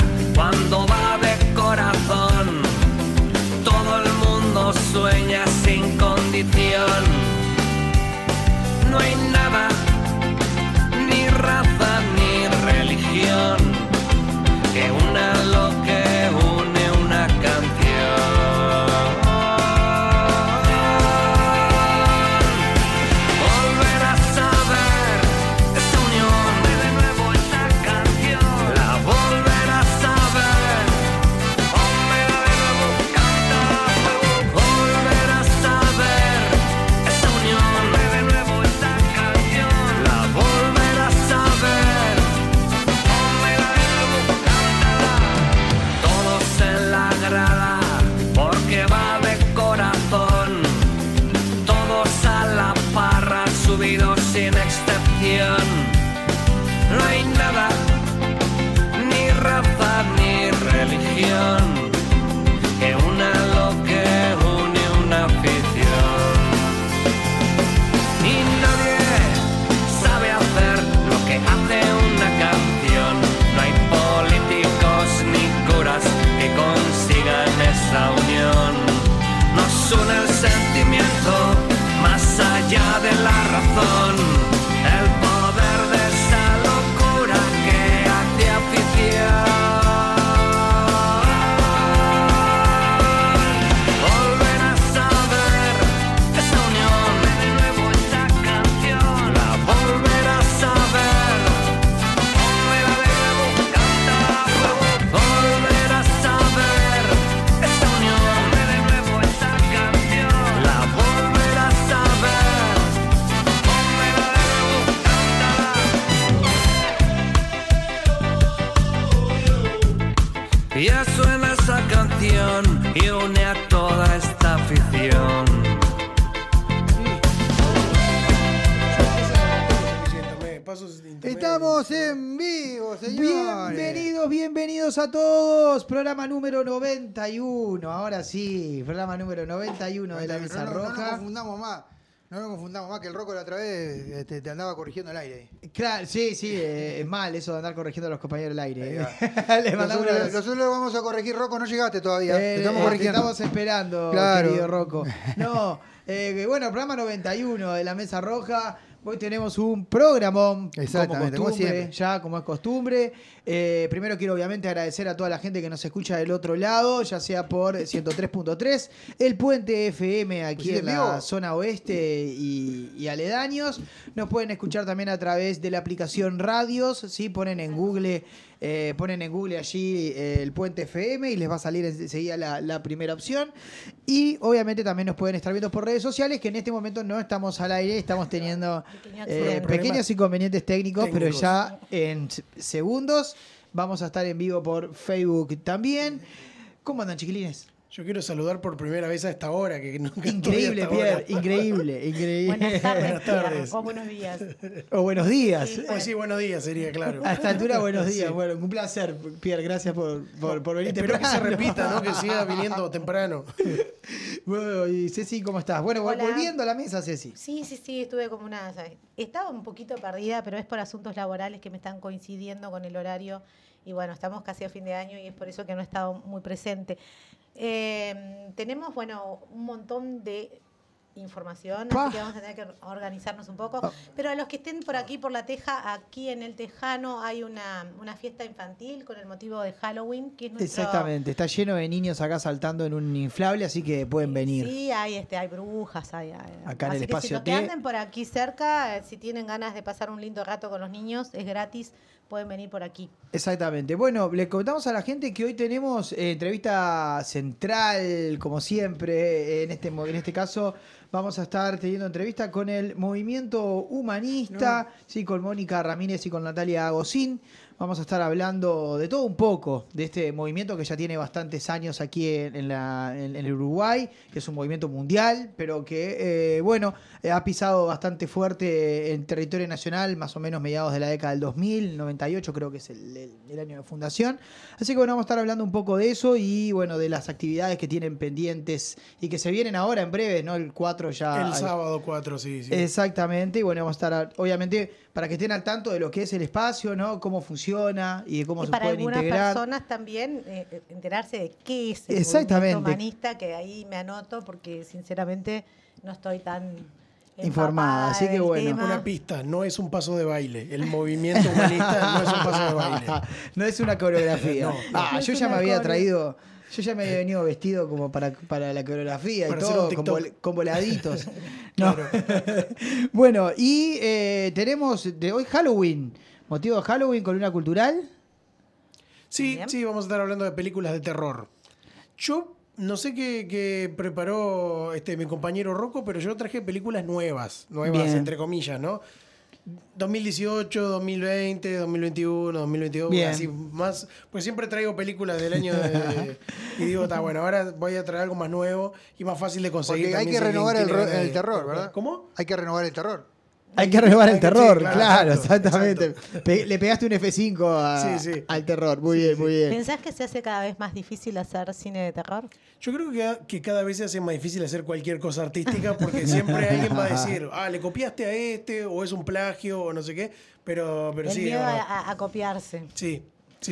cuando va de corazón. Todo el mundo sueña sin condición. No hay nada, ni raza ni religión, que una lo que une una canción. Volver a saber esa unión, de nuevo esa canción. La volver a saber, hombre, de nuevo canta. Volver a saber esa unión, de nuevo esa canción. La volver a saber, hombre, de nuevo canta. Todos en la grada, porque va de corazón. Todos a la parra, subidos sin excepción. No hay nada, ni raza ni religión, que una lo que une una afición. Y nadie sabe hacer lo que hace una canción. No hay políticos ni curas que consigan esa unión. Nos une el sentimiento más allá de la razón, el poder de esa locura que hace afición. Volver a saber esa unión, de nuevo esa canción. La volver a saber, hombre, de nuevo canta fuego. Volver a saber esa unión, de nuevo esa canción. La volver a saber, hombre, de nuevo canta. Ya suena esa canción y une a toda esta afición. Estamos en vivo, señores. Bienvenidos a todos. Programa número 91. Ahora sí, programa número 91 de la Mesa Roja. No nos confundamos más que el Rocco la otra vez te andaba corrigiendo el aire. Claro, sí, es mal eso de andar corrigiendo a los compañeros del aire. Les mandamos nosotros lo vamos a corregir, Rocco, no llegaste todavía. Te estamos corrigiendo. Te estamos esperando, claro, querido Rocco. No, bueno, programa 91 de la Mesa Roja. Hoy tenemos un programón, como es costumbre. Primero quiero obviamente agradecer a toda la gente que nos escucha del otro lado, ya sea por 103.3, el Puente FM aquí en la zona oeste y aledaños. Nos pueden escuchar también a través de la aplicación Radios, ¿sí? Ponen en Google allí el Puente FM y les va a salir enseguida la primera opción. Y obviamente también nos pueden estar viendo por redes sociales, que en este momento no estamos al aire, estamos teniendo pequeños inconvenientes técnicos, pero ya en segundos vamos a estar en vivo por Facebook también. ¿Cómo andan, chiquilines? Yo quiero saludar por primera vez a esta hora. Que nunca increíble, Pierre, increíble. Buenas tardes. Buenas tardes. O buenos días. O buenos días. Sí, pues sí, buenos días sería, claro. A esta altura, buenos días. Sí. Bueno, un placer, Pierre. Gracias por venir temprano. Espero que se repita, ¿no? Que siga siga viniendo temprano. Bueno, y Ceci, ¿cómo estás? Bueno, hola. Volviendo a la mesa, Ceci. Sí, estuve como estaba un poquito perdida, pero es por asuntos laborales que me están coincidiendo con el horario. Y bueno, estamos casi a fin de año y es por eso que no he estado muy presente. Tenemos, un montón de información, así que vamos a tener que organizarnos un poco. Pero a los que estén por aquí, por La Teja, aquí en El Tejano hay una fiesta infantil con el motivo de Halloween. Que es nuestro... Exactamente, está lleno de niños acá saltando en un inflable, así que pueden venir. Sí, hay brujas, hay acá en el espacio T. Que anden por aquí cerca, si tienen ganas de pasar un lindo rato con los niños, es gratis. Pueden venir por aquí. Exactamente. Bueno, le comentamos a la gente que hoy tenemos entrevista central, como siempre. En este caso vamos a estar teniendo entrevista con el movimiento humanista, sí, con Mónica Ramírez y con Natalia Agosín. Vamos a estar hablando de todo un poco, de este movimiento que ya tiene bastantes años aquí en el Uruguay, que es un movimiento mundial, pero que, ha pisado bastante fuerte en territorio nacional, más o menos mediados de la década del 2000, 98 creo que es el año de fundación. Así que vamos a estar hablando un poco de eso y, de las actividades que tienen pendientes y que se vienen ahora en breve, ¿no? El 4 ya. El sábado 4, sí. Exactamente, y vamos a estar, obviamente, para que estén al tanto de lo que es el espacio, ¿no? Cómo funciona funciona y de cómo y se para pueden algunas integrar. personas también enterarse de qué es el Exactamente. movimiento humanista, que ahí me anoto porque sinceramente no estoy tan Informada, así que del bueno. tema. Una pista, no es un paso de baile. El movimiento humanista no es un paso de baile. No es una coreografía. No. No Yo es ya me una había coreo. traído, yo ya me había venido vestido como para la coreografía Para y hacer todo, un con, TikTok. con voladitos. No. Bueno, y tenemos de hoy Halloween, motivo de Halloween, columna cultural. Sí, Bien. sí, vamos a estar hablando de películas de terror. Yo no sé qué preparó mi compañero Rocco, pero yo traje películas nuevas Bien. entre comillas, ¿no? 2018, 2020, 2021, 2022, Bien. así más, pues siempre traigo películas del año y digo, está bueno, ahora voy a traer algo más nuevo y más fácil de conseguir. Porque hay también que si alguien renovar tiene ganas el de- terror, ¿verdad? ¿Cómo? Hay que renovar el terror. Hay que renovar el Hay que- sí, terror, claro, claro, exacto, exactamente. Le pegaste un F5 Sí, sí. al terror, muy Sí, bien, sí. muy bien. ¿Pensás que se hace cada vez más difícil hacer cine de terror? Yo creo que cada vez se hace más difícil hacer cualquier cosa artística porque siempre alguien va a decir, le copiaste a o es un plagio o no sé qué, pero El sí, es miedo verdad. a copiarse. Sí.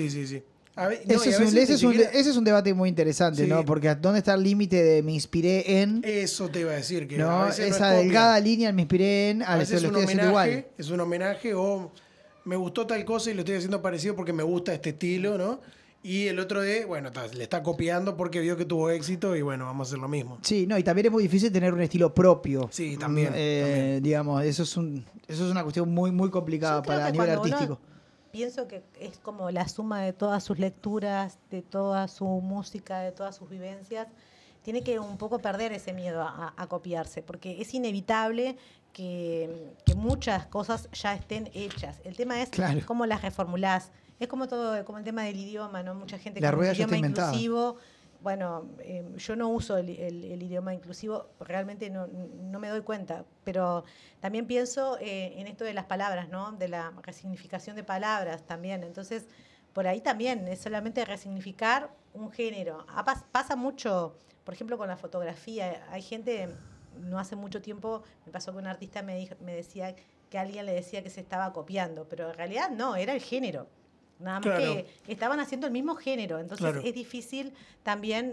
A ve- Ese no, y a es un- veces ese ni es un- siquiera- ese es un debate muy interesante, Sí. ¿no? Porque ¿dónde está el límite de me inspiré en? Eso te iba a decir, que a ¿No? veces no es Esa copia. delgada línea, me inspiré en, A lo veces es un estoy haciendo homenaje, igual. es un homenaje o me gustó tal cosa y lo estoy haciendo parecido porque me gusta este estilo, ¿no? Y el otro le está copiando porque vio que tuvo éxito y bueno, vamos a hacer lo mismo. Sí, no, y también es muy difícil tener un estilo propio. Sí, también, Digamos, eso es una cuestión muy, muy complicada Yo creo para a que nivel cuando uno- artístico. Pienso que es como la suma de todas sus lecturas, de toda su música, de todas sus vivencias. Tiene que un poco perder ese miedo a copiarse, porque es inevitable que muchas cosas ya estén hechas. El tema es Claro. cómo las reformulás. Es como todo, como el tema del idioma, ¿no? Mucha gente La con un rueda ya idioma está inventada. inclusivo. Bueno, yo no uso el idioma inclusivo, realmente no me doy cuenta, pero también pienso en esto de las palabras, ¿no? De la resignificación de palabras también. Entonces, por ahí también es solamente resignificar un género. Pasa mucho, por ejemplo, con la fotografía. Hay gente, no hace mucho tiempo, me pasó que un artista me decía que alguien le decía que se estaba copiando, pero en realidad no, era el género. Nada más Claro. que estaban haciendo el mismo género, entonces Claro. es difícil también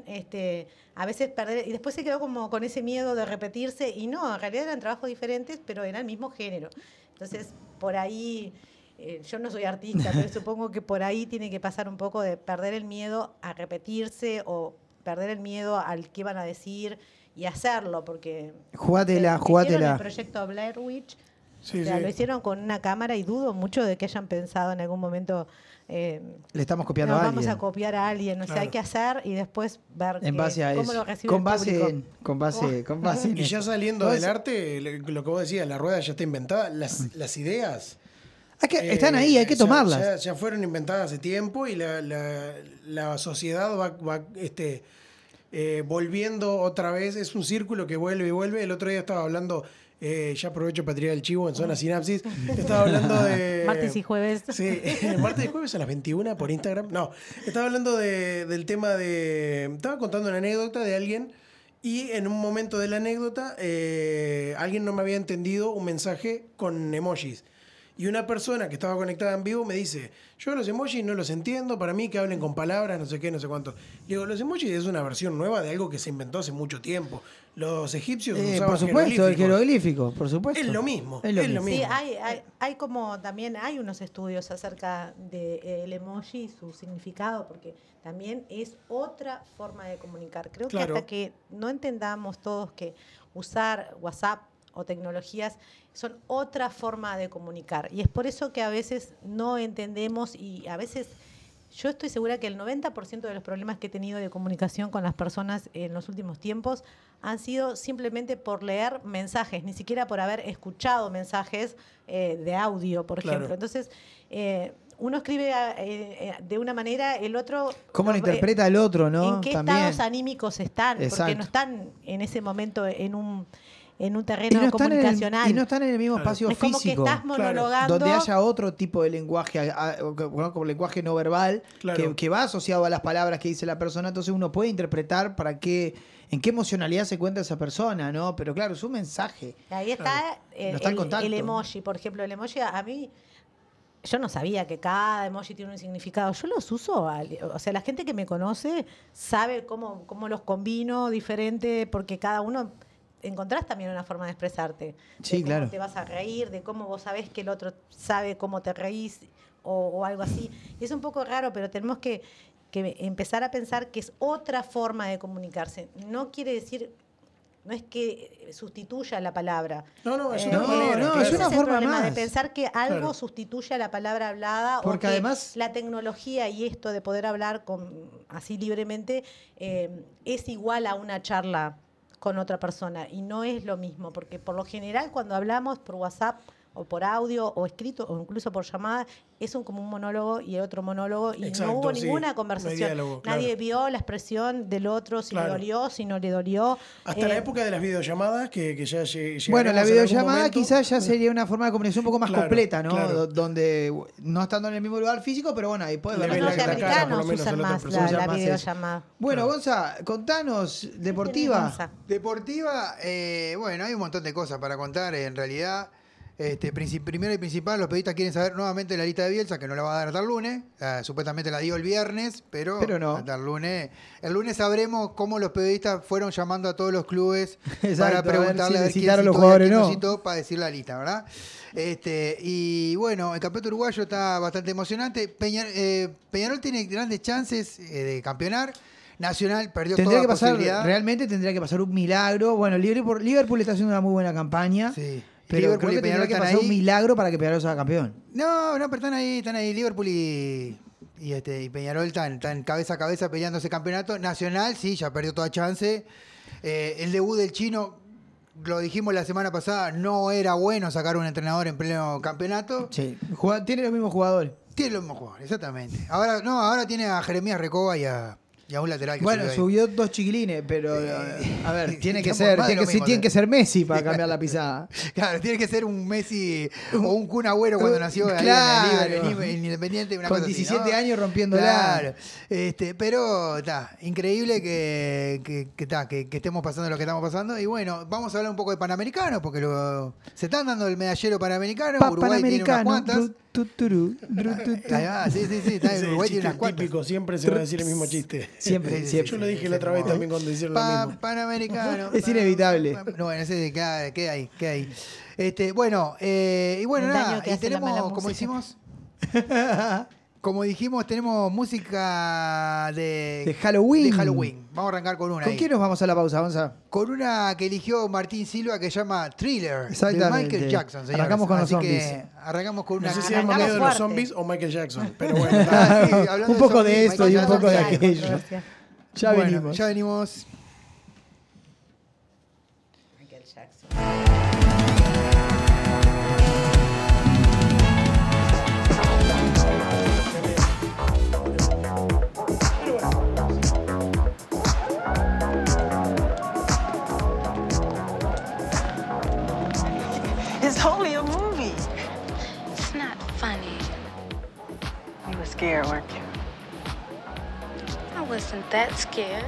a veces perder, y después se quedó como con ese miedo de repetirse, y no, en realidad eran trabajos diferentes, pero era el mismo género. Entonces, por ahí, yo no soy artista, pero supongo que por ahí tiene que pasar un poco de perder el miedo a repetirse o perder el miedo al que van a decir y hacerlo, porque Jugátela, hicieron jugátela. el proyecto Blair Witch. Sí, O sea, sí. lo hicieron con una cámara y dudo mucho de que hayan pensado en algún momento Le estamos copiando nos a vamos alguien. a copiar a alguien. O sea, Claro. hay que hacer y después ver En base a cómo eso. lo recibe Con el base público. en. Con base en Y ya eso. saliendo Todo del eso- arte, lo que vos decías, la rueda ya está inventada, las ideas Están ahí, hay que tomarlas. Ya fueron inventadas hace tiempo y la sociedad va volviendo otra vez. Es un círculo que vuelve y vuelve. El otro día estaba hablando, ya aprovecho para tirar el chivo en Zona Sinapsis. Estaba hablando de... Martes y jueves. Sí, martes y jueves a las 21 por Instagram. No, estaba hablando del tema de... Estaba contando una anécdota de alguien y en un momento de la anécdota alguien no me había entendido un mensaje con emojis. Y una persona que estaba conectada en vivo me dice, yo los emojis no los entiendo, para mí que hablen con palabras, no sé qué, no sé cuánto. Le digo, los emojis es una versión nueva de algo que se inventó hace mucho tiempo. Los egipcios usaban Por supuesto, el jeroglíficos. jeroglífico, por supuesto. Es lo mismo, Es lo es lo mismo. Sí, mismo. hay como también hay unos estudios acerca del emoji y su significado, porque también es otra forma de comunicar. Creo Claro. que hasta que no entendamos todos que usar WhatsApp o tecnologías son otra forma de comunicar. Y es por eso que a veces no entendemos y a veces yo estoy segura que el 90% de los problemas que he tenido de comunicación con las personas en los últimos tiempos han sido simplemente por leer mensajes, ni siquiera por haber escuchado mensajes de audio, por Claro. ejemplo. Entonces, uno escribe de una manera, el otro... ¿Cómo lo interpreta el otro, no? ¿En qué También. estados anímicos están? Porque Exacto. no están en ese momento en un Y terreno no, están comunicacional. y no están en el mismo Claro. espacio es como físico. que estás monologando. Donde haya otro tipo de lenguaje, como lenguaje no verbal, Claro. que va asociado a las palabras que dice la persona, entonces uno puede interpretar en qué emocionalidad se encuentra esa persona, ¿no? Pero claro, es un mensaje. Ahí está, No está en contacto. el emoji, por ejemplo. El emoji a mí yo no sabía que cada emoji tiene un significado. Yo los uso, o sea, la gente que me conoce sabe cómo los combino diferente, porque cada uno encontrás también una forma de expresarte. Sí, de cómo claro. te vas a reír, de cómo vos sabés que el otro sabe cómo te reís o algo así. Es un poco raro, pero tenemos que empezar a pensar que es otra forma de comunicarse. No quiere decir... No es que sustituya la palabra. No, es una manera, es una el forma problema más. de pensar que algo sustituye a la palabra hablada, porque o que además la tecnología y esto de poder hablar así libremente es igual a una charla con otra persona, y no es lo mismo, porque por lo general cuando hablamos por WhatsApp o por audio o escrito o incluso por llamada, es como un monólogo y el otro monólogo, y Exacto, no hubo sí, ninguna no hay conversación. diálogo, claro. Nadie vio la expresión del otro, si Claro. le dolió, si no le dolió. Hasta la época de las videollamadas, que ya llegaremos bueno, la en algún videollamada momento. quizás ya sería una forma de comunicación un poco más Claro, completa, ¿no? claro. Donde no estando en el mismo lugar físico, pero bueno, ahí puedes Le ver ves Los la cara, norteamericanos por lo menos, a usan la otra más persona. la Usan más eso. videollamada. Bueno, Claro. Gonza, contanos, ¿Qué deportiva. tenés, Gonza? Deportiva, bueno, hay un montón de cosas para contar. En realidad, primero y principal, los periodistas quieren saber nuevamente la lista de Bielsa, que no la va a dar hasta el lunes. Supuestamente la dio el viernes, pero no. hasta el lunes. El lunes sabremos cómo los periodistas fueron llamando a todos los clubes Exacto, para a ver preguntarle si a ver quién citaron los citó y a jugadores quién o no no. citó para decir la lista, ¿verdad? Y bueno, el campeonato uruguayo está bastante emocionante. Peñarol tiene grandes chances de campeonar. Nacional perdió Tendría toda que pasar, posibilidad. realmente tendría que pasar un milagro. Bueno, Liverpool está haciendo una muy buena campaña. Sí. Pero Liverpool creo y que tendría Peñarol que están pasar un ahí. milagro para que Peñarol sea campeón. No, pero están ahí. Liverpool y Peñarol están cabeza a cabeza peleando ese campeonato. Nacional, sí, ya perdió toda chance. El debut del chino, lo dijimos la semana pasada, no era bueno sacar un entrenador en pleno campeonato. Sí. Tiene los mismos jugadores. Tiene los mismos jugadores, exactamente. Ahora tiene a Jeremías Recoba y a un lateral que Bueno, ahí. subió 2 chiquilines, pero a ver, tiene que estamos ser, más de lo mismo, tiene que ser Messi para cambiar la pisada. Claro, tiene que ser un Messi o un Kun Agüero cuando nació ahí Claro. en Independiente. Una Con cosa así, 17 ¿no? años rompiéndola. Claro. Pero está increíble que estemos pasando lo que estamos pasando. Y bueno, vamos a hablar un poco de Panamericano, porque se están dando el medallero Panamericano. Uruguay tiene unas cuantas. Ahí va, sí, está, Ese Uruguay chiste tiene unas cuantas. típico, siempre se va a decir el mismo chiste. Siempre. Yo lo dije la otra vez también cuando hicieron lo mismo. Panamericano. Es inevitable. Bueno, ese queda ahí. Bueno, y bueno, El nada, daño que y hace la mala tenemos, como música. hicimos, como dijimos, tenemos música De Halloween. Vamos a arrancar con una ¿Con ahí. quién nos vamos a la pausa, Gonza? Con una que eligió Martín Silva que se llama Thriller, de Exactamente. Michael Jackson, señores. Arrancamos con los Así que zombies. arrancamos con una... No sé si Arrancamos hemos leído de los fuerte. zombies o Michael Jackson, pero bueno. Ah, sí, hablando Un poco de zombies, esto y Michael un poco de Jackson. aquello. Controversia. Ya Bueno, venimos. Ya venimos. Michael Jackson. It's only a movie. It's not funny. You were scared, weren't you? I wasn't that scared.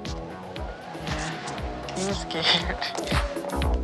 You were scared.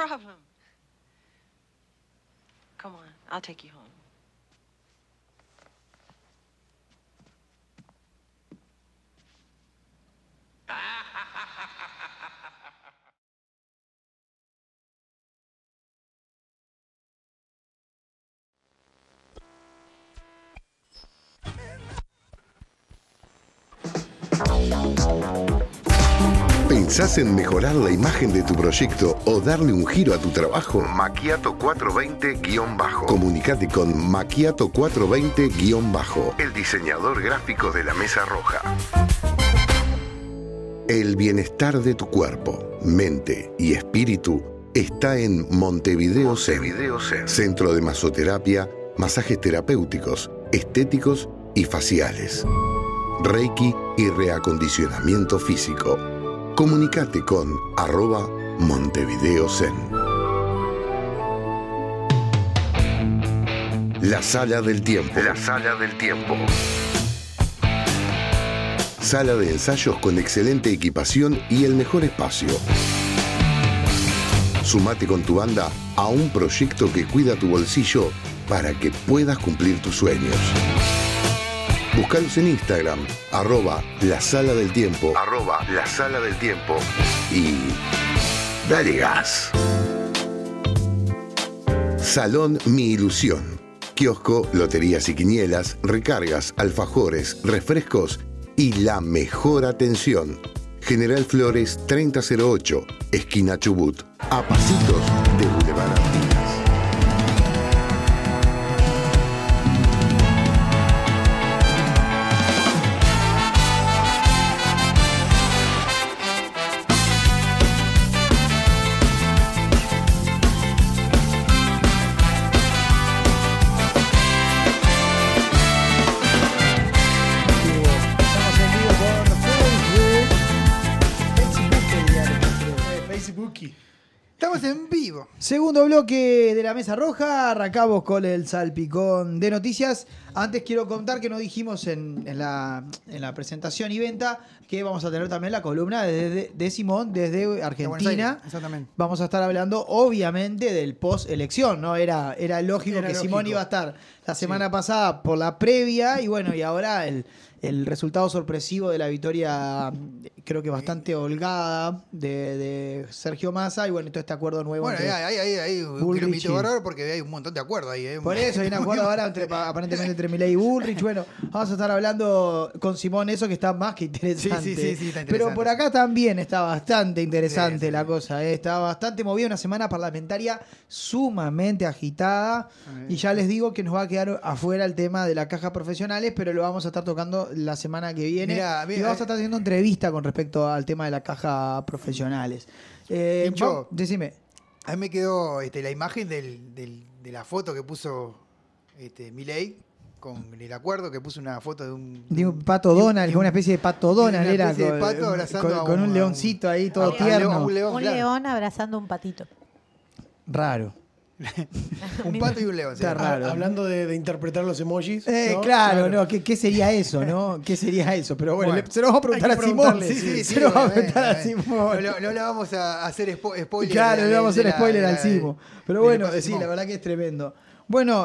problem? Come on, I'll take you home. ¿Pensás en mejorar la imagen de tu proyecto o darle un giro a tu trabajo? Macchiato 420-. Comunicate con Macchiato 420-, el diseñador gráfico de la Mesa Roja. El bienestar de tu cuerpo, mente y espíritu está en Montevideo Zen. Centro de masoterapia, masajes terapéuticos, estéticos y faciales. Reiki y reacondicionamiento físico. Comunicate con @MontevideoZen. La Sala del Tiempo. Sala de ensayos con excelente equipación y el mejor espacio. Sumate con tu banda a un proyecto que cuida tu bolsillo para que puedas cumplir tus sueños. Búscalos en Instagram, @LaSalaDelTiempo, y dale gas. Salón Mi Ilusión. Kiosco, loterías y quinielas, recargas, alfajores, refrescos y la mejor atención. General Flores 3008, esquina Chubut, a pasitos de Boulevard Artigas. Estamos en vivo. Segundo bloque de la Mesa Roja, arrancamos con el salpicón de noticias. Antes quiero contar que no dijimos en la presentación y venta que vamos a tener también la columna de Simón desde Argentina. Exactamente. Vamos a estar hablando obviamente del post-elección, ¿no? Era lógico que Simón iba a estar la semana pasada por la previa y bueno, y ahora el resultado sorpresivo de la victoria, creo que bastante holgada, de Sergio Massa, y bueno, todo este acuerdo nuevo. Bueno, hay un kilómetro bárbaro porque hay un montón de acuerdos ahí. Por eso hay un acuerdo ahora aparentemente entre Milei y Bullrich. Bueno, vamos a estar hablando con Simón eso que está más que interesante. Sí, está interesante. Pero por acá también está bastante interesante la cosa. Está bastante movida, una semana parlamentaria sumamente agitada. Y ya les digo que nos va a quedar afuera el tema de la caja profesionales, pero lo vamos a estar tocando la semana que viene. Y vamos a estar haciendo entrevista con respecto al tema de la caja profesionales. Pincho, decime. A mí me quedó la imagen de la foto que puso Milei con el acuerdo, que puso una foto de un pato Donald, una especie de pato Donald, una era especie de pato abrazando con un leoncito ahí todo tierno. Un león abrazando un patito. Raro. Un pato y un león. Está raro. Hablando de interpretar los emojis. ¿no? Claro, ¿no? ¿Qué sería eso, no? ¿Qué sería eso? Pero bueno, se lo vamos a preguntar a Simón. Se lo vamos a preguntar a Simón. No le vamos a hacer spoiler. Claro, no le vamos a hacer spoiler al Simón. Pero bueno, sí, la verdad que es tremendo. Bueno,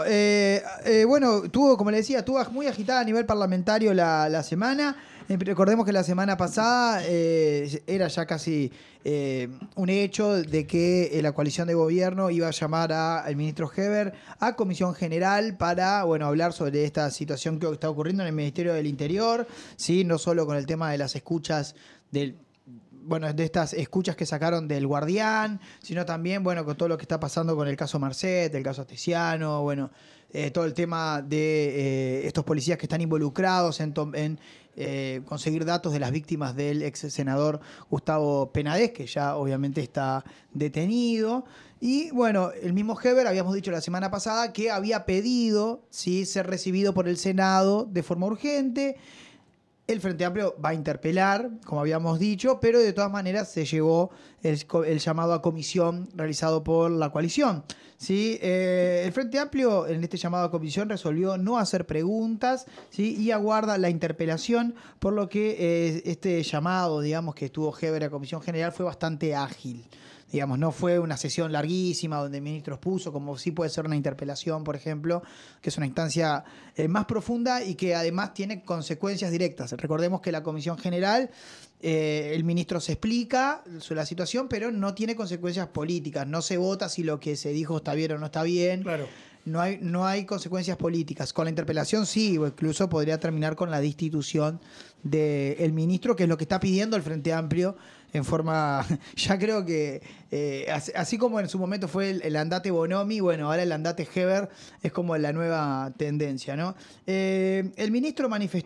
tuvo, como le decía, estuvo muy agitada a nivel parlamentario la semana. Recordemos que la semana pasada era ya casi un hecho de que la coalición de gobierno iba a llamar al ministro Heber a Comisión General para hablar sobre esta situación que está ocurriendo en el Ministerio del Interior, ¿sí? No solo con el tema de las escuchas de estas escuchas que sacaron del Guardián, sino también, con todo lo que está pasando con el caso Marcet, el caso Astesiano, todo el tema de estos policías que están involucrados en conseguir datos de las víctimas del ex senador Gustavo Penades, que ya obviamente está detenido. Y el mismo Heber, habíamos dicho la semana pasada, que había pedido ser recibido por el Senado de forma urgente. El Frente Amplio va a interpelar, como habíamos dicho, pero de todas maneras se llevó el llamado a comisión realizado por la coalición. ¿Sí? El Frente Amplio en este llamado a comisión resolvió no hacer preguntas, ¿sí? Y aguarda la interpelación, por lo que este llamado, digamos, que tuvo Heber a Comisión General fue bastante ágil. Digamos, no fue una sesión larguísima donde el ministro expuso, como sí puede ser una interpelación, por ejemplo, que es una instancia más profunda y que además tiene consecuencias directas. Recordemos que la Comisión General, el ministro se explica sobre la situación, pero no tiene consecuencias políticas. No se vota si lo que se dijo está bien o no está bien. Claro. No hay consecuencias políticas. Con la interpelación sí, o incluso podría terminar con la destitución del ministro, que es lo que está pidiendo el Frente Amplio en forma, ya creo que, así como en su momento fue el andate Bonomi, bueno, ahora el andate Heber es como la nueva tendencia, ¿no? El ministro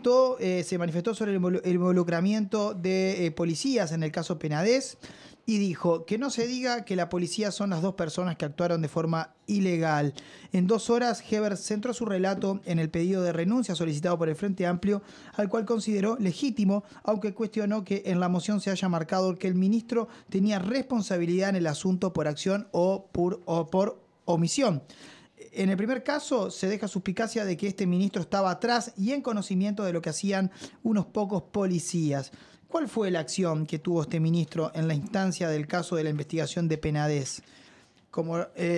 se manifestó sobre el involucramiento de policías en el caso Penades, y dijo que no se diga que la policía son las dos personas que actuaron de forma ilegal. En 2 horas, Heber centró su relato en el pedido de renuncia solicitado por el Frente Amplio, al cual consideró legítimo, aunque cuestionó que en la moción se haya marcado que el ministro tenía responsabilidad en el asunto por acción o por omisión. En el primer caso, se deja suspicacia de que este ministro estaba atrás y en conocimiento de lo que hacían unos pocos policías. ¿Cuál fue la acción que tuvo este ministro en la instancia del caso de la investigación de Penades? Como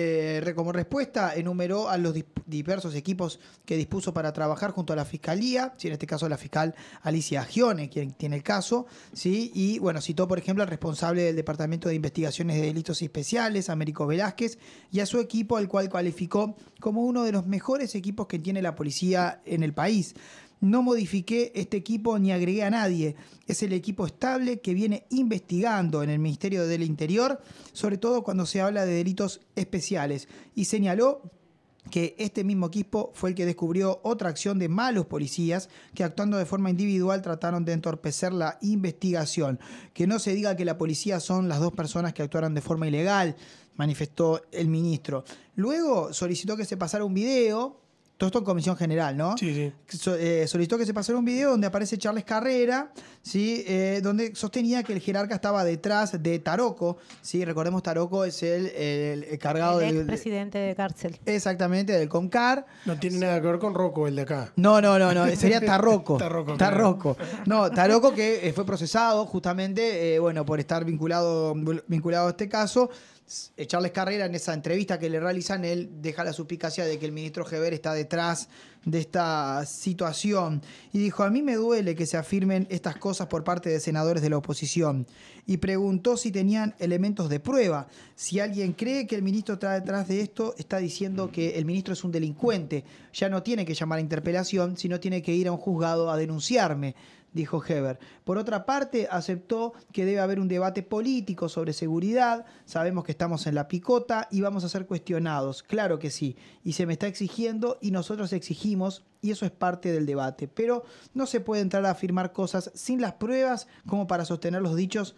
respuesta, enumeró a los diversos equipos que dispuso para trabajar junto a la Fiscalía, en este caso la fiscal Alicia Gione, quien tiene el caso, ¿sí? Y bueno, citó por ejemplo al responsable del Departamento de Investigaciones de Delitos Especiales, Américo Velázquez, y a su equipo, al cual calificó como uno de los mejores equipos que tiene la policía en el país. No modifiqué este equipo ni agregué a nadie. Es el equipo estable que viene investigando en el Ministerio del Interior, sobre todo cuando se habla de delitos especiales. Y señaló que este mismo equipo fue el que descubrió otra acción de malos policías que actuando de forma individual trataron de entorpecer la investigación. Que no se diga que la policía son las dos personas que actuaron de forma ilegal, manifestó el ministro. Luego solicitó que se pasara un video. Todo esto en Comisión General, ¿no? Sí. Solicitó que se pasara un video donde aparece Charles Carrera, ¿sí? Donde sostenía que el jerarca estaba detrás de Taroco, ¿sí? Recordemos, Taroco es el cargado del expresidente de cárcel. Exactamente, del CONCAR. No tiene nada que ver con Rocco, el de acá. No, sería Tarroco. Tarroco. No, Taroco que fue procesado justamente, por estar vinculado a este caso. Charles Carrera, en esa entrevista que le realizan, él deja la suspicacia de que el ministro Heber está detrás de esta situación y dijo: a mí me duele que se afirmen estas cosas por parte de senadores de la oposición, y preguntó si tenían elementos de prueba. Si alguien cree que el ministro está detrás de esto, está diciendo que el ministro es un delincuente, ya no tiene que llamar a interpelación, sino tiene que ir a un juzgado a denunciarme, dijo Heber. Por otra parte, aceptó que debe haber un debate político sobre seguridad. Sabemos que estamos en la picota y vamos a ser cuestionados. Claro que sí. Y se me está exigiendo y nosotros exigimos, y eso es parte del debate. Pero no se puede entrar a afirmar cosas sin las pruebas como para sostener los dichos.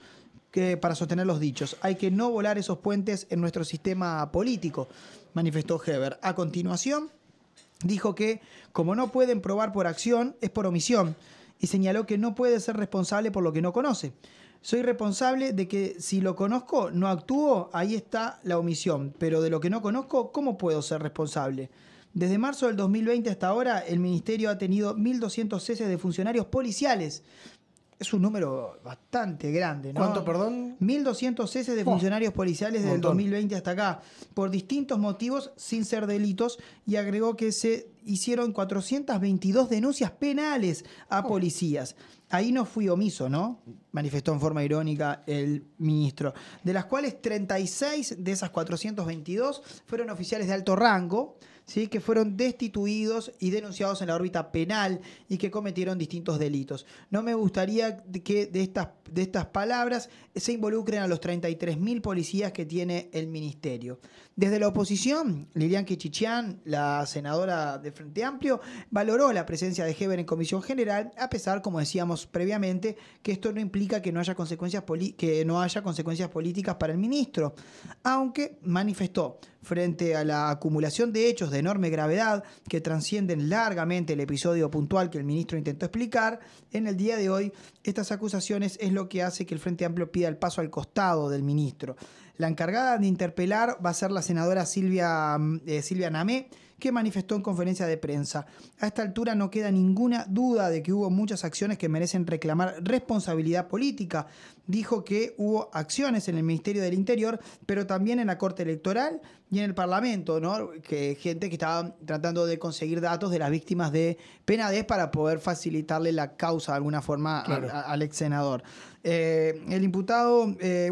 Hay que no volar esos puentes en nuestro sistema político, manifestó Heber. A continuación, dijo que como no pueden probar por acción, es por omisión. Y señaló que no puede ser responsable por lo que no conoce. Soy responsable de que si lo conozco, no actúo, ahí está la omisión. Pero de lo que no conozco, ¿cómo puedo ser responsable? Desde marzo del 2020 hasta ahora, el Ministerio ha tenido 1.200 ceses de funcionarios policiales. Es un número bastante grande, ¿no? ¿Cuánto, perdón? 1.200 ceses de funcionarios policiales desde el 2020 hasta acá, por distintos motivos sin ser delitos, y agregó que se hicieron 422 denuncias penales a policías. Ahí no fui omiso, ¿no? Manifestó en forma irónica el ministro. De las cuales 36 de esas 422 fueron oficiales de alto rango, ¿sí? Que fueron destituidos y denunciados en la órbita penal y que cometieron distintos delitos. No me gustaría que de estas palabras se involucren a los 33.000 policías que tiene el ministerio. Desde la oposición, Lilian Kechichian, la senadora de Frente Amplio, valoró la presencia de Heber en Comisión General, a pesar, como decíamos previamente, que esto no implica que no haya consecuencias políticas para el ministro, aunque manifestó frente a la acumulación de hechos de enorme gravedad que trascienden largamente el episodio puntual que el ministro intentó explicar, en el día de hoy estas acusaciones es lo que hace que el Frente Amplio pida el paso al costado del ministro. La encargada de interpelar va a ser la senadora Silvia Namé, que manifestó en conferencia de prensa. A esta altura no queda ninguna duda de que hubo muchas acciones que merecen reclamar responsabilidad política. Dijo que hubo acciones en el Ministerio del Interior, pero también en la Corte Electoral y en el Parlamento, ¿no? Que gente que estaba tratando de conseguir datos de las víctimas de Penades para poder facilitarle la causa de alguna forma al ex senador. El imputado,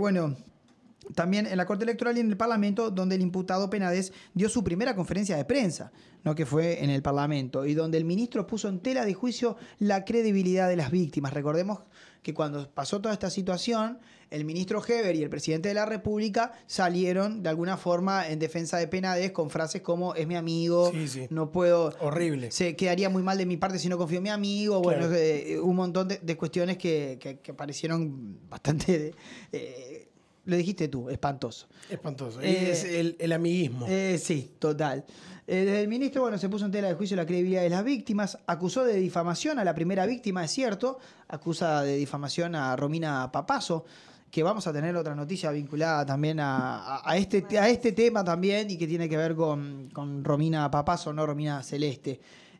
también en la Corte Electoral y en el Parlamento, donde el imputado Penades dio su primera conferencia de prensa, ¿no? Que fue en el Parlamento, y donde el ministro puso en tela de juicio la credibilidad de las víctimas. Recordemos que cuando pasó toda esta situación, el ministro Heber y el presidente de la República salieron de alguna forma en defensa de Penades con frases como es mi amigo, no puedo... Horrible. Se quedaría muy mal de mi parte si no confío en mi amigo. Claro. Bueno, un montón de cuestiones que parecieron bastante... lo dijiste tú, espantoso. Espantoso. Es el amiguismo. Sí, total. El ministro, se puso en tela de juicio la credibilidad de las víctimas, acusó de difamación a la primera víctima, es cierto, acusa de difamación a Romina Papazo, que vamos a tener otra noticia vinculada también a este tema también, y que tiene que ver con Romina Papazo, no Romina Celeste.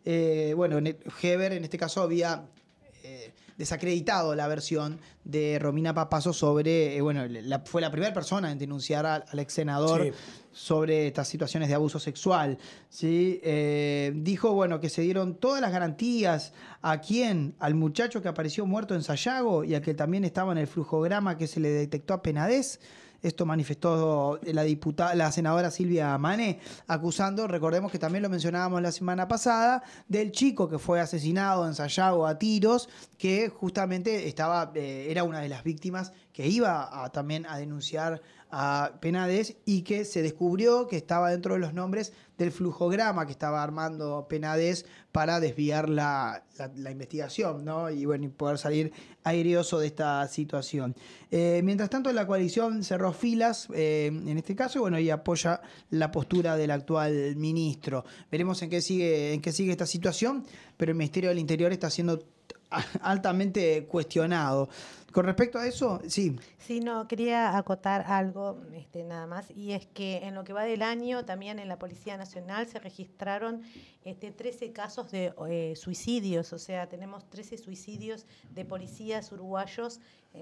Heber en este caso había desacreditado la versión de Romina Papazo sobre, fue la primera persona en denunciar al ex senador sobre estas situaciones de abuso sexual. ¿Sí? Dijo, que se dieron todas las garantías a quién, al muchacho que apareció muerto en Sayago y a que también estaba en el flujograma que se le detectó a Penades. Esto manifestó la senadora Silvia Namé, acusando, recordemos que también lo mencionábamos la semana pasada, del chico que fue asesinado en Sayago a tiros, que justamente era una de las víctimas que iba también a denunciar a Penades, y que se descubrió que estaba dentro de los nombres del flujograma que estaba armando Penades para desviar la investigación, ¿no? Y poder salir aireoso de esta situación. Mientras tanto, la coalición cerró filas en este caso, y apoya la postura del actual ministro. Veremos en qué sigue esta situación, pero el Ministerio del Interior está siendo altamente cuestionado. Con respecto a eso, sí. Sí, no, quería acotar algo nada más, y es que en lo que va del año también en la Policía Nacional se registraron 13 casos de suicidios, o sea, tenemos 13 suicidios de policías uruguayos,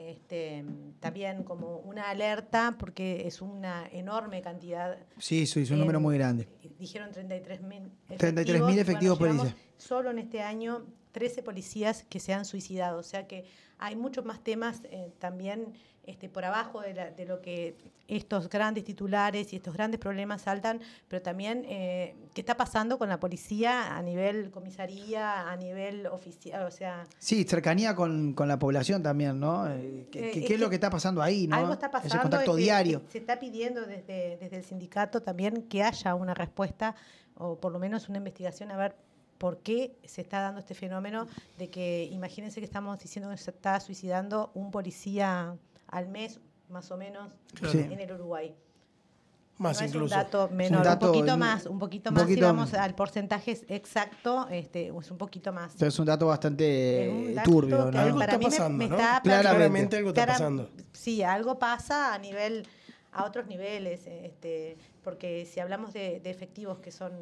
también como una alerta, porque es una enorme cantidad. Sí, es un número muy grande. Dijeron 33.000 efectivos policías. Solo en este año 13 policías que se han suicidado, o sea que hay muchos más temas también por abajo de lo que estos grandes titulares y estos grandes problemas saltan, pero también qué está pasando con la policía a nivel comisaría, a nivel oficial, o sea... Sí, cercanía con la población también, ¿no? ¿Qué es lo que está pasando ahí, no? Algo está pasando. Ese contacto diario. Se está pidiendo desde el sindicato también que haya una respuesta, o por lo menos una investigación, a ver por qué se está dando este fenómeno de que, imagínense que estamos diciendo que se está suicidando un policía al mes, más o menos, en el Uruguay. Más no incluso. Es un dato menor, un poquito más, si vamos al porcentaje exacto, es un poquito más. Es un dato bastante turbio, ¿no? Algo está pasando, ¿no? Claramente algo está pasando. Sí, algo pasa a otros niveles, porque si hablamos de efectivos que son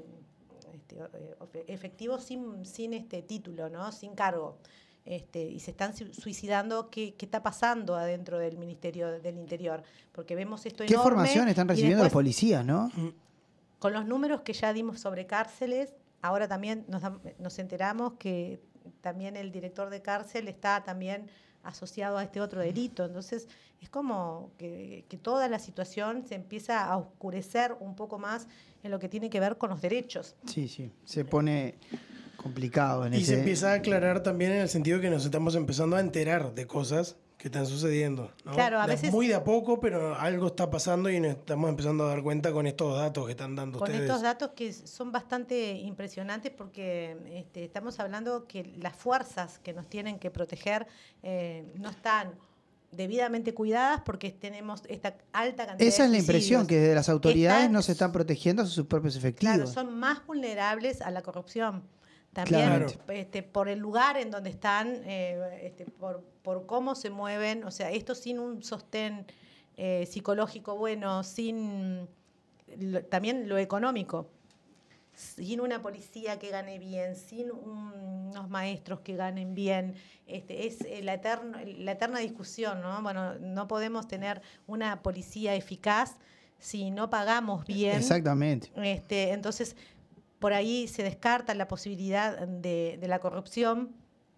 efectivos sin título, ¿no? Sin cargo, y se están suicidando, ¿qué está pasando adentro del Ministerio del Interior? Porque vemos esto enorme. ¿Qué formación están recibiendo los policías, no? Con los números que ya dimos sobre cárceles, ahora también nos enteramos que también el director de cárcel está también asociado a este otro delito. Entonces, es como que toda la situación se empieza a oscurecer un poco más en lo que tiene que ver con los derechos. Sí, se pone complicado. Se empieza a aclarar también en el sentido que nos estamos empezando a enterar de cosas que están sucediendo, ¿no? Claro, a veces... Muy de a poco, pero algo está pasando y nos estamos empezando a dar cuenta con estos datos que están dando ustedes. Con estos datos que son bastante impresionantes, porque estamos hablando que las fuerzas que nos tienen que proteger no están debidamente cuidadas, porque tenemos esta alta cantidad de Esa es la impresión, que de las autoridades no se están protegiendo a sus propios efectivos. Claro, son más vulnerables a la corrupción. También por el lugar en donde están, por cómo se mueven, o sea, esto sin un sostén psicológico bueno, sin también lo económico, sin una policía que gane bien, sin unos maestros que ganen bien, es la eterna discusión, ¿no? Bueno, no podemos tener una policía eficaz si no pagamos bien. Exactamente. Entonces, por ahí se descarta la posibilidad de la corrupción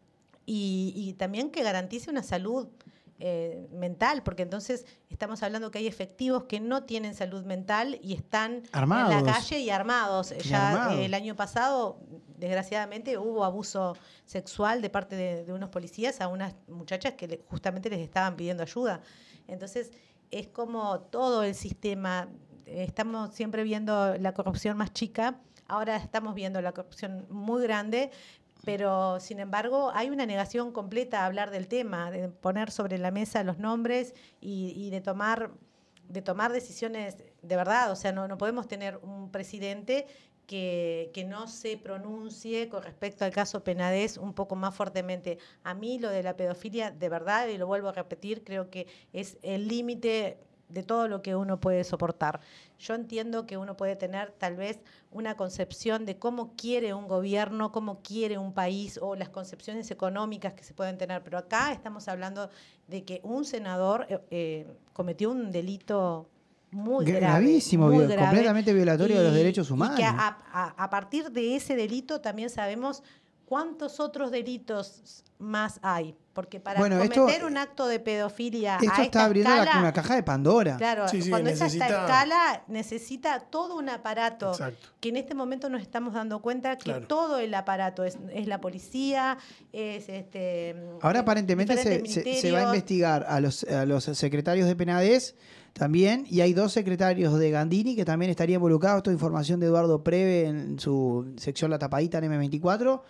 y también que garantice una salud mental, porque entonces estamos hablando que hay efectivos que no tienen salud mental y están armados en la calle y armados. El año pasado, desgraciadamente, hubo abuso sexual de parte de unos policías a unas muchachas que justamente les estaban pidiendo ayuda. Entonces, es como todo el sistema. Estamos siempre viendo la corrupción más chica, ahora estamos viendo la corrupción muy grande, pero sin embargo hay una negación completa a hablar del tema, de poner sobre la mesa los nombres y de tomar decisiones de verdad. O sea, no podemos tener un presidente que no se pronuncie con respecto al caso Penades un poco más fuertemente. A mí lo de la pedofilia, de verdad, y lo vuelvo a repetir, creo que es el límite de todo lo que uno puede soportar. Yo entiendo que uno puede tener tal vez una concepción de cómo quiere un gobierno, cómo quiere un país o las concepciones económicas que se pueden tener, pero acá estamos hablando de que un senador cometió un delito muy gravísimo, grave, muy grave, completamente violatorio de los derechos humanos. Y que a partir de ese delito también sabemos cuántos otros delitos más hay. Porque para cometer un acto de pedofilia esto está abriendo una caja de Pandora. Claro, cuando es a esta escala necesita todo un aparato. Exacto. Que en este momento nos estamos dando cuenta que todo el aparato es la policía, es ahora aparentemente se va a investigar a los secretarios de Penades también, y hay 2 secretarios de Gandini que también estarían involucrados. Esto es información de Eduardo Preve en su sección La Tapadita en M24.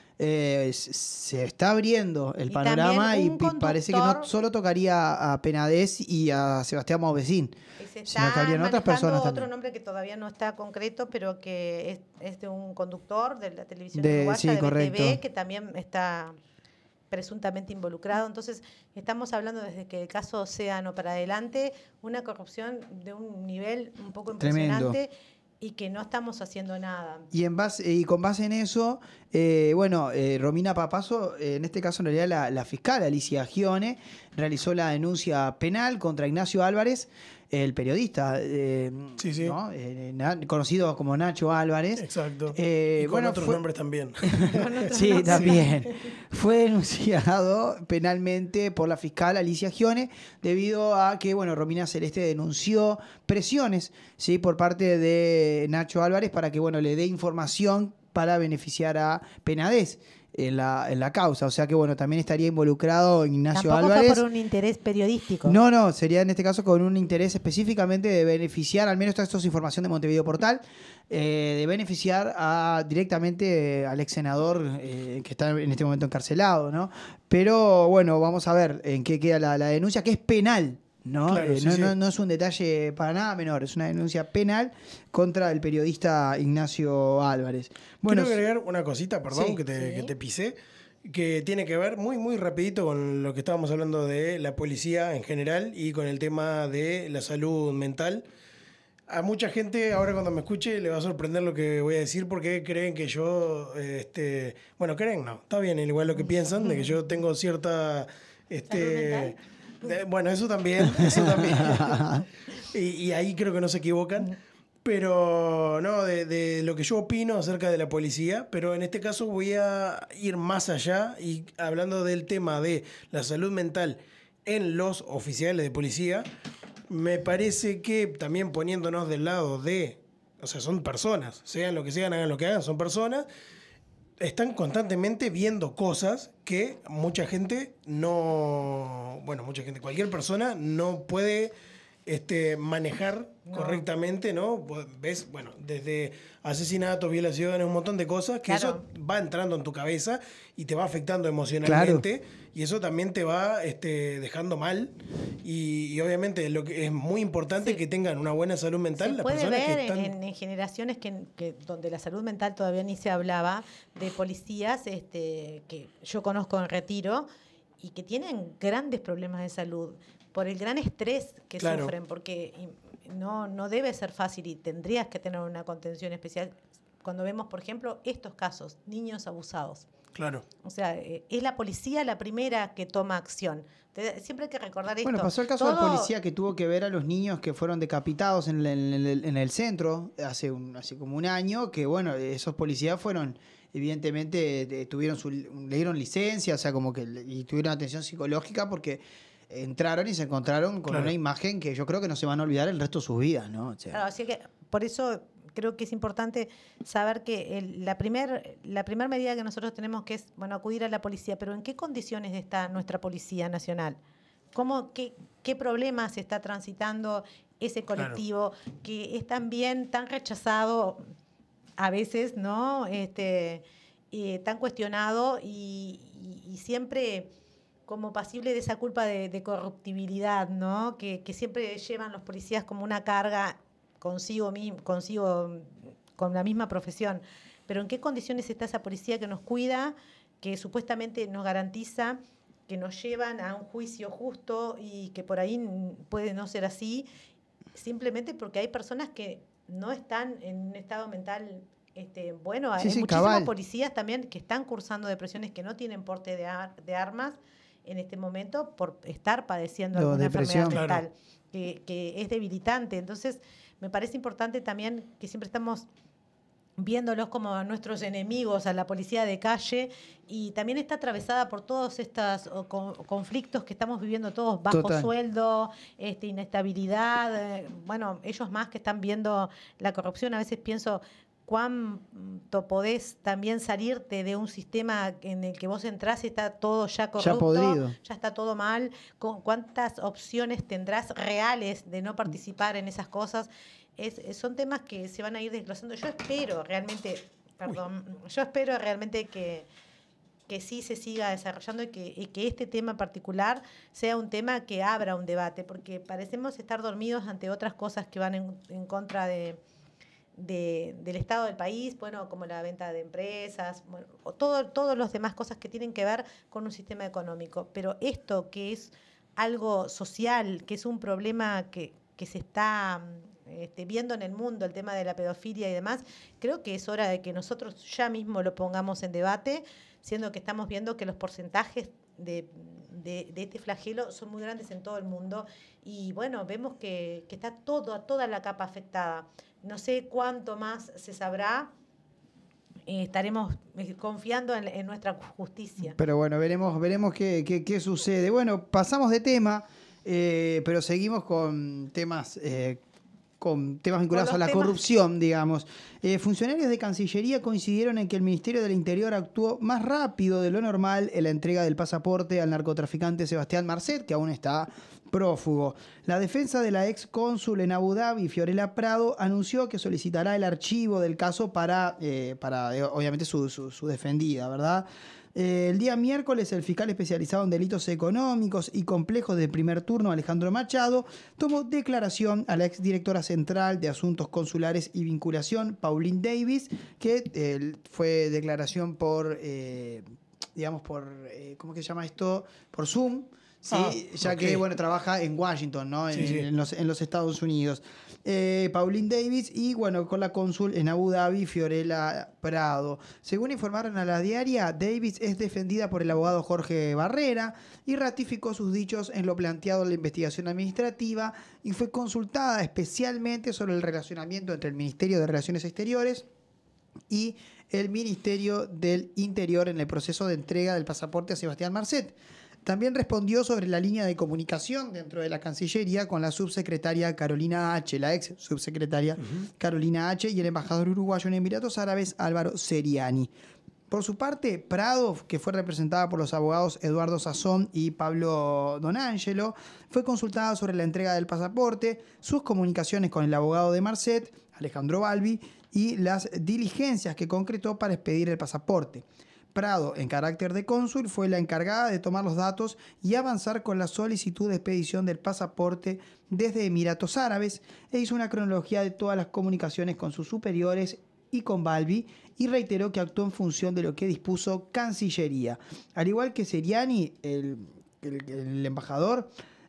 Se está abriendo el panorama y parece que no solo tocaría a Penades y a Sebastián Mauvecín, sino que habrían otras personas también. Otro nombre que todavía no está concreto, pero que es de un conductor de la televisión uruguaya, de BTV, que también está presuntamente involucrado. Entonces, estamos hablando desde que el caso Océano para adelante, una corrupción de un nivel un poco impresionante. Tremendo. Y que no estamos haciendo nada. Y con base en eso, Romina Papazo, en este caso en realidad la fiscal Alicia Gione, realizó la denuncia penal contra Ignacio Álvarez, el periodista, ¿no? Conocido como Nacho Álvarez. Exacto. Y con otros nombres también. Sí, también. Fue denunciado penalmente por la fiscal Alicia Gione debido a que, Romina Celeste denunció presiones, ¿sí?, por parte de Nacho Álvarez para que, le dé información para beneficiar a Penades en la causa. O sea que, también estaría involucrado Ignacio Álvarez. Tampoco fue por un interés periodístico. No, sería en este caso con un interés específicamente de beneficiar, al menos esto es información de Montevideo Portal, de beneficiar directamente al ex senador que está en este momento encarcelado, ¿no? Pero, vamos a ver en qué queda la denuncia, que es penal. ¿No? Claro, no es un detalle para nada menor, es una denuncia penal contra el periodista Ignacio Álvarez. Quiero agregar una cosita, perdón, que te pisé, que tiene que ver muy, muy rapidito con lo que estábamos hablando de la policía en general y con el tema de la salud mental. A mucha gente, ahora cuando me escuche, le va a sorprender lo que voy a decir porque creen que yo, creen, no, está bien, igual lo que piensan, de que yo tengo cierta... eso también. y ahí creo que no se equivocan. Pero no, de lo que yo opino acerca de la policía, pero en este caso voy a ir más allá y hablando del tema de la salud mental en los oficiales de policía, me parece que también poniéndonos del lado son personas, sean lo que sean, hagan lo que hagan, son personas, están constantemente viendo cosas que cualquier persona no puede manejar correctamente, ¿no? Ves, desde asesinatos, violaciones, un montón de cosas que eso va entrando en tu cabeza y te va afectando emocionalmente y eso también te va dejando mal y obviamente lo que es muy importante que tengan una buena salud mental. Se puede ver en generaciones que donde la salud mental todavía ni se hablaba, de policías que yo conozco en retiro y que tienen grandes problemas de salud. por el gran estrés que sufren, porque no debe ser fácil y tendrías que tener una contención especial cuando vemos, por ejemplo, estos casos, niños abusados. Claro. O sea, es la policía la primera que toma acción. Siempre hay que recordar esto. Bueno, pasó el caso del policía que tuvo que ver a los niños que fueron decapitados en el centro hace como un año, que bueno, esos policías fueron, evidentemente, le dieron licencia, o sea, como que y tuvieron atención psicológica porque entraron y se encontraron con una imagen que yo creo que no se van a olvidar el resto de sus vidas, ¿no? O sea, claro, así que por eso creo que es importante saber que la primer medida que nosotros tenemos que es, bueno, acudir a la policía, pero ¿en qué condiciones está nuestra Policía Nacional? ¿Qué problemas está transitando ese colectivo que es también tan rechazado a veces, ¿no? Tan cuestionado y siempre como pasible de esa culpa de corruptibilidad, ¿no? Que siempre llevan los policías como una carga consigo con la misma profesión. Pero ¿en qué condiciones está esa policía que nos cuida, que supuestamente nos garantiza, que nos llevan a un juicio justo y que por ahí puede no ser así, simplemente porque hay personas que no están en un estado mental bueno? Hay muchísimos policías también que están cursando depresiones, que no tienen porte de armas en este momento por estar padeciendo alguna enfermedad mental, que es debilitante. Entonces, me parece importante también que siempre estamos viéndolos como nuestros enemigos a la policía de calle, y también está atravesada por todos estos conflictos que estamos viviendo todos, bajo sueldo, inestabilidad, bueno, ellos más que están viendo la corrupción. A veces pienso cuánto podés también salirte de un sistema en el que vos entrás y está todo ya corrupto, ya podrido, ya está todo mal, cuántas opciones tendrás reales de no participar en esas cosas. Son temas que se van a ir desglosando. Yo espero realmente que sí se siga desarrollando y que este tema particular sea un tema que abra un debate, porque parecemos estar dormidos ante otras cosas que van en contra del estado del país, bueno, como la venta de empresas, bueno, o todas las demás cosas que tienen que ver con un sistema económico. Pero esto que es algo social, que es un problema que se está viendo en el mundo, el tema de la pedofilia y demás, creo que es hora de que nosotros ya mismo lo pongamos en debate, siendo que estamos viendo que los porcentajes de este flagelo son muy grandes en todo el mundo, y bueno, vemos que está toda la capa afectada. No sé cuánto más se sabrá, estaremos confiando en nuestra justicia. Pero bueno, veremos qué sucede. Bueno, pasamos de tema, pero seguimos con temas vinculados a la corrupción, digamos. Funcionarios de Cancillería coincidieron en que el Ministerio del Interior actuó más rápido de lo normal en la entrega del pasaporte al narcotraficante Sebastián Marcet, que aún está prófugo. La defensa de la ex cónsul en Abu Dhabi, Fiorella Prado, anunció que solicitará el archivo del caso para obviamente su defendida, ¿verdad? El día miércoles, el fiscal especializado en delitos económicos y complejos de primer turno, Alejandro Machado, tomó declaración a la exdirectora central de Asuntos Consulares y Vinculación, Pauline Davis, que fue declaración por ¿cómo que se llama esto? Por Zoom. Sí, que trabaja en Washington, ¿no? En los Estados Unidos. Pauline Davis y con la cónsul en Abu Dhabi, Fiorella Prado. Según informaron a La Diaria, Davis es defendida por el abogado Jorge Barrera y ratificó sus dichos en lo planteado en la investigación administrativa, y fue consultada especialmente sobre el relacionamiento entre el Ministerio de Relaciones Exteriores y el Ministerio del Interior en el proceso de entrega del pasaporte a Sebastián Marcet. También respondió sobre la línea de comunicación dentro de la Cancillería con la subsecretaria Carolina H., la ex subsecretaria Carolina H., y el embajador uruguayo en Emiratos Árabes, Álvaro Seriani. Por su parte, Prado, que fue representada por los abogados Eduardo Sazón y Pablo Donangelo, fue consultada sobre la entrega del pasaporte, sus comunicaciones con el abogado de Marcet, Alejandro Balbi, y las diligencias que concretó para expedir el pasaporte. Prado, en carácter de cónsul, fue la encargada de tomar los datos y avanzar con la solicitud de expedición del pasaporte desde Emiratos Árabes, e hizo una cronología de todas las comunicaciones con sus superiores y con Balbi, y reiteró que actuó en función de lo que dispuso Cancillería. Al igual que Seriani, el embajador,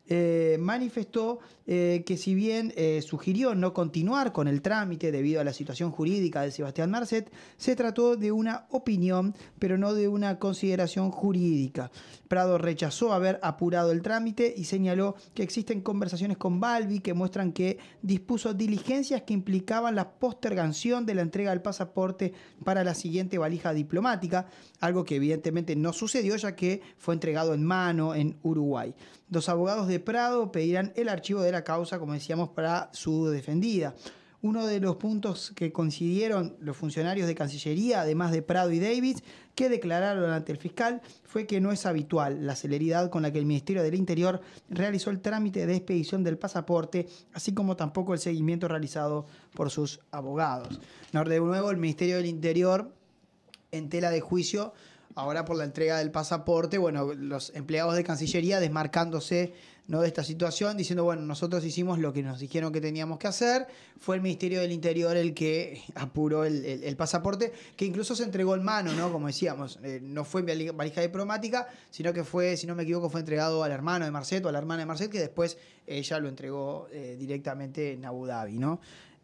manifestó que si bien sugirió no continuar con el trámite debido a la situación jurídica de Sebastián Marcet, se trató de una opinión, pero no de una consideración jurídica. Prado rechazó haber apurado el trámite y señaló que existen conversaciones con Balbi que muestran que dispuso diligencias que implicaban la postergación de la entrega del pasaporte para la siguiente valija diplomática, algo que evidentemente no sucedió ya que fue entregado en mano en Uruguay. Los abogados de Prado pedirán el archivo de la causa, como decíamos, para su defendida. Uno de los puntos que coincidieron los funcionarios de Cancillería, además de Prado y Davis, que declararon ante el fiscal, fue que no es habitual la celeridad con la que el Ministerio del Interior realizó el trámite de expedición del pasaporte, así como tampoco el seguimiento realizado por sus abogados. De nuevo, el Ministerio del Interior en tela de juicio ahora por la entrega del pasaporte, bueno, los empleados de Cancillería desmarcándose, ¿no?, de esta situación, diciendo, bueno, nosotros hicimos lo que nos dijeron que teníamos que hacer, fue el Ministerio del Interior el que apuró el pasaporte, que incluso se entregó en mano, ¿no?, como decíamos, no fue en valija diplomática, sino que fue, si no me equivoco, fue entregado al hermano de Marcet o a la hermana de Marcet, que después ella lo entregó directamente en Abu Dhabi, ¿no?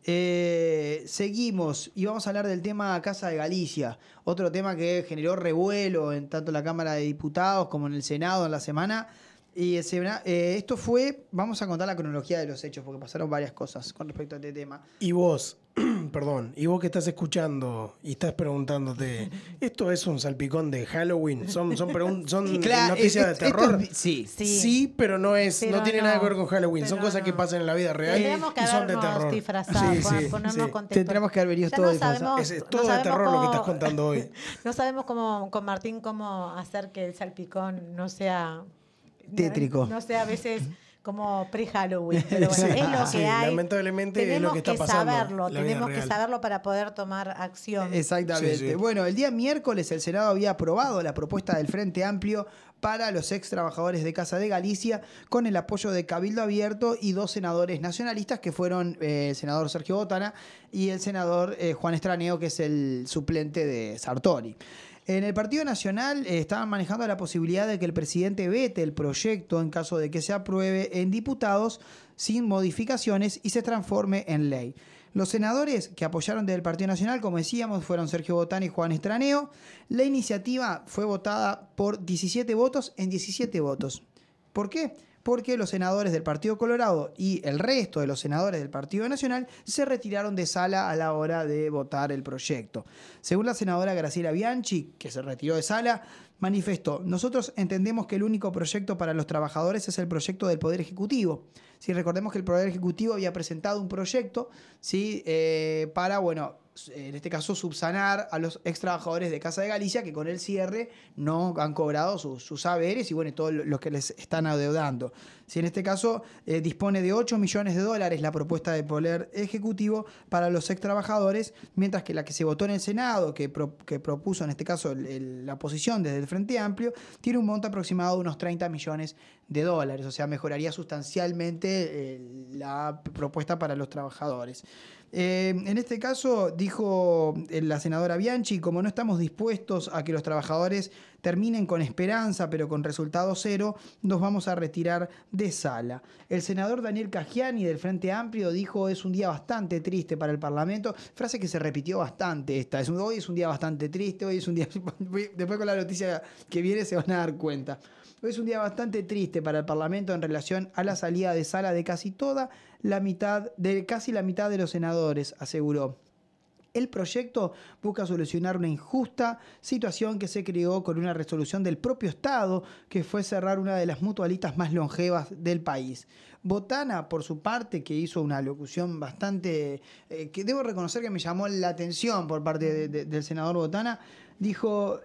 Seguimos y vamos a hablar del tema Casa de Galicia, otro tema que generó revuelo en tanto la Cámara de Diputados como en el Senado en la semana. Y esto fue, vamos a contar la cronología de los hechos porque pasaron varias cosas con respecto a este tema. Y vos, perdón, y vos que estás escuchando y estás preguntándote, ¿esto es un salpicón de Halloween? ¿Son claro, noticias de terror? Sí, pero no tiene nada que ver con Halloween. Son cosas no. que pasan en la vida real y son de terror. Ponernos contexto. Tendremos que haber venido todo disfrazado. Es todo de terror lo que estás contando hoy. No sabemos con Martín cómo hacer que el salpicón no sea tétrico. No sé, a veces como pre-Halloween, pero bueno, es lo que hay. Lamentablemente es lo que está pasando. Tenemos que saberlo para poder tomar acción. Exactamente. Sí. Bueno, el día miércoles el Senado había aprobado la propuesta del Frente Amplio para los ex trabajadores de Casa de Galicia con el apoyo de Cabildo Abierto y 2 senadores nacionalistas que fueron el senador Sergio Botana y el senador Juan Estraneo, que es el suplente de Sartori. En el Partido Nacional estaban manejando la posibilidad de que el presidente vete el proyecto en caso de que se apruebe en diputados sin modificaciones y se transforme en ley. Los senadores que apoyaron del Partido Nacional, como decíamos, fueron Sergio Botana y Juan Estraneo. La iniciativa fue votada por 17 votos en 17 votos. ¿Por qué? Porque los senadores del Partido Colorado y el resto de los senadores del Partido Nacional se retiraron de sala a la hora de votar el proyecto. Según la senadora Graciela Bianchi, que se retiró de sala, manifestó: nosotros entendemos que el único proyecto para los trabajadores es el proyecto del Poder Ejecutivo. Sí, recordemos que el Poder Ejecutivo había presentado un proyecto, ¿sí?, para, bueno, en este caso subsanar a los ex trabajadores de Casa de Galicia que con el cierre no han cobrado sus saberes y bueno, todo lo que les están adeudando. Si en este caso dispone de $8 millones la propuesta del Poder Ejecutivo para los ex trabajadores, mientras que la que se votó en el Senado, que propuso en este caso la oposición desde el Frente Amplio, tiene un monto aproximado de unos $30 millones. O sea, mejoraría sustancialmente la propuesta para los trabajadores. En este caso, dijo la senadora Bianchi, como no estamos dispuestos a que los trabajadores terminen con esperanza, pero con resultado cero, nos vamos a retirar de sala. El senador Daniel Cagiani del Frente Amplio dijo: es un día bastante triste para el Parlamento, frase que se repitió bastante hoy es un día bastante triste, hoy es un día, después con la noticia que viene se van a dar cuenta. Hoy es un día bastante triste para el Parlamento en relación a la salida de sala de casi la mitad de los senadores, aseguró. El proyecto busca solucionar una injusta situación que se creó con una resolución del propio Estado, que fue cerrar una de las mutualistas más longevas del país. Botana, por su parte, que hizo una locución bastante... que debo reconocer que me llamó la atención por parte del senador Botana, dijo: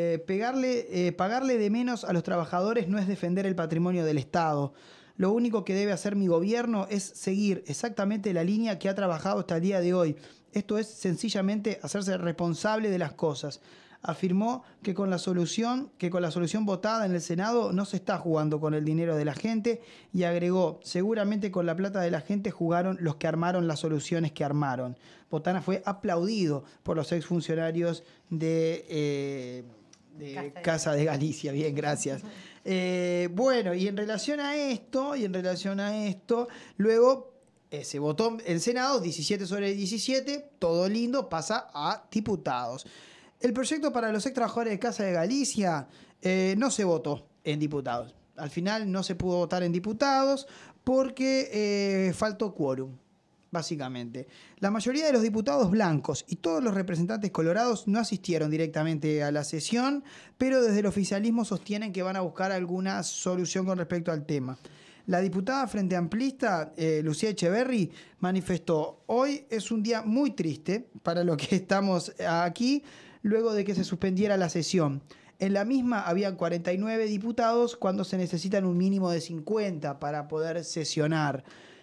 pagarle de menos a los trabajadores no es defender el patrimonio del Estado. Lo único que debe hacer mi gobierno es seguir exactamente la línea que ha trabajado hasta el día de hoy. Esto es sencillamente hacerse responsable de las cosas. Afirmó que con la solución votada en el Senado no se está jugando con el dinero de la gente y agregó: seguramente con la plata de la gente jugaron los que armaron las soluciones que armaron. Botana fue aplaudido por los exfuncionarios de Casa de Galicia. Bien, gracias. Bueno, y en relación a esto, luego se votó en Senado 17/17, todo lindo, pasa a diputados. El proyecto para los ex trabajadores de Casa de Galicia no se votó en diputados. Al final no se pudo votar en diputados porque faltó quórum, básicamente. La mayoría de los diputados blancos y todos los representantes colorados no asistieron directamente a la sesión, pero desde el oficialismo sostienen que van a buscar alguna solución con respecto al tema. La diputada Frente Amplista, Lucía Echeverri, manifestó: hoy es un día muy triste para los que estamos aquí, luego de que se suspendiera la sesión. En la misma habían 49 diputados cuando se necesitan un mínimo de 50 para poder sesionar.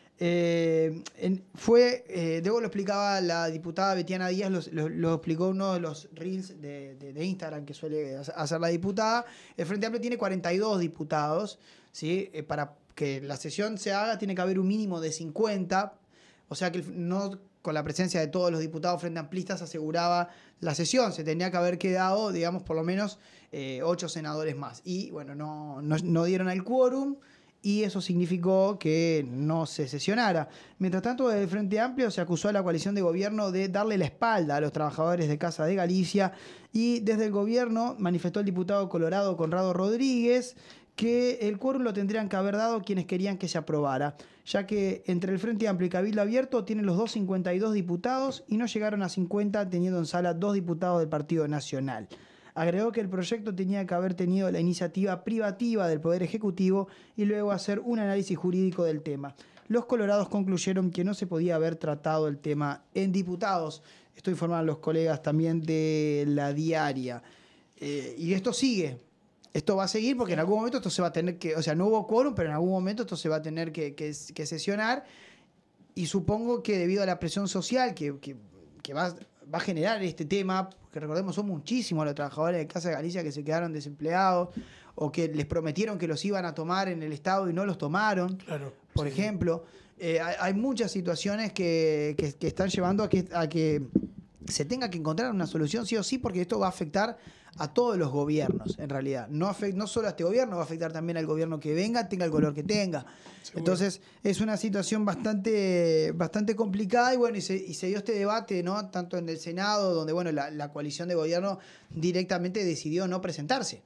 Luego lo explicaba la diputada Betiana Díaz, lo explicó uno de los reels de Instagram que suele hacer la diputada. El Frente Amplio tiene 42 diputados, ¿sí? Para que la sesión se haga tiene que haber un mínimo de 50, o sea que no con la presencia de todos los diputados frente amplistas aseguraba la sesión, se tenía que haber quedado, digamos, por lo menos 8 senadores más. Y bueno, no dieron el quórum y eso significó que no se sesionara. Mientras tanto, desde el Frente Amplio se acusó a la coalición de gobierno de darle la espalda a los trabajadores de Casa de Galicia, y desde el gobierno manifestó el diputado colorado Conrado Rodríguez que el quórum lo tendrían que haber dado quienes querían que se aprobara, ya que entre el Frente Amplio y Cabildo Abierto tienen los 52 diputados y no llegaron a 50, teniendo en sala 2 diputados del Partido Nacional. Agregó que el proyecto tenía que haber tenido la iniciativa privativa del Poder Ejecutivo y luego hacer un análisis jurídico del tema. Los colorados concluyeron que no se podía haber tratado el tema en diputados. Esto informaron los colegas también de La Diaria. Y esto sigue. Esto va a seguir porque en algún momento esto se va a tener que... O sea, no hubo quórum, pero en algún momento esto se va a tener que sesionar. Y supongo que debido a la presión social que va a generar este tema, que recordemos son muchísimos los trabajadores de Casa de Galicia que se quedaron desempleados o que les prometieron que los iban a tomar en el Estado y no los tomaron, claro, por ejemplo. Hay muchas situaciones que están llevando a que se tenga que encontrar una solución sí o sí, porque esto va a afectar a todos los gobiernos, en realidad. No solo a este gobierno, va a afectar también al gobierno que venga, tenga el color que tenga. Seguro. Entonces, es una situación bastante complicada y bueno, y se dio este debate, ¿no? Tanto en el Senado, donde bueno, la coalición de gobierno directamente decidió no presentarse.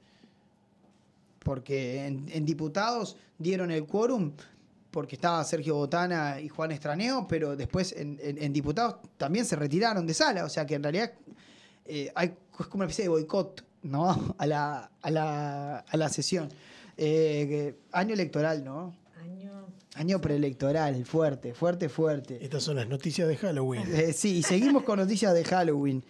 Porque en diputados dieron el quórum porque estaba Sergio Botana y Juan Estraneo, pero después en diputados también se retiraron de sala. O sea que en realidad hay como una especie de boicot, ¿no? a la sesión. Año electoral, ¿no? Año preelectoral, fuerte. Estas son las noticias de Halloween. Sí, y seguimos con noticias de Halloween.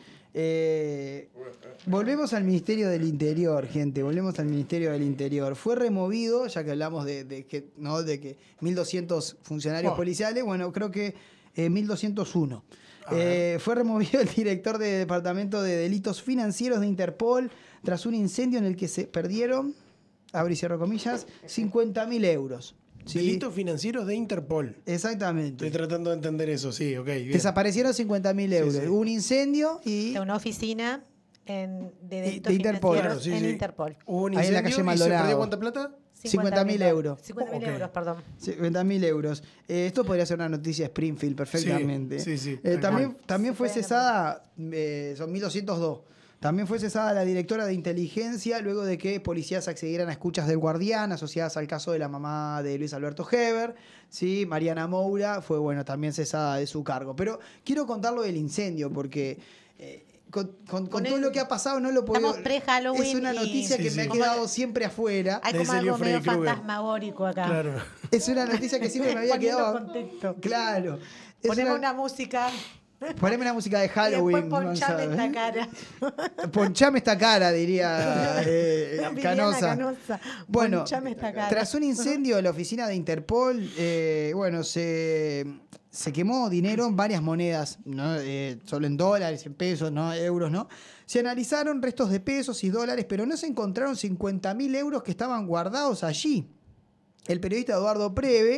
Volvemos al Ministerio del Interior, gente. Volvemos al Ministerio del Interior. Fue removido, ya que hablamos de que 1.200 funcionarios policiales, bueno, creo que 1.201. Fue removido el director del Departamento de Delitos Financieros de Interpol tras un incendio en el que se perdieron, abro y cierro comillas, 50.000 euros. ¿Sí? Delitos financieros de Interpol. Exactamente. Estoy tratando de entender eso, sí, ok. Bien. Desaparecieron 50.000 euros. Sí, sí. Un incendio y... De una oficina de delitos Interpol. financieros en Interpol. Hubo un incendio. Ahí en la calle Maldonado. ¿Y se perdió cuánta plata? 50.000 euros. 50.000 euros, perdón. 50.000 euros. Esto podría ser una noticia de Springfield perfectamente. Sí. También fue cesada, son 1.202. También fue cesada la directora de inteligencia luego de que policías accedieran a escuchas del Guardián asociadas al caso de la mamá de Luis Alberto Heber. ¿Sí? Mariana Moura fue, bueno, también cesada de su cargo. Pero quiero contarlo del incendio porque... Con todo lo que ha pasado no lo puedo... Estamos pre-Halloween. Es una noticia que me ha quedado siempre afuera. Hay como algo medio fantasmagórico acá. Claro. Es una noticia que siempre me había quedado... Contexto. Claro. Ponemos una música... Poneme una música de Halloween. Y después ponchame esta cara. Ponchame esta cara, diría Canosa. Bueno, ponchame esta cara. Tras un incendio en la oficina de Interpol, bueno, se quemó dinero en varias monedas, ¿no? Solo en dólares, en pesos, no euros, ¿no? Se analizaron restos de pesos y dólares, pero no se encontraron 50.000 euros que estaban guardados allí. El periodista Eduardo Preve,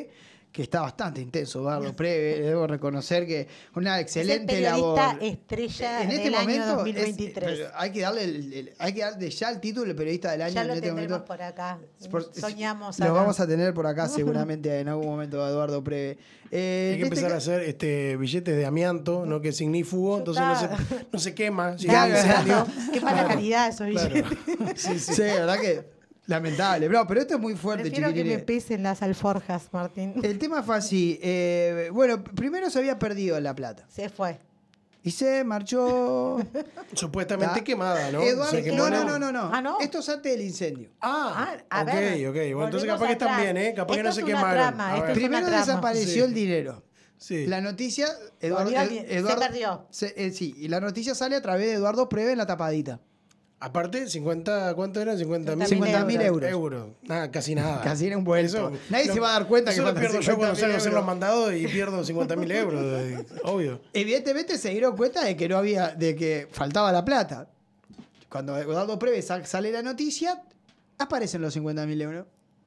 que está bastante intenso, Eduardo Preve, debo reconocer que una excelente es el periodista labor. estrella En este del momento año 2023. pero hay que darle ya el título de periodista del año. Ya en lo este tendremos momento. por acá. Soñamos Lo acá. vamos a tener por acá seguramente en algún momento, Eduardo Preve. Hay que empezar a hacer billetes de amianto, no que signífugo, entonces no se quema. Si Claro, hay incendio. Qué mala calidad esos Claro. billetes. Sí, verdad que lamentable. No, pero esto es muy fuerte, Prefiero que chiquilines. me pesen las alforjas, Martín. El tema fue así. Bueno, primero se había perdido la plata. Se fue. Y se marchó. Supuestamente quemada, ¿no? Eduardo, Se quemó, no. Ah, ¿no? Esto es antes del incendio. A ok. ver, Bueno, entonces volvemos capaz que están atrás. bien, ¿eh? Capaz que Esto no es se una quemaron. trama, A esto ver. es una Primero trama. desapareció Sí. el dinero. Sí. La noticia. Se perdió. Sí, y la noticia sale a través de Eduardo Preve en la tapadita. Aparte, 50, ¿cuánto eran? 50.000 50.000 euros. Nada, casi nada. Casi era un vuelto. Eso- Nadie se va a dar cuenta que eso lo faltan pierdo yo cuando 50.000 salgo a hacer euros. los mandados y pierdo 50.000 euros. Obvio. Evidentemente se dieron cuenta de que no había, de que faltaba la plata. Cuando Eduardo Preve sale la noticia, aparecen los 50.000 euros.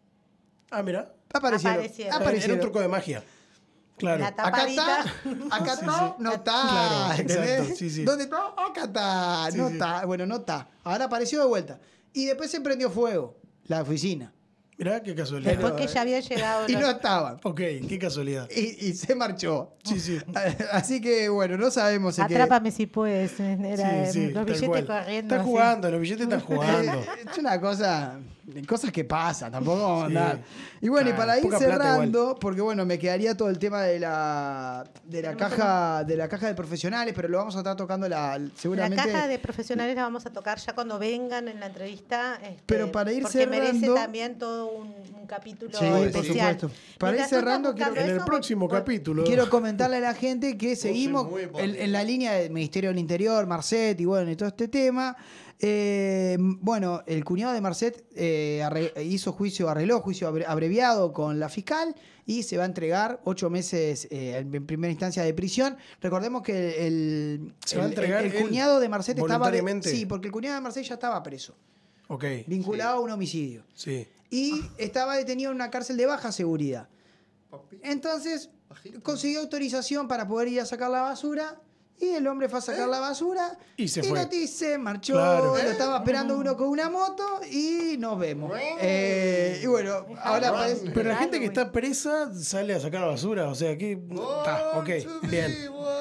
Ah, mira. Aparecieron. Aparecieron. Era un truco de magia. Claro. La Acá tapadita. está, acá no está. Claro, ¿entendés? exacto, sí, sí. ¿Dónde está? Acá está. Sí, No sí. está. Bueno, no está. Ahora apareció de vuelta. Y después se prendió fuego la oficina. Mirá, qué casualidad. Después que ya había llegado. Y los- no estaban. Ok, qué casualidad. Y se marchó. Sí, sí. Así que, bueno, no sabemos en qué. Atrápame si puedes. Era Sí, sí, los tal billetes cual. corriendo. Están así. jugando, los billetes están jugando. Es una cosa, cosas que pasan, tampoco vamos a Sí. andar. Y bueno, Claro, y para ir poca plata cerrando, porque bueno, me quedaría todo el tema de la caja de profesionales, pero lo vamos a estar tocando seguramente. La caja de profesionales la vamos a tocar ya cuando vengan en la entrevista. Pero para ir porque merece cerrando- también todo un capítulo Sí, por especial. supuesto. Para ir Mientras tú estás cerrando, buscando En el eso, próximo voy- capítulo. Quiero comentarle a la gente que seguimos muy pobre. en la línea del Ministerio del Interior, Marcet y bueno, y todo este tema. Bueno, el cuñado de Marcet arregló juicio abreviado con la fiscal y se va a entregar 8 meses en primera instancia de prisión. Recordemos que ¿Se va a entregar el él cuñado de Marcet estaba... voluntariamente? Sí, porque el cuñado de Marcet ya estaba preso, Ok. vinculado a un homicidio. Sí. Y estaba detenido en una cárcel de baja seguridad. Entonces, consiguió autorización para poder ir a sacar la basura. Y el hombre fue a sacar la basura. Y se fue. Se marchó. Claro. Lo estaba esperando uno con una moto. Y nos vemos. Y bueno, ahora parece. Pero la gente que está presa sale a sacar la basura. O sea, que. Está, ok, bien.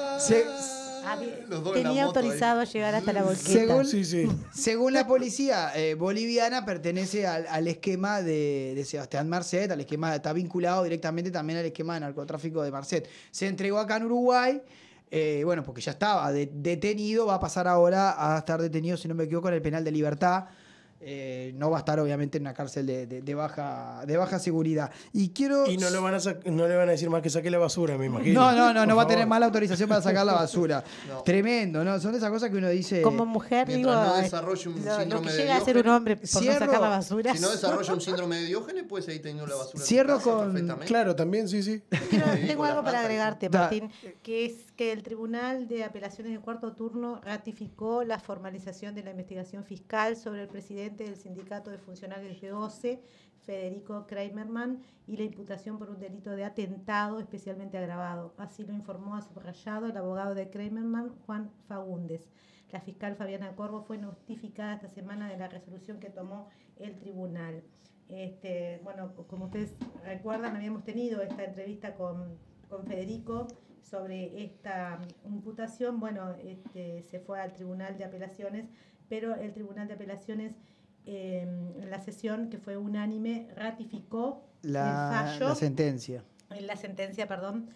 Los dos en la Tenía moto ahí. autorizado a llegar hasta la volqueta. Según- Sí, sí. Según la policía boliviana, pertenece al esquema de Sebastián Marcet, al esquema, está vinculado directamente también al esquema de narcotráfico de Marcet. Se entregó acá en Uruguay, bueno, porque ya estaba detenido, va a pasar ahora a estar detenido, si no me equivoco, en el penal de Libertad. No va a estar obviamente en una cárcel de baja seguridad. Y quiero... Y no le van a decir más que saque la basura, me imagino. No Por va a tener favor. más la autorización para sacar la basura. No. Tremendo, ¿no? Son esas cosas que uno dice... Como mujer, digo, Mientras no desarrolle un lo síndrome que de llega a ser un Diógenes. hombre por no Cierro- sacar la basura. Si no desarrolla un síndrome de Diógenes, puede seguir teniendo la basura. en su Cierro casa con- perfectamente. Claro, también, sí, sí. Tengo con la algo para plata. agregarte, Da. Martín, que es que el Tribunal de Apelaciones de Cuarto Turno ratificó la formalización de la investigación fiscal sobre el presidente del Sindicato de Funcionarios de OCE, Federico Kramerman, y la imputación por un delito de atentado especialmente agravado. Así lo informó a subrayado el abogado de Kramerman, Juan Fagundes. La fiscal Fabiana Corvo fue notificada esta semana de la resolución que tomó el tribunal. Bueno, como ustedes recuerdan, habíamos tenido esta entrevista con Federico sobre esta imputación. Bueno, se fue al Tribunal de Apelaciones, pero el Tribunal de Apelaciones, en la sesión que fue unánime, ratificó el fallo. La sentencia. La sentencia, perdón,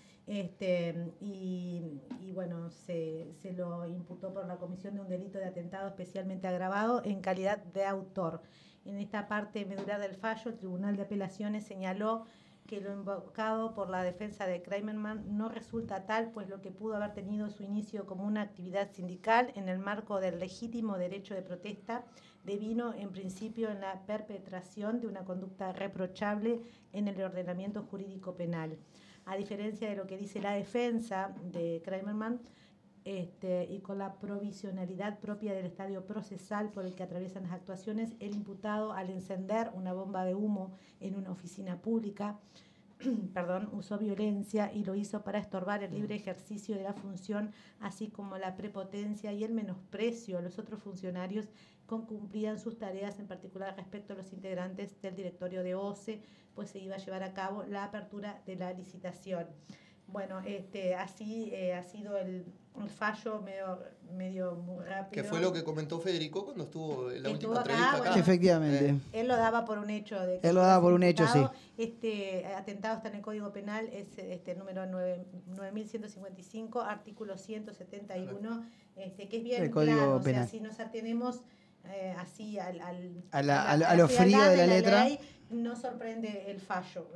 y bueno, se lo imputó por la comisión de un delito de atentado especialmente agravado en calidad de autor. En esta parte medular del fallo, el Tribunal de Apelaciones señaló que lo invocado por la defensa de Kramerman no resulta tal, pues lo que pudo haber tenido su inicio como una actividad sindical en el marco del legítimo derecho de protesta devino en principio en la perpetración de una conducta reprochable en el ordenamiento jurídico penal. A diferencia de lo que dice la defensa de Kramerman, y con la provisionalidad propia del estadio procesal por el que atraviesan las actuaciones, el imputado, al encender una bomba de humo en una oficina pública, usó violencia y lo hizo para estorbar el libre ejercicio de la función, así como la prepotencia y el menosprecio a los otros funcionarios que cumplían sus tareas, en particular respecto a los integrantes del directorio de OCE, pues se iba a llevar a cabo la apertura de la licitación. Bueno, así ha sido el fallo medio muy rápido. Que fue lo que comentó Federico cuando estuvo en la última acá, entrevista acá. Bueno, efectivamente. Él lo daba por un hecho. Él lo daba por un hecho, sí. Atentado está en el Código Penal, es número 9.155, artículo 171, que es bien claro. Penal. O sea, si nos atenemos así a lo frío de la letra, ley, no sorprende el fallo.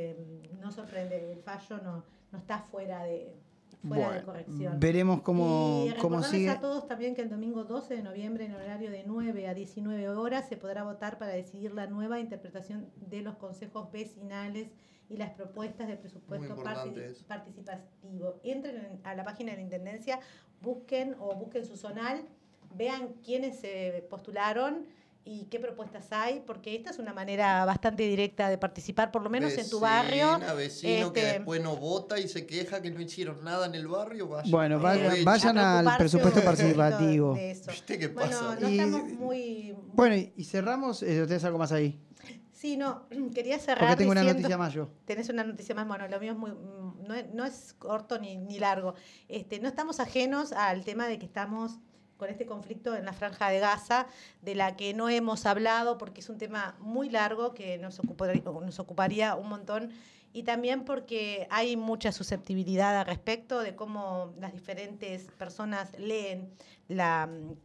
No sorprende el fallo, no está fuera de corrección. Veremos cómo sigue. A todos también que el domingo 12 de noviembre, en horario de 9 a 19 horas, se podrá votar para decidir la nueva interpretación de los consejos vecinales y las propuestas de presupuesto participativo. Entren a la página de la Intendencia, busquen su zonal, vean quiénes se postularon y qué propuestas hay, porque esta es una manera bastante directa de participar, por lo menos en tu barrio. Vecino que después no vota y se queja que no hicieron nada en el barrio. Vayan al presupuesto participativo. ¿Viste qué pasa? No estamos muy... Bueno, y cerramos. ¿Ustedes algo más ahí? Sí, quería cerrar. Porque tengo una noticia más yo. Tenés una noticia más, bueno, lo mío es no es corto ni largo. No estamos ajenos al tema de que estamos con este conflicto en la Franja de Gaza, de la que no hemos hablado porque es un tema muy largo que nos ocuparía un montón, y también porque hay mucha susceptibilidad al respecto de cómo las diferentes personas leen la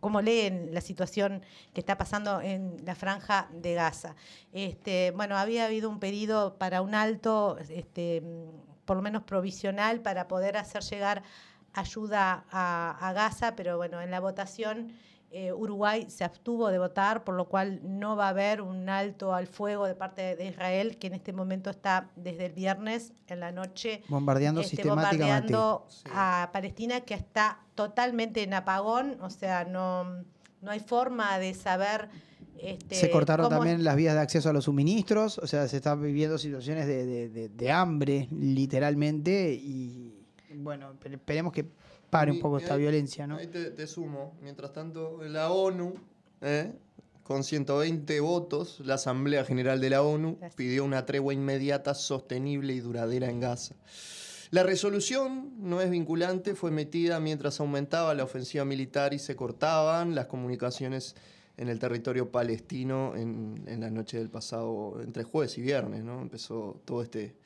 situación que está pasando en la Franja de Gaza. Había habido un pedido para un alto, por lo menos provisional, para poder hacer llegar ayuda a Gaza, pero bueno, en la votación Uruguay se abstuvo de votar, por lo cual no va a haber un alto al fuego de parte de Israel, que en este momento está desde el viernes en la noche bombardeando sistemáticamente a Palestina, que está totalmente en apagón, o sea, no hay forma de saber. Se cortaron también las vías de acceso a los suministros, o sea, se están viviendo situaciones de hambre, literalmente, y bueno, esperemos que pare un poco esta violencia, ¿no? Ahí te sumo. Mientras tanto, la ONU, con 120 votos, la Asamblea General de la ONU pidió una tregua inmediata, sostenible y duradera en Gaza. La resolución no es vinculante, fue emitida mientras aumentaba la ofensiva militar y se cortaban las comunicaciones en el territorio palestino en la noche del pasado, entre jueves y viernes, ¿no? Empezó todo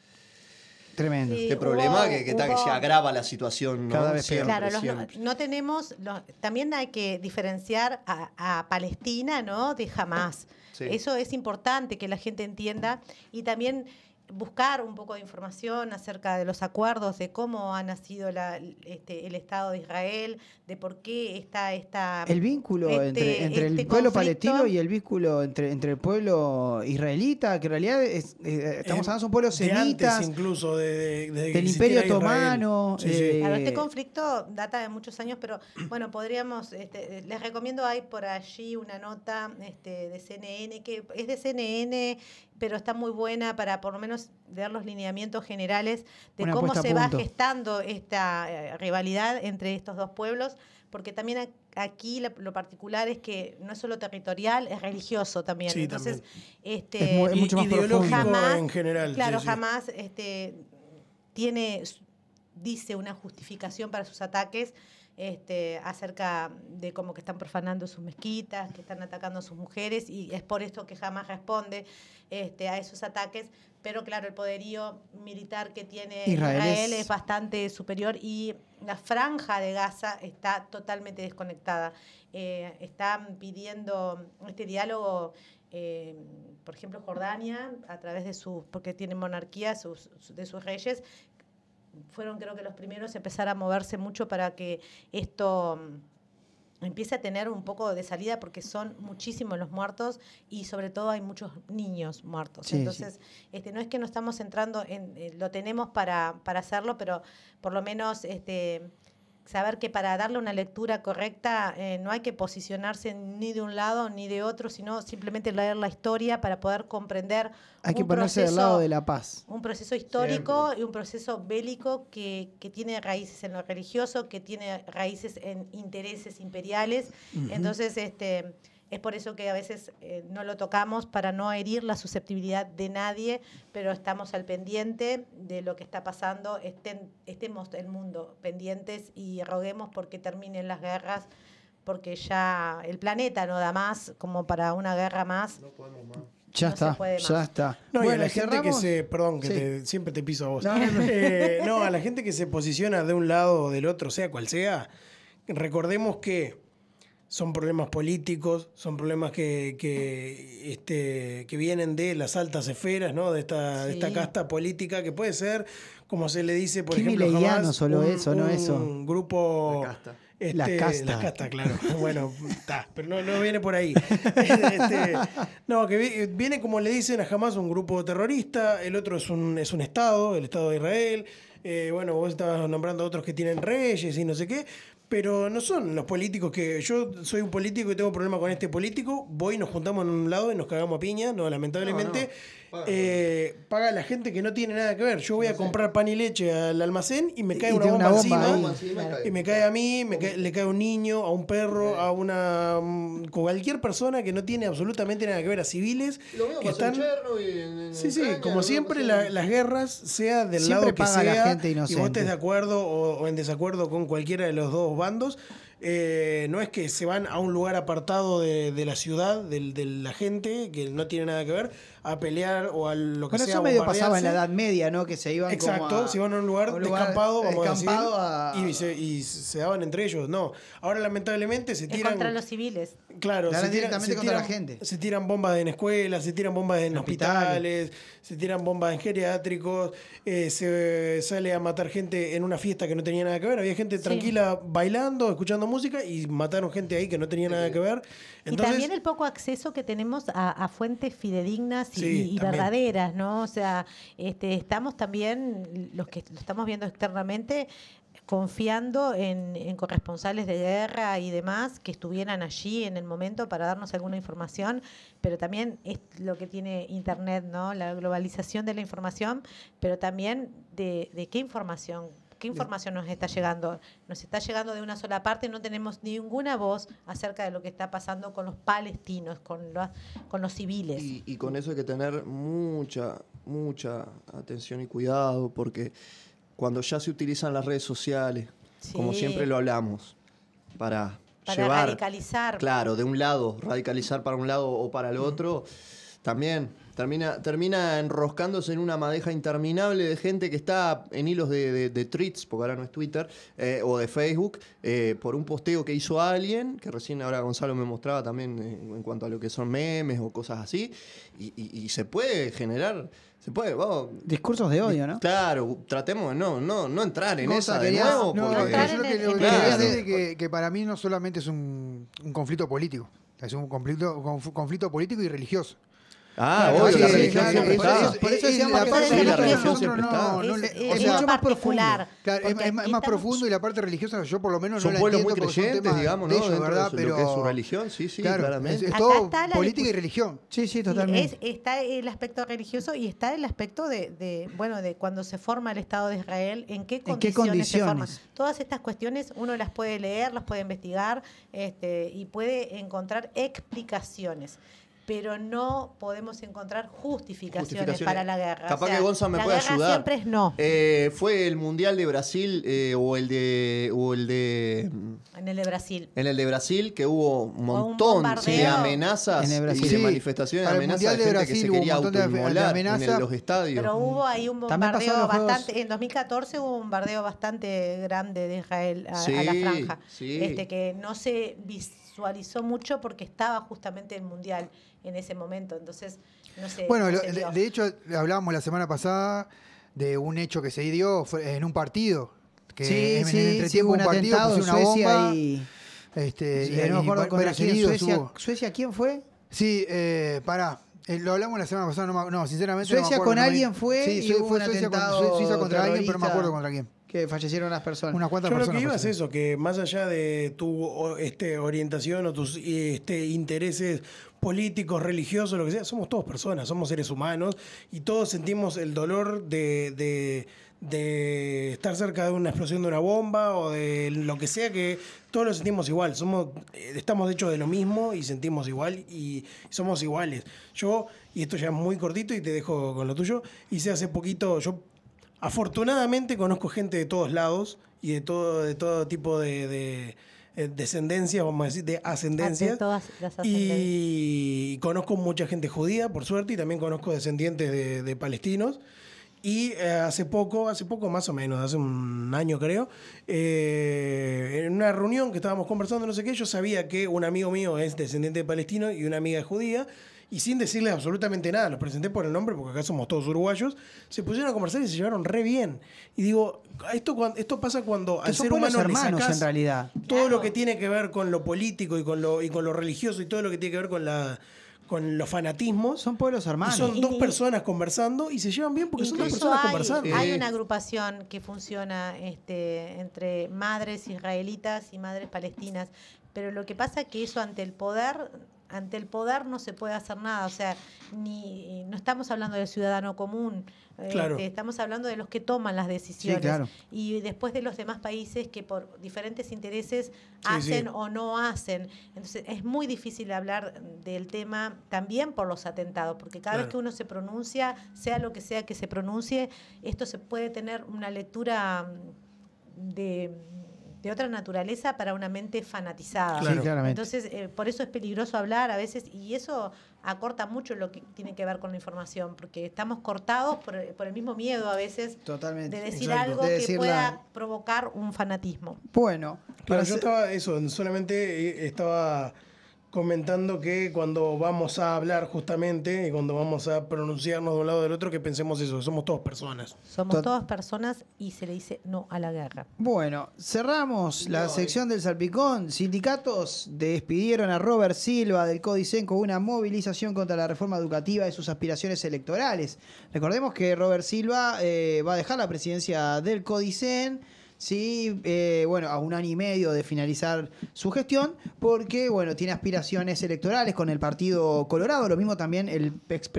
tremendo. Este problema que se agrava la situación, ¿no? Cada vez peor. Claro, no tenemos. También hay que diferenciar a Palestina, ¿no?, de Hamás. Sí. Eso es importante que la gente entienda, y también buscar un poco de información acerca de los acuerdos, de cómo ha nacido el Estado de Israel, de por qué está el vínculo entre el pueblo palestino y el vínculo entre el pueblo israelita, que en realidad estamos hablando de un pueblo semita, antes incluso del Imperio Otomano. Claro, este conflicto data de muchos años, pero bueno, podríamos, les recomiendo, hay por allí una nota de CNN, que es de CNN, pero está muy buena para por lo menos ver los lineamientos generales de cómo se va gestando esta rivalidad entre estos dos pueblos, porque también aquí lo particular es que no es solo territorial, es religioso también. Sí, entonces también. Es mucho más ideológico profundo. En general. Claro, jamás dice una justificación para sus ataques, acerca de cómo que están profanando sus mezquitas, que están atacando a sus mujeres, y es por esto que jamás responde a esos ataques. Pero claro, el poderío militar que tiene Israel es bastante superior, y la Franja de Gaza está totalmente desconectada. Están pidiendo este diálogo, por ejemplo, Jordania, a través de porque tiene monarquía, de sus reyes, fueron creo que los primeros a empezar a moverse mucho para que esto empiece a tener un poco de salida, porque son muchísimos los muertos y sobre todo hay muchos niños muertos. Sí, entonces, sí. No es que no estamos entrando lo tenemos para hacerlo, pero por lo menos saber que para darle una lectura correcta no hay que posicionarse ni de un lado ni de otro, sino simplemente leer la historia para poder comprender. Hay que ponerse del lado de la paz. Un proceso histórico y un proceso bélico que tiene raíces en lo religioso, que tiene raíces en intereses imperiales. Entonces, es por eso que a veces no lo tocamos para no herir la susceptibilidad de nadie, pero estamos al pendiente de lo que está pasando, estemos el mundo pendientes y roguemos porque terminen las guerras, porque ya el planeta no da más como para una guerra más. No podemos más. Ya está. No, bueno, y a la gente que se... Perdón, Sí. siempre te piso a vos. No, No, a la gente que se posiciona de un lado o del otro, sea cual sea, recordemos que son problemas políticos, son problemas que vienen de las altas esferas, ¿no? De esta casta política que puede ser, como se le dice, por ejemplo, mileiano solo eso, no un eso. grupo... La casta. La casta. La casta, claro. Bueno, está, pero no viene por ahí. No, que viene, como le dicen a Hamas, un grupo terrorista, el otro es un Estado, el Estado de Israel. Bueno, vos estabas nombrando otros que tienen reyes y no sé qué, pero no son los políticos que... Yo soy un político y tengo problema con este político, voy, nos juntamos en un lado y nos cagamos a piña, no, lamentablemente. Paga la gente que no tiene nada que ver. Yo voy a comprar pan y leche al almacén y me cae una bomba encima. Y me cae a mí, le cae a un niño, a un perro, a una cualquier persona que no tiene absolutamente nada que ver, a civiles Lo mismo que pasó en están... Chernobyl, en Sí, Ucrania, como lo siempre mismo pasó las guerras, sea del Siempre lado que paga la sea, gente y vos inocente. estés de acuerdo o en desacuerdo con cualquiera de los dos bandos, no es que se van a un lugar apartado de la ciudad, de la gente, que no tiene nada que ver, a pelear o a lo que Bueno, sea. eso medio pasaba en la bombardearse. Edad Media, ¿no? Que se iban Exacto, se iban a un lugar descampado, vamos a decir, y se daban entre ellos. No, ahora lamentablemente se Es tiran... contra los civiles. Claro, Claro, directamente contra la gente. Se tiran bombas en escuelas, se tiran bombas en hospitales, se tiran bombas en geriátricos, se sale a matar gente en una fiesta que no tenía nada que ver. Había gente tranquila bailando, escuchando música y mataron gente ahí que no tenía nada que ver. Entonces, y también el poco acceso que tenemos a fuentes fidedignas y también. verdaderas, ¿no? O sea, estamos también, los que lo estamos viendo externamente, confiando en corresponsales de guerra y demás que estuvieran allí en el momento para darnos alguna información, pero también es lo que tiene Internet, ¿no? La globalización de la información, pero también de qué información. ¿Qué información nos está llegando? Nos está llegando de una sola parte, no tenemos ninguna voz acerca de lo que está pasando con los palestinos, con los civiles. Y con eso hay que tener mucha atención y cuidado, porque cuando ya se utilizan las redes sociales, como siempre lo hablamos, para llevar, radicalizar. Claro, de un lado, radicalizar para un lado o para el otro, también termina enroscándose en una madeja interminable de gente que está en hilos de tweets, porque ahora no es Twitter, o de Facebook, por un posteo que hizo alguien, que recién ahora Gonzalo me mostraba también en cuanto a lo que son memes o cosas así, y se puede generar... discursos de odio, ¿no? Claro, tratemos de no entrar en esa de querías- nuevo. No, porque- yo lo que Claro. quería decir es que para mí no solamente es un conflicto político, es un conflicto político y religioso. Ah, Claro, obvio, sí, la sí, religión claro, siempre está. por eso decíamos la que parte eso es Sí, la religioso. religión siempre está. Es mucho más más particular. Claro, porque es aquí más estamos- profundo y la parte religiosa yo por lo menos Son no la pueblos entiendo muy porque son creyentes, temas digamos, de ¿no? ellos, Dentro ¿verdad? de Pero lo que es su religión, sí, claro, claramente. es Acá todo está la política y discusión. religión. Sí, Sí, totalmente. está el aspecto religioso y está el aspecto de cuando se forma el Estado de Israel, en qué condiciones se forma. Todas estas cuestiones uno las puede leer, las puede investigar y puede encontrar explicaciones. Pero no podemos encontrar justificaciones para la guerra. Capaz O sea, que Gonza me puede la guerra ayudar. siempre es no. Fue el Mundial de Brasil o el de En el de Brasil. en el de Brasil, que hubo un montón bombardeo. de amenazas En el Brasil. y de Sí, manifestaciones de para el amenazas Mundial de de gente que Brasil se hubo un quería montón de autoinmolar amenazas. en los estadios. Pero hubo ahí un También pasó en bombardeo los Juegos- bastante. En 2014 hubo un bombardeo bastante grande de Israel a Sí, la franja. sí. Que no se visualizó mucho porque estaba justamente el Mundial en ese momento. Entonces, no sé. Bueno, no se vio. de hecho hablábamos la semana pasada de un hecho que se dio en un partido. Que en el entretiempo hubo un un partido atentado en pusieron una Suecia bomba. y Y no me acuerdo contra varios quién. heridos hubo. ¿Suecia quién fue? Sí, pará. Lo hablamos la semana pasada, no, sinceramente Suecia no me acuerdo. con no me- alguien fue Sí, y hubo fue un Suecia atentado Suiza contra alguien, pero no me terrorista. acuerdo contra quién. que fallecieron las personas. Unas cuantas Yo personas. Lo que iba es eso, que más allá de tu orientación o tus intereses políticos, religiosos, lo que sea, somos todos personas, somos seres humanos y todos sentimos el dolor de estar cerca de una explosión de una bomba o de lo que sea, que todos lo sentimos igual. Estamos hechos de lo mismo y sentimos igual y somos iguales. Yo, y esto ya es muy cortito y te dejo con lo tuyo, hice hace poquito, yo afortunadamente conozco gente de todos lados y de todo tipo de descendencias, vamos a decir, de ascendencias. De todas las ascendencias. Y conozco mucha gente judía, por suerte, y también conozco descendientes de palestinos. Y hace poco, más o menos, hace un año creo, en una reunión que estábamos conversando, no sé qué, yo sabía que un amigo mío es descendiente de palestino y una amiga es judía, y sin decirles absolutamente nada, los presenté por el nombre porque acá somos todos uruguayos, se pusieron a conversar y se llevaron re bien. Y digo, esto pasa cuando al ser humano le sacás en realidad. todo lo que tiene que ver con lo político y con lo religioso y todo lo que tiene que ver con los fanatismos. Son pueblos hermanos. Y son dos personas conversando y se llevan bien porque son dos Incluso personas conversando. Hay una agrupación que funciona entre madres israelitas y madres palestinas, pero lo que pasa es que eso ante el poder no se puede hacer nada. O sea, no estamos hablando del ciudadano común, Claro. Estamos hablando de los que toman las decisiones. Sí, claro. Y después de los demás países que por diferentes intereses hacen o no hacen. Entonces es muy difícil hablar del tema también por los atentados, porque cada vez que uno se pronuncia, sea lo que sea que se pronuncie, esto se puede tener una lectura de otra naturaleza para una mente fanatizada. Claro. Sí, claramente. Entonces, por eso es peligroso hablar a veces, y eso acorta mucho lo que tiene que ver con la información, porque estamos cortados por el mismo miedo a veces. Totalmente. De decir Exacto. algo De que decirla... pueda provocar un fanatismo. Bueno. Claro, yo estaba comentando que cuando vamos a hablar justamente y cuando vamos a pronunciarnos de un lado o del otro, que pensemos eso, que somos todos personas. Somos todas personas y se le dice no a la guerra. Bueno, cerramos la sección del Salpicón. Sindicatos despidieron a Robert Silva del Codicen con una movilización contra la reforma educativa y sus aspiraciones electorales. Recordemos que Robert Silva va a dejar la presidencia del Codicen. Sí, a un año y medio de finalizar su gestión, porque tiene aspiraciones electorales con el Partido Colorado, lo mismo también el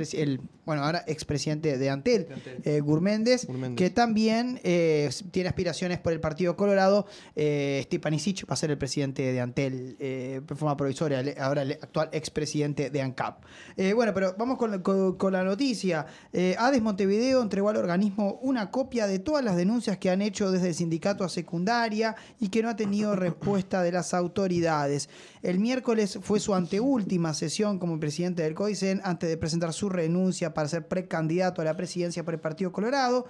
ahora expresidente de Antel, Gurméndez, que también tiene aspiraciones por el Partido Colorado. Stepanisic va a ser el presidente de Antel de forma provisoria, ahora el actual expresidente de ANCAP. Pero vamos con la noticia. ADES Montevideo entregó al organismo una copia de todas las denuncias que han hecho desde el sindicato a secundaria y que no ha tenido respuesta de las autoridades. El miércoles fue su anteúltima sesión como presidente del Codicen antes de presentar su renuncia para ser precandidato a la presidencia por el Partido Colorado.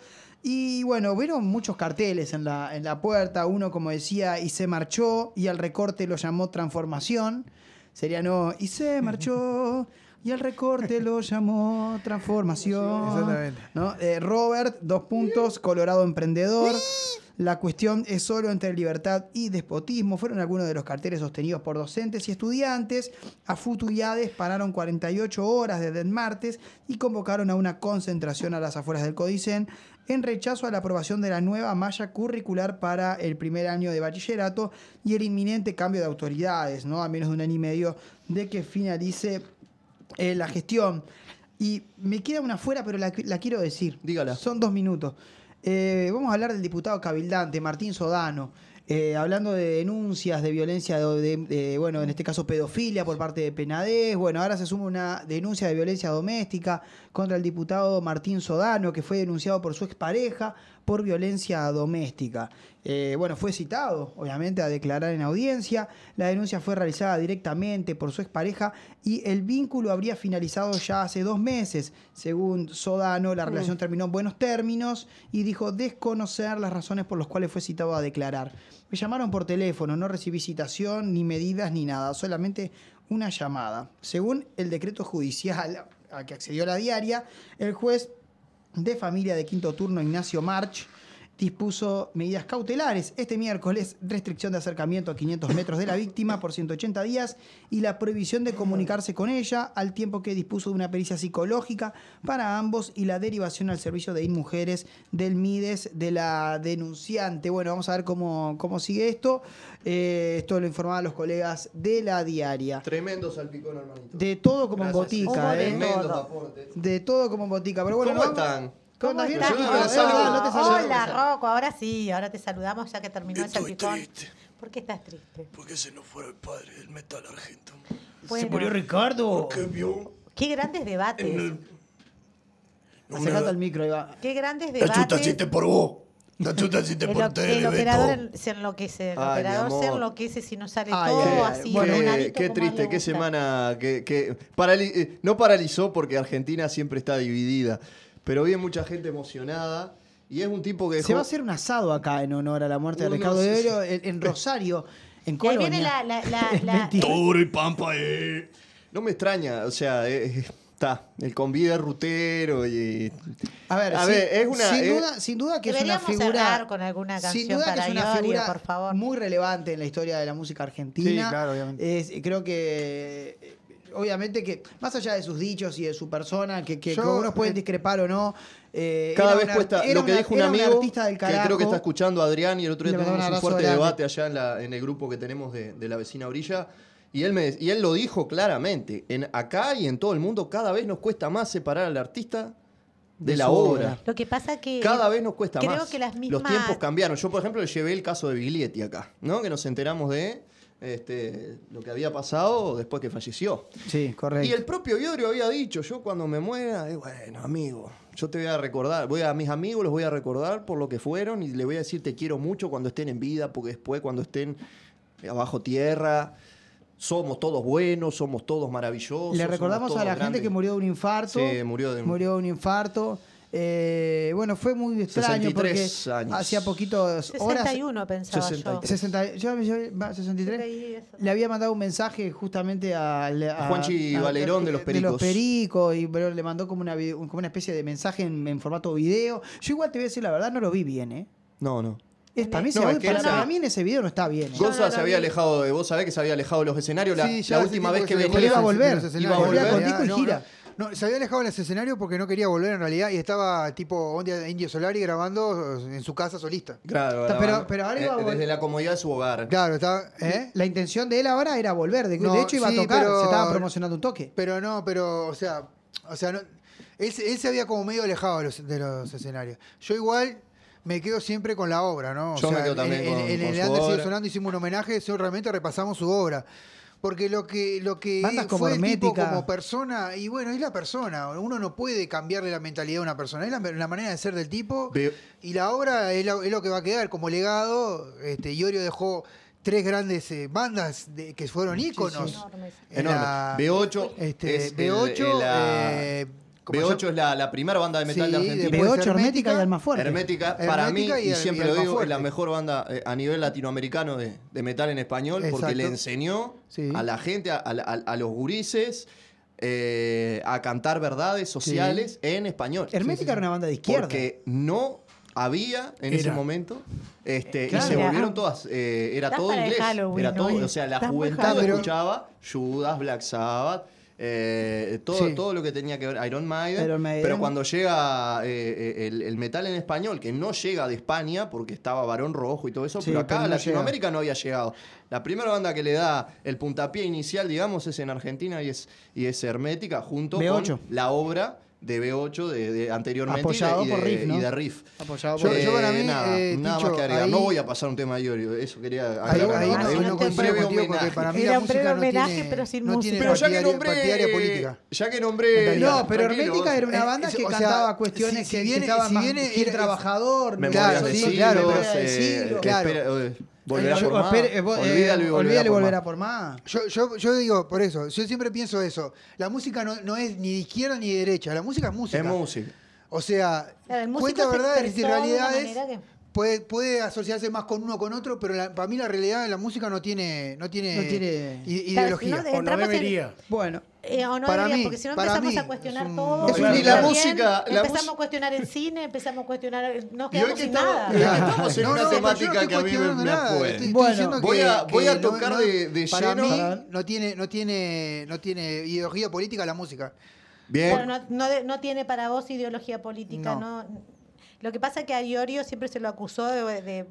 Y vieron muchos carteles en la puerta. Uno, como decía, y se marchó, y al recorte lo llamó transformación. Sería y se marchó. Y al recorte lo llamó transformación. Exactamente. ¿No? Robert, Colorado emprendedor. La cuestión es solo entre libertad y despotismo. Fueron algunos de los carteles sostenidos por docentes y estudiantes. A FUTU y ADES pararon 48 horas desde el martes y convocaron a una concentración a las afueras del Codicen en rechazo a la aprobación de la nueva malla curricular para el primer año de bachillerato y el inminente cambio de autoridades, ¿no? A menos de un año y medio de que finalice la gestión. Y me queda una fuera, pero la quiero decir. Dígala. Son 2 minutos. Vamos a hablar del diputado cabildante Martín Sodano, hablando de denuncias de violencia, en este caso pedofilia por parte de Penades. Ahora se suma una denuncia de violencia doméstica contra el diputado Martín Sodano, que fue denunciado por su expareja por violencia doméstica. Fue citado, obviamente, a declarar en audiencia. La denuncia fue realizada directamente por su expareja y el vínculo habría finalizado ya hace 2 meses. Según Sodano, la relación terminó en buenos términos y dijo desconocer las razones por las cuales fue citado a declarar. Me llamaron por teléfono, no recibí citación, ni medidas, ni nada, solamente una llamada. Según el decreto judicial al que accedió la diaria, el juez de familia de quinto turno, Ignacio March, dispuso medidas cautelares este miércoles, restricción de acercamiento a 500 metros de la víctima por 180 días y la prohibición de comunicarse con ella, al tiempo que dispuso de una pericia psicológica para ambos y la derivación al servicio de InMujeres del MIDES de la denunciante. Bueno, vamos a ver cómo sigue esto. Esto lo informaban los colegas de La Diaria. Tremendo salpicón, hermanito. De todo como en botica, Tremendos aportes. De todo como en botica. Pero bueno, ¿Cómo están? ¿Cómo ¿Bien? estás? No te saludo. Hola, Rocco. Ahora sí, ahora te saludamos ya que terminó el salpicón. Triste. ¿Por qué estás triste? Porque se nos fue el padre del metal argento. Bueno, ¿Se murió Ricardo? Porque vio qué grandes debates. Acercate al micro, Iván. Qué grandes la chuta debates. siente por vos. La chuta siente por tele, El operador Beto. se enloquece. El Ay, mi operador se amor. enloquece si no sale Ay, todo ay, así. bueno, ordenadito Qué como triste, a él le qué gusta. semana que no paralizó porque Argentina siempre está dividida, pero vi mucha gente emocionada y es un tipo que Se va a hacer un asado acá en honor a la muerte de Ricardo de Orio en Rosario, en Y ahí Colonia. viene la Toro y Pampa, No me extraña, o sea, está el convite rutero y A ver, es una sin duda que Deberíamos es una figura cerrar con alguna canción sin duda que para es una Iorio, figura por favor. muy relevante en la historia de la música argentina. Sí, claro, obviamente. Creo que obviamente que más allá de sus dichos y de su persona, que Yo, algunos pueden discrepar o no, cada era vez una- cuesta era lo que una- dijo un era amigo artista del que creo que carajo. está escuchando a Adrián y el otro día Le mandamos tuvimos un un abrazo fuerte grande. debate allá en el grupo que tenemos de la vecina Orilla y él lo dijo claramente, acá y en todo el mundo cada vez nos cuesta más separar al artista de la su obra. obra. Lo que pasa que Cada vez nos cuesta creo más. que las Los mismas tiempos cambiaron. Yo, por ejemplo, le llevé el caso de Biglietti acá, ¿no? Que nos enteramos de lo que había pasado después que falleció. Sí, correcto. Y el propio Iorio había dicho, yo cuando me muera, bueno, amigo, yo te voy a recordar, a mis amigos los voy a recordar por lo que fueron y le voy a decir te quiero mucho cuando estén en vida, porque después cuando estén abajo tierra, somos todos buenos, somos todos maravillosos. Le recordamos somos a la todos gente grandes. que murió de un infarto. Sí, murió de un infarto. Bueno, fue muy extraño 63 porque años. hacía poquitos horas. 61 pensaba 63. yo 63. Le había mandado un mensaje justamente a Juanchi Valerón de los Pericos. De los Pericos, y pero le mandó como una especie de mensaje en formato video. Yo igual te voy a decir la verdad, no lo vi bien, ¿eh? No. Para mí, No, es que para mí en ese video no está bien. Gonza se había alejado vos sabés que se había alejado de los escenarios Sí, ya la hace última tiempo vez que se venía. alejó iba a volver. de los Iba a escenarios. volver. Con Tico y gira. No, se había alejado del escenario porque no quería volver en realidad y estaba tipo Onda Indio Solari grabando en su casa solista. Claro, Pero ahora iba a volver. desde la comodidad de su hogar. Claro, estaba. La intención de él ahora era volver. De No, hecho, iba a sí, tocar. pero- Se estaba promocionando un toque. O sea, no, él se había como medio alejado de los escenarios. Yo igual me quedo siempre con la obra, ¿no? Yo me quedo también con en el su Under Sigue obra. Sonando hicimos un homenaje, realmente repasamos su obra. Porque lo que Bandas como fue el tipo Hermética. como persona, y bueno, es la persona. Uno no puede cambiarle la mentalidad a una persona. Es la manera de ser del tipo. Y la obra es lo que va a quedar como legado. Iorio dejó 3 grandes bandas que fueron íconos. Enormes. Enorme. B8 es B8 es la primera banda de metal de Argentina. B8, Hermética y Almafuerte. Hermética, para mí, Hermética y siempre lo digo, Almafuerte. es la mejor banda a nivel latinoamericano de metal en español, porque Exacto. le enseñó Sí. a la gente, a los gurises, a cantar verdades sociales en español. Hermética era una banda de izquierda. Porque no había en ese momento y Claro. se volvieron todas, era Estás todo para el inglés, Halloween era todo, hoy. o sea, la Estás muy juventud Halloween. escuchaba Judas, Black Sabbath, todo lo que tenía que ver Iron Maiden, pero cuando llega el metal en español, que no llega de España, porque estaba Barón Rojo y todo eso, pero acá pero a no Latinoamérica no había llegado. La primera banda que le da el puntapié inicial, digamos, es en Argentina y es Hermética, junto B8. con la obra de B8 de anteriormente Apoyado por Riff, ¿no? y de Riff. Apoyado Yo- por yo para mí, nada más Ticho, que agregar. ahí- No voy a pasar un tema de Iorio, eso quería Ahí, aclarar. ahí no, Ahí no no te coincido breve contigo porque homenaje. para mí Era la un breve música no homenaje, tiene, pero sin no música. tiene Pero ya que partidaria nombré, política. No, pero tranquilo, Hermética era una Eh, banda o que sea, cantaba cuestiones si que viene- estaban si más viene- Gil era- Trabajador, Memorias Claro, de sí, siglos, claro, Memorias del siglo. claro. Volverá por más. Olvídalo y Olvídalo volverá por más. Yo digo, por eso, yo siempre pienso eso. La música no es ni de izquierda ni de derecha, la música es música. Es música. O sea, Claro, el músico cuenta se verdades y expresó de una realidades, manera que- puede asociarse más con uno o con otro, pero para mí la realidad de la música no tiene ideología. O no debería. Bueno. O no para debería, mí, porque si no para empezamos mí a cuestionar es un- todo. Es un- También y la música- empezamos a cuestionar el cine, empezamos a cuestionar. Nos Y hoy quedamos que sin estamos, nada. y hoy que estamos en No, una no, pero yo no temática estoy que a mí cuestionando me nada. puede. Estoy Bueno, diciendo voy a que tocar de para lleno. mí no tiene ideología política la música. Bien. Bueno, no tiene para vos ideología política, No. ¿no? Lo que pasa es que a Iorio siempre se lo acusó de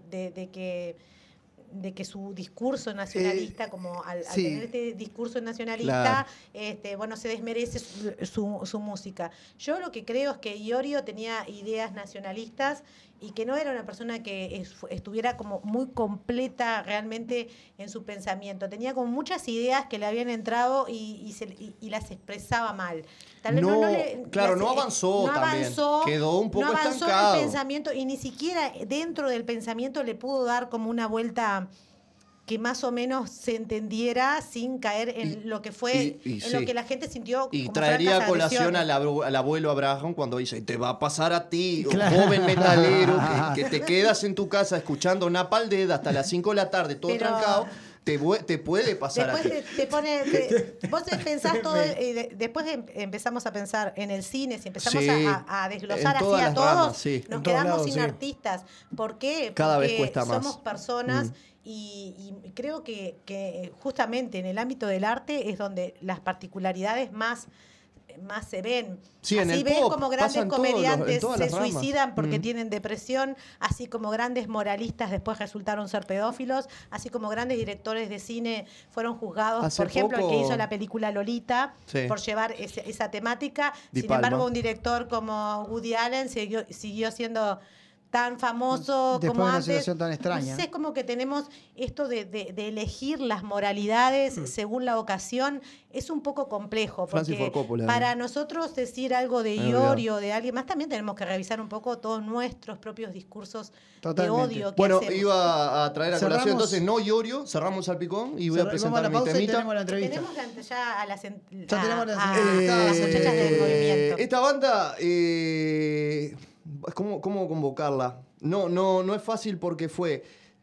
que su discurso nacionalista, como al sí. tener este discurso nacionalista, Claro. bueno, se desmerece su música. Yo lo que creo es que Iorio tenía ideas nacionalistas y que no era una persona que estuviera como muy completa realmente en su pensamiento. Tenía como muchas ideas que le habían entrado y las expresaba mal. Tal vez no avanzó también. Quedó un poco no avanzó estancado. en el pensamiento y ni siquiera dentro del pensamiento le pudo dar como una vuelta que más o menos se entendiera sin caer en lo que fue, en lo que la gente sintió. Y como traería a francas colación agresiones. al abuelo Abraham cuando dice, te va a pasar a ti, un joven metalero, que te quedas en tu casa escuchando Napalm Death hasta las 5 de la tarde, todo Pero- trancado, te puede pasar a ti. Después vos pensás todo, después empezamos a pensar en el cine, si empezamos Sí, a desglosar en así todas a las todos, ramas, sí. nos En todos quedamos lados, sin sí. artistas. ¿Por qué? Cada vez Porque cuesta más. somos personas y creo que justamente en el ámbito del arte es donde las particularidades más se ven. Sí, en así el ves pop, como pasa grandes en todos los- en comediantes todas se las ramas. suicidan porque tienen depresión, así como grandes moralistas después resultaron ser pedófilos, así como grandes directores de cine fueron juzgados, Hace por ejemplo, el que poco- hizo la película Lolita, Sí. por llevar esa temática. Di Sin Palma. embargo, un director como Woody Allen siguió siendo tan famoso Después como de una antes. situación tan extraña. Entonces, es como que tenemos esto de elegir las moralidades según la ocasión. Es un poco complejo, Francis porque Ford Coppola. para nosotros decir algo de Me he olvidado. Iorio o de alguien más, también tenemos que revisar un poco todos nuestros propios discursos Totalmente. de odio que Bueno, hacemos. iba a traer a Cerramos. colación, entonces no Iorio, cerramos al picón y voy a Vamos a presentar la mi pausa y temita. tenemos la entrevista. Tenemos ya a las tenemos las a entrevistadas. las muchachas del movimiento. Esta banda, ¿cómo convocarla? No es fácil porque fue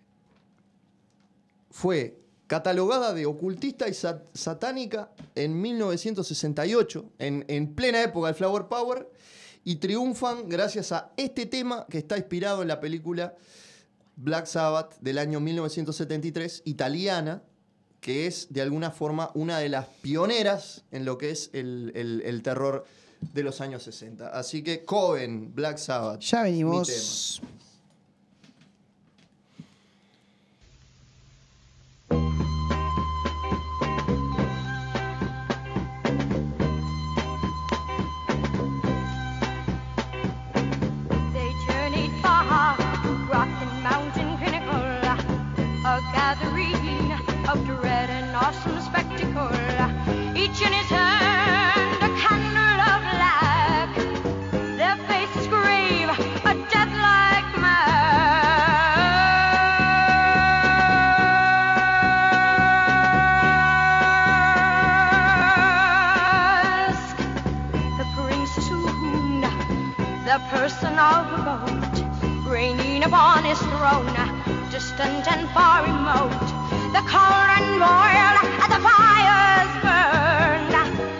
catalogada de ocultista y satánica en 1968, en plena época del Flower Power, y triunfan gracias a este tema que está inspirado en la película Black Sabbath del año 1973, italiana, que es de alguna forma una de las pioneras en lo que es el terror de los años 60. Así que Coven, Black Sabbath. Ya mi venimos. They journeyed far, rock and mountain pinnacle, a gathering of dread and awesome spectacle. Each in his hand a candle of black, their faces grave, a death-like mask. The prince swooned, the person of a boat, reigning upon his throne, distant and far remote. The cauldron boiled and the fires burned.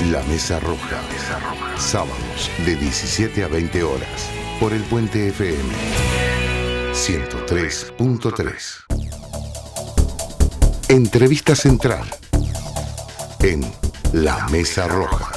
La Mesa Roja. Sábados de 17 a 20 horas. Por el Puente FM 103.3. Entrevista central en La Mesa Roja.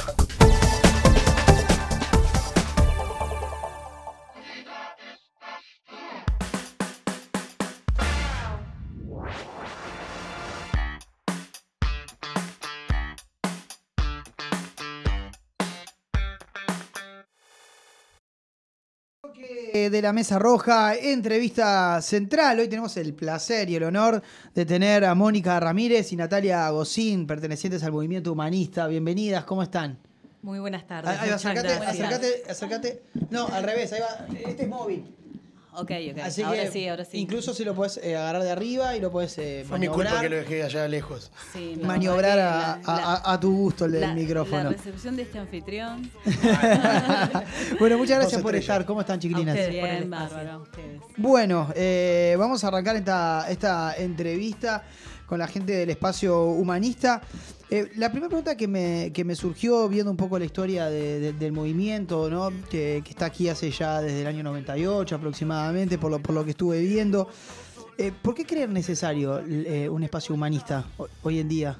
De La Mesa Roja, entrevista central. Hoy tenemos el placer y el honor de tener a Mónica Ramírez y Natalia Gosín, pertenecientes al movimiento humanista. Bienvenidas, ¿cómo están? Muy buenas tardes. Ahí va, acércate. No, al revés, ahí va. Este es móvil. Ok. Así ahora que sí. Incluso si lo puedes agarrar de arriba y lo puedes Fue mi culpa que lo dejé allá lejos. Sí, maniobrar a tu gusto el micrófono. La recepción de este anfitrión. Bueno, muchas gracias por estar. ¿Cómo están, chiquilinas? Bien, bárbaro. Ustedes. Bueno, vamos a arrancar esta entrevista con la gente del espacio humanista. La primera pregunta que me surgió viendo un poco la historia del movimiento, ¿no? que está aquí hace ya desde el año 98 aproximadamente, por lo que estuve viendo. ¿Por qué creen necesario un espacio humanista hoy en día?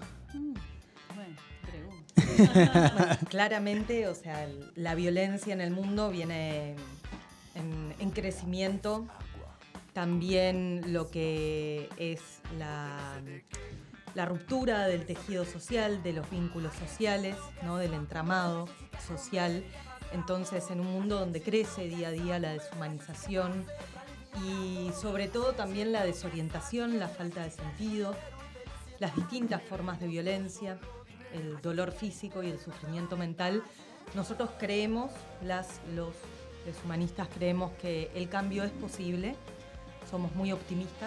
Bueno, pregunta. Claramente, o sea, la violencia en el mundo viene en crecimiento. También lo que es la ruptura del tejido social, de los vínculos sociales, ¿no? Del entramado social. Entonces, en un mundo donde crece día a día la deshumanización y sobre todo también la desorientación, la falta de sentido, las distintas formas de violencia, el dolor físico y el sufrimiento mental, nosotros creemos, los humanistas creemos que el cambio es posible. Somos muy optimistas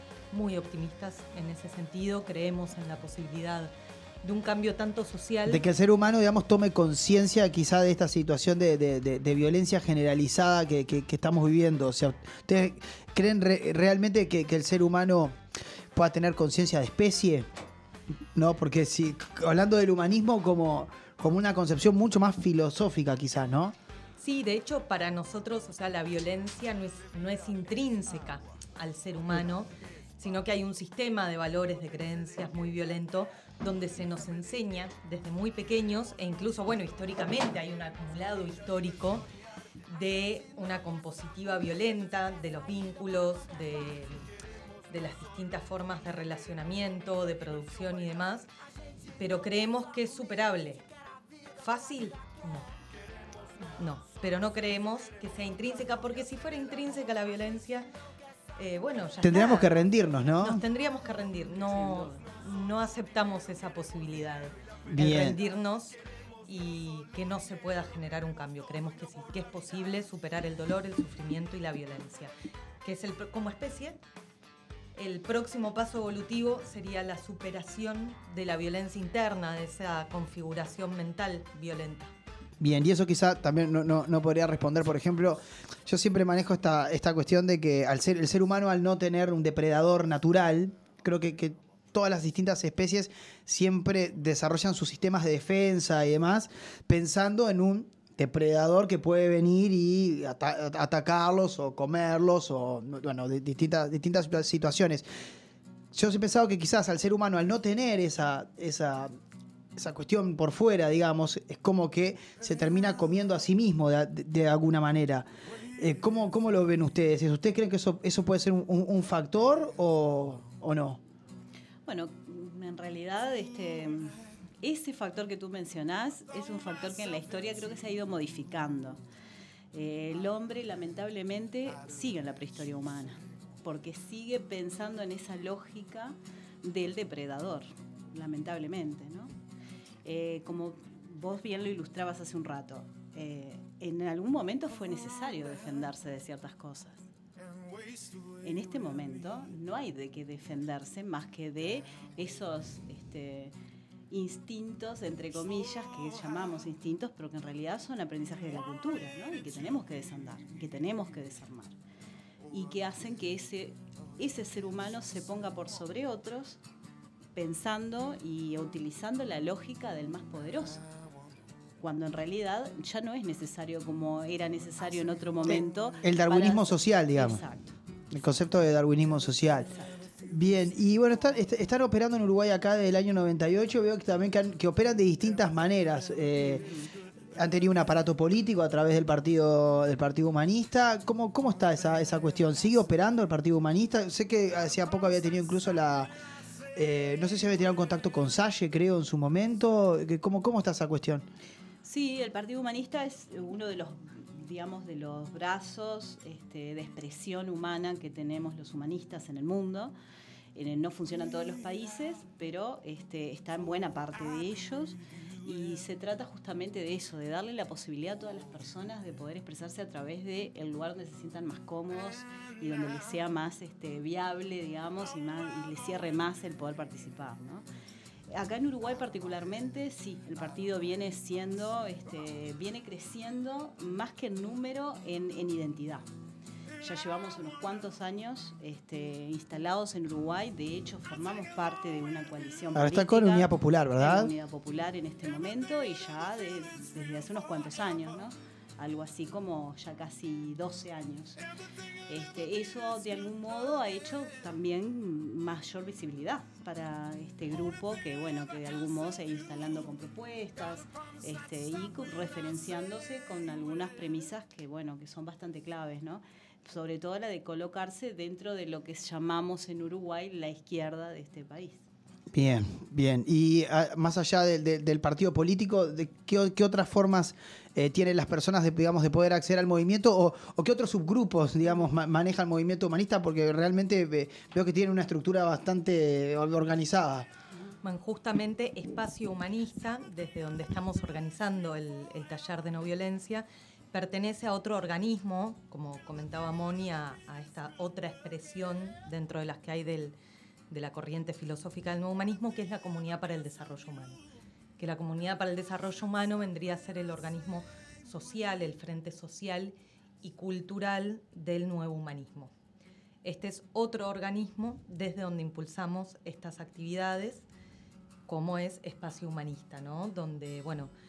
en ese sentido. Creemos en la posibilidad de un cambio tanto social. De que el ser humano, digamos, tome conciencia quizá de esta situación de violencia generalizada que estamos viviendo. O sea, ¿ustedes creen realmente que el ser humano pueda tener conciencia de especie? ¿No? Porque si hablando del humanismo como una concepción mucho más filosófica quizás, ¿no? Sí, de hecho, para nosotros, o sea, la violencia no es intrínseca al ser humano, sino que hay un sistema de valores, de creencias muy violento, donde se nos enseña desde muy pequeños, e incluso, bueno, históricamente hay un acumulado histórico de una compositiva violenta, de los vínculos, de las distintas formas de relacionamiento, de producción y demás, pero creemos que es superable. ¿Fácil? No, pero no creemos que sea intrínseca, porque si fuera intrínseca la violencia, bueno, ya tendríamos que rendirnos, ¿no? Nos tendríamos que rendir. No aceptamos esa posibilidad. Bien. El rendirnos y que no se pueda generar un cambio. Creemos que sí, que es posible superar el dolor, el sufrimiento y la violencia. Que es como especie, el próximo paso evolutivo sería la superación de la violencia interna, de esa configuración mental violenta. Bien, y eso quizá también no podría responder. Por ejemplo, yo siempre manejo esta cuestión de que el ser humano, al no tener un depredador natural, creo que todas las distintas especies siempre desarrollan sus sistemas de defensa y demás, pensando en un depredador que puede venir y atacarlos o comerlos, o bueno, de distintas situaciones. Yo he pensado que quizás al ser humano, al no tener esa cuestión por fuera, digamos, es como que se termina comiendo a sí mismo de alguna manera. ¿Cómo lo ven ustedes? ¿Ustedes creen que eso puede ser un factor o no? Bueno, en realidad ese factor que tú mencionás es un factor que en la historia creo que se ha ido modificando. El hombre, lamentablemente, sigue en la prehistoria humana, porque sigue pensando en esa lógica del depredador, lamentablemente, ¿no? Como vos bien lo ilustrabas hace un rato, en algún momento fue necesario defenderse de ciertas cosas. En este momento no hay de qué defenderse más que de esos instintos, entre comillas, que llamamos instintos, pero que en realidad son aprendizajes de la cultura, ¿no? Y que tenemos que desandar, que tenemos que desarmar. Y que hacen que ese ser humano se ponga por sobre otros, pensando y utilizando la lógica del más poderoso. cuando en realidad ya no es necesario como era necesario en otro momento. El darwinismo social, digamos. Exacto. El concepto de darwinismo social. Exacto. Bien, y bueno, están operando en Uruguay acá desde el año 98, veo que también que operan de distintas maneras. Han tenido un aparato político a través del Partido Humanista. ¿Cómo está esa cuestión? ¿Sigue operando el Partido Humanista? Sé que hacía poco había tenido incluso no sé si había tenido contacto con Salle, creo, en su momento. ¿Cómo está esa cuestión? Sí, el Partido Humanista es uno de los, digamos, de los brazos de expresión humana que tenemos los humanistas en el mundo. No funciona en todos los países, pero está en buena parte de ellos. Y se trata justamente de eso, de darle la posibilidad a todas las personas de poder expresarse a través del lugar donde se sientan más cómodos y donde les sea más viable, digamos, y les cierre más el poder participar, ¿no? Acá en Uruguay particularmente, sí, el partido viene creciendo más que en número, en identidad. Ya llevamos unos cuantos años instalados en Uruguay. De hecho, formamos parte de una coalición política. Ahora está con Unidad Popular, ¿verdad? Unidad Popular en este momento y ya desde hace unos cuantos años, ¿no? Algo así como ya casi 12 años. Eso de algún modo ha hecho también mayor visibilidad para este grupo que de algún modo se ha ido instalando con propuestas y referenciándose con algunas premisas que son bastante claves, ¿no? Sobre todo la de colocarse dentro de lo que llamamos en Uruguay la izquierda de este país. Bien, bien. Y más allá del partido político, ¿qué otras formas tienen las personas de poder acceder al movimiento o qué otros subgrupos, maneja el movimiento humanista? Porque realmente veo que tiene una estructura bastante organizada. Bueno, justamente Espacio Humanista, desde donde estamos organizando el taller de no violencia, pertenece a otro organismo, como comentaba Moni, a esta otra expresión dentro de las que hay de la corriente filosófica del nuevo humanismo, que es la Comunidad para el Desarrollo Humano. Que la Comunidad para el Desarrollo Humano vendría a ser el organismo social, el frente social y cultural del nuevo humanismo. Este es otro organismo desde donde impulsamos estas actividades, como es Espacio Humanista, ¿no? Donde,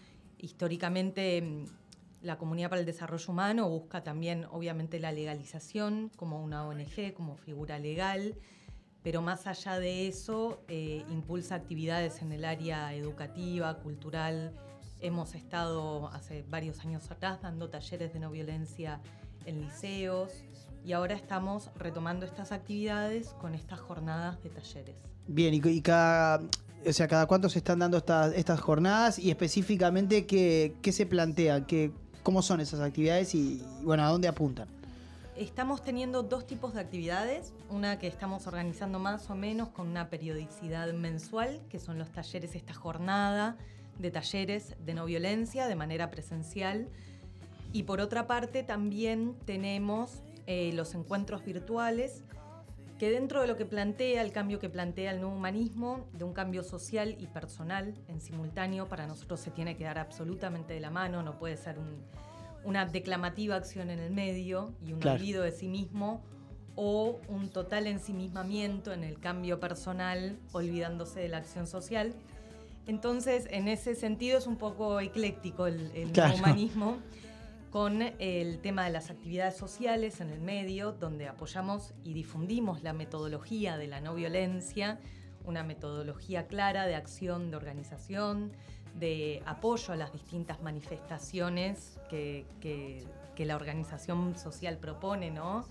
históricamente la Comunidad para el Desarrollo Humano busca también, obviamente, la legalización como una ONG, como figura legal, pero más allá de eso, impulsa actividades en el área educativa, cultural. Hemos estado hace varios años atrás dando talleres de no violencia en liceos y ahora estamos retomando estas actividades con estas jornadas de talleres. Bien, y cada cuánto se están dando estas jornadas y específicamente qué se plantea, cómo son esas actividades y a dónde apuntan. Estamos teniendo dos tipos de actividades, una que estamos organizando más o menos con una periodicidad mensual, que son los talleres, esta jornada de talleres de no violencia de manera presencial, y por otra parte también tenemos los encuentros virtuales, que dentro de lo que plantea, el cambio que plantea el nuevo humanismo, de un cambio social y personal en simultáneo, para nosotros se tiene que dar absolutamente de la mano, no puede ser una declamativa acción en el medio y un olvido de sí mismo o un total ensimismamiento en el cambio personal olvidándose de la acción social. Entonces, en ese sentido es un poco ecléctico el nuevo humanismo con el tema de las actividades sociales en el medio, donde apoyamos y difundimos la metodología de la no violencia, una metodología clara de acción, de organización, de apoyo a las distintas manifestaciones que la organización social propone, ¿no?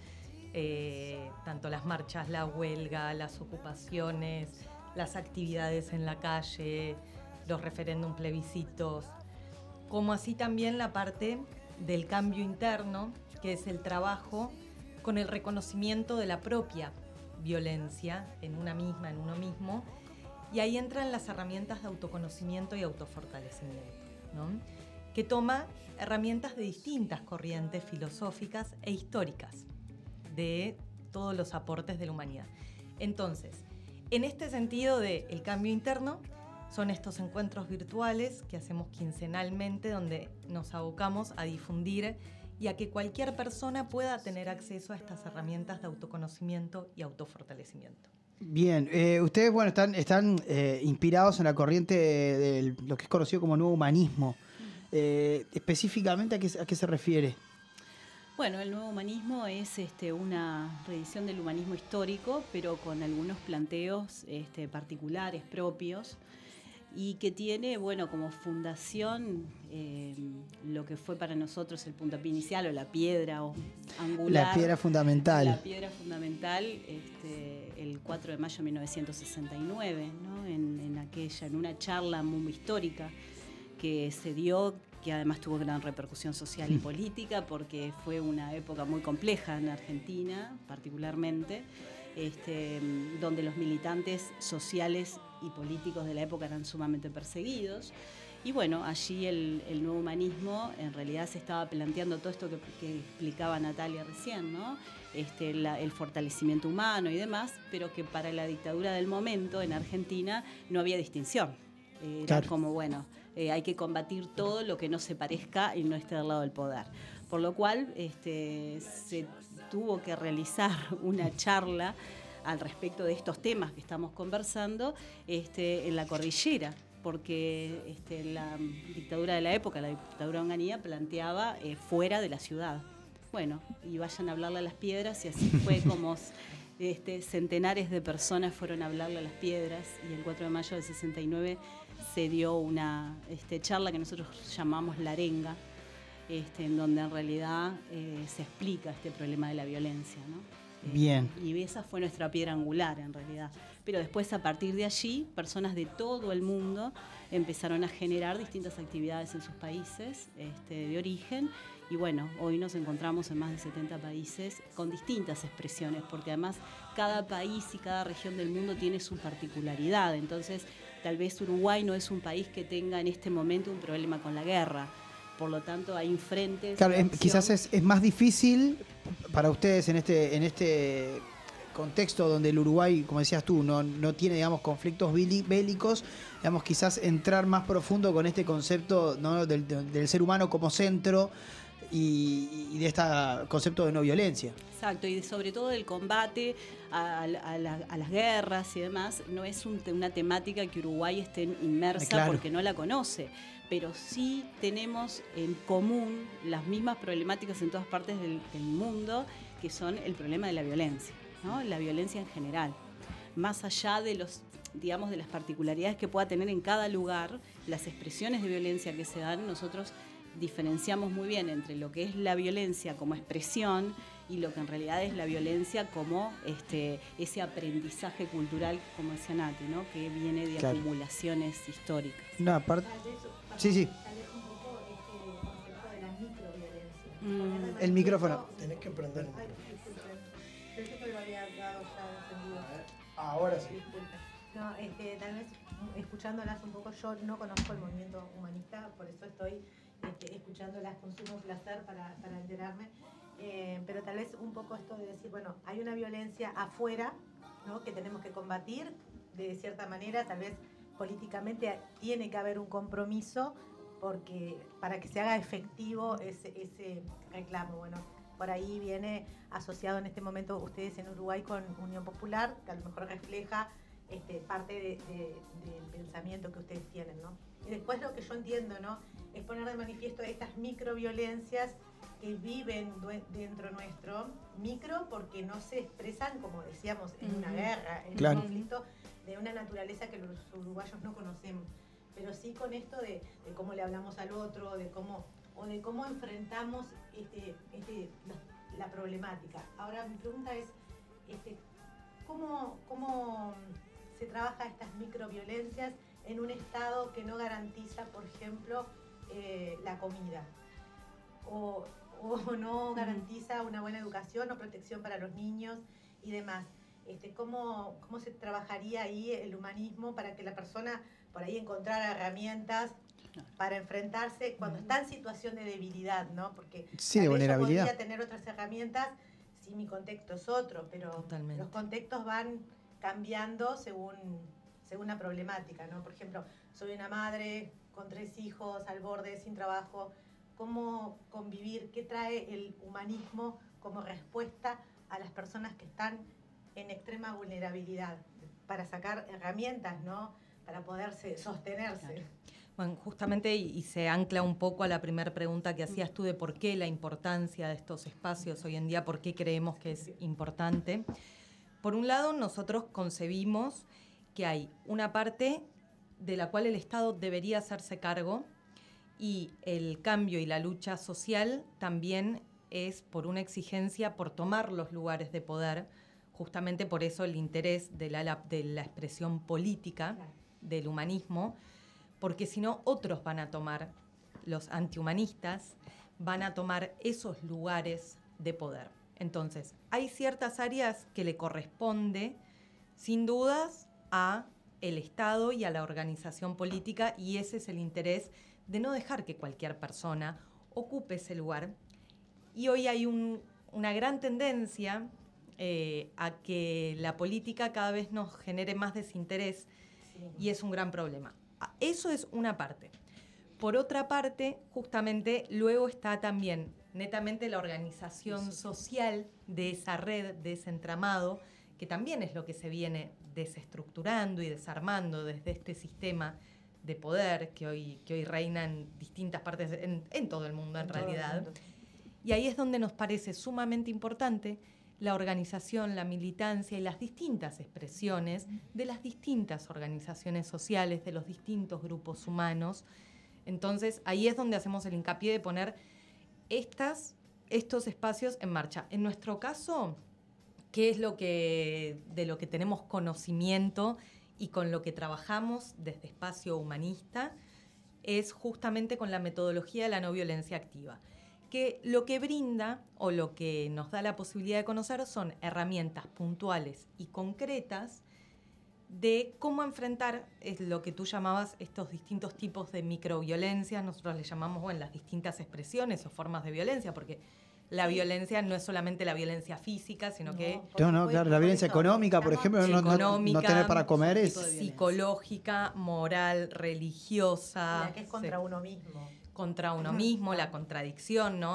Tanto las marchas, la huelga, las ocupaciones, las actividades en la calle, los referéndum plebiscitos, como así también la parte del cambio interno, que es el trabajo con el reconocimiento de la propia violencia en una misma, en uno mismo. Y ahí entran las herramientas de autoconocimiento y autofortalecimiento, ¿no? Que toma herramientas de distintas corrientes filosóficas e históricas de todos los aportes de la humanidad. Entonces, en este sentido del cambio interno, son estos encuentros virtuales que hacemos quincenalmente, donde nos abocamos a difundir y a que cualquier persona pueda tener acceso a estas herramientas de autoconocimiento y autofortalecimiento. Bien, ustedes están inspirados en la corriente de lo que es conocido como nuevo humanismo. Específicamente, ¿a qué se refiere? Bueno, el nuevo humanismo es una reedición del humanismo histórico, pero con algunos planteos particulares, propios, y que tiene, bueno, como fundación lo que fue para nosotros el puntapié inicial o la piedra angular. La piedra fundamental. La piedra fundamental, el 4 de mayo de 1969, ¿no? En una charla muy histórica que se dio, que además tuvo gran repercusión social y política, porque fue una época muy compleja en Argentina, particularmente, donde los militantes sociales y políticos de la época eran sumamente perseguidos. Y bueno, allí el nuevo humanismo en realidad se estaba planteando todo esto que explicaba Natalia recién, ¿no? El fortalecimiento humano y demás, pero que para la dictadura del momento en Argentina no había distinción. Era claro. Como, bueno, hay que combatir todo lo que no se parezca y no esté al lado del poder. Por lo cual se tuvo que realizar una charla al respecto de estos temas que estamos conversando en la cordillera, porque la dictadura de la época, la dictadura de Onganía, planteaba fuera de la ciudad. Bueno, y vayan a hablarle a las piedras, y así fue como centenares de personas fueron a hablarle a las piedras, y el 4 de mayo del 69 se dio una charla que nosotros llamamos La Arenga, en donde en realidad se explica este problema de la violencia, ¿no? Bien. Y esa fue nuestra piedra angular en realidad. Pero después, a partir de allí, personas de todo el mundo empezaron a generar distintas actividades en sus países de origen. Y bueno, hoy nos encontramos en más de 70 países con distintas expresiones, porque además cada país y cada región del mundo tiene su particularidad. Entonces, tal vez Uruguay no es un país que tenga en este momento un problema con la guerra. Por lo tanto, hay frentes. Claro, quizás es más difícil para ustedes en este contexto donde el Uruguay, como decías tú, no tiene, digamos, conflictos bélicos, digamos, quizás entrar más profundo con este concepto, ¿no? del ser humano como centro y de este concepto de no violencia. Exacto, y sobre todo el combate a las guerras y demás, no es una temática que Uruguay esté inmersa, claro, porque no la conoce, pero sí tenemos en común las mismas problemáticas en todas partes del mundo, que son el problema de la violencia, ¿no? La violencia en general, más allá de de las particularidades que pueda tener en cada lugar, las expresiones de violencia que se dan, nosotros diferenciamos muy bien entre lo que es la violencia como expresión y lo que en realidad es la violencia como ese aprendizaje cultural, como decía Nati, ¿no? Que viene de claro, acumulaciones históricas. No, aparte. Sí. Tal vez un poco el concepto de la microviolencia. El micrófono. Tenés que prender el micrófono. Pensé que lo había dado ya encendido. Ahora sí. No, tal vez escuchándolas un poco, yo no conozco el movimiento humanista, por eso estoy escuchándolas con sumo placer para enterarme, pero tal vez un poco esto de decir, bueno, hay una violencia afuera, ¿no? Que tenemos que combatir de cierta manera, tal vez políticamente tiene que haber un compromiso porque para que se haga efectivo ese reclamo. Bueno, por ahí viene asociado en este momento ustedes en Uruguay con Unión Popular, que a lo mejor refleja parte del pensamiento que ustedes tienen, ¿no? Y después lo que yo entiendo, ¿no?, es poner de manifiesto estas microviolencias que viven dentro nuestro, micro porque no se expresan, como decíamos, en una guerra, en un conflicto de una naturaleza que los uruguayos no conocemos, pero sí con esto de cómo le hablamos al otro, de cómo enfrentamos la problemática. Ahora mi pregunta es, ¿cómo se trabaja estas microviolencias en un Estado que no garantiza, por ejemplo, la comida? O no garantiza una buena educación o protección para los niños y demás. ¿Cómo se trabajaría ahí el humanismo para que la persona por ahí encontrara herramientas para enfrentarse cuando está en situación de debilidad, ¿no? Porque sí, de vulnerabilidad. Yo podría tener otras herramientas si mi contexto es otro, pero totalmente, los contextos van cambiando según la problemática, ¿no? Por ejemplo, soy una madre con 3 hijos al borde, sin trabajo. ¿Cómo convivir? ¿Qué trae el humanismo como respuesta a las personas que están en extrema vulnerabilidad? Para sacar herramientas, ¿no?, para poderse sostenerse. Claro. Bueno, justamente, y se ancla un poco a la primera pregunta que hacías tú de por qué la importancia de estos espacios hoy en día, por qué creemos que es importante. Por un lado, nosotros concebimos que hay una parte de la cual el Estado debería hacerse cargo, y el cambio y la lucha social también es por una exigencia por tomar los lugares de poder, justamente por eso el interés de la expresión política del humanismo, porque si no otros van a tomar, los antihumanistas van a tomar esos lugares de poder. Entonces, hay ciertas áreas que le corresponde, sin dudas, a el Estado y a la organización política, y ese es el interés de no dejar que cualquier persona ocupe ese lugar. Y hoy hay una gran tendencia a que la política cada vez nos genere más desinterés, y es un gran problema. Eso es una parte. Por otra parte, justamente, luego está también netamente la organización social de esa red, de ese entramado, que también es lo que se viene desestructurando y desarmando desde este sistema de poder que hoy reina en distintas partes, en todo el mundo en realidad. Y ahí es donde nos parece sumamente importante la organización, la militancia y las distintas expresiones de las distintas organizaciones sociales, de los distintos grupos humanos. Entonces, ahí es donde hacemos el hincapié de poner estos espacios en marcha. En nuestro caso, ¿qué es de lo que tenemos conocimiento y con lo que trabajamos desde Espacio Humanista? Es justamente con la metodología de la no violencia activa, que lo que brinda o lo que nos da la posibilidad de conocer son herramientas puntuales y concretas de cómo enfrentar lo que tú llamabas estos distintos tipos de microviolencia. Nosotros le llamamos, las distintas expresiones o formas de violencia, porque la violencia no es solamente la violencia física, sino que... claro, la violencia económica, por ejemplo, no tener para comer es... Psicológica, moral, religiosa. La que es contra uno mismo. Contra uno mismo, la contradicción, ¿no?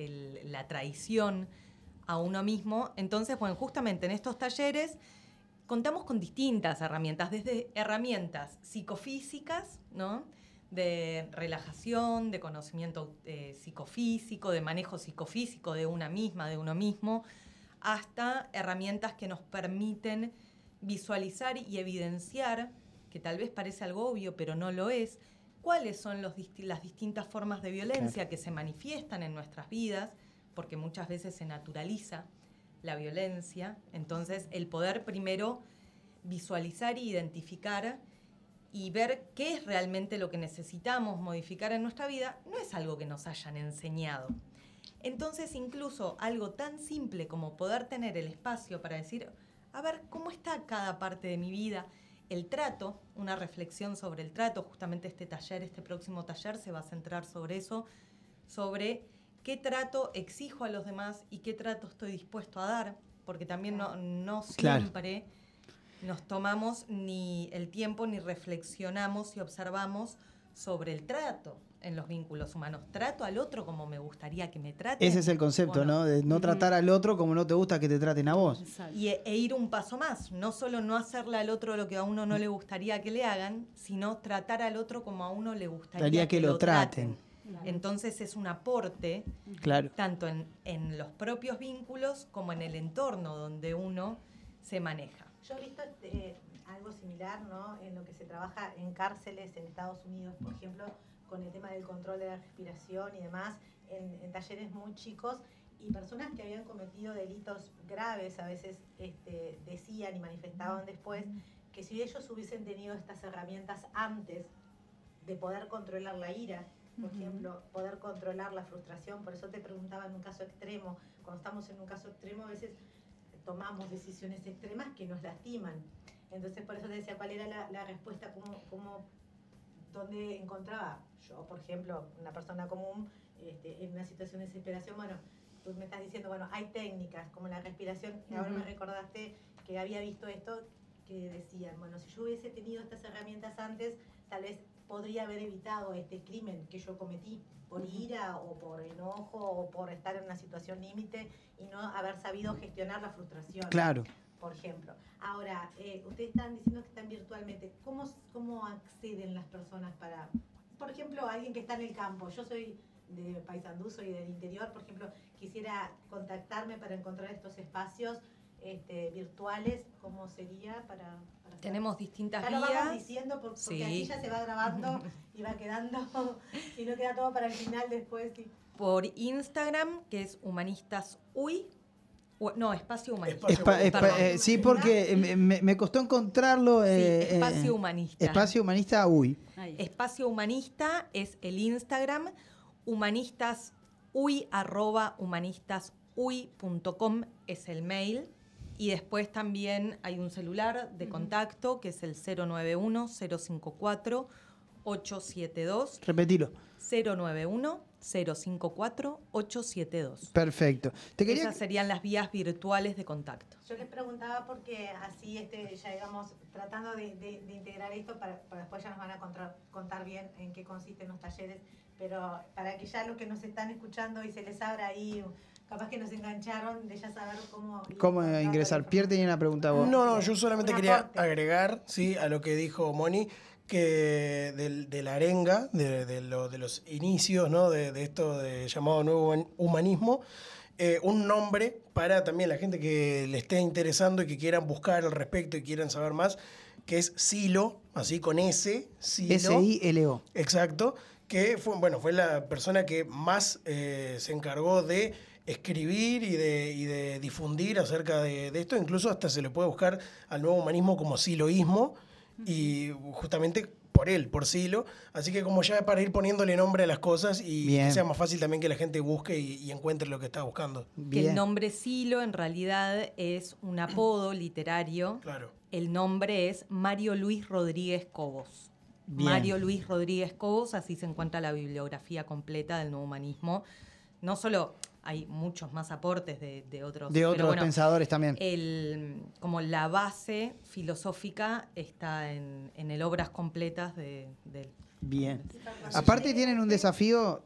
La traición a uno mismo. Entonces, bueno, justamente en estos talleres contamos con distintas herramientas, desde herramientas psicofísicas, ¿no? De relajación, de conocimiento psicofísico, de manejo psicofísico de una misma, de uno mismo, hasta herramientas que nos permiten visualizar y evidenciar, que tal vez parece algo obvio, pero no lo es, cuáles son las distintas formas de violencia que se manifiestan en nuestras vidas, porque muchas veces se naturaliza la violencia. Entonces, el poder primero visualizar e identificar y ver qué es realmente lo que necesitamos modificar en nuestra vida, no es algo que nos hayan enseñado. Entonces, incluso algo tan simple como poder tener el espacio para decir, a ver, ¿cómo está cada parte de mi vida? El trato, una reflexión sobre el trato, justamente este próximo taller se va a centrar sobre eso, sobre qué trato exijo a los demás y qué trato estoy dispuesto a dar, porque también no siempre nos tomamos ni el tiempo ni reflexionamos y observamos sobre el trato en los vínculos humanos. Trato al otro como me gustaría que me traten. Ese es el concepto, ¿no? De no tratar al otro como no te gusta que te traten a vos. E ir un paso más. No solo no hacerle al otro lo que a uno no le gustaría que le hagan, sino tratar al otro como a uno le gustaría que lo traten. Entonces es un aporte, tanto en los propios vínculos como en el entorno donde uno se maneja. Yo he visto algo similar, ¿no? En lo que se trabaja en cárceles en Estados Unidos, por ejemplo, con el tema del control de la respiración y demás, en talleres muy chicos, y personas que habían cometido delitos graves a veces decían y manifestaban después que si ellos hubiesen tenido estas herramientas antes de poder controlar la ira, por ejemplo, poder controlar la frustración, por eso te preguntaba en un caso extremo, cuando estamos en un caso extremo a veces tomamos decisiones extremas que nos lastiman. Entonces, por eso te decía, ¿cuál era la respuesta? ¿Dónde encontraba yo, por ejemplo, una persona común en una situación de desesperación? Bueno, tú me estás diciendo, bueno, hay técnicas como la respiración, y ahora me recordaste que había visto esto, que decían, bueno, si yo hubiese tenido estas herramientas antes, tal vez podría haber evitado este crimen que yo cometí por ira o por enojo o por estar en una situación límite y no haber sabido gestionar la frustración. Claro. Por ejemplo. Ahora, ustedes están diciendo que están virtualmente. ¿Cómo acceden las personas para por ejemplo, alguien que está en el campo, yo soy de Paysandú, soy del interior, por ejemplo, quisiera contactarme para encontrar estos espacios virtuales, ¿cómo sería para tenemos distintas vías? Ya lo vamos diciendo porque sí. Aquí ya se va grabando y va quedando, y no queda todo para el final después. Sí. Por Instagram, que es humanistasUy. No, Espacio Humanista. Sí, porque me costó encontrarlo. Espacio Humanista. Espacio Humanista Uy. Espacio Humanista es el Instagram. HumanistasUy, @humanistasuy.com es el mail. Y después también hay un celular de contacto que es el 091-054-872. Repetilo. 091-054-872. Perfecto. Esas serían las vías virtuales de contacto. Yo les preguntaba porque así ya digamos tratando de integrar esto para después ya nos van a contar bien en qué consisten los talleres, pero para que ya los que nos están escuchando y se les abra ahí, capaz que nos engancharon de ya saber cómo ingresar. Pierre tenía una pregunta vos. No, yo solamente quería agregar, sí, a lo que dijo Moni, que de la arenga, de los inicios, ¿no? de esto llamado nuevo humanismo, un nombre para también la gente que le esté interesando y que quieran buscar al respecto y quieran saber más, que es Silo, así con S, Silo. S-I-L-O. Exacto, que fue la persona que más se encargó de escribir y de difundir acerca de esto. Incluso hasta se le puede buscar al nuevo humanismo como siloísmo, y justamente por Silo. Así que como ya para ir poniéndole nombre a las cosas y que sea más fácil también que la gente busque y encuentre lo que está buscando. Que el nombre Silo en realidad es un apodo literario. Claro. El nombre es Mario Luis Rodríguez Cobos. Bien. Mario Luis Rodríguez Cobos, así se encuentra la bibliografía completa del nuevo humanismo. No solo hay muchos más aportes de otros. De otros pensadores también. Como la base filosófica está en el Obras Completas de Bien. Aparte tienen un desafío...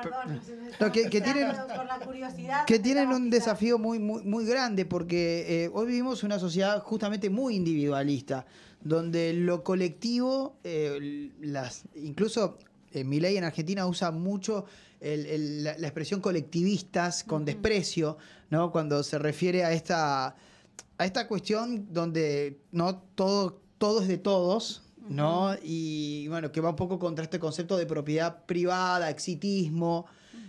Que tienen un desafío muy, muy, muy grande, porque hoy vivimos una sociedad justamente muy individualista, donde lo colectivo, incluso Milei en Argentina usa mucho la expresión colectivistas con desprecio, ¿no? Cuando se refiere a esta cuestión donde no todo es de todos, ¿no? Y bueno, que va un poco contra este concepto de propiedad privada, exitismo.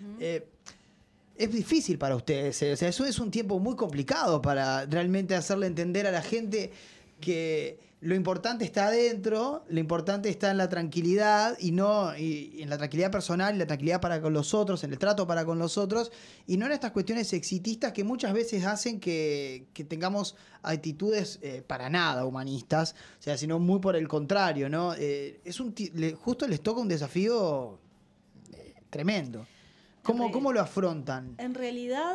Es difícil para ustedes, o sea, eso es un tiempo muy complicado para realmente hacerle entender a la gente que lo importante está adentro, lo importante está en la tranquilidad y en la tranquilidad personal, y la tranquilidad para con los otros, en el trato para con los otros, y no en estas cuestiones exitistas que muchas veces hacen que tengamos actitudes para nada humanistas, o sea, sino muy por el contrario, ¿no? Justo les toca un desafío tremendo. ¿Cómo lo afrontan? En realidad,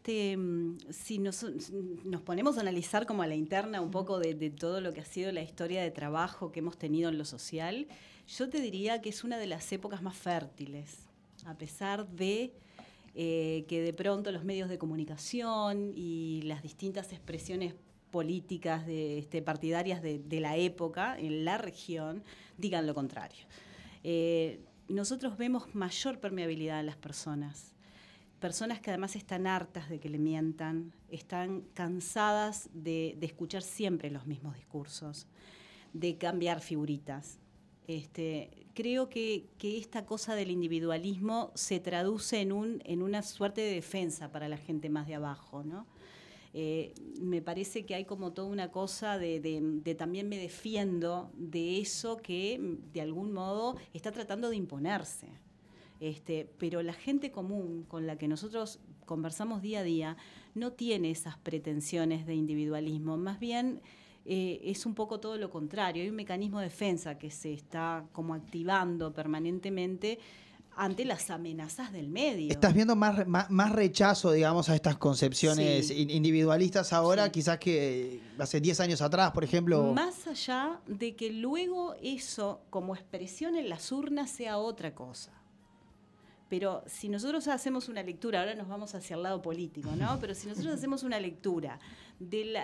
si nos ponemos a analizar como a la interna un poco de todo lo que ha sido la historia de trabajo que hemos tenido en lo social, yo te diría que es una de las épocas más fértiles, a pesar de que de pronto los medios de comunicación y las distintas expresiones políticas partidarias de la época en la región digan lo contrario. Nosotros vemos mayor permeabilidad en las personas que además están hartas de que le mientan, están cansadas de escuchar siempre los mismos discursos, de cambiar figuritas. Creo que esta cosa del individualismo se traduce en una suerte de defensa para la gente más de abajo, ¿no? Me parece que hay como toda una cosa de también me defiendo de eso que de algún modo está tratando de imponerse. Pero la gente común con la que nosotros conversamos día a día no tiene esas pretensiones de individualismo, más bien es un poco todo lo contrario. Hay un mecanismo de defensa que se está como activando permanentemente ante las amenazas del medio. ¿Estás viendo más rechazo, digamos, a estas concepciones individualistas ahora, quizás que hace 10 años atrás, por ejemplo? Más allá de que luego eso, como expresión en las urnas, sea otra cosa. Pero si nosotros hacemos una lectura, ahora nos vamos hacia el lado político, ¿no? Pero si nosotros hacemos una lectura del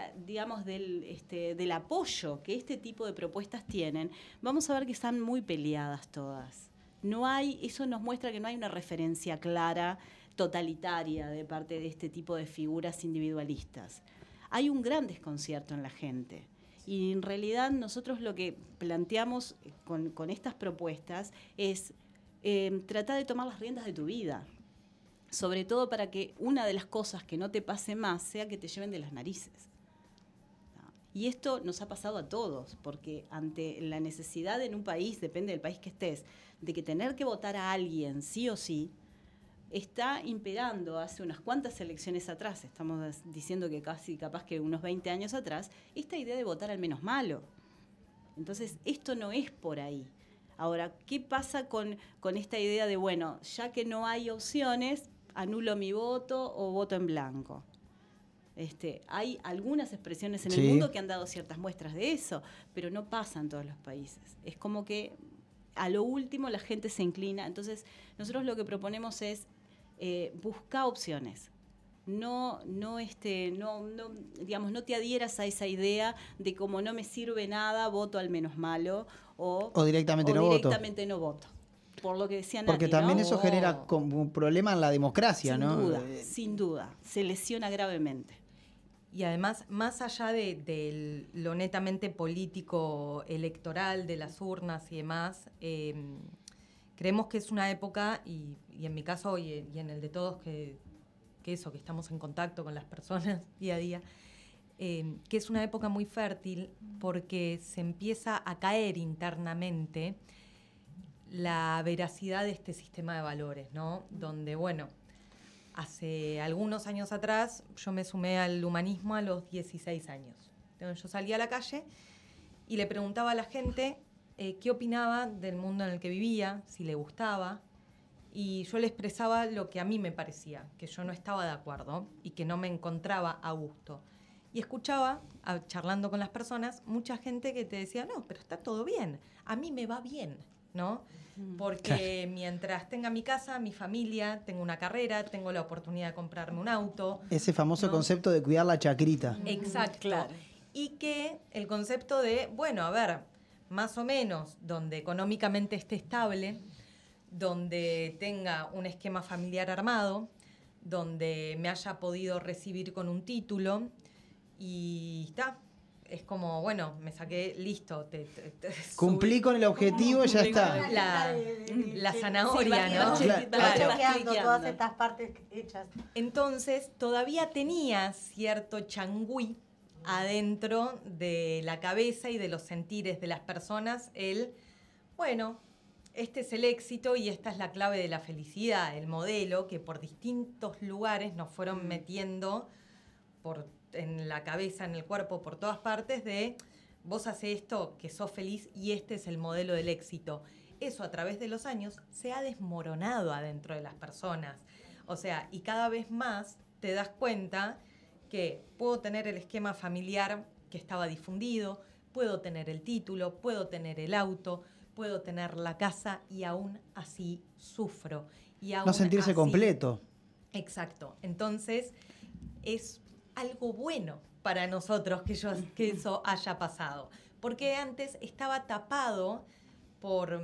apoyo que este tipo de propuestas tienen, vamos a ver que están muy peleadas todas. eso nos muestra que no hay una referencia clara, totalitaria, de parte de este tipo de figuras individualistas. Hay un gran desconcierto en la gente. Y en realidad nosotros lo que planteamos con estas propuestas es tratar de tomar las riendas de tu vida. Sobre todo para que una de las cosas que no te pase más sea que te lleven de las narices. Y esto nos ha pasado a todos, porque ante la necesidad en un país, depende del país que estés, de que tener que votar a alguien sí o sí, está imperando hace unas cuantas elecciones atrás, estamos diciendo que capaz que unos 20 años atrás, esta idea de votar al menos malo. Entonces, esto no es por ahí. Ahora, ¿qué pasa con esta idea de, bueno, ya que no hay opciones, anulo mi voto o voto en blanco? Hay algunas expresiones en el mundo que han dado ciertas muestras de eso, pero no pasa en todos los países. Es como que a lo último la gente se inclina. Entonces, nosotros lo que proponemos es buscar opciones. No te adhieras a esa idea de como no me sirve nada, voto al menos malo o directamente no voto. Por lo que decía Nati, porque también ¿no? eso genera como un problema en la democracia, Sin duda, se lesiona gravemente. Y además, más allá de lo netamente político, electoral, de las urnas y demás, creemos que es una época, y en mi caso y en el de todos, que estamos en contacto con las personas día a día, que es una época muy fértil porque se empieza a caer internamente la veracidad de este sistema de valores, ¿no? Donde, bueno, hace algunos años atrás yo me sumé al humanismo a los 16 años. Entonces, yo salía a la calle y le preguntaba a la gente qué opinaba del mundo en el que vivía, si le gustaba, y yo le expresaba lo que a mí me parecía, que yo no estaba de acuerdo y que no me encontraba a gusto. Y escuchaba, charlando con las personas, mucha gente que te decía, no, pero está todo bien, a mí me va bien, ¿no? Porque mientras tenga mi casa, mi familia, tengo una carrera, tengo la oportunidad de comprarme un auto. Ese famoso concepto de cuidar la chacrita. Exacto. Claro. Y que el concepto de, bueno, a ver, más o menos, donde económicamente esté estable, donde tenga un esquema familiar armado, donde me haya podido recibir con un título y está. Es como, bueno, me saqué, listo. Cumplí con el objetivo y ya está. La zanahoria, ¿no? Claro. Todas estas partes hechas. Entonces, todavía tenía cierto changüí adentro de la cabeza y de los sentires de las personas. Bueno, este es el éxito y esta es la clave de la felicidad, el modelo que por distintos lugares nos fueron metiendo en la cabeza, en el cuerpo, por todas partes, de vos haces esto, que sos feliz y este es el modelo del éxito. Eso a través de los años se ha desmoronado adentro de las personas. O sea, y cada vez más te das cuenta que puedo tener el esquema familiar que estaba difundido, puedo tener el título, puedo tener el auto, puedo tener la casa y aún así sufro. Y aún no sentirse así, completo. Exacto. Entonces, es algo bueno para nosotros que eso haya pasado. Porque antes estaba tapado por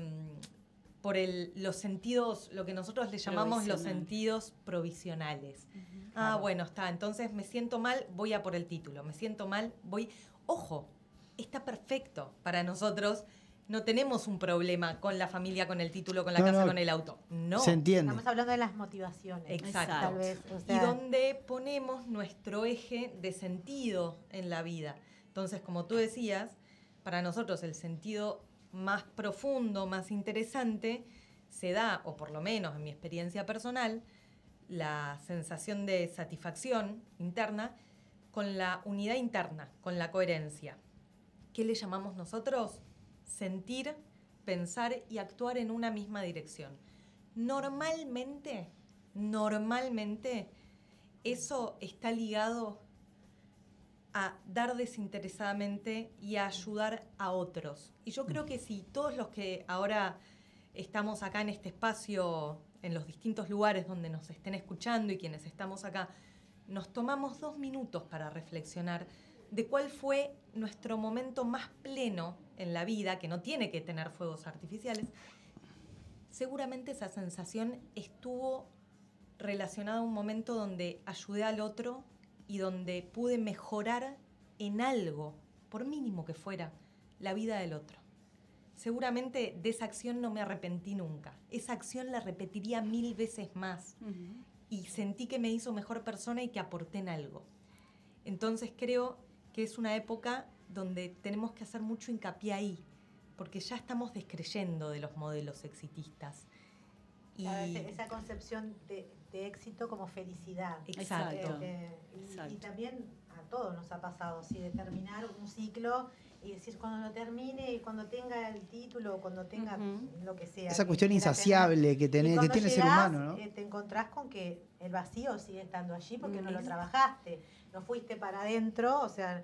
los sentidos, lo que nosotros le llamamos los sentidos provisionales. Claro. Bueno, está, entonces me siento mal, voy a por el título. Me siento mal, voy... Ojo, está perfecto para nosotros. No tenemos un problema con la familia, con el título, con la casa, con el auto. No. Se entiende. Estamos hablando de las motivaciones. Exacto. Tal vez, y donde ponemos nuestro eje de sentido en la vida. Entonces, como tú decías, para nosotros el sentido más profundo, más interesante, se da, o por lo menos en mi experiencia personal, la sensación de satisfacción interna con la unidad interna, con la coherencia. ¿Qué le llamamos nosotros? Sentir, pensar y actuar en una misma dirección. Normalmente, eso está ligado a dar desinteresadamente y a ayudar a otros. Y yo creo que si todos los que ahora estamos acá en este espacio, en los distintos lugares donde nos estén escuchando y quienes estamos acá, nos tomamos 2 minutos para reflexionar de cuál fue nuestro momento más pleno en la vida, que no tiene que tener fuegos artificiales, seguramente esa sensación estuvo relacionada a un momento donde ayudé al otro y donde pude mejorar en algo, por mínimo que fuera, la vida del otro. Seguramente de esa acción no me arrepentí nunca. Esa acción la repetiría 1000 veces más. Y sentí que me hizo mejor persona y que aporté en algo. Entonces creo que es una época donde tenemos que hacer mucho hincapié ahí, porque ya estamos descreyendo de los modelos exitistas. Y esa concepción de éxito como felicidad. Exacto. Y también a todos nos ha pasado, ¿sí? De terminar un ciclo y decir cuando lo termine y cuando tenga el título, cuando tenga lo que sea. Esa cuestión insaciable que tiene el ser humano, ¿no? Te encontrás con que el vacío sigue estando allí porque no lo trabajaste, no fuiste para adentro, o sea,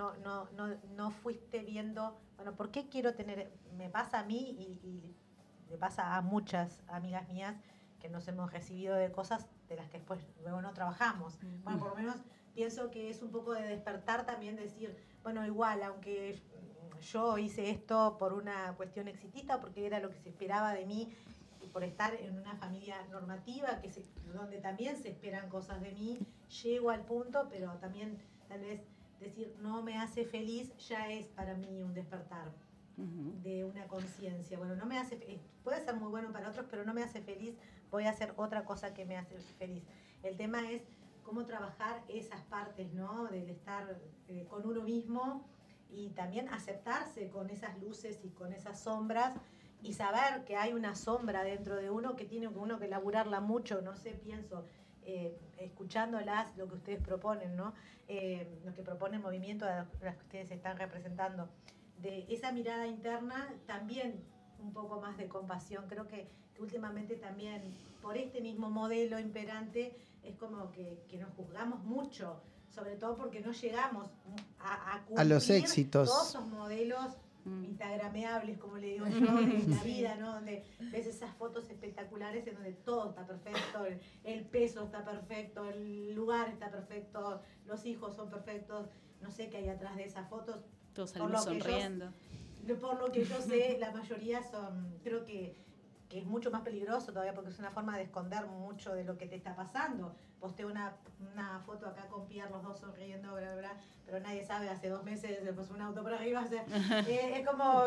no fuiste viendo, bueno, ¿por qué quiero tener? Me pasa a mí y le pasa a muchas amigas mías que nos hemos recibido de cosas de las que después luego no trabajamos. Bueno, por lo menos pienso que es un poco de despertar también, decir, bueno, igual, aunque yo hice esto por una cuestión exitista, porque era lo que se esperaba de mí, y por estar en una familia normativa, donde también se esperan cosas de mí, llego al punto, pero también tal vez decir, no me hace feliz, ya es para mí un despertar de una conciencia. Bueno, no me hace, puede ser muy bueno para otros, pero no me hace feliz, voy a hacer otra cosa que me hace feliz. El tema es cómo trabajar esas partes, ¿no? Del estar con uno mismo y también aceptarse con esas luces y con esas sombras y saber que hay una sombra dentro de uno que tiene uno que elaborarla mucho, no sé, pienso, escuchándolas, lo que ustedes proponen, ¿no? Lo que propone el movimiento, de las que ustedes están representando, de esa mirada interna, también un poco más de compasión. Creo que últimamente también, por este mismo modelo imperante, es como que nos juzgamos mucho, sobre todo porque no llegamos a cumplir a los éxitos. Todos esos modelos instagrameables, como le digo yo, de la vida, ¿no? Donde ves esas fotos espectaculares en donde todo está perfecto, el peso está perfecto, el lugar está perfecto, los hijos son perfectos, no sé qué hay atrás de esas fotos. Todos salimos sonriendo. Por lo que yo sé, la mayoría son, creo que es mucho más peligroso todavía porque es una forma de esconder mucho de lo que te está pasando. Posté una foto acá con Pierre, los dos sonriendo, bla, bla, pero nadie sabe, hace 2 meses le puso un auto por arriba, o sea, es como...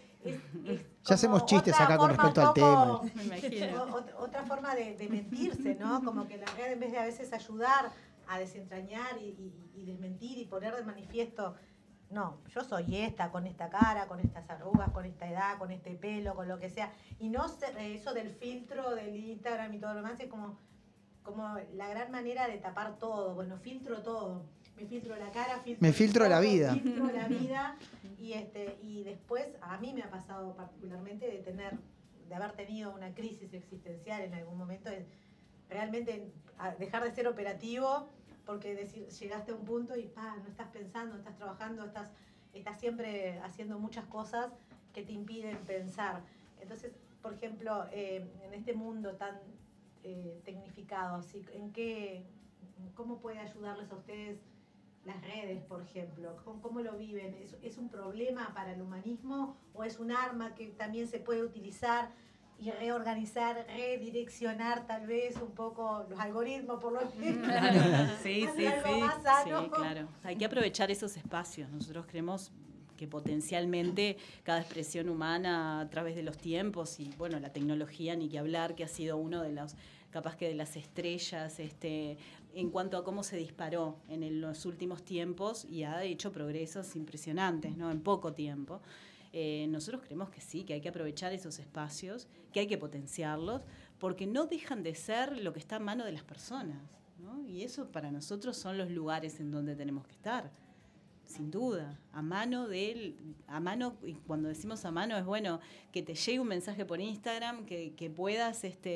Ya hacemos chistes acá con respecto al tema. Me imagino. Otra forma de mentirse, ¿no? Como que la red, en vez de a veces ayudar a desentrañar y desmentir y poner de manifiesto, no, yo soy esta, con esta cara, con estas arrugas, con esta edad, con este pelo, con lo que sea. Y no eso del filtro del Instagram y todo lo demás es como la gran manera de tapar todo. Bueno, filtro todo. Me filtro la cara, filtro la vida. Filtro la vida. Y después, a mí me ha pasado particularmente de haber tenido una crisis existencial en algún momento, de realmente dejar de ser operativo, porque llegaste a un punto y no estás pensando, estás trabajando, estás siempre haciendo muchas cosas que te impiden pensar. Entonces, por ejemplo, en este mundo tan tecnificado, así, ¿cómo puede ayudarles a ustedes las redes, por ejemplo? ¿Cómo lo viven? ¿Es un problema para el humanismo o es un arma que también se puede utilizar y reorganizar, redireccionar tal vez un poco los algoritmos, por lo menos? Claro. Sí, más sano. sí, claro. Hay que aprovechar esos espacios. Nosotros creemos que potencialmente cada expresión humana a través de los tiempos y bueno, la tecnología ni que hablar, que ha sido uno de los, capaz que de las estrellas en cuanto a cómo se disparó en los últimos tiempos y ha hecho progresos impresionantes, ¿no? En poco tiempo. Nosotros creemos que sí, que hay que aprovechar esos espacios, que hay que potenciarlos, porque no dejan de ser lo que está en mano de las personas, ¿no? Y eso para nosotros son los lugares en donde tenemos que estar, sin duda, a mano, y cuando decimos a mano es bueno que te llegue un mensaje por Instagram, que puedas,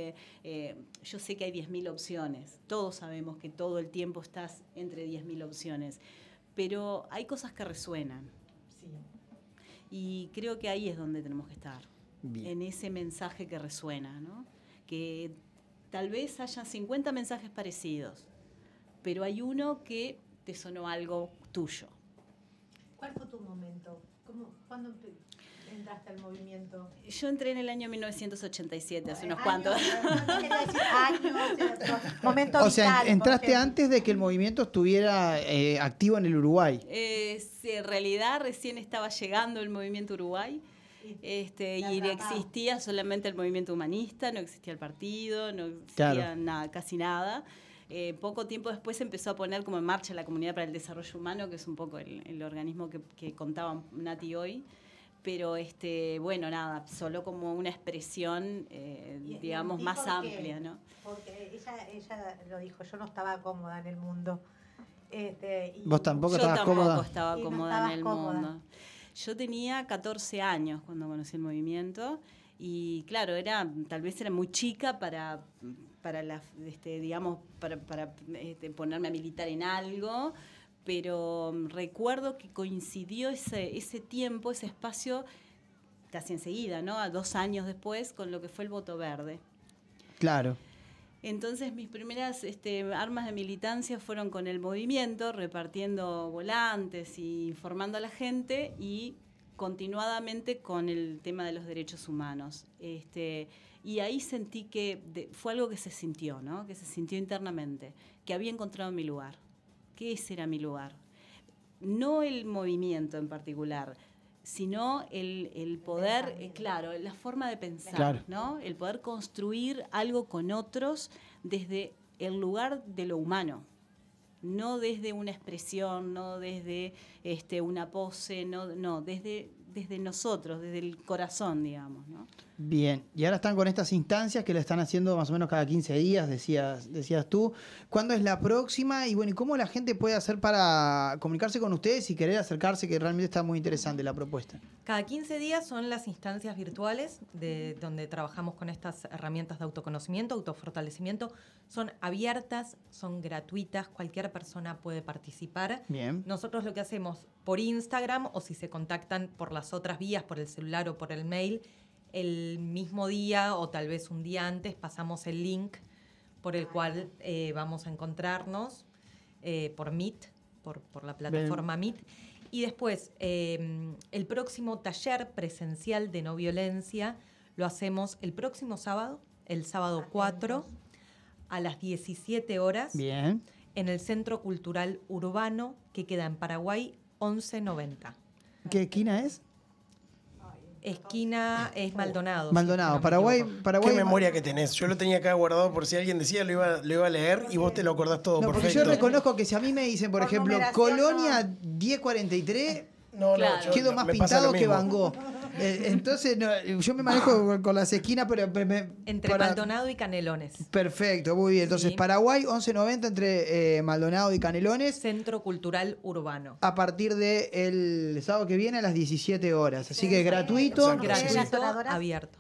yo sé que hay 10.000 opciones, todos sabemos que todo el tiempo estás entre 10.000 opciones, pero hay cosas que resuenan. Sí. Y creo que ahí es donde tenemos que estar, bien, en ese mensaje que resuena, ¿no? Que tal vez haya 50 mensajes parecidos, pero hay uno que te sonó algo tuyo. ¿Cuál fue tu momento? ¿Cuándo entraste al movimiento? Yo entré en el año 1987, hace unos cuantos. No quería decir años, momento O sea, vital, entraste antes de que el movimiento estuviera activo en el Uruguay. Sí, en realidad recién estaba llegando el movimiento Uruguay. Y existía solamente el movimiento humanista, no existía el partido, no existía nada, casi nada. Poco tiempo después se empezó a poner como en marcha la Comunidad para el Desarrollo Humano, que es un poco el organismo que contaba Nati hoy. Pero bueno, nada, solo como una expresión, digamos, más amplia, ¿no? Porque ella lo dijo, yo no estaba cómoda en el mundo. ¿Vos tampoco estabas cómoda? Yo tampoco estaba cómoda en el mundo. Yo tenía 14 años cuando conocí el movimiento y claro, tal vez era muy chica para ponerme a militar en algo, pero recuerdo que coincidió ese tiempo, ese espacio, casi enseguida, ¿no? A 2 años después, con lo que fue el voto verde. Claro. Entonces mis primeras armas de militancia fueron con el movimiento, repartiendo volantes y informando a la gente y continuadamente con el tema de los derechos humanos. Y ahí sentí que fue algo que se sintió, ¿no? Que se sintió internamente, que había encontrado mi lugar, que ese era mi lugar. No el movimiento en particular, sino el poder, claro, la forma de pensar, ¿no? El poder construir algo con otros desde el lugar de lo humano, no desde una expresión, no desde una pose, no, desde nosotros, desde el corazón, digamos, ¿no? Bien, y ahora están con estas instancias que la están haciendo más o menos cada 15 días, decías tú. ¿Cuándo es la próxima? Y bueno, ¿y cómo la gente puede hacer para comunicarse con ustedes y querer acercarse, que realmente está muy interesante la propuesta? Cada 15 días son las instancias virtuales donde trabajamos con estas herramientas de autoconocimiento, autofortalecimiento. Son abiertas, son gratuitas, cualquier persona puede participar. Bien. Nosotros lo que hacemos por Instagram, o si se contactan por las otras vías, por el celular o por el mail, el mismo día o tal vez un día antes pasamos el link por el cual vamos a encontrarnos por Meet, por la plataforma Meet. Y después, el próximo taller presencial de no violencia lo hacemos el próximo sábado, el sábado 4, a las 17 horas. Bien. En el Centro Cultural Urbano, que queda en Paraguay 1190. ¿Qué esquina es? Esquina es Maldonado. Maldonado, Paraguay. Qué memoria que tenés. Yo lo tenía acá guardado por si alguien decía lo iba a leer y vos te lo acordás todo perfecto. Porque yo reconozco que si a mí me dicen, por ejemplo, Colonia 1043, quedo más pintado que Van Gogh. Entonces, yo me manejo con las esquinas, pero... Entre Maldonado y Canelones. Perfecto, muy bien. Entonces, Paraguay, 1190 entre Maldonado y Canelones. Centro Cultural Urbano. A partir del sábado que viene a las 17 horas. Así que gratuito. Gratuito, abierto.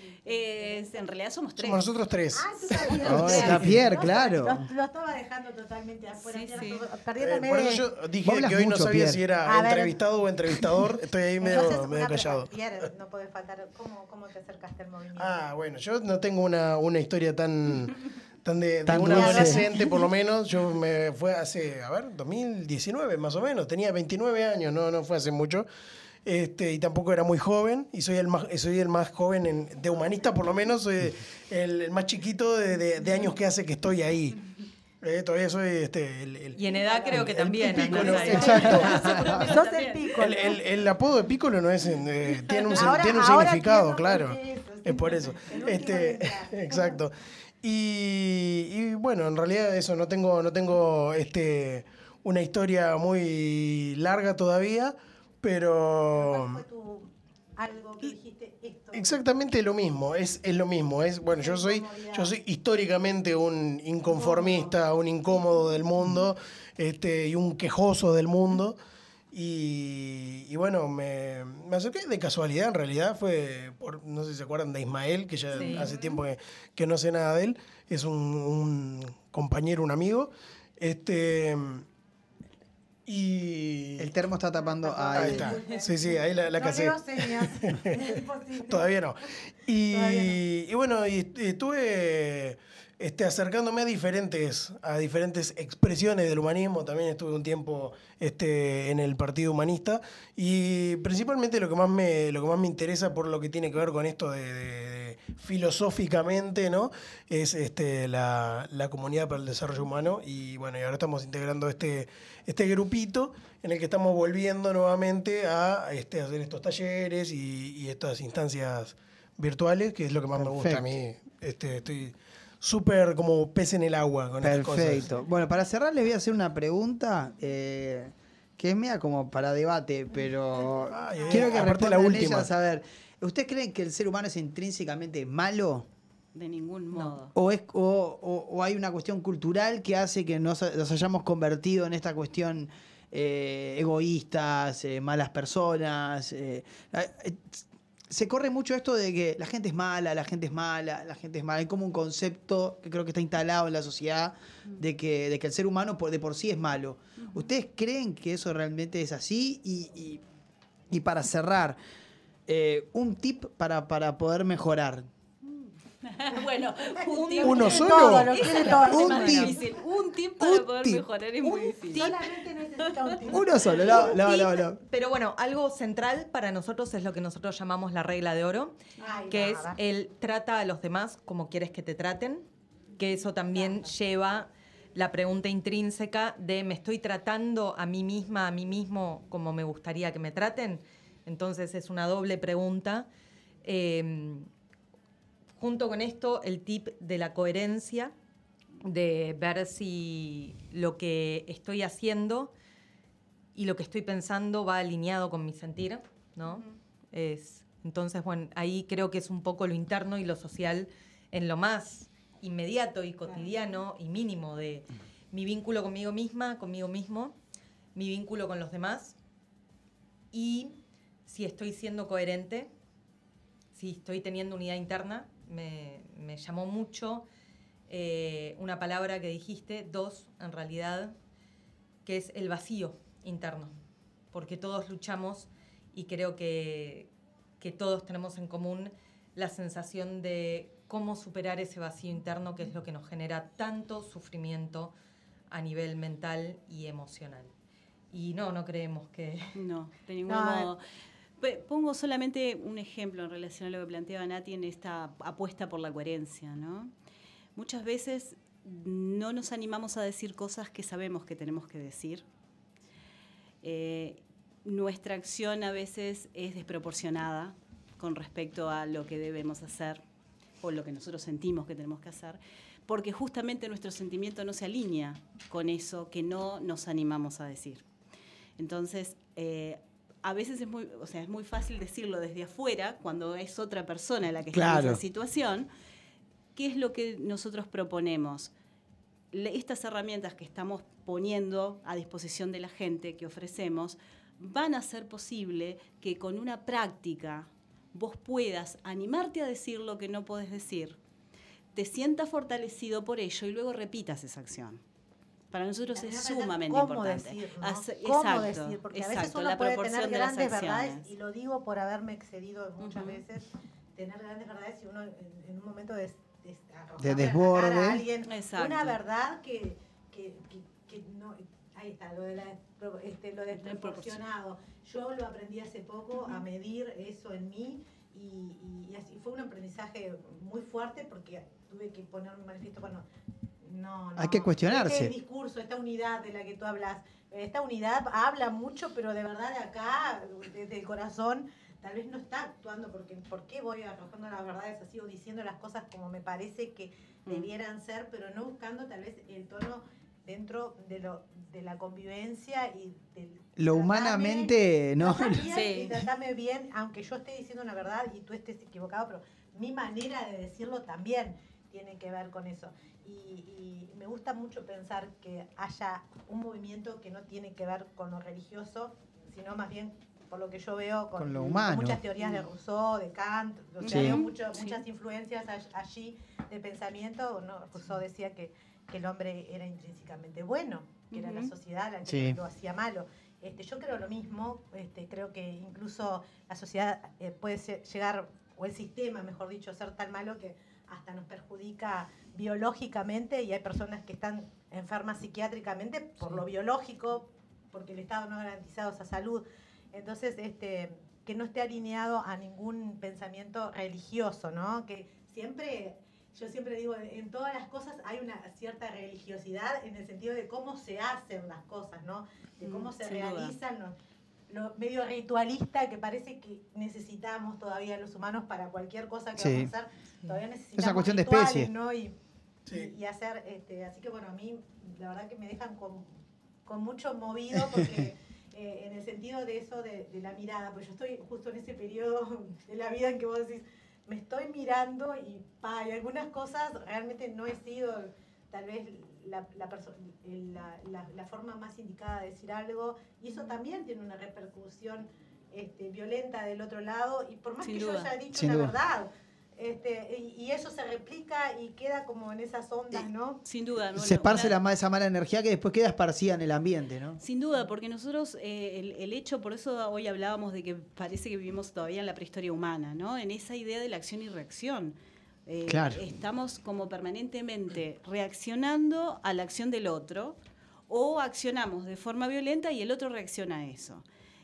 En realidad somos 3. Somos nosotros 3. Está Pierre, claro. Lo estaba dejando totalmente afuera. Por eso yo dije que hoy no sabía Pierre. Si era entrevistado o entrevistador. Estoy ahí medio callado. Pierre, no puede faltar. ¿Cómo te acercaste al movimiento? Bueno, yo no tengo una historia tan de una adolescente, por lo menos. Yo me fue hace, 2019 más o menos. Tenía 29 años, no fue hace mucho. Y tampoco era muy joven, y soy el más joven de humanista, por lo menos, soy el más chiquito de años que hace que estoy ahí. Todavía soy y en edad creo que también. Exacto. Sos el Piccolo. El apodo de Piccolo no es tiene un significado, claro. Es por eso. Exacto. Y bueno, en realidad eso, no tengo una historia muy larga todavía. Pero ¿cuál fue algo que dijiste esto? Exactamente lo mismo, es lo mismo. Bueno, yo soy históricamente un inconformista, un incómodo del mundo, y un quejoso del mundo. Y bueno, me acerqué de casualidad, en realidad fue no sé si se acuerdan de Ismael, que ya hace tiempo que no sé nada de él, es un compañero, un amigo. Y el termo está tapando ahí está. Sí, ahí la casé. Todavía no. Y bueno, estuve acercándome a diferentes expresiones del humanismo. También estuve un tiempo en el Partido Humanista, y principalmente lo que más me interesa por lo que tiene que ver con esto de filosóficamente, ¿no? Es la Comunidad para el Desarrollo Humano, y bueno, y ahora estamos integrando este grupito en el que estamos volviendo nuevamente a hacer estos talleres y estas instancias virtuales, que es lo que más me gusta a mí. Estoy súper como pez en el agua con estas cosas. Perfecto. Bueno, para cerrar les voy a hacer una pregunta que es mía como para debate, pero quiero que respondan la última. ellas. A ver, ¿ustedes creen que el ser humano es intrínsecamente malo? De ningún modo. ¿O hay una cuestión cultural que hace que nos hayamos convertido en esta cuestión egoístas, malas personas? Se corre mucho esto de que la gente es mala, la gente es mala, la gente es mala. Hay como un concepto que creo que está instalado en la sociedad de que el ser humano de por sí es malo. ¿Ustedes creen que eso realmente es así? Y para cerrar, un tip para poder mejorar. Bueno, un tip. ¿Uno solo? Todo, lo quiere todo. Un tip. Difícil. Un tip para poder mejorar es muy difícil. Solamente necesita un tip. Uno solo, no. Pero bueno, algo central para nosotros es lo que nosotros llamamos la regla de oro, que es el trata a los demás como quieres que te traten, que eso también lleva la pregunta intrínseca de ¿me estoy tratando a mí misma, a mí mismo como me gustaría que me traten? Entonces es una doble pregunta. Junto con esto, el tip de la coherencia, de ver si lo que estoy haciendo y lo que estoy pensando va alineado con mi sentir, ¿no? Entonces, bueno, ahí creo que es un poco lo interno y lo social en lo más inmediato y cotidiano y mínimo de mi vínculo conmigo misma, conmigo mismo, mi vínculo con los demás, y si estoy siendo coherente, si estoy teniendo unidad interna. Me llamó mucho una palabra que dijiste, dos en realidad, que es el vacío interno, porque todos luchamos y creo que todos tenemos en común la sensación de cómo superar ese vacío interno, que es lo que nos genera tanto sufrimiento a nivel mental y emocional. Y no creemos que... No, de ningún modo. Pongo solamente un ejemplo en relación a lo que planteaba Nati en esta apuesta por la coherencia, ¿no? Muchas veces no nos animamos a decir cosas que sabemos que tenemos que decir. Nuestra acción a veces es desproporcionada con respecto a lo que debemos hacer o lo que nosotros sentimos que tenemos que hacer, porque justamente nuestro sentimiento no se alinea con eso que no nos animamos a decir. Entonces, a veces es muy fácil decirlo desde afuera, cuando es otra persona la que está en esa situación. ¿Qué es lo que nosotros proponemos? Estas herramientas que estamos poniendo a disposición de la gente, que ofrecemos, van a hacer posible que con una práctica vos puedas animarte a decir lo que no podés decir, te sientas fortalecido por ello y luego repitas esa acción. Para nosotros es sumamente importante. Decir, ¿no? Exacto, ¿Cómo decir? Porque a veces uno puede tener grandes verdades, acciones. y lo digo por haberme excedido muchas veces, tener grandes verdades y uno en un momento de desborde a alguien una verdad que no... Ahí está, lo de desproporcionado. Yo lo aprendí hace poco a medir eso en mí y así fue un aprendizaje muy fuerte porque tuve que poner un manifiesto. Bueno, no. Hay que cuestionarse. Este discurso, esta unidad de la que tú hablas, esta unidad habla mucho, pero de verdad de acá, desde el corazón, tal vez no está actuando porque ¿por qué voy arrojando las verdades así o diciendo las cosas como me parece que debieran ser, pero no buscando tal vez el tono dentro de la convivencia y del lo humanamente, ¿no? Y tratame bien, aunque yo esté diciendo una verdad y tú estés equivocado, pero mi manera de decirlo también tiene que ver con eso. Y me gusta mucho pensar que haya un movimiento que no tiene que ver con lo religioso, sino más bien, por lo que yo veo, con lo humano. Muchas teorías de Rousseau, de Kant, veo muchas influencias allí de pensamiento. Rousseau decía que el hombre era intrínsecamente bueno, que era la sociedad la que lo hacía malo. Yo creo lo mismo, creo que incluso la sociedad puede llegar o el sistema, mejor dicho, ser tan malo que hasta nos perjudica biológicamente, y hay personas que están enfermas psiquiátricamente por lo biológico, porque el Estado no ha garantizado esa salud. Entonces, que no esté alineado a ningún pensamiento religioso, ¿no? Que yo siempre digo, en todas las cosas hay una cierta religiosidad en el sentido de cómo se hacen las cosas, ¿no? De cómo se realizan, lo medio ritualista que parece que necesitamos todavía los humanos para cualquier cosa que vamos a hacer. Todavía necesitamos es una cuestión de rituales, especie, ¿no? Y hacer, así que bueno, a mí la verdad que me dejan con mucho movido porque en el sentido de eso, de la mirada, pues yo estoy justo en ese periodo de la vida en que vos decís, me estoy mirando y algunas cosas realmente no he sido tal vez la forma más indicada de decir algo, y eso también tiene una repercusión violenta del otro lado, y por más que yo haya dicho la verdad, y eso se replica y queda como en esas ondas, ¿no? Sin duda. ¿no? Se esparce esa mala energía que después queda esparcida en el ambiente, ¿no? Sin duda, porque nosotros, el hecho, por eso hoy hablábamos de que parece que vivimos todavía en la prehistoria humana, ¿no? En esa idea de la acción y reacción. Claro. Estamos como permanentemente reaccionando a la acción del otro, o accionamos de forma violenta y el otro reacciona a eso.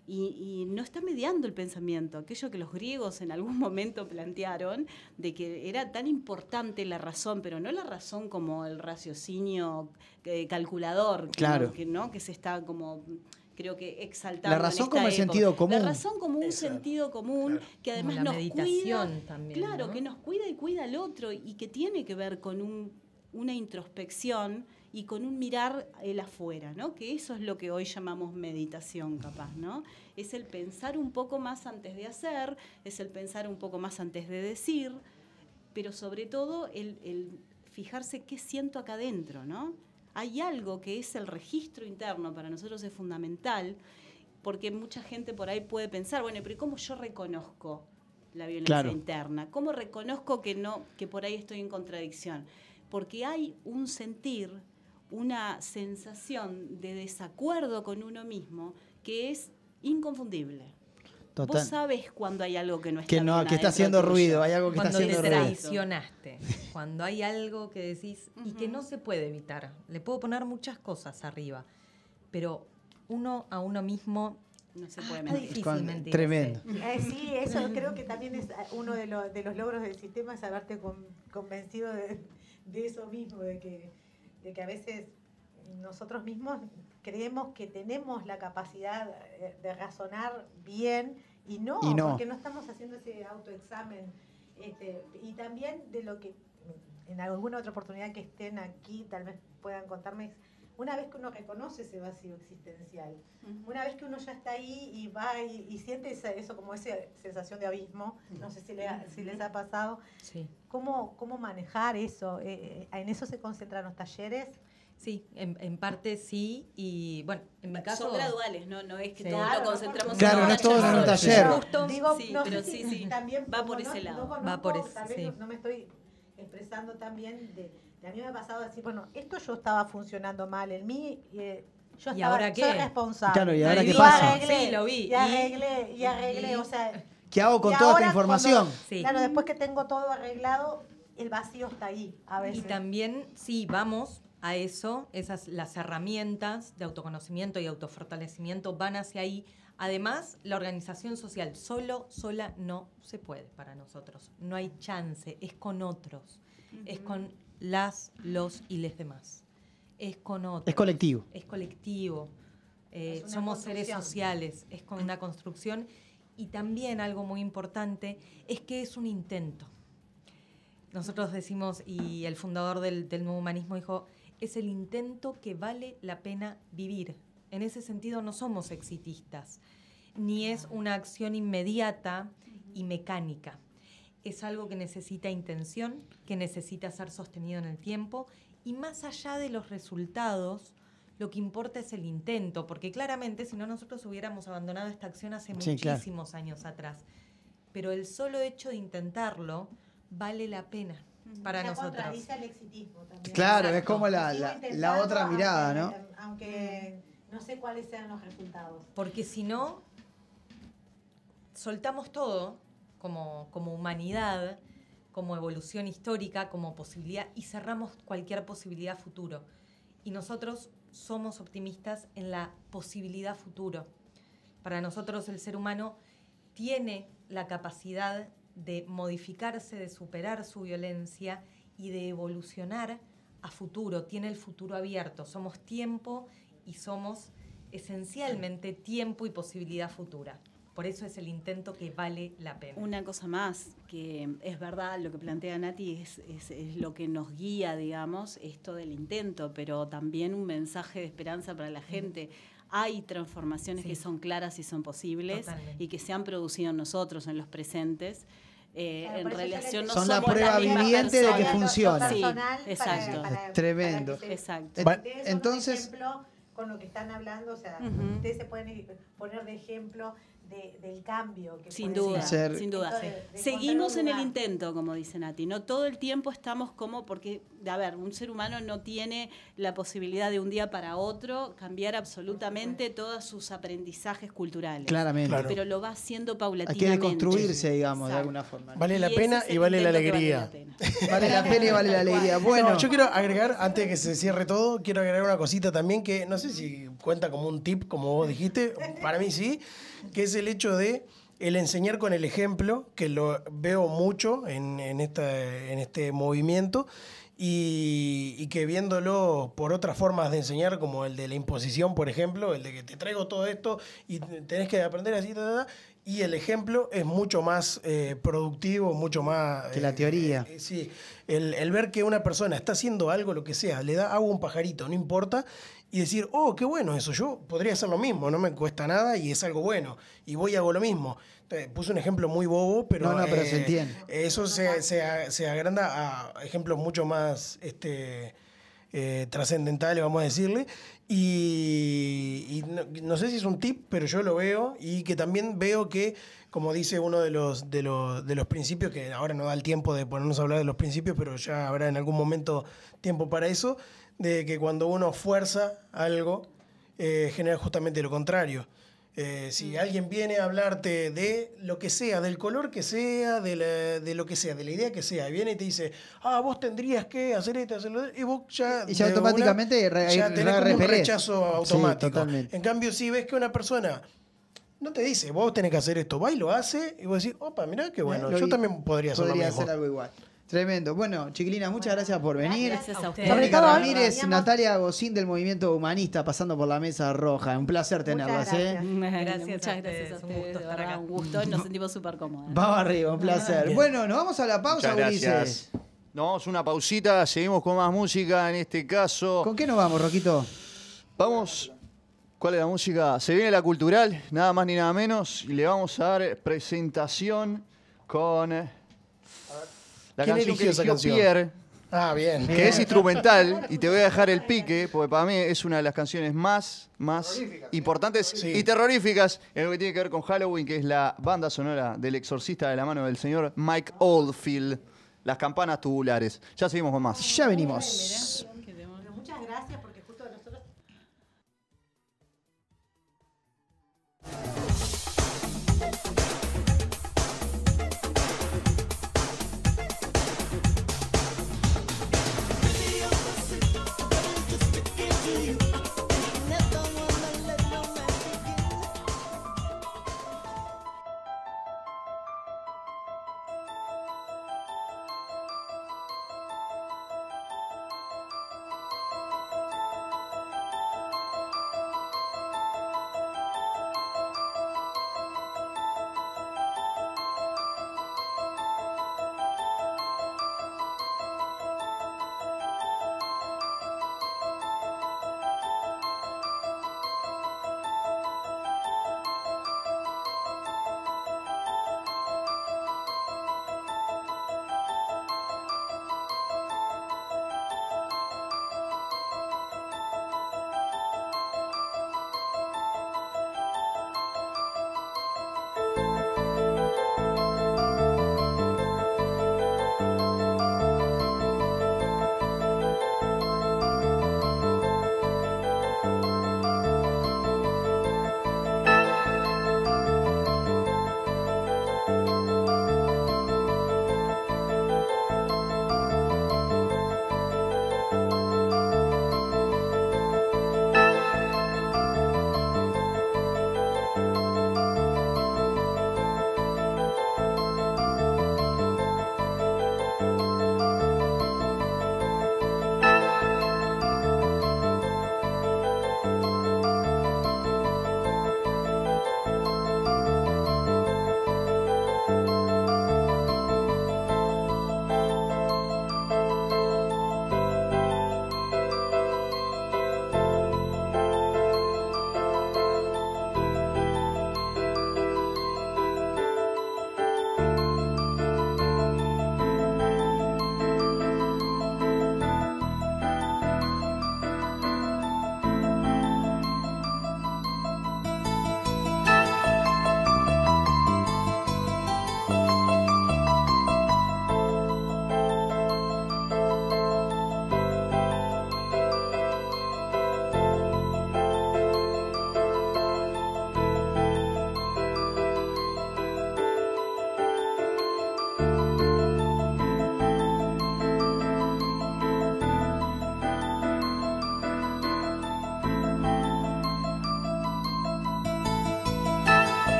Y no está mediando el pensamiento, aquello que los griegos en algún momento plantearon, de que era tan importante la razón, pero no la razón como el raciocinio calculador, claro. que se está como, creo que exaltando. La razón en esta como el época. sentido común. La razón como un sentido común, que además como la nos meditación cuida, también, claro, ¿no? que nos cuida y cuida al otro, y que tiene que ver con una introspección y con un mirar el afuera, ¿no? Que eso es lo que hoy llamamos meditación, capaz, ¿no? Es el pensar un poco más antes de hacer, es el pensar un poco más antes de decir, pero sobre todo el fijarse qué siento acá adentro, ¿no? Hay algo que es el registro interno, para nosotros es fundamental, porque mucha gente por ahí puede pensar, bueno, pero ¿cómo yo reconozco la violencia interna? ¿Cómo reconozco que por ahí estoy en contradicción? Porque hay un sentir, una sensación de desacuerdo con uno mismo que es inconfundible. Total. Vos sabés cuando hay algo que no está que no, bien que está adentro haciendo tuyo. ruido, hay algo que Cuando está haciendo te ruido. traicionaste, cuando hay algo que decís y que no se puede evitar. Le puedo poner muchas cosas arriba, pero uno a uno mismo no se puede está mentir. difícil mentir. Tremendo. Sí, eso creo que también es uno de los logros del sistema, es haberte convencido de eso mismo, de que a veces nosotros mismos creemos que tenemos la capacidad de razonar bien y no, porque no estamos haciendo ese autoexamen. Y también de lo que en alguna otra oportunidad que estén aquí tal vez puedan contarme, una vez que uno reconoce ese vacío existencial, una vez que uno ya está ahí y va y siente eso como esa sensación de abismo, no sé si les ha pasado, sí. ¿Cómo manejar eso? ¿En eso se concentran los talleres? Sí, en parte sí, y bueno, en mi caso... Son graduales, no es que sí. todos lo concentramos Claro, en no es todo en un taller. Digo, sí, no pero sé sí, también va por ese lado. Va por ese, tal vez sí. no me estoy expresando tan bien a mí me ha pasado decir, bueno, esto yo estaba funcionando mal en mí, yo ¿Y ahora qué? soy responsable. Claro, ¿y ahora qué Yo pasa? arreglé, Sí, lo vi. Y arreglé, o sea... ¿Qué hago con y toda esta ahora información? Sí. Claro, después que tengo todo arreglado, el vacío está ahí, a veces. Y también, sí, vamos a eso, las herramientas de autoconocimiento y autofortalecimiento van hacia ahí. Además, la organización social sola no se puede para nosotros. No hay chance, es con otros, es con los y les demás. Es con otros. Es colectivo. Es colectivo. Es Somos seres construcción. sociales, es con una construcción. Y también algo muy importante es que es un intento. Nosotros decimos, y el fundador del nuevo humanismo dijo, es el intento que vale la pena vivir. En ese sentido no somos exitistas, ni es una acción inmediata y mecánica. Es algo que necesita intención, que necesita ser sostenido en el tiempo, y más allá de los resultados, lo que importa es el intento, porque claramente si no nosotros hubiéramos abandonado esta acción hace muchísimos años atrás. Pero el solo hecho de intentarlo vale la pena para ya nosotros. Contradice al exitismo también. Claro, Exacto. es como la otra mirada, ¿no? Aunque no sé cuáles sean los resultados. Porque si no, soltamos todo como humanidad, como evolución histórica, como posibilidad, y cerramos cualquier posibilidad futuro. Y nosotros somos optimistas en la posibilidad futuro. Para nosotros el ser humano tiene la capacidad de modificarse, de superar su violencia y de evolucionar a futuro. Tiene el futuro abierto. Somos tiempo y somos esencialmente tiempo y posibilidad futura. Por eso es el intento que vale la pena. Una cosa más, que es verdad, lo que plantea Nati es lo que nos guía, digamos, esto del intento, pero también un mensaje de esperanza para la gente. Hay transformaciones que son claras y son posibles. Totalmente. Y que se han producido en nosotros, en los presentes. En relación no son la prueba viviente de que funciona. Sí, exacto. Tremendo. Exacto. Entonces, ejemplo, con lo que están hablando, o sea, ustedes se pueden poner de ejemplo del cambio que sin puede duda, ser. Sin duda. De seguimos en el intento, como dice Nati, no todo el tiempo estamos porque, a ver, un ser humano no tiene la posibilidad de un día para otro cambiar absolutamente todos sus aprendizajes culturales. Claramente. Claro. Pero lo va haciendo paulatinamente. Hay que deconstruirse, digamos, de alguna forma. Vale la pena y vale la alegría. Vale la pena y vale la alegría. Bueno, no, yo quiero agregar, antes de que se cierre todo, quiero agregar una cosita también que no sé si cuenta como un tip, como vos dijiste, para mí sí, que es el hecho de el enseñar con el ejemplo, que lo veo mucho en este movimiento, y que viéndolo por otras formas de enseñar, como el de la imposición, por ejemplo, el de que te traigo todo esto y tenés que aprender así, y el ejemplo es mucho más productivo, mucho más... que la teoría. Sí, el ver que una persona está haciendo algo, lo que sea, le da agua a un pajarito, no importa, y decir, oh, qué bueno eso, yo podría hacer lo mismo, no me cuesta nada y es algo bueno, y voy y hago lo mismo. Puse un ejemplo muy bobo, pero, pero se entiende. Eso se agranda a ejemplos mucho más trascendentales, vamos a decirle, y no sé si es un tip, pero yo lo veo, y que también veo que, como dice uno de los principios, que ahora no da el tiempo de ponernos a hablar de los principios, pero ya habrá en algún momento tiempo para eso, de que cuando uno fuerza algo, genera justamente lo contrario. Si alguien viene a hablarte de lo que sea, del color que sea, de lo que sea, de la idea que sea, y viene y te dice, vos tendrías que hacer esto, hacerlo, y vos ya automáticamente ya tenés como un rechazo automático. Sí, en cambio, si ves que una persona no te dice, vos tenés que hacer esto, va y lo hace, y vos decís, opa, mirá qué bueno, yo también podría hacer lo mismo. Hacer algo igual. Tremendo. Bueno, chiquilinas, muchas gracias por venir. Gracias a ustedes. Mónica Ramírez, Natalia Gocín del Movimiento Humanista, pasando por la Mesa Roja. Un placer tenerlas. Gracias. Muchas gracias a ustedes. Un gusto estar acá. Un gusto, nos sentimos súper cómodos. Vamos arriba, un placer. Bueno, nos vamos a la pausa, Ulises. Nos vamos a una pausita, seguimos con más música en este caso. ¿Con qué nos vamos, Roquito? Vamos... ¿Cuál es la música? Se viene la cultural, nada más ni nada menos, y le vamos a dar presentación con la canción que eligió Pierre. Bien. Que es instrumental, y te voy a dejar el pique, porque para mí es una de las canciones más importantes y terroríficas en lo que tiene que ver con Halloween, que es la banda sonora del Exorcista de la mano del señor Mike Oldfield, Las campanas tubulares. Ya seguimos con más. Ya venimos. Muchas gracias porque justo nosotros...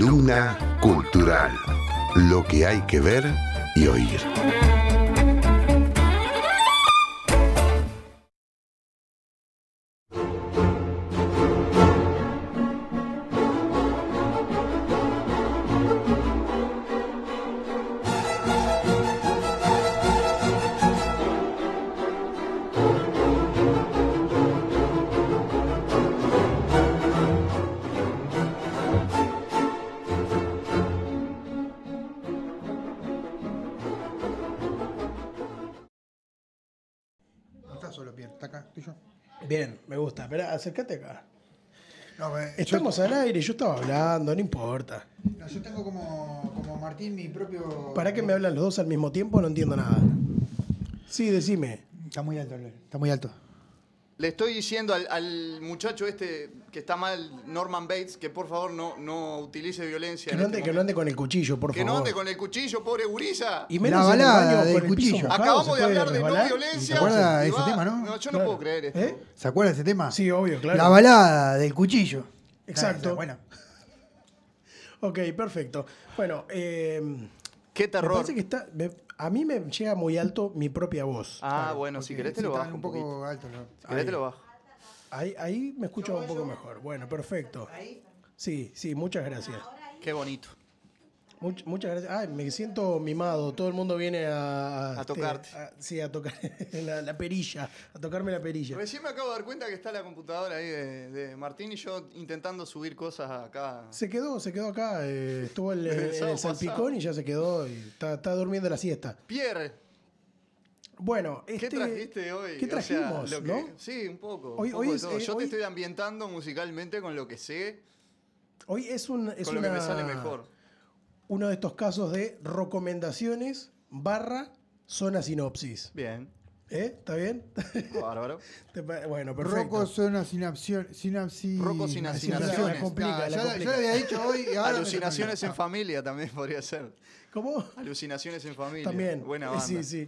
Columna cultural. Lo que hay que ver y oír. Bien, me gusta. Espera, acércate acá. No, estamos al aire, yo estaba hablando, no importa. No, yo tengo como Martín mi propio... ¿Para qué me hablan los dos al mismo tiempo? No entiendo nada. Sí, decime. Está muy alto, está muy alto. Le estoy diciendo al muchacho este que está mal, Norman Bates, que por favor no utilice violencia. Que no ande con el cuchillo, por favor. Que no ande con el cuchillo, pobre gurisa. Y menos la balada del cuchillo. Acabamos de hablar de no violencia. ¿Se acuerda de ese tema, no? No, yo no puedo creer esto. ¿Se acuerda de ese tema? Sí, obvio, claro. La balada del cuchillo. Exacto. Bueno. Ok, perfecto. Bueno, qué terror. Me parece que a mí me llega muy alto mi propia voz. Ah, bueno, si querés te lo bajo un poco alto. Si querés te lo bajo. Ahí me escucho un poco mejor. Bueno, perfecto. Sí, muchas gracias. Qué bonito. Muchas gracias. Ay, me siento mimado. Todo el mundo viene a tocarte. A tocar la perilla. A tocarme la perilla. Recién me acabo de dar cuenta que está la computadora ahí de Martín y yo intentando subir cosas acá. Se quedó acá. Estuvo en el salpicón y ya se quedó. Y está durmiendo la siesta. Pierre. Bueno, ¿qué trajiste hoy? ¿Qué trajimos, ¿no? Sí, un poco. Yo te estoy ambientando musicalmente con lo que sé. Hoy es con lo que me sale mejor. Uno de estos casos de recomendaciones / zona sinopsis. Bien. ¿Está bien? Bárbaro. Bueno, perfecto. Rocco zona sinapsis. Rocco sinapsis. Complica. Yo le había dicho hoy y ahora Alucinaciones en familia también podría ser. ¿Cómo? Alucinaciones en familia. También. Buena banda. Sí.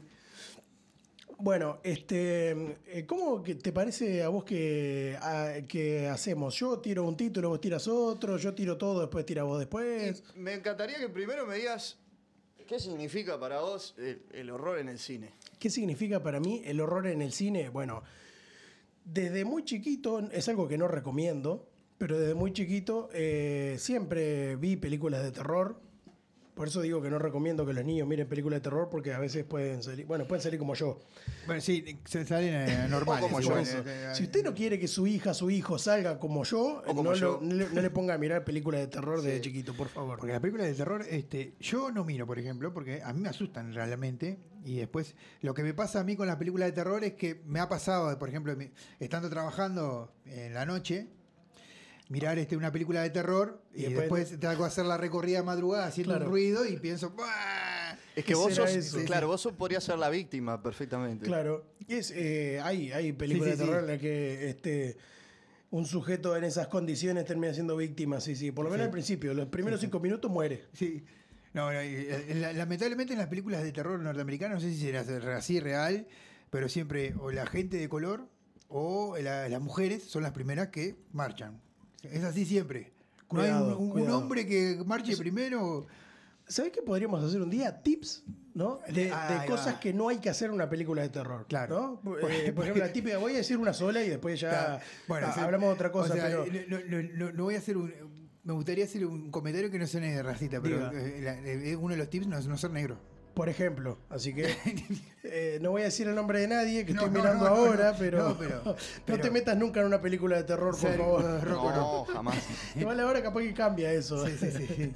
Bueno, ¿cómo te parece a vos que hacemos? Yo tiro un título, vos tiras otro, yo tiro todo, después tira vos después. Y me encantaría que primero me digas qué significa para vos el horror en el cine. ¿Qué significa para mí el horror en el cine? Bueno, desde muy chiquito, es algo que no recomiendo, pero desde muy chiquito siempre vi películas de terror. Por eso digo que no recomiendo que los niños miren películas de terror porque a veces pueden salir como yo. Bueno, sí, se salen normales. Como yo. Si usted no quiere que su hija, su hijo salga como yo, no le ponga a mirar películas de terror desde chiquito, por favor. Porque las películas de terror, yo no miro, por ejemplo, porque a mí me asustan realmente. Y después, lo que me pasa a mí con las películas de terror es que me ha pasado, por ejemplo, estando trabajando en la noche, mirar una película de terror y después tengo que hacer la recorrida de madrugada haciendo un ruido y pienso, ¡bah! Es que vos vos podrías ser la víctima perfectamente. Claro. Hay películas de terror en las que un sujeto en esas condiciones termina siendo víctima, por lo menos al principio, los primeros 5 minutos muere. Sí. No, lamentablemente en las películas de terror norteamericanas, no sé si será así real, pero siempre o la gente de color o las mujeres son las primeras que marchan. Es así siempre. Cuidado, no hay un hombre que marche primero. ¿Sabés qué podríamos hacer un día? Tips, ¿no? De cosas que no hay que hacer en una película de terror. Claro. ¿no? Por ejemplo, la típica, voy a decir una sola y después ya hablamos de otra cosa. Pero no voy a hacer me gustaría hacer un comentario que no suene racista, pero uno de los tips no ser negro. Por ejemplo, así que no voy a decir el nombre de nadie que estoy mirando ahora, pero no te metas nunca en una película de terror, por favor. No, jamás. Igual ahora capaz que cambia eso. Sí.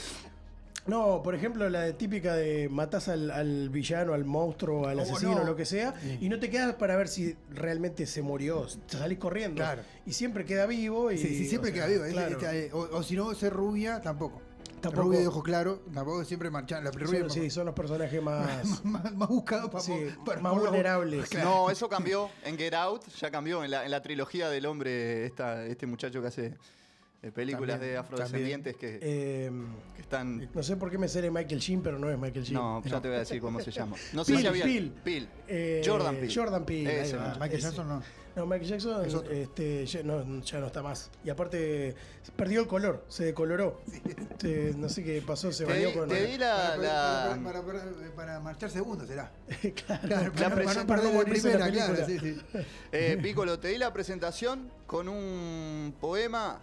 No, por ejemplo, la típica de matás al villano, al monstruo, al asesino, lo que sea, y no te quedas para ver si realmente se murió. Salís corriendo. Claro. Y siempre queda vivo. Siempre queda vivo. Claro. O si no, ser rubia, tampoco. Rubia de ojo claro, tampoco siempre marchan. Son los personajes más buscados más vulnerables. Claro. No, eso cambió en Get Out, ya cambió en la trilogía del hombre, este muchacho que hace películas También, de afrodescendientes que están... No sé por qué me sale Michael Sheen, pero no es Michael Sheen. No, ya te voy a decir cómo se llama. No sé si había... Peele. Jordan Peele. Jordan Peele. Ese, Michael Jackson no. No, Michael Jackson ya no está más. Y aparte, perdió el color, se decoloró. No sé qué pasó, se bañó con... Te di Para marchar segundo, será. Claro, para no perder la primera, claro. Piccolo, te di la presentación con un poema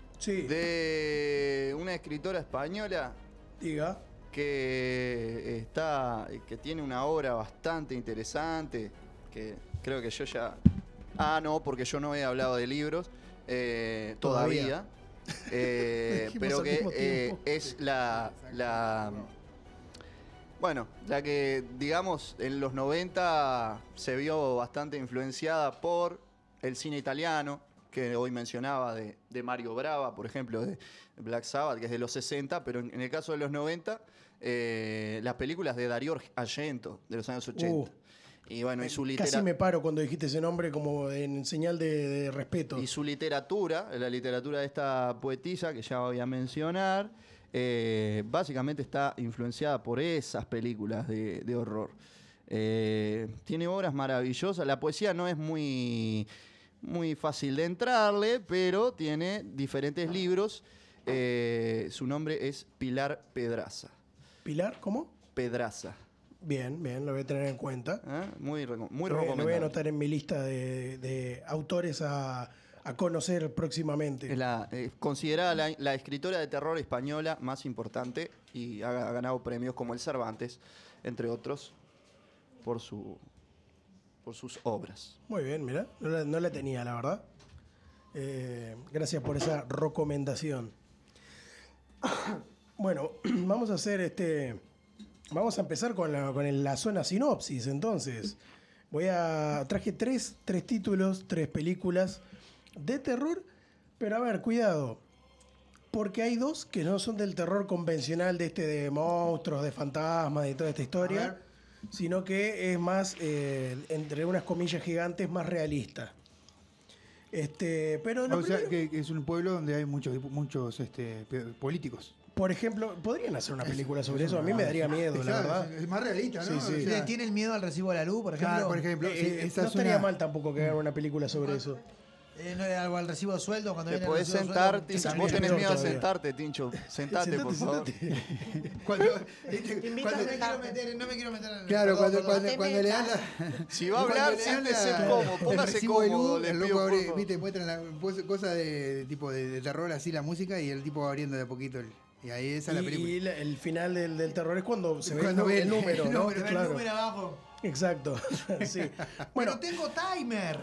de una escritora española. Diga. Que tiene una obra bastante interesante, que creo que yo ya... no, porque yo no he hablado de libros todavía. Pero que es la que, digamos, en los 90 se vio bastante influenciada por el cine italiano, que hoy mencionaba de Mario Brava, por ejemplo, de Black Sabbath, que es de los 60, pero en el caso de los 90, las películas de Dario Argento, de los años 80. Y bueno, y su Casi me paro cuando dijiste ese nombre como en señal de respeto. Y su literatura, la literatura de esta poetisa que ya voy a mencionar, básicamente está influenciada por esas películas de horror. Tiene obras maravillosas. La poesía no es muy fácil de entrarle, pero tiene diferentes libros. Su nombre es Pilar Pedraza. ¿Pilar? ¿Cómo? Pedraza. Bien, lo voy a tener en cuenta. Muy recomendable. Lo voy a anotar en mi lista de autores a conocer próximamente. Es considerada la escritora de terror española más importante y ha ganado premios como el Cervantes, entre otros, por sus obras. Muy bien, mira, no la tenía, la verdad. Gracias por esa recomendación. Bueno, vamos a hacer Vamos a empezar con la zona sinopsis, entonces. Traje tres títulos, 3 películas de terror, pero a ver, cuidado, porque hay 2 que no son del terror convencional de monstruos, de fantasmas, de toda esta historia, sino que es más, entre unas comillas gigantes, más realista. Pero que es un pueblo donde hay muchos políticos. Por ejemplo, podrían hacer una película sobre eso. A mí me daría miedo, la verdad. Es más realista, ¿no? Sí. ¿Tiene el miedo al recibo de la luz, por ejemplo? Claro, por ejemplo. No estaría mal tampoco que hagan una película sobre eso. ¿No es algo al recibo de sueldo? Cuando te podés sentar, Tincho. Vos tenés miedo a sentarte, Tincho. Sentate, por favor. No me quiero meter en el... Claro, cuando le dan la... Si va a hablar, siéntese cómodo. Póngase cómodo. El loco viste, muestran la cosa de tipo de terror, así la música, y el tipo va abriendo de a poquito y ahí esa es la película. Y el final del terror es cuando se ve el número, ¿no? Claro. El número abajo. Exacto. Sí. Bueno, pero tengo timer.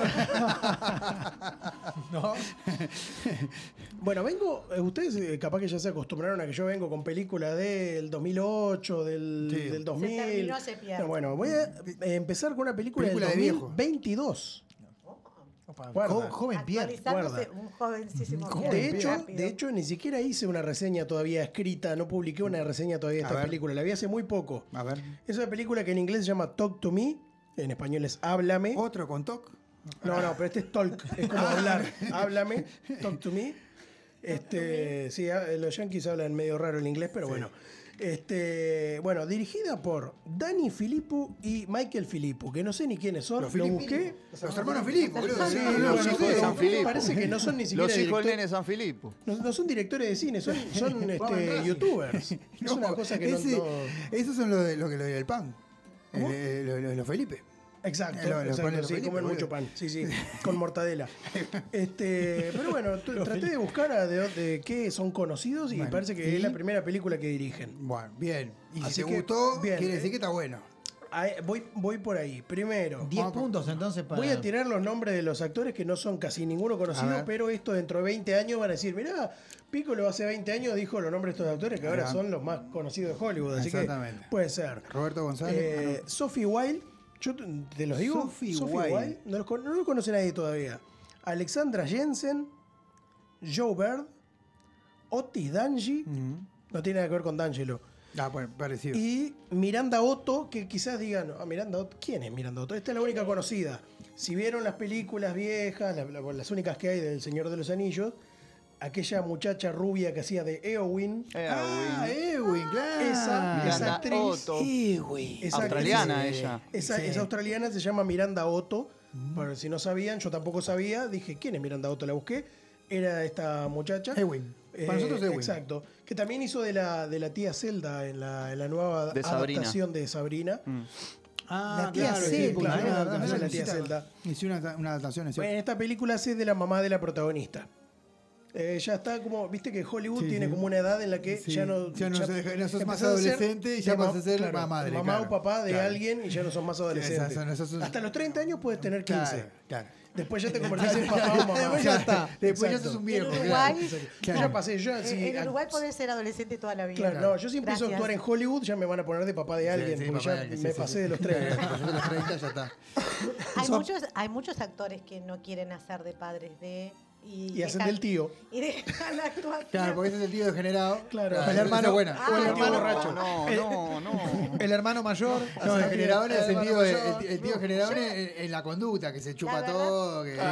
¿No? Bueno, ustedes capaz que ya se acostumbraron a que yo vengo con películas del 2008, del 2000. Se terminó ese piano. Bueno, voy a empezar con una película del 2022. Joven Pierre. Un jovencísimo de hecho, ni siquiera hice una reseña todavía escrita, no publiqué una reseña todavía de esta película, la vi hace muy poco. A ver. Es una película que en inglés se llama Talk to Me, en español es Háblame. ¿Otro con talk? No, pero este es talk, es como hablar. Háblame, talk to me. Sí, los yankees hablan medio raro el inglés, pero bueno. Bueno, dirigida por Danny Filippo y Michael Filippo, que no sé ni quiénes son. Lo busqué. Los hermanos Filippo, creo. Sí, los hijos de San Filippo. Parece que no son ni siquiera los hijos del nene San Filippo. No son directores de cine, son youtubers. Es una cosa que esos son los que lo del pan. Los Felipe. Exacto, sí, comen mucho pan, sí, con mortadela. Pero bueno, traté de buscar de qué son conocidos y parece que es la primera película que dirigen. Bueno, bien. Y si te gustó, quiere decir que está bueno. Voy por ahí. Primero. 10 puntos entonces para... Voy a tirar los nombres de los actores que no son casi ninguno conocido, pero esto dentro de 20 años van a decir, mirá, Piccolo hace 20 años dijo los nombres de estos actores que ahora son los más conocidos de Hollywood. Así que puede ser. Roberto González. Sophie Wilde. Yo te los digo. Sophie Wilde. No lo conoce nadie todavía. Alexandra Jensen, Joe Bird, Otis Danji. No tiene nada que ver con D'Angelo. Bueno, parecido. Y Miranda Otto, que quizás digan, Miranda Otto, ¿quién es Miranda Otto? Esta es la única conocida. Si vieron las películas viejas, las únicas que hay del Señor de los Anillos, aquella muchacha rubia que hacía de Eowyn. Eowyn, claro. Esa actriz. Otto. Esa Australiana actriz, ella. Esa australiana se llama Miranda Otto. Para si no sabían, yo tampoco sabía. Dije, ¿quién es Miranda Otto? La busqué. Era esta muchacha. Eowyn. Para nosotros Eowyn. Exacto. Que también hizo de la tía Zelda en la nueva adaptación de Sabrina. La tía Zelda. La tía Zelda. Hizo una adaptación. En esta película hace de la mamá de la protagonista. Ya está como, viste que Hollywood tiene como una edad en la que ya no sos más adolescente y ya vas a ser madre. Mamá o papá de alguien y ya no sos más adolescente. Hasta los 30 años puedes tener 15. Claro. Después ya te convertís en papá o mamá. Después ya está. Después ya sos un viejo. En Uruguay, Yo ya pasé. en Uruguay podés ser adolescente toda la vida. Claro, no, yo si empiezo a actuar en Hollywood ya me van a poner de papá de alguien, porque ya me pasé de los 30. Yo de los 30 ya está. Hay muchos actores que no quieren hacer de padres de... Y hacen del tío. Y dejan la actuación. Claro, porque ese es el tío degenerado. Claro. El hermano buena. O el hermano borracho. No. El hermano mayor. No, el generador es el tío generador en la conducta, que se chupa todo. Que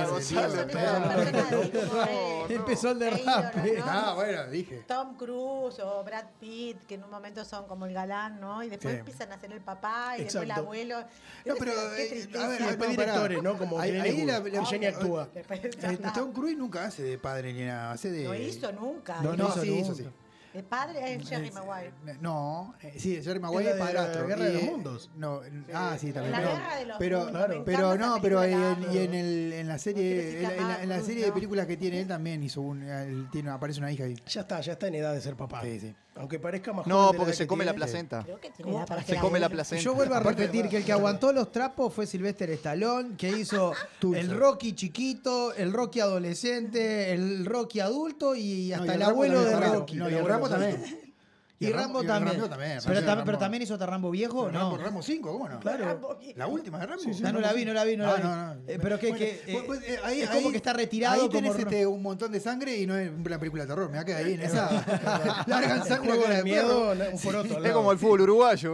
Empezó el derrape. Bueno, dije. Tom Cruise o Brad Pitt, que en un momento son como el galán, ¿no? Y después empiezan a ser el papá y después el abuelo. No, pero después directores, ¿no? Como ahí Jenny actúa. Tom Cruise nunca hace de padre ni nada, hace de... No hizo nunca. Hizo, sí. De padre es Jerry Maguire. No, sí, Jerry Maguire es padrastro. La Guerra de los Mundos. No, sí, también. La Guerra de los Mundos. Pero no, pero en la serie, en la serie de películas que tiene él también aparece una hija ahí. Ya está en edad de ser papá. Sí. Aunque parezca más No, joven. porque se come la placenta. Se come la placenta. Yo vuelvo a repetir que el que aguantó los trapos fue Sylvester Stallone, que hizo el Rocky chiquito, el Rocky adolescente, el Rocky adulto y hasta el abuelo de Rocky. No, y el Rambo también. Y Rambo también. Pero también hizo Rambo viejo, ¿no? Rambo 5, ¿cómo no? Claro. La última de Rambo. No la vi. Pero es como que está retirado. Ahí tenés un montón de sangre y no es una película de terror. Me va a quedar ahí en esa. Largan sangre con el miedo, un poroto. Es como el fútbol uruguayo.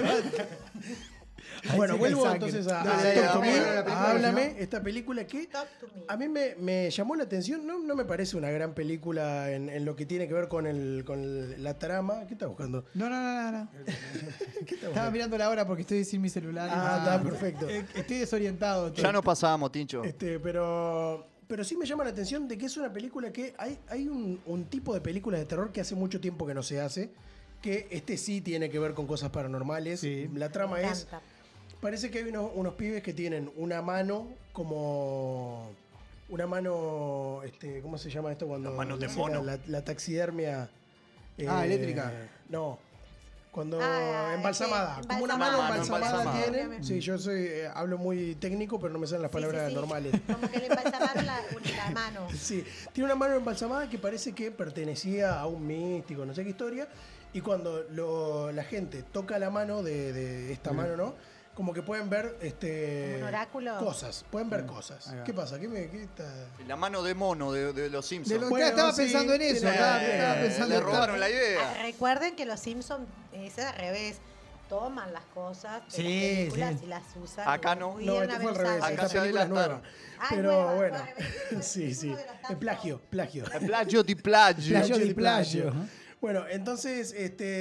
Bueno, vuelvo entonces a Talk to Me. Háblame, ¿no? Esta película que a mí me llamó la atención. No me parece una gran película en lo que tiene que ver con la trama. ¿Qué estás buscando? No. Estaba mirando la hora porque estoy sin mi celular. Está perfecto. Estoy desorientado. Ya nos pasábamos, Tincho. Pero sí me llama la atención de que es una película que hay un tipo de película de terror que hace mucho tiempo que no se hace. Que sí tiene que ver con cosas paranormales. Sí. La trama es... Parece que hay unos pibes que tienen una mano como... Una mano... ¿Cómo se llama esto cuando... La mano de mono. La taxidermia... eléctrica. No. Cuando embalsamada. Como una mano embalsamada tienen. Sí, yo hablo muy técnico, pero no me salen las palabras normales. Como que le embalsamaron la mano. Sí. Tiene una mano embalsamada que parece que pertenecía a un místico, no sé qué historia. Y cuando la gente toca la mano de esta mano, ¿no? Como que pueden ver ¿un oráculo? Cosas. Pueden ver cosas. ¿Qué pasa? ¿Qué está? La mano de mono de los Simpsons. Estaba pensando en eso. Le robaron la idea. Recuerden que los Simpsons es al revés. Toman las cosas de las películas y las usan. Acá no. No, este fue al revés. Esta película es nueva. Pero bueno. Sí. Es plagio. El plagio di plagio. Bueno, entonces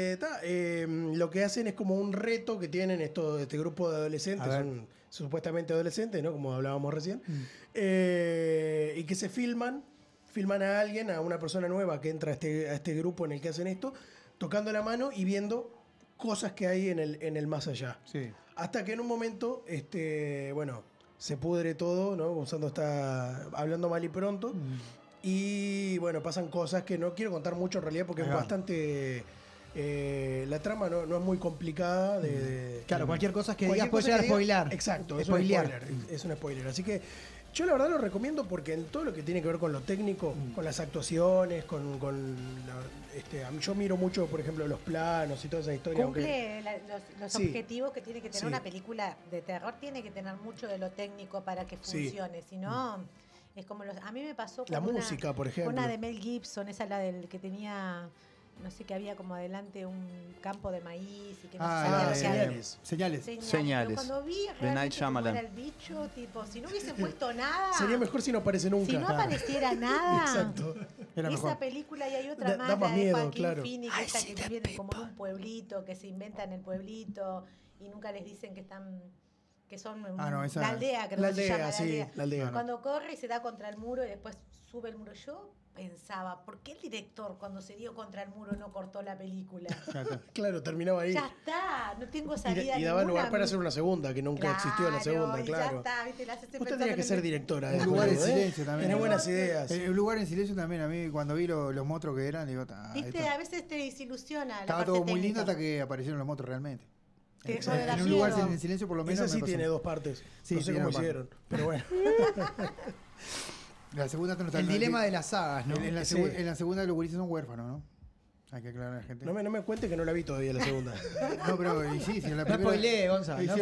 lo que hacen es como un reto que tienen este grupo de adolescentes, son supuestamente adolescentes, ¿no? Como hablábamos recién, y que se filman a alguien, a una persona nueva que entra a este grupo en el que hacen esto, tocando la mano y viendo cosas que hay en el más allá. Sí. Hasta que en un momento, se pudre todo, ¿no? Gonzalo está hablando mal y pronto. Y bueno, pasan cosas que no quiero contar mucho en realidad porque es bastante... la trama no es muy complicada. Claro, cualquier cosa que digas puede llegar a spoilar. Exacto, es un spoiler. Así que yo la verdad lo recomiendo porque en todo lo que tiene que ver con lo técnico, con las actuaciones, yo miro mucho, por ejemplo, los planos y toda esa historia. Cumple los objetivos que tiene que tener una película de terror, tiene que tener mucho de lo técnico para que funcione, si no... Es como a mí me pasó con la música, por ejemplo. Una de Mel Gibson, esa la del que tenía no sé, que había como adelante un campo de maíz y que no se sabía Señales. Pero cuando vi realmente cómo era el bicho, tipo, si no hubiesen puesto nada... Sería mejor si no aparece nunca. Si no apareciera nada... Exacto. Esa película, y hay otra da más la miedo, de Joaquín claro. Phoenix, esta que viven como en un pueblito, que se inventan el pueblito y nunca les dicen que están... que son la aldea, creo que se llama. La aldea. Cuando corre y se da contra el muro y después sube el muro. Yo pensaba, ¿por qué el director cuando se dio contra el muro no cortó la película? Claro, terminaba ahí. Ya está, no tengo salida y daba lugar para hacer una segunda, que nunca existió la segunda, claro. Ya está, ¿viste? La haces Vos tendrías que ser directora. Un lugar en silencio también. Tiene buenas ideas. Un lugar en silencio también, a mí cuando vi los monstruos que eran, digo, viste, a veces te desilusiona. Estaba todo muy lindo hasta que aparecieron los monstruos realmente. En un lugar en silencio por lo menos. Esa sí tiene dos partes. Sí, no sé cómo hicieron, pero bueno. La segunda el dilema de las sagas, ¿no? En la segunda los gurises son huérfanos, ¿no? Hay que aclarar a la gente. No me cuente que no la vi todavía la segunda. No, pero sí, si en la primera... No spoileé, Gonzalo. No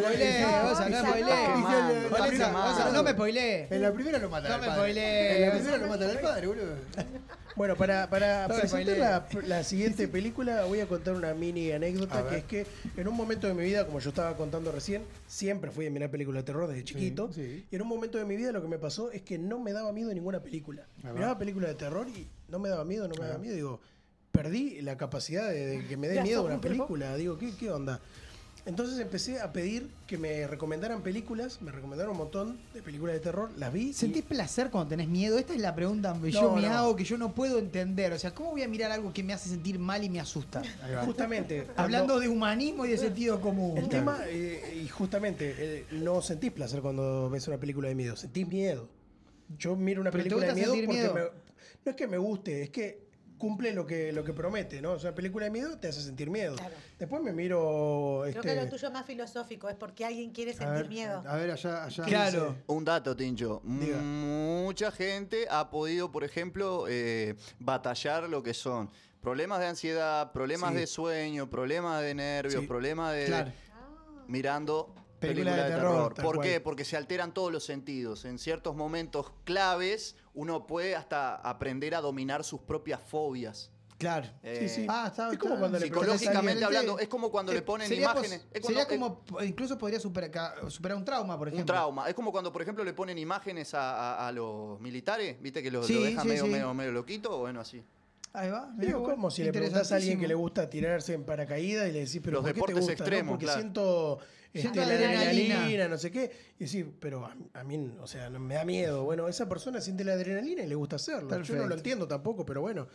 me spoileé. En la primera lo matan al padre. No me spoileé. En la primera lo matan al padre, boludo. Bueno, para presentar la siguiente película voy a contar una mini anécdota, que es que en un momento de mi vida, como yo estaba contando recién, siempre fui a mirar películas de terror desde chiquito. Y en un momento de mi vida lo que me pasó es que no me daba miedo ninguna película. Miraba películas de terror y no me daba miedo. Digo, perdí la capacidad de que me dé miedo una película. Digo, ¿qué onda? Entonces empecé a pedir que me recomendaran películas. Me recomendaron un montón de películas de terror. Las vi. ¿Sentís placer cuando tenés miedo? Esta es la pregunta que yo me hago, que yo no puedo entender. O sea, ¿cómo voy a mirar algo que me hace sentir mal y me asusta? Justamente. Hablando de humanismo y de sentido común. El tema, y justamente, no sentís placer cuando ves una película de miedo. Sentís miedo. Yo miro una película de miedo porque no es que me guste, es que cumple lo que promete, ¿no? O sea, una película de miedo te hace sentir miedo. Claro. Después me miro... Creo que lo tuyo es más filosófico, es porque alguien quiere sentir miedo. A ver, allá. Claro. Un dato, Tincho. Diga. Mucha gente ha podido, por ejemplo, batallar lo que son problemas de ansiedad, problemas de sueño, problemas de nervios, problemas de... mirando... Película de terror. ¿Por qué? Porque se alteran todos los sentidos. En ciertos momentos claves uno puede hasta aprender a dominar sus propias fobias. Claro. Es como cuando psicológicamente hablando, es como cuando le ponen imágenes. Sería como, incluso podría superar un trauma, por ejemplo. Un trauma. Es como cuando, por ejemplo, le ponen imágenes a los militares, ¿viste? Que lo dejan medio loquito, bueno, así. Ahí va. Digo, como si le preguntás a alguien que le gusta tirarse en paracaídas y le decís, pero los ¿por qué deportes te gusta? extremos, Porque claro. siento la adrenalina, no sé qué. Y decís, pero a mí, o sea, me da miedo. Bueno, esa persona siente la adrenalina y le gusta hacerlo. Perfecto. Yo no lo entiendo tampoco, pero bueno.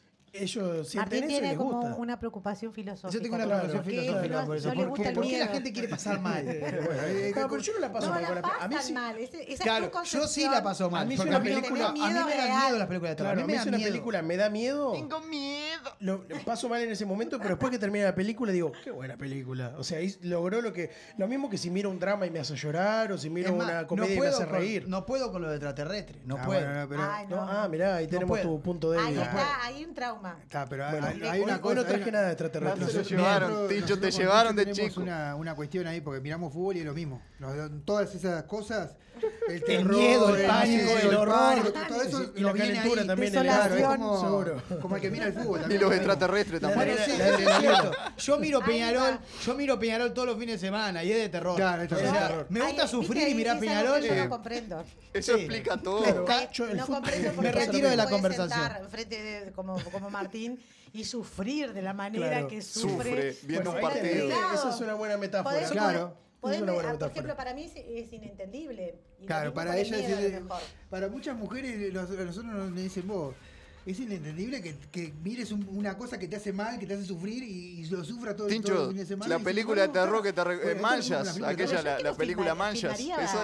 Ellos sienten Martín eso y tiene les como gusta. una preocupación filosófica. Yo tengo una preocupación filosófica por eso. ¿Por qué la gente quiere pasar mal? Pero yo no la paso mal con la película. A mí sí. Claro, yo sí la paso mal. A mí porque una a mí película- me dan miedo las películas de terror. Claro, a mí me si dan una miedo. película me da miedo. Tengo miedo. Lo paso mal en ese momento, pero después que termina la película digo, qué buena película. O sea, logró lo mismo que si miro un drama y me hace llorar, o si miro una comedia y me hace reír. No puedo con lo de extraterrestre. No puedo. Mirá, ahí tenemos tu punto de Ahí vista. está, hay un trauma. Pero Bueno, hay una cosa. no traje nada de extraterrestre. Tincho, te llevaron de tenemos chico. una cuestión ahí, porque miramos fútbol y es lo mismo. Todas esas cosas, el El terror, miedo, el pánico, el horror. todo eso Y la nos viene calentura ahí. también. Claro, es Seguro. como el que mira el fútbol. Y también. los extraterrestres Bueno, también. sí, es cierto. Yo miro Peñarol todos los fines de semana y es de terror. Claro, es terror. O sea, me gusta sufrir y mirar Peñarol. Yo no comprendo. Eso explica todo. No comprendo Me retiro de la conversación. Sentar enfrente de, como Martín y sufrir de la manera que Sufre viendo un Bueno, partido. esa es una buena metáfora. Por Es una buena ejemplo, metáfora. para mí es inentendible. Y Claro, lo mismo para con el ella miedo, a lo mejor. para muchas mujeres, nosotros nos dicen vos. Es inentendible que mires una cosa que te hace mal, que te hace sufrir y lo sufra todo el Tincho, fin de semana. la y película de terror que te bueno, Manchas, aquella, la película Manchas.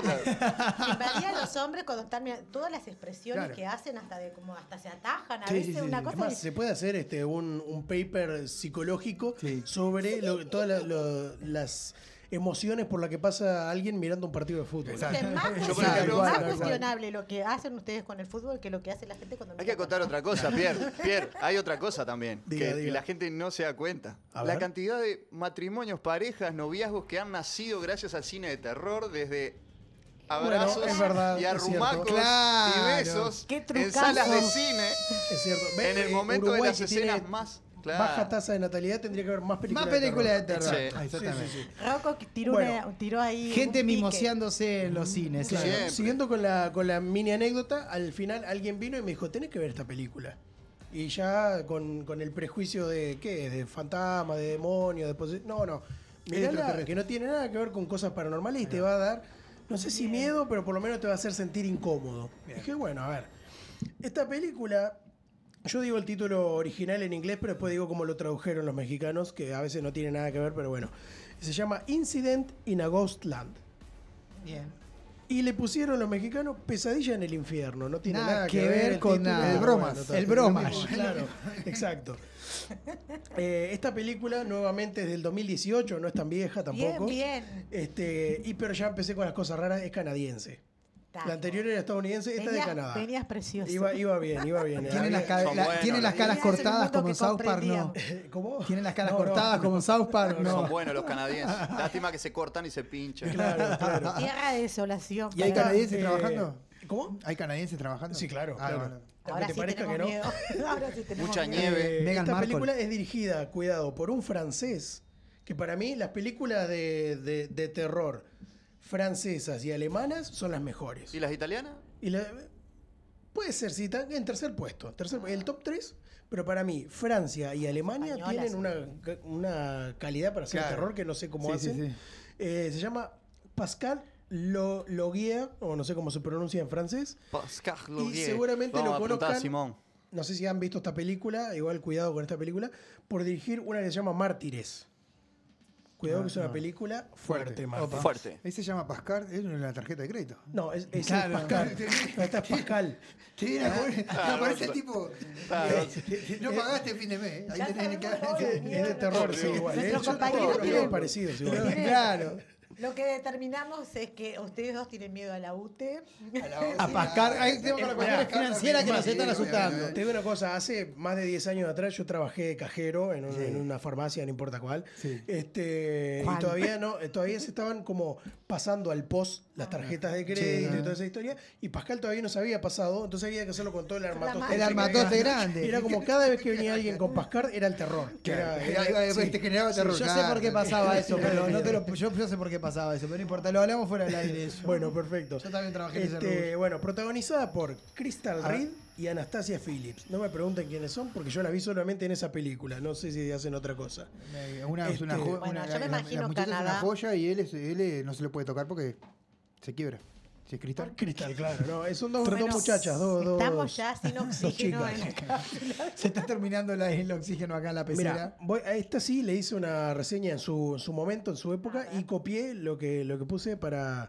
Filmaría a los hombres cuando están mirando todas las expresiones Claro. que hacen hasta se atajan a Sí, veces sí, sí. una cosa. Además, se puede hacer un paper psicológico sobre todas las emociones por las que pasa alguien mirando un partido de fútbol. Es más, cuestionable lo que hacen ustedes con el fútbol que lo que hace la gente cuando Hay que contar otra cosa, Pierre. Hay otra cosa también, Diga. que la gente no se da cuenta. A La ver. cantidad de matrimonios, parejas, noviazgos que han nacido gracias al cine de terror, desde abrazos Bueno, es verdad, y es arrumacos cierto. y besos Qué en trucazo. salas de cine Es cierto. en el momento Uruguay de las que escenas tiene más baja tasa de natalidad, tendría que haber más películas Más películas de terror. Exactamente. Rocco tiró ahí. Gente un pique. mimoseándose en los cines. Claro. Claro. Siguiendo con la mini anécdota, al final alguien vino y me dijo, tenés que ver esta película. Y ya con el prejuicio de, ¿qué? De fantasma, de demonio, de posesión. No. Mirala, que no tiene nada que ver con cosas paranormales y te va a dar, no sé si miedo, pero por lo menos te va a hacer sentir incómodo. Dije, bueno, a ver, esta película, yo digo el título original en inglés, pero después digo cómo lo tradujeron los mexicanos, que a veces no tiene nada que ver, pero bueno. Se llama Incident in a Ghost Land. Bien. Y le pusieron los mexicanos Pesadilla en el Infierno. No tiene nada que ver con título, nada. El bromas. Bueno, El bromas. Claro, exacto. Esta película nuevamente es del 2018, no es tan vieja tampoco. Bien. Pero ya empecé con las cosas raras, es canadiense. La anterior era estadounidense, esta de Canadá. Venías precioso. Iba bien. Tienen las caras cortadas como en South Park, no. ¿Cómo? Tienen las caras cortadas como en South Park, no. Son buenos los canadienses. Lástima que se cortan y se pinchan. Claro. Tierra de desolación. ¿Y hay canadienses trabajando? ¿Cómo? ¿Hay canadienses trabajando? Sí, claro. Bueno. Ahora ¿Te sí parezca que tenemos no? miedo. Ahora sí tenemos Mucha miedo. nieve. Meghan Esta Markle. película es dirigida, cuidado, por un francés, que para mí las películas de terror francesas y alemanas son las mejores. ¿Y las italianas? Puede ser, sí, está en tercer puesto. El top 3, pero para mí Francia y Alemania Españolas. tienen una calidad para hacer terror que no sé cómo hacen. Sí. Se llama Pascal Laugier, o no sé cómo se pronuncia en francés. Pascal Y Laugier. seguramente Vamos lo a apuntar a conozcan. Simón. No sé si han visto esta película, igual cuidado con esta película, por dirigir una que se llama Mártires. Cuidado que es una película fuerte, Mártires. Fuerte. Ahí se llama Pascal, es una tarjeta de crédito. No, es Claro. Pascal. No, esta es Pascal. Parece tipo. No pagaste el fin de mes. Ahí tenés que. Es de terror, sí, igual. Nuestros Yo compañeros todos los tienen- veo parecidos, igual. Claro. Lo que determinamos es que ustedes dos tienen miedo a la UTE. A Pascal. Ahí tengo la cuestión financiera que nos están asustando. Te digo una cosa, hace más de 10 años atrás yo trabajé de cajero en una farmacia, no importa cuál. Sí. Y todavía se estaban como pasando al post las tarjetas de crédito y toda esa historia. Y Pascal todavía no se había pasado, entonces había que hacerlo con todo el armatoste. El armatoste grande. Y era como cada vez que venía alguien con Pascal era el terror. Te Sí. generaba terror. Yo sé por qué pasaba eso, pero yo sé por qué pasaba eso, pero no importa, lo hablamos fuera del aire eso. Bueno, perfecto. Yo también trabajé en ese rubro. Bueno, protagonizada por Crystal Reed y Anastasia Phillips. No me pregunten quiénes son porque yo las vi solamente en esa película. No sé si hacen otra cosa. Una es una joya. Bueno, yo me imagino La muchacha es una Canadá. joya y él no se le puede tocar porque se quiebra. Si es cristal. Cristal, claro. No, son dos Bueno, muchachas, Estamos ya sin oxígeno chicas. en la cápsula. Se está terminando el oxígeno acá en la pecera. Mira, a esta sí le hice una reseña en su momento, en su época, y copié lo que puse para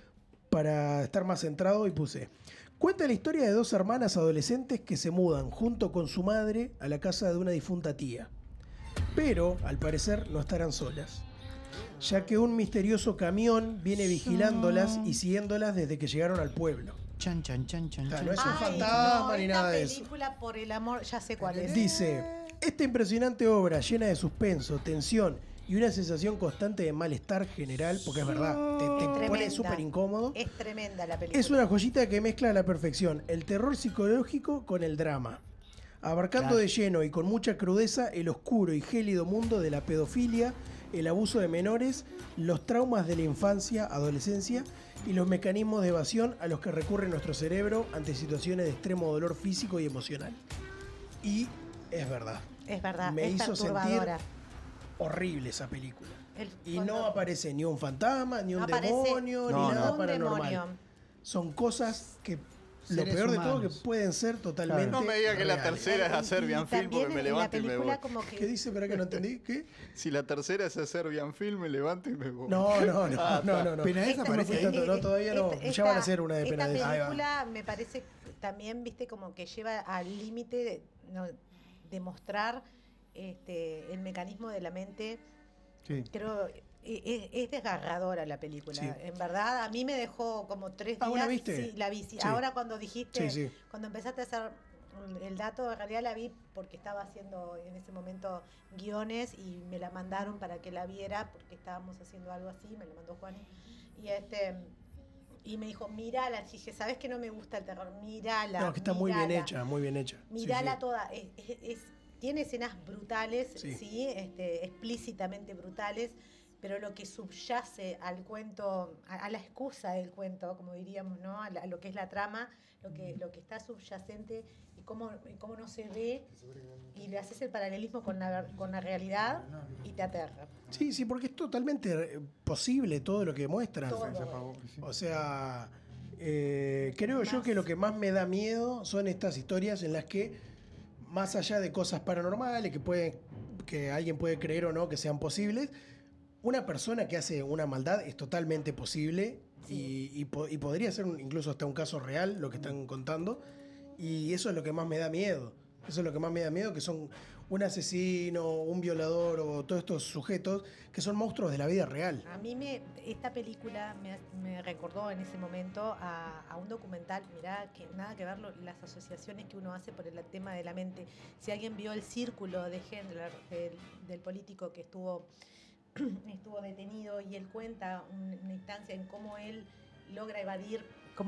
estar más centrado y puse. Cuenta la historia de dos hermanas adolescentes que se mudan junto con su madre a la casa de una difunta tía. Pero, al parecer, no estarán solas, ya que un misterioso camión viene vigilándolas y siguiéndolas desde que llegaron al pueblo. Chan, chan, chan, chan, O sea, chan. no es un Ay, fantasma no, ni esta nada de eso. película, por el amor, ya sé cuál es. Dice, esta impresionante obra llena de suspenso, tensión y una sensación constante de malestar general, porque es verdad, te pone Tremenda. súper incómodo. Es tremenda la película. Es una joyita que mezcla a la perfección el terror psicológico con el drama, abarcando de lleno y con mucha crudeza el oscuro y gélido mundo de la pedofilia, el abuso de menores, los traumas de la infancia, adolescencia y los mecanismos de evasión a los que recurre nuestro cerebro ante situaciones de extremo dolor físico y emocional. Y es verdad. Es verdad, Me es hizo sentir perturbadora. horrible esa película. Y cuando- no aparece ni un fantasma, ni un No aparece demonio, ni nada un paranormal. demonio. Son cosas que lo Seres peor de todo humanos. que pueden ser totalmente. No me diga que la reales. tercera es a Serbian Film También porque me en la levanto y me voy. película como que... ¿Qué dice? ¿Para que no entendí? ¿Qué? Si la tercera es a Serbian Film, me levanto y me voy. No. Penadez Esta- aparece ahí. no, todavía no. Ya van a hacer una de Esta Penadez. Ahí va. película me parece también, viste, como que lleva al límite de mostrar el mecanismo de la mente. Sí. Creo es desgarradora la película. Sí. En verdad, a mí me dejó como 3 días. Ah, ¿vos la viste? Sí, la vi. Sí. Sí. Ahora cuando dijiste, Sí. cuando empezaste a hacer el dato, en realidad la vi porque estaba haciendo en ese momento guiones y me la mandaron para que la viera porque estábamos haciendo algo así, me la mandó Juan. Y me dijo, mírala. Y dije, ¿sabes que no me gusta el terror? Mírala. No, que está muy bien mírala. hecha, muy bien hecha. Mírala Sí, sí. toda. tiene escenas brutales, sí, explícitamente brutales, pero lo que subyace al cuento, a la excusa del cuento, como diríamos, ¿no? A lo que es la trama, lo que está subyacente y cómo no se ve, y le haces el paralelismo con la realidad y te aterra. Sí, porque es totalmente posible todo lo que muestran. O sea, creo yo que lo que más me da miedo son estas historias en las que, más allá de cosas paranormales que alguien puede creer o no que sean posibles, una persona que hace una maldad es totalmente posible y podría ser incluso hasta un caso real lo que están contando, y eso es lo que más me da miedo. Eso es lo que más me da miedo, que son un asesino, un violador o todos estos sujetos que son monstruos de la vida real. A mí esta película me recordó en ese momento a un documental, mirá, que nada que ver las asociaciones que uno hace por el tema de la mente. Si alguien vio El Círculo de Hendler, del político que estuvo detenido, y él cuenta una instancia en cómo él logra evadir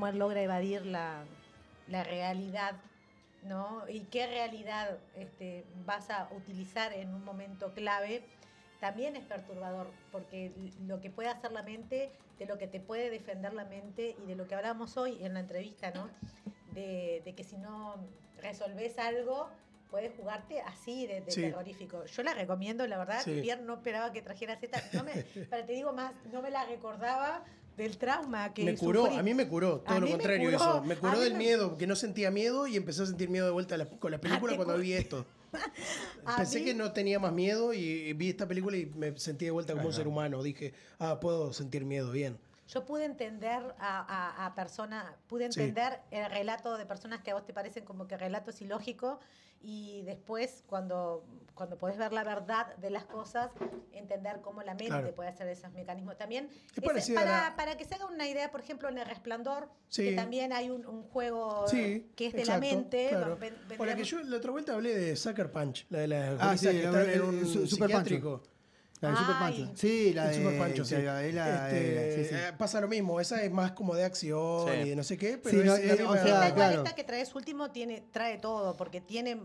la realidad, ¿no? Y qué realidad vas a utilizar en un momento clave, también es perturbador, porque lo que puede hacer la mente, de lo que te puede defender la mente, y de lo que hablamos hoy en la entrevista, ¿no? De que si no resolvés algo, puedes jugarte así de terrorífico. Yo la recomiendo, la verdad. Pierre no esperaba que trajeras esta. Pero te digo más, no me la recordaba del trauma que sufrí. A mí me curó, todo lo contrario eso. Me curó del miedo, que no sentía miedo, y empecé a sentir miedo de vuelta con la película cuando vi esto. Pensé que no tenía más miedo y vi esta película y me sentí de vuelta como un ser humano. Dije, puedo sentir miedo, bien. Yo pude entender a personas, el relato de personas que a vos te parecen como que relato es ilógico, y después cuando podés ver la verdad de las cosas, entender cómo la mente puede hacer esos mecanismos también. Para que se haga una idea, por ejemplo, en El Resplandor, que también hay un juego que es de la mente. Claro. O la que yo la otra vuelta hablé de Sucker Punch, la de la que está en un psiquiátrico. La de Super Pancho. Sí, la de Super Pancho, sí. Pasa lo mismo, esa es más como de acción y de no sé qué, pero esta que traes último trae todo, porque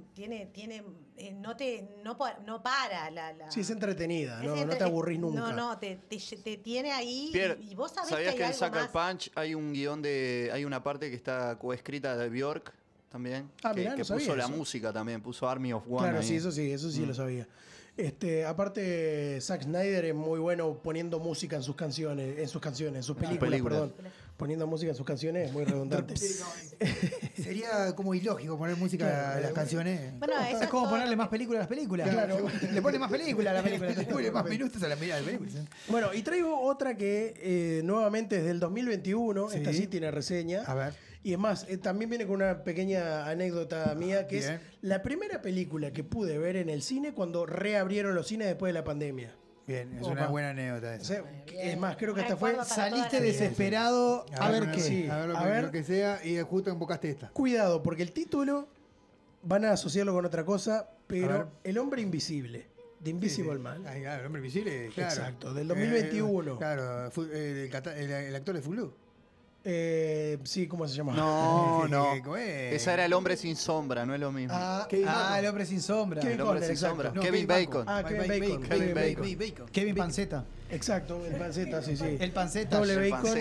no para. Sí, es entretenida, no te aburrís nunca. No, te tiene ahí, Pierre, y vos sabés ¿sabías que hay en Sucker Punch hay un guión hay una parte que está coescrita de Björk también? Mirá, que puso la música también, puso Army of One. Claro, ahí. eso sí lo sabía. Aparte, Zack Snyder es muy bueno poniendo música en sus canciones, en sus películas, perdón. Poniendo música en sus canciones es muy redundante. Sería como ilógico poner música a las canciones. Bueno, es como ponerle más películas a las películas. Claro. Le pone más película a la película. Le pone más minutos a la película. Bueno, y traigo otra que nuevamente es del 2021. Esta sí tiene reseña. A ver. Y es más, también viene con una pequeña anécdota mía, que es la primera película que pude ver en el cine cuando reabrieron los cines después de la pandemia. Bien, es una buena anécdota esa. O sea, es más, creo que hasta fue... Saliste desesperado a ver qué. Sí, a ver lo que sea, y justo invocaste esta. Cuidado, porque el título van a asociarlo con otra cosa, pero El Hombre Invisible, de Invisible Man. El Hombre Invisible, claro. Exacto, del 2021. Claro, el actor de Fulu. Sí, ¿cómo se llama? No. Esa era El Hombre Sin Sombra, no es lo mismo. El Hombre Sin Sombra. Kevin Bacon. Kevin Bacon. Kevin Bacon. Kevin Panceta. Exacto, el Panceta, sí. El Panceta. Doble Bacon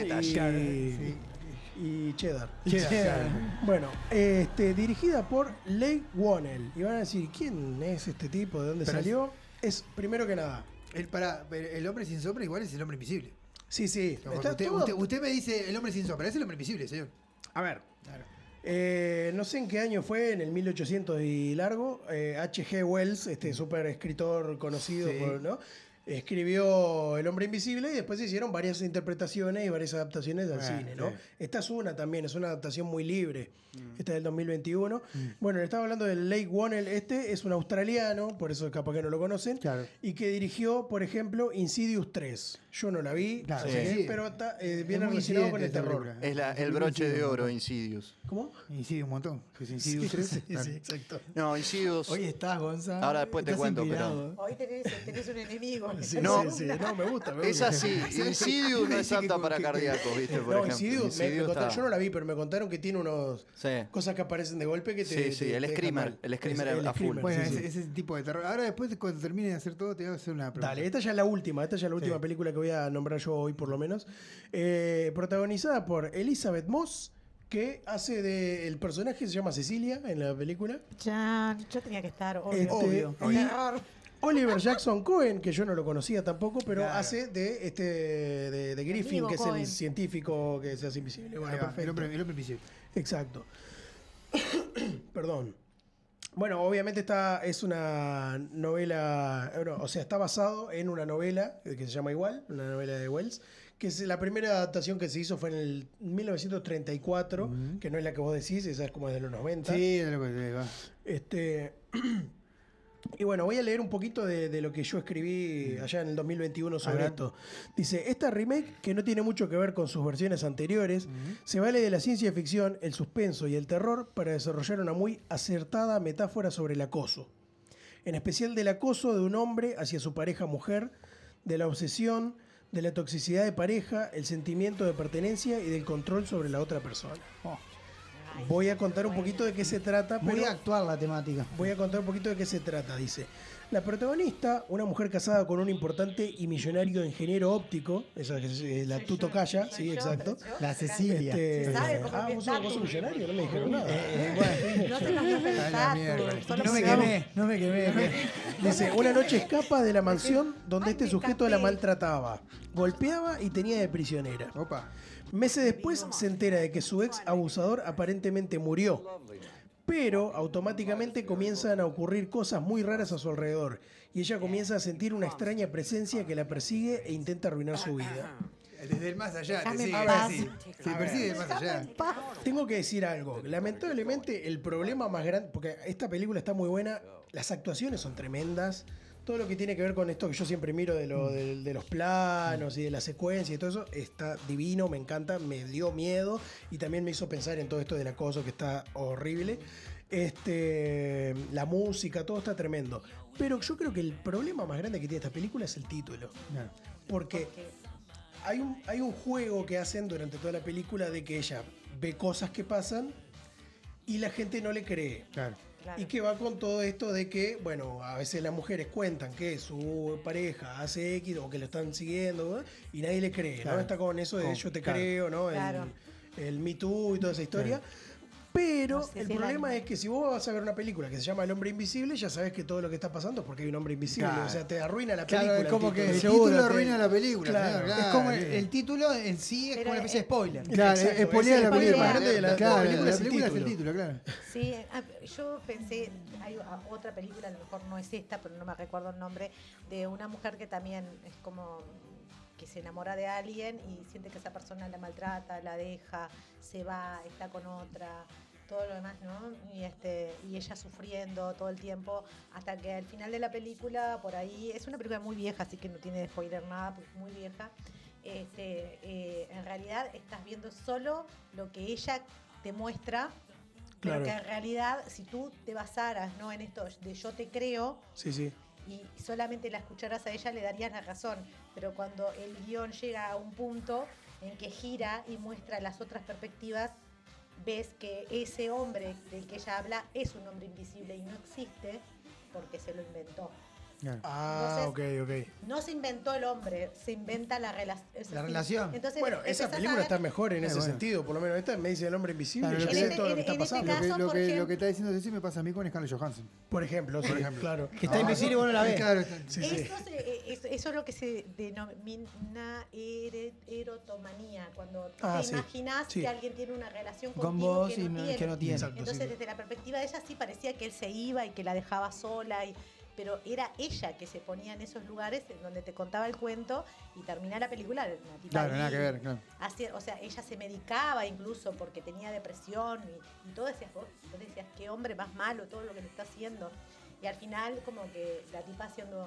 y Cheddar. Bueno, dirigida por Leigh Whannell. Y van a decir, ¿quién es este tipo? ¿De dónde salió? Es, primero que nada... El Hombre Sin Sombra igual es El Hombre Invisible. Sí. Usted me dice El Hombre Sin Sombra, es El Hombre Invisible, señor. A ver. Claro. No sé en qué año fue, en el 1800 y largo. H.G. Wells, súper escritor conocido, ¿no? Escribió El Hombre Invisible y después se hicieron varias interpretaciones y varias adaptaciones al cine, ¿no? Sí. Esta es una también, es una adaptación muy libre. Esta es del 2021. Bueno, le estaba hablando de Leigh Whannell. Es un australiano, por eso capaz que no lo conocen, y que dirigió, por ejemplo, Insidious 3. Yo no la vi, pero está bien relacionado con el terror. Es el broche de oro, Insidious. ¿Cómo? Insidious un montón. Insidious 3. Sí, exacto. No, Insidious... Hoy estás, Gonzalo. Ahora después te cuento, inspirado. pero... Hoy tenés un enemigo. Sí, No. no, me gusta. Es así. Insidious no es apta para cardíacos, ¿viste? Por ejemplo. Insidious, yo no la vi, pero me contaron que tiene unos cosas que aparecen de golpe que te. Sí, el Screamer. El Screamer a full. Bueno, ese tipo de terror. Ahora, después, cuando termine de hacer todo, te voy a hacer una pregunta. Dale, esta ya es la última. Película que voy a nombrar yo hoy, por lo menos. Protagonizada por Elizabeth Moss, que hace el personaje, se llama Cecilia en la película. Yo tenía que estar, obvio. Oliver Jackson Cohen, que yo no lo conocía tampoco, pero hace de Griffin, que Cohen. es el científico que se hace invisible. Bueno, perfecto. El hombre invisible. Exacto. Perdón. Bueno, obviamente es una novela, o sea, está basado en una novela que se llama igual, una novela de Wells, que es la primera adaptación que se hizo fue en el 1934, que no es la que vos decís, esa es como de los 90. Sí, de lo que va. Y bueno, voy a leer un poquito de lo que yo escribí allá en el 2021 sobre esto. Dice, esta remake, que no tiene mucho que ver con sus versiones anteriores, se vale de la ciencia ficción, el suspenso y el terror para desarrollar una muy acertada metáfora sobre el acoso. En especial del acoso de un hombre hacia su pareja mujer, de la obsesión, de la toxicidad de pareja, el sentimiento de pertenencia y del control sobre la otra persona. Voy a contar un poquito de qué se trata. Muy actual la temática. Voy a contar un poquito de qué se trata. Dice, la protagonista, una mujer casada con un importante y millonario ingeniero óptico, esa es la Tuto Calla, sí, exacto. La Cecilia. ¿Vos sos millonario? No me dijeron nada. No te nos pensar. No me quemé. Dice, una noche escapa de la mansión donde este sujeto la maltrataba, golpeaba y tenía de prisionera. Opa. Meses después se entera de que su ex abusador aparentemente murió, pero automáticamente comienzan a ocurrir cosas muy raras a su alrededor y ella comienza a sentir una extraña presencia que la persigue e intenta arruinar su vida. Desde el más allá, te sigue así. Se persigue del más allá. Tengo que decir algo. Lamentablemente, el problema más grande, porque esta película está muy buena, las actuaciones son tremendas. Todo lo que tiene que ver con esto que yo siempre miro de los planos y de la secuencia y todo eso, está divino, me encanta, me dio miedo y también me hizo pensar en todo esto del acoso que está horrible. La música, todo está tremendo. Pero yo creo que el problema más grande que tiene esta película es el título. Porque hay un juego que hacen durante toda la película de que ella ve cosas que pasan y la gente no le cree. Claro. Y que va con todo esto de que, bueno, a veces las mujeres cuentan que su pareja hace X o que lo están siguiendo, ¿no? Y nadie le cree, ¿no? Está con eso de yo te creo, ¿no? El Me Too y toda esa historia. Pero el problema es que si vos vas a ver una película que se llama El Hombre Invisible, ya sabes que todo lo que está pasando es porque hay un hombre invisible. O sea, te arruina la película. Es como que el título arruina la película. Claro. Es como el título en sí es como una especie de spoiler. Claro, spoilea la película. La película es el título, claro. Sí, yo pensé, hay otra película, a lo mejor no es esta, pero no me recuerdo el nombre, de una mujer que también es como que se enamora de alguien y siente que esa persona la maltrata, la deja, se va, está con otra, todo lo demás, ¿no? Y ella sufriendo todo el tiempo, hasta que al final de la película, por ahí, es una película muy vieja, así que no tiene spoiler nada, porque es muy vieja. En realidad estás viendo solo lo que ella te muestra. Pero que en realidad, si tú te basaras, ¿no?, en esto de yo te creo, y solamente la escucharas a ella, le darías la razón. Pero cuando el guión llega a un punto en que gira y muestra las otras perspectivas, ves que ese hombre del que ella habla es un hombre invisible y no existe porque se lo inventó. Entonces, ok. No se inventó el hombre, se inventa la relación. Entonces, bueno, esa película está mejor en ese sentido, por lo menos esta me dice El Hombre Invisible, ya sé todo lo que está pasando. Lo que está diciendo Ceci me pasa a mí con Scarlett Johansson. Por ejemplo, claro. Que está invisible y vos no la ves. Claro, eso es lo que se denomina erotomanía, cuando te imaginas que alguien tiene una relación con contigo vos que no tiene. Exacto, entonces, desde la perspectiva de ella sí parecía que él se iba y que la dejaba sola pero era ella que se ponía en esos lugares en donde te contaba el cuento y termina la película. Claro, nada que ver, claro. O sea, ella se medicaba incluso porque tenía depresión y todo decías, vos decías, qué hombre más malo, todo lo que le está haciendo. Y al final como que la tipa haciendo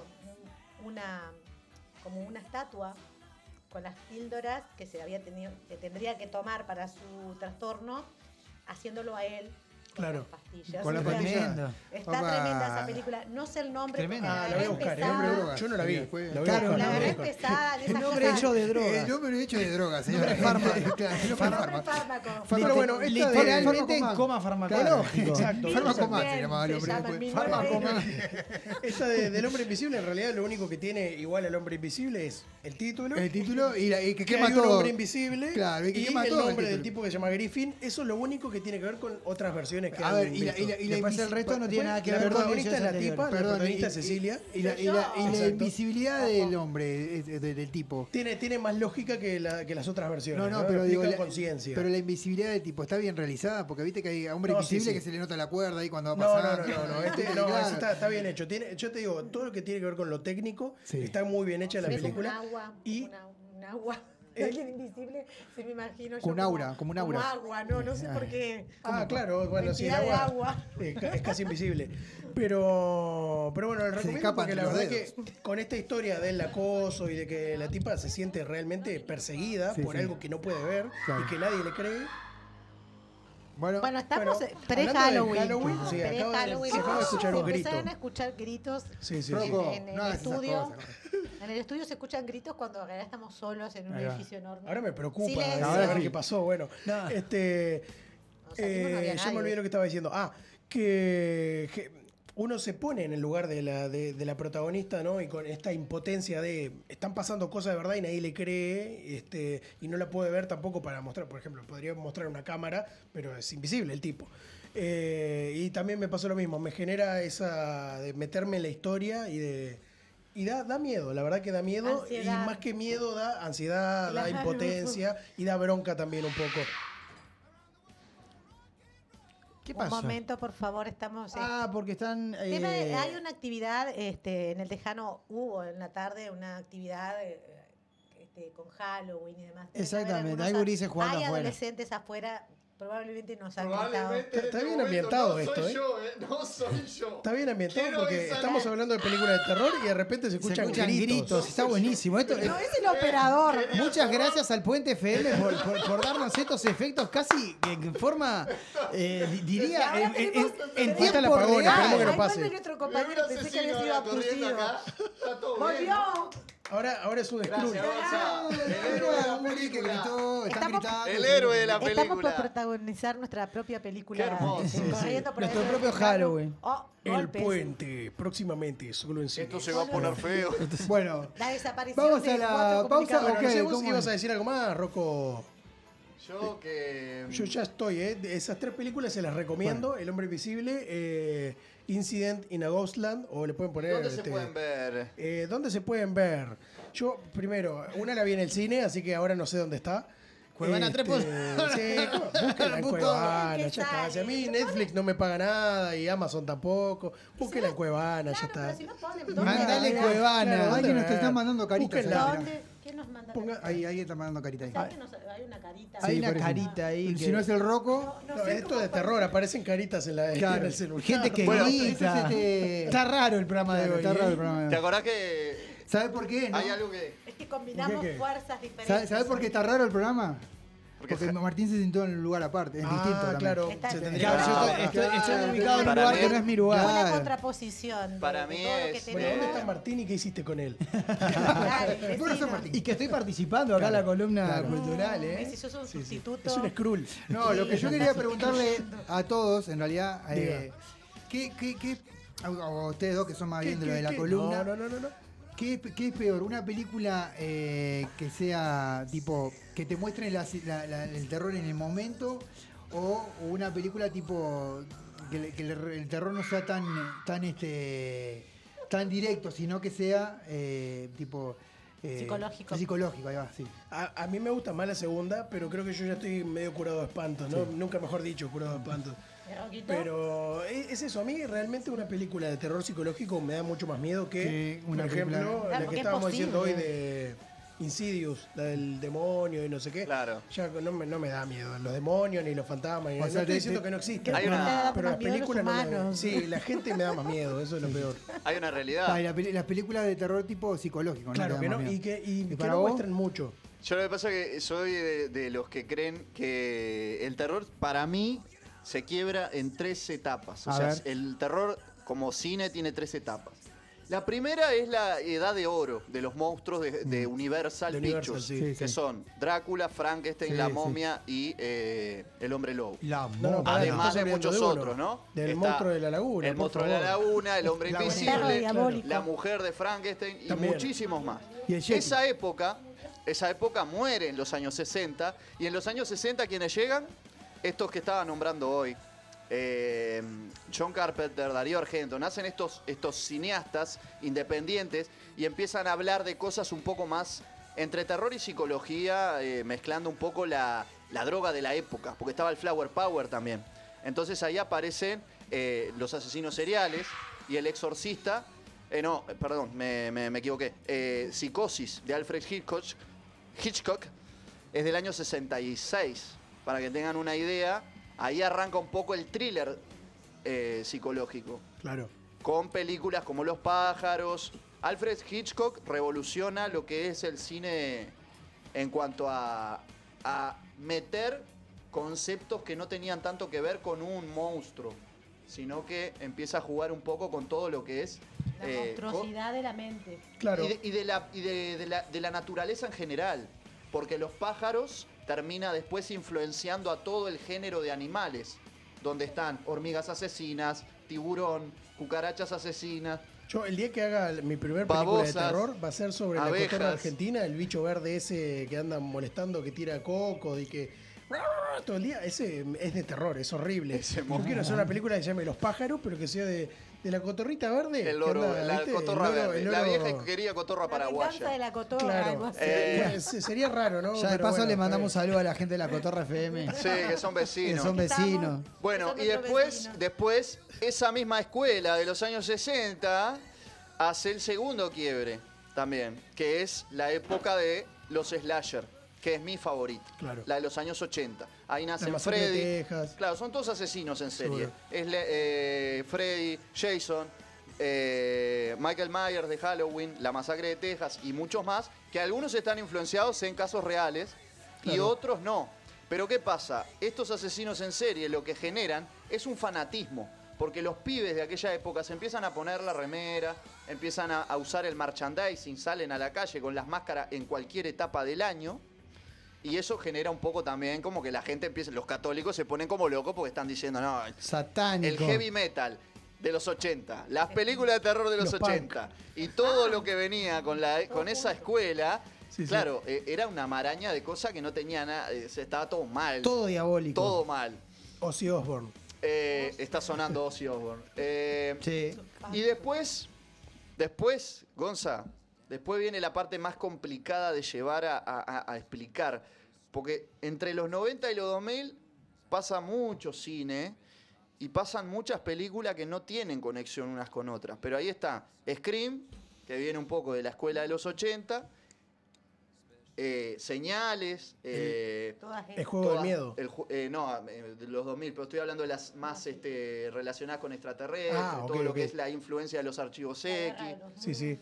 como una estatua con las píldoras que que tendría que tomar para su trastorno, haciéndolo a él. Claro. pastillas. Con la O sea, pastilla. Está Opa. tremenda esa película. No sé el nombre. Tremenda. porque Ah, la la voy a agarré buscar. empezada. Yo no la vi. Sí, fue- La voy a Claro, buscar, La la voy a agarré buscar. empezada. de El esas nombre cosas- hecho de drogas. El nombre hecho de drogas, señor. Nombre fármaco. Claro, el nombre fármaco. Pero bueno, esta de- Literalmente en Farmacomán. coma farmacológico. Exacto. Fármaco Bien, se llamaba el se hombre llama después. 1990. Esta del hombre invisible, en realidad lo único que tiene igual al hombre invisible es el título. El título y que que quema hay un todo. hombre invisible. Claro, y que quema el todo el nombre del título. tipo que se llama Griffin. Eso es lo único que tiene que ver con otras versiones que A han ver, visto. Después el resto no tiene nada que La ver con protagonista es la ediciones tipa, la anteriores. protagonista es Cecilia. Y la Exacto. invisibilidad del hombre, del tipo. Tiene más lógica que las otras versiones. No, pero digo, Explican con ciencia. pero la invisibilidad del tipo está bien realizada, porque viste que hay hombre No, invisible sí. que se le nota la cuerda ahí cuando va No, pasando. eso está bien hecho. Yo te digo, todo lo que tiene que ver con lo técnico está muy bien hecha la ¿Ves? película. Un agua. Alguien invisible, se me imagino yo. Con aura, como un aura. Como agua, no sé por qué. Ah, claro, bueno, sí, el Cantidad de agua, agua. es casi invisible. Pero bueno, le recomiendo escapa porque entre la los verdad que con esta historia del acoso y de que la tipa se siente realmente perseguida por algo que no puede ver y que nadie le cree. Bueno, estamos hablando de pre-Halloween. sí, acabo de Se escuchar un grito. empezaron a escuchar gritos Sí, sí, sí. Rocco, en el no hagas esas estudio. cosas. En el estudio se escuchan gritos cuando en realidad estamos solos en un Ahí va. edificio enorme. Ahora me preocupa Silencio. saber qué pasó. Bueno, No. Nos salimos, no había yo me nadie. olvidé lo que estaba diciendo. Que uno se pone en el lugar de la protagonista, ¿no? Y con esta impotencia de están pasando cosas de verdad y nadie le cree, y no la puede ver tampoco para mostrar. Por ejemplo, podría mostrar una cámara, pero es invisible el tipo. Y también me pasó lo mismo, me genera esa de meterme en la historia y da miedo, la verdad que da miedo. Ansiedad. Y más que miedo da ansiedad, da Claro. impotencia y da bronca también un poco. ¿Qué Un pasó? momento, por favor, estamos... Ah, porque están... hay una actividad, en el Tejano hubo en la tarde una actividad con Halloween y demás. Deben Exactamente, haber algunos hay gurises jugando hay afuera. adolescentes afuera, probablemente nos han gritado. Probablemente en Está este bien momento ambientado no esto, soy ¿eh? yo, no soy yo. Está bien ambientado Quiero porque avisar- estamos hablando de películas de terror y de repente se Se escuchan, escuchan gritos, está buenísimo. Esto, No, es el operador. muchas gracias al Puente FM por darnos estos efectos casi en forma, diría, Ahora en tenemos- en Falta el tiempo apagón, real. esperemos que no Ay, pase. vuelve nuestro Hay un compañero, pensé que había asesino sido ahora corriendo abducido. acá. Está todo bien. ¡Volvió! Ahora es un Scrooge. Gracias, Gonza. El héroe de la película. están gritando. El héroe de la Estamos por película. protagonizar nuestra propia película. Qué hermoso. Corriendo por Nuestro el propio Halloween. El golpes. puente, próximamente, solo en cine. Esto se va a poner feo. Bueno, La desaparición vamos de a la cuatro pausa. Bueno, comunicadores. no sé, Ok, vos ¿cómo ibas es? a decir algo más, Rocco. Yo que. Yo ya estoy, de esas tres películas se las recomiendo. El hombre invisible, Incident in a Ghostland, o le pueden poner... ¿Dónde se pueden ver? ¿Dónde se pueden ver? Yo, primero, una la vi en el cine, así que ahora no sé dónde está. Cuevana 3 Sí, búsquenla en Cuevana, ya está. Si a mí Netflix no me paga nada y Amazon tampoco, búsquenla en Cuevana, ya está. Pero si no ponen, ¿dónde? Mandale Cuevana. Claro, Alguien nos ¿dónde? está mandando caritas. Búsquenla. ahí, ¿Dónde? ¿Quién nos manda? Ponga- Ahí, alguien está mandando caritas ahí. ¿Sabes que hay una carita? Hay Sí, una parece. carita ahí. Si que- no es el Rocco, No, esto de terror, aparecen caritas en Claro. el celular. Gente que Bueno, grita. eso es Está raro el programa de Claro, hoy. está raro el ¿eh? programa de ¿Te hoy. acordás que ¿Sabes por qué? no? hay algo que. Es que combinamos ¿Qué? fuerzas diferentes. ¿Sabes por qué está raro el programa? Porque Porque Martín se sentó en un lugar aparte, es distinto también. claro. Está- Se tendría Claro, que- yo Ah, estoy ubicado en un Para lugar mí- que no es mi lugar. Una Claro. contraposición. de- Para de mí todo lo que es, Bueno, tenemos. ¿dónde está Martín y qué hiciste con él? Claro, el Bueno, vecino. Martín. Y que estoy participando acá en la columna cultural, Y ¿eh? si sos un sustituto. Es un Skrull. No, lo que yo quería preguntarle a todos, en realidad, Diga. ¿qué, a ustedes dos que son más bien de lo de la ¿Qué? columna, No. ¿qué es peor? ¿Una película que sea tipo, que te muestre el terror en el momento? ¿O una película tipo, que el terror no sea tan directo, sino que sea tipo... Psicológico. Psicológico, ahí va, sí. A mí me gusta más la segunda, pero creo que yo ya estoy medio curado de espanto, ¿no? Nunca mejor dicho, curado de espanto. ¿De Roquito? Pero es eso, a mí realmente una película de terror psicológico me da mucho más miedo que, Que una por ejemplo, película- Claro, la que porque es estábamos diciendo hoy posible. de Insidious, la del demonio y no sé qué. Claro. Ya no me da miedo los demonios ni los fantasmas. Ni O nada. sea, No estoy te- diciendo te- que no existen. Hay una- pero las Más miedo a los películas no me dan. humanos. Sí, la gente me da más miedo, eso es lo peor. Hay una Ah, y realidad. las películas de terror tipo psicológico, ¿no? Claro Te que da no, más y miedo. que para no vos? muestran mucho. Yo lo que pasa es que soy de los que creen que el terror, para mí, se quiebra en 3 etapas. O A sea, ver. el terror como cine tiene 3 etapas. La primera es la edad de oro de los monstruos de Universal De Universal, Pictures, sí. que Sí. son Drácula, Frankenstein, Sí, la sí. momia y el hombre lobo. La pará, Además estás de olvidando muchos de uno, otros, ¿no? Del Está monstruo de la laguna. El por monstruo de la favor. laguna, el hombre La buena. Perro invisible, diabólico. la mujer de Frankenstein y También. muchísimos más. Y el Yeti. Esa época muere en los años 60 y en los años 60 ¿quiénes llegan? Estos que estaba nombrando hoy. John Carpenter, Darío Argento, nacen estos cineastas independientes y empiezan a hablar de cosas un poco más entre terror y psicología, mezclando un poco la droga de la época, porque estaba el Flower Power también. Entonces ahí aparecen los asesinos seriales y el exorcista. Me equivoqué. Psicosis de Alfred Hitchcock es del año 66. Para que tengan una idea, ahí arranca un poco el thriller psicológico. Claro. Con películas como Los pájaros. Alfred Hitchcock revoluciona lo que es el cine en cuanto a meter conceptos que no tenían tanto que ver con un monstruo, sino que empieza a jugar un poco con todo lo que es La monstruosidad de la mente. Claro. y de la naturaleza en general, porque Los pájaros termina después influenciando a todo el género de animales, donde están hormigas asesinas, tiburón, cucarachas asesinas. Yo el día que haga mi primer película Babosas, de terror va a ser sobre la abejas. cotorra argentina, el bicho verde ese que anda molestando, que tira coco y que todo el día. Ese es de terror, es horrible. Yo quiero hacer una película que se llame Los pájaros, pero que sea de la cotorrita verde. El que oro, anda, la ¿viste? cotorra El oro- verde, el la oro- vieja y querida cotorra La venganza de paraguaya. la cotorra, Claro. algo así. Sería raro, ¿no? Ya de Pero paso bueno, le mandamos está saludos a la gente de la Cotorra FM. Sí, que son Que vecinos. son vecinos. Bueno, Son y nuestros después, esa misma escuela de los años 60 hace el segundo quiebre también, que es la época de los slasher, que es mi favorita. Claro. La de los años 80. Ahí La nacen masacre de Freddy. Texas. Claro, son todos asesinos en serie. Seguro. Es Freddy, Jason, Michael Myers de Halloween, La masacre de Texas y muchos más, que algunos están influenciados en casos reales y Claro. otros no. Pero ¿qué pasa? Estos asesinos en serie lo que generan es un fanatismo. Porque los pibes de aquella época se empiezan a poner la remera, empiezan a usar el merchandising, salen a la calle con las máscaras en cualquier etapa del año. Y eso genera un poco también como que la gente empieza, los católicos se ponen como locos porque están diciendo, no, el Satánico. heavy metal de los 80, las películas de terror de los Los 80 y todo lo que venía con esa escuela, Sí, claro, era una maraña de cosas que no tenía nada, estaba todo mal. Todo diabólico. Todo mal. Ozzy Osbourne. Está sonando Ozzy Osbourne. Sí. Y después, Gonza, después viene la parte más complicada de llevar a explicar. Porque entre los 90 y los 2000 pasa mucho cine y pasan muchas películas que no tienen conexión unas con otras. Pero ahí está Scream, que viene un poco de la escuela de los 80. Señales. Todas El juego del miedo. De los 2000, pero estoy hablando de las más relacionadas con extraterrestres, Ah, todo ok, lo ok. que es la influencia de los archivos X. Sí, sí.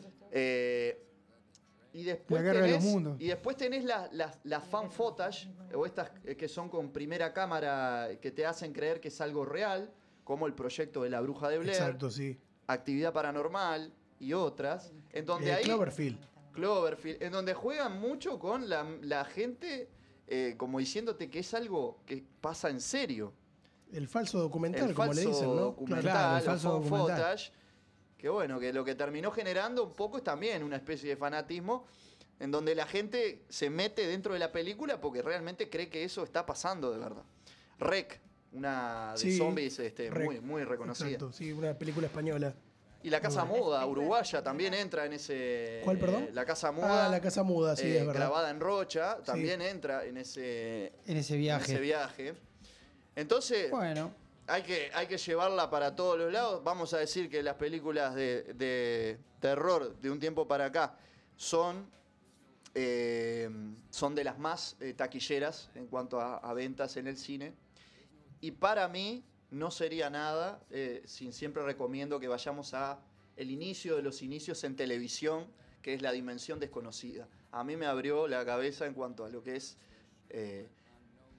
Y después La guerra de los tenés, mundos. y después tenés las fan footage, o estas que son con primera cámara, que te hacen creer que es algo real, como el proyecto de la bruja de Blair, Exacto, sí. Actividad Paranormal y otras, en donde ahí... Cloverfield. En donde juegan mucho con la gente, como diciéndote que es algo que pasa en serio. El falso documental, El como le dicen, ¿no? documental, Claro, el el falso fan documental. footage, que bueno, que lo que terminó generando un poco es también una especie de fanatismo en donde la gente se mete dentro de la película porque realmente cree que eso está pasando de verdad. Rec, una de Sí, zombies Rec. muy reconocida. Exacto, sí, una película española. Y La Casa Muda, uruguaya, también entra en ese... ¿Cuál, perdón? La Casa Muda. Ah, La Casa Muda, sí, es verdad. Grabada en Rocha, también entra en ese viaje. Entonces, Bueno. hay que llevarla para todos los lados. Vamos a decir que las películas de terror de un tiempo para acá son de las más taquilleras en cuanto a ventas en el cine. Y para mí no sería nada, siempre recomiendo que vayamos a el inicio de los inicios en televisión, que es La Dimensión Desconocida. A mí me abrió la cabeza en cuanto a lo que es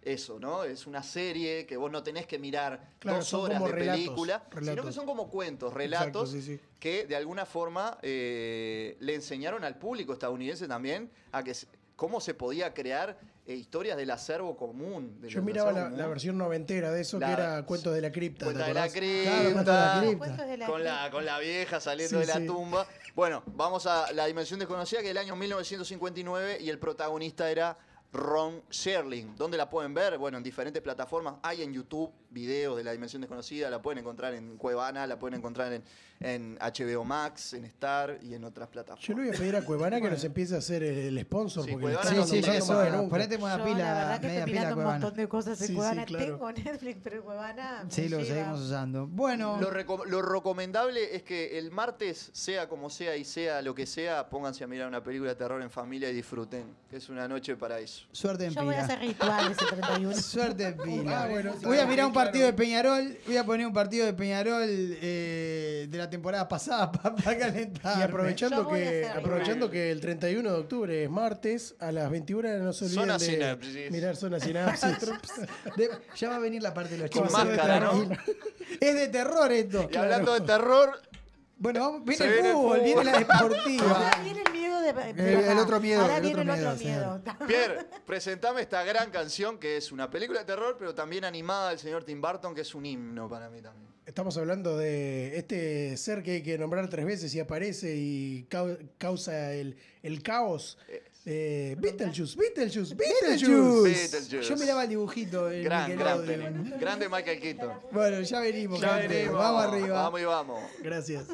eso, ¿no? Es una serie que vos no tenés que mirar Claro, 2 son horas como de relatos, película, sino relatos. que son como cuentos, relatos, Exacto, sí, sí. que de alguna forma le enseñaron al público estadounidense también a que cómo se podía crear historias del acervo común. Yo miraba la versión noventera de eso, que era Cuentos de la Cripta. Cuentos de la Cripta, Claro, Cuentos de la Cripta. con la vieja saliendo de la tumba. Bueno, vamos a La Dimensión Desconocida, que es el año 1959, y el protagonista era Ron Sherling. ¿Dónde la pueden ver? Bueno, en diferentes plataformas. Hay en YouTube videos de La Dimensión Desconocida, la pueden encontrar en Cuevana, la pueden encontrar en HBO Max, en Star y en otras plataformas. Yo le voy a pedir a Cuevana que nos empiece a hacer el sponsor. Sí, porque Cuevana le estamos Sí, nombrando eso más que era. nunca. Ponete una Yo, pila, la verdad que media estoy pila mirando un Cuevana. montón de cosas en Sí, Cuevana. claro. Tengo Netflix, pero Cuevana. Sí, lo seguimos usando. Bueno, Lo recomendable es que el martes, sea como sea y sea lo que sea, pónganse a mirar una película de terror en familia y disfruten, que es una noche para eso. suerte en Yo voy a hacer pila. rituales el 31. Suerte en pila. Bueno, Voy a mirar un claro. partido de Peñarol. Voy a poner un partido de Peñarol de la temporada pasada para calentar. Y Yo voy a hacer aprovechando que el 31 de octubre es martes, a las 21 no se olviden Zona de Sinapsis. mirar Zona Sinapsis. Ya va a venir la parte de los Con chicos. máscara, ¿no? Es de terror esto. Y hablando de terror, Bueno, vamos, viene Se el viene el fútbol, fútbol. viene la deportiva. Ahora viene el miedo de. El otro miedo, Ahora el viene otro el otro miedo, miedo. Pierre, presentame esta gran canción que es una película de terror, pero también animada del señor Tim Burton, que es un himno para mí también. Estamos hablando de este ser que hay que nombrar 3 veces y aparece y causa el caos. Beetlejuice. Beetlejuice. Yo miraba el dibujito en Nickelodeon. Grande Michael Keaton. Bueno, ya venimos. Ya gente. venimos. Vamos arriba. Vamos y vamos. Gracias.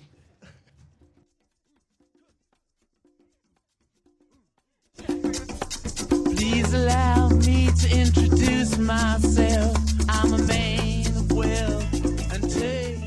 Please allow me to introduce myself. I'm a man of wealth and taste.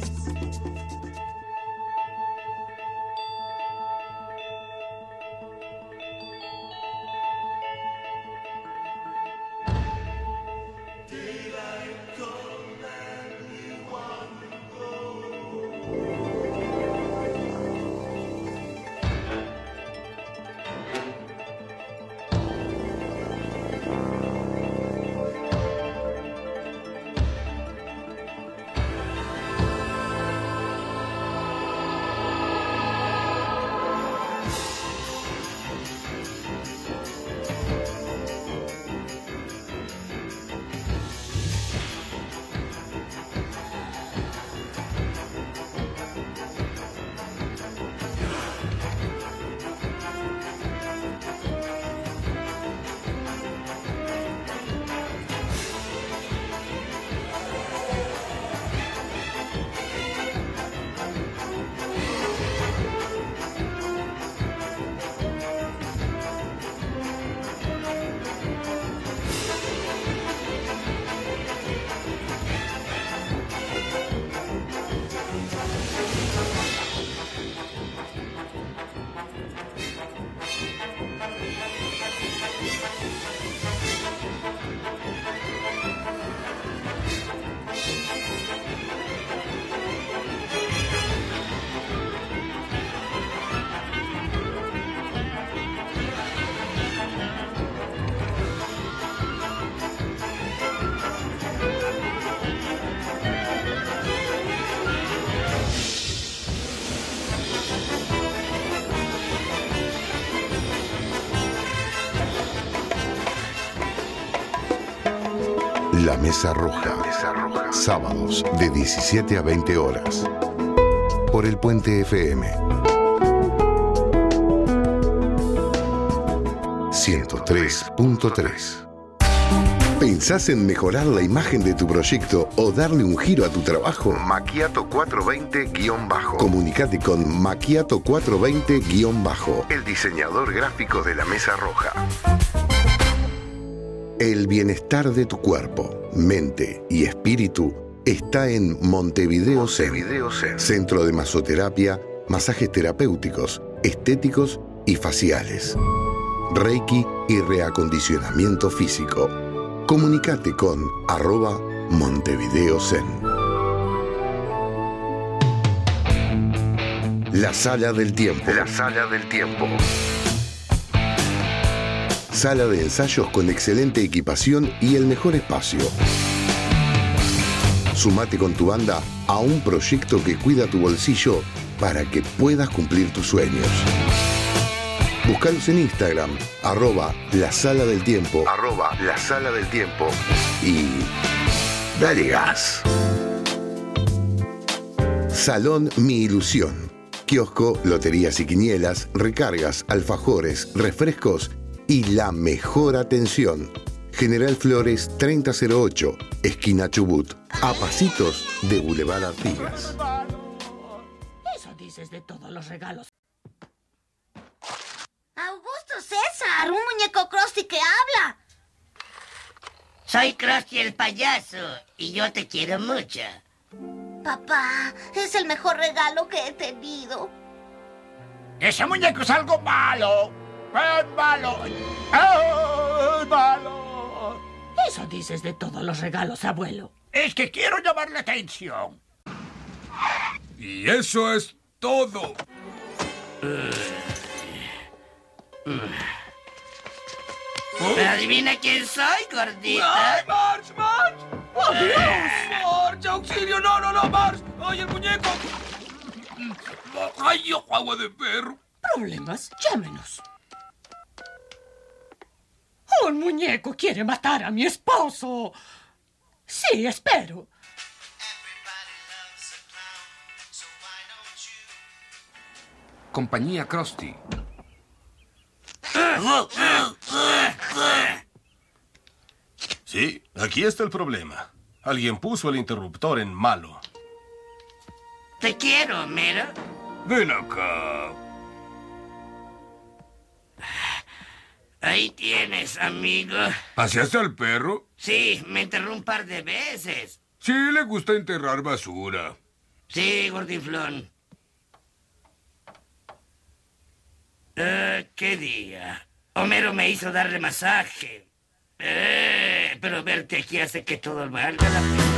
La Mesa Roja. Sábados de 17 a 20 horas. Por el Puente FM. 103.3. ¿Pensás en mejorar la imagen de tu proyecto o darle un giro a tu trabajo? Macchiato 420-. Comunicate con Macchiato 420-, el diseñador gráfico de la Mesa Roja. El bienestar de tu cuerpo, mente y espíritu está en Montevideo Zen. Centro de masoterapia, masajes terapéuticos, estéticos y faciales. Reiki y reacondicionamiento físico. Comunicate con @MontevideoZen. La Sala del Tiempo. Sala de ensayos con excelente equipación y el mejor espacio. Sumate con tu banda a un proyecto que cuida tu bolsillo para que puedas cumplir tus sueños. Búscalos en Instagram, @laSalaDelTiempo, @laSalaDelTiempo y dale gas. Salón Mi Ilusión. Kiosco, loterías y quinielas, recargas, alfajores, refrescos y la mejor atención. General Flores 3008, esquina Chubut, a pasitos de Boulevard Artigas. Eso dices de todos los regalos. Augusto César, un muñeco Krusty que habla. Soy Krusty el payaso y yo te quiero mucho. Papá, es el mejor regalo que he tenido. Ese muñeco es algo malo. ¡Es malo! ¡Es malo! Eso dices de todos los regalos, abuelo. Es que quiero llamar la atención. Y eso es todo. ¿Adivina quién soy, gordita? ¡Ay, Marge! ¡Oh, Dios! ¡Marge, auxilio! ¡No, Marge! ¡Ay, el muñeco! ¡Ay, agua de perro! ¿Problemas? Llámenos. ¡Un muñeco quiere matar a mi esposo! Sí, espero. Compañía Krusty. Sí, aquí está el problema. Alguien puso el interruptor en malo. Te quiero, Homero. Ven acá. Ahí tienes, amigo. ¿Paseaste al perro? Sí, me enterró un par de veces. Sí, le gusta enterrar basura. Sí, gordinflón. ¿Qué día? Homero me hizo darle masaje. Pero verte aquí hace que todo valga la pena.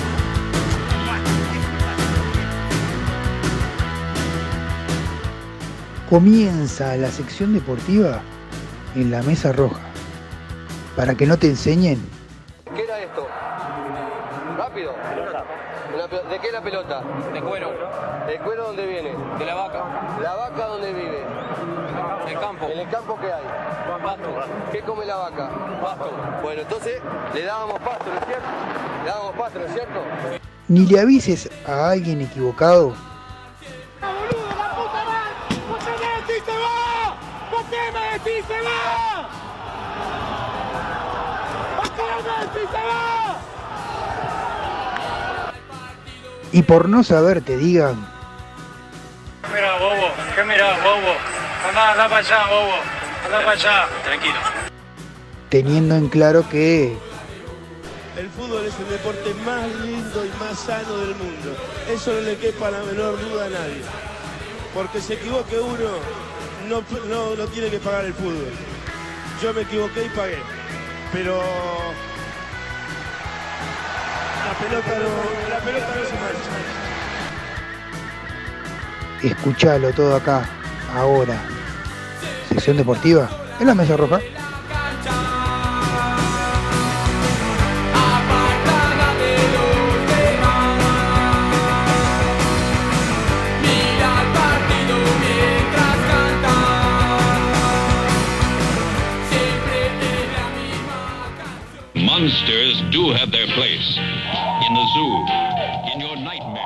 Comienza la sección deportiva en la mesa roja. Para que no te enseñen. ¿Qué era esto? Rápido. ¿De qué es la pelota? De cuero. ¿El cuero dónde viene? De la vaca. ¿La vaca dónde vive? En el campo. ¿En el campo qué hay? Pasto. ¿Qué come la vaca? Pasto. Bueno, entonces le dábamos pasto, ¿no es cierto? Le dábamos pasto, ¿no es cierto? Ni le avises a alguien equivocado. ¡Boludo, la puta madre! ¿Por qué me decís se va? ¿Por qué me decís se va? ¿Por qué me decís se va? Y por no saber te digan. ¿Qué mirá, bobo? ¿Qué mirá, bobo? Anda para allá, bobo. Anda para allá. Tranquilo. Teniendo en claro que el fútbol es el deporte más lindo y más sano del mundo. Eso no le quepa la menor duda a nadie. Porque se equivoque uno, no tiene que pagar el fútbol. Yo me equivoqué y pagué. Pero la pelota no se marcha. escuchalo todo acá, ahora. Sección deportiva en la mesa roja. Monsters do have their place in the zoo, in your nightmare.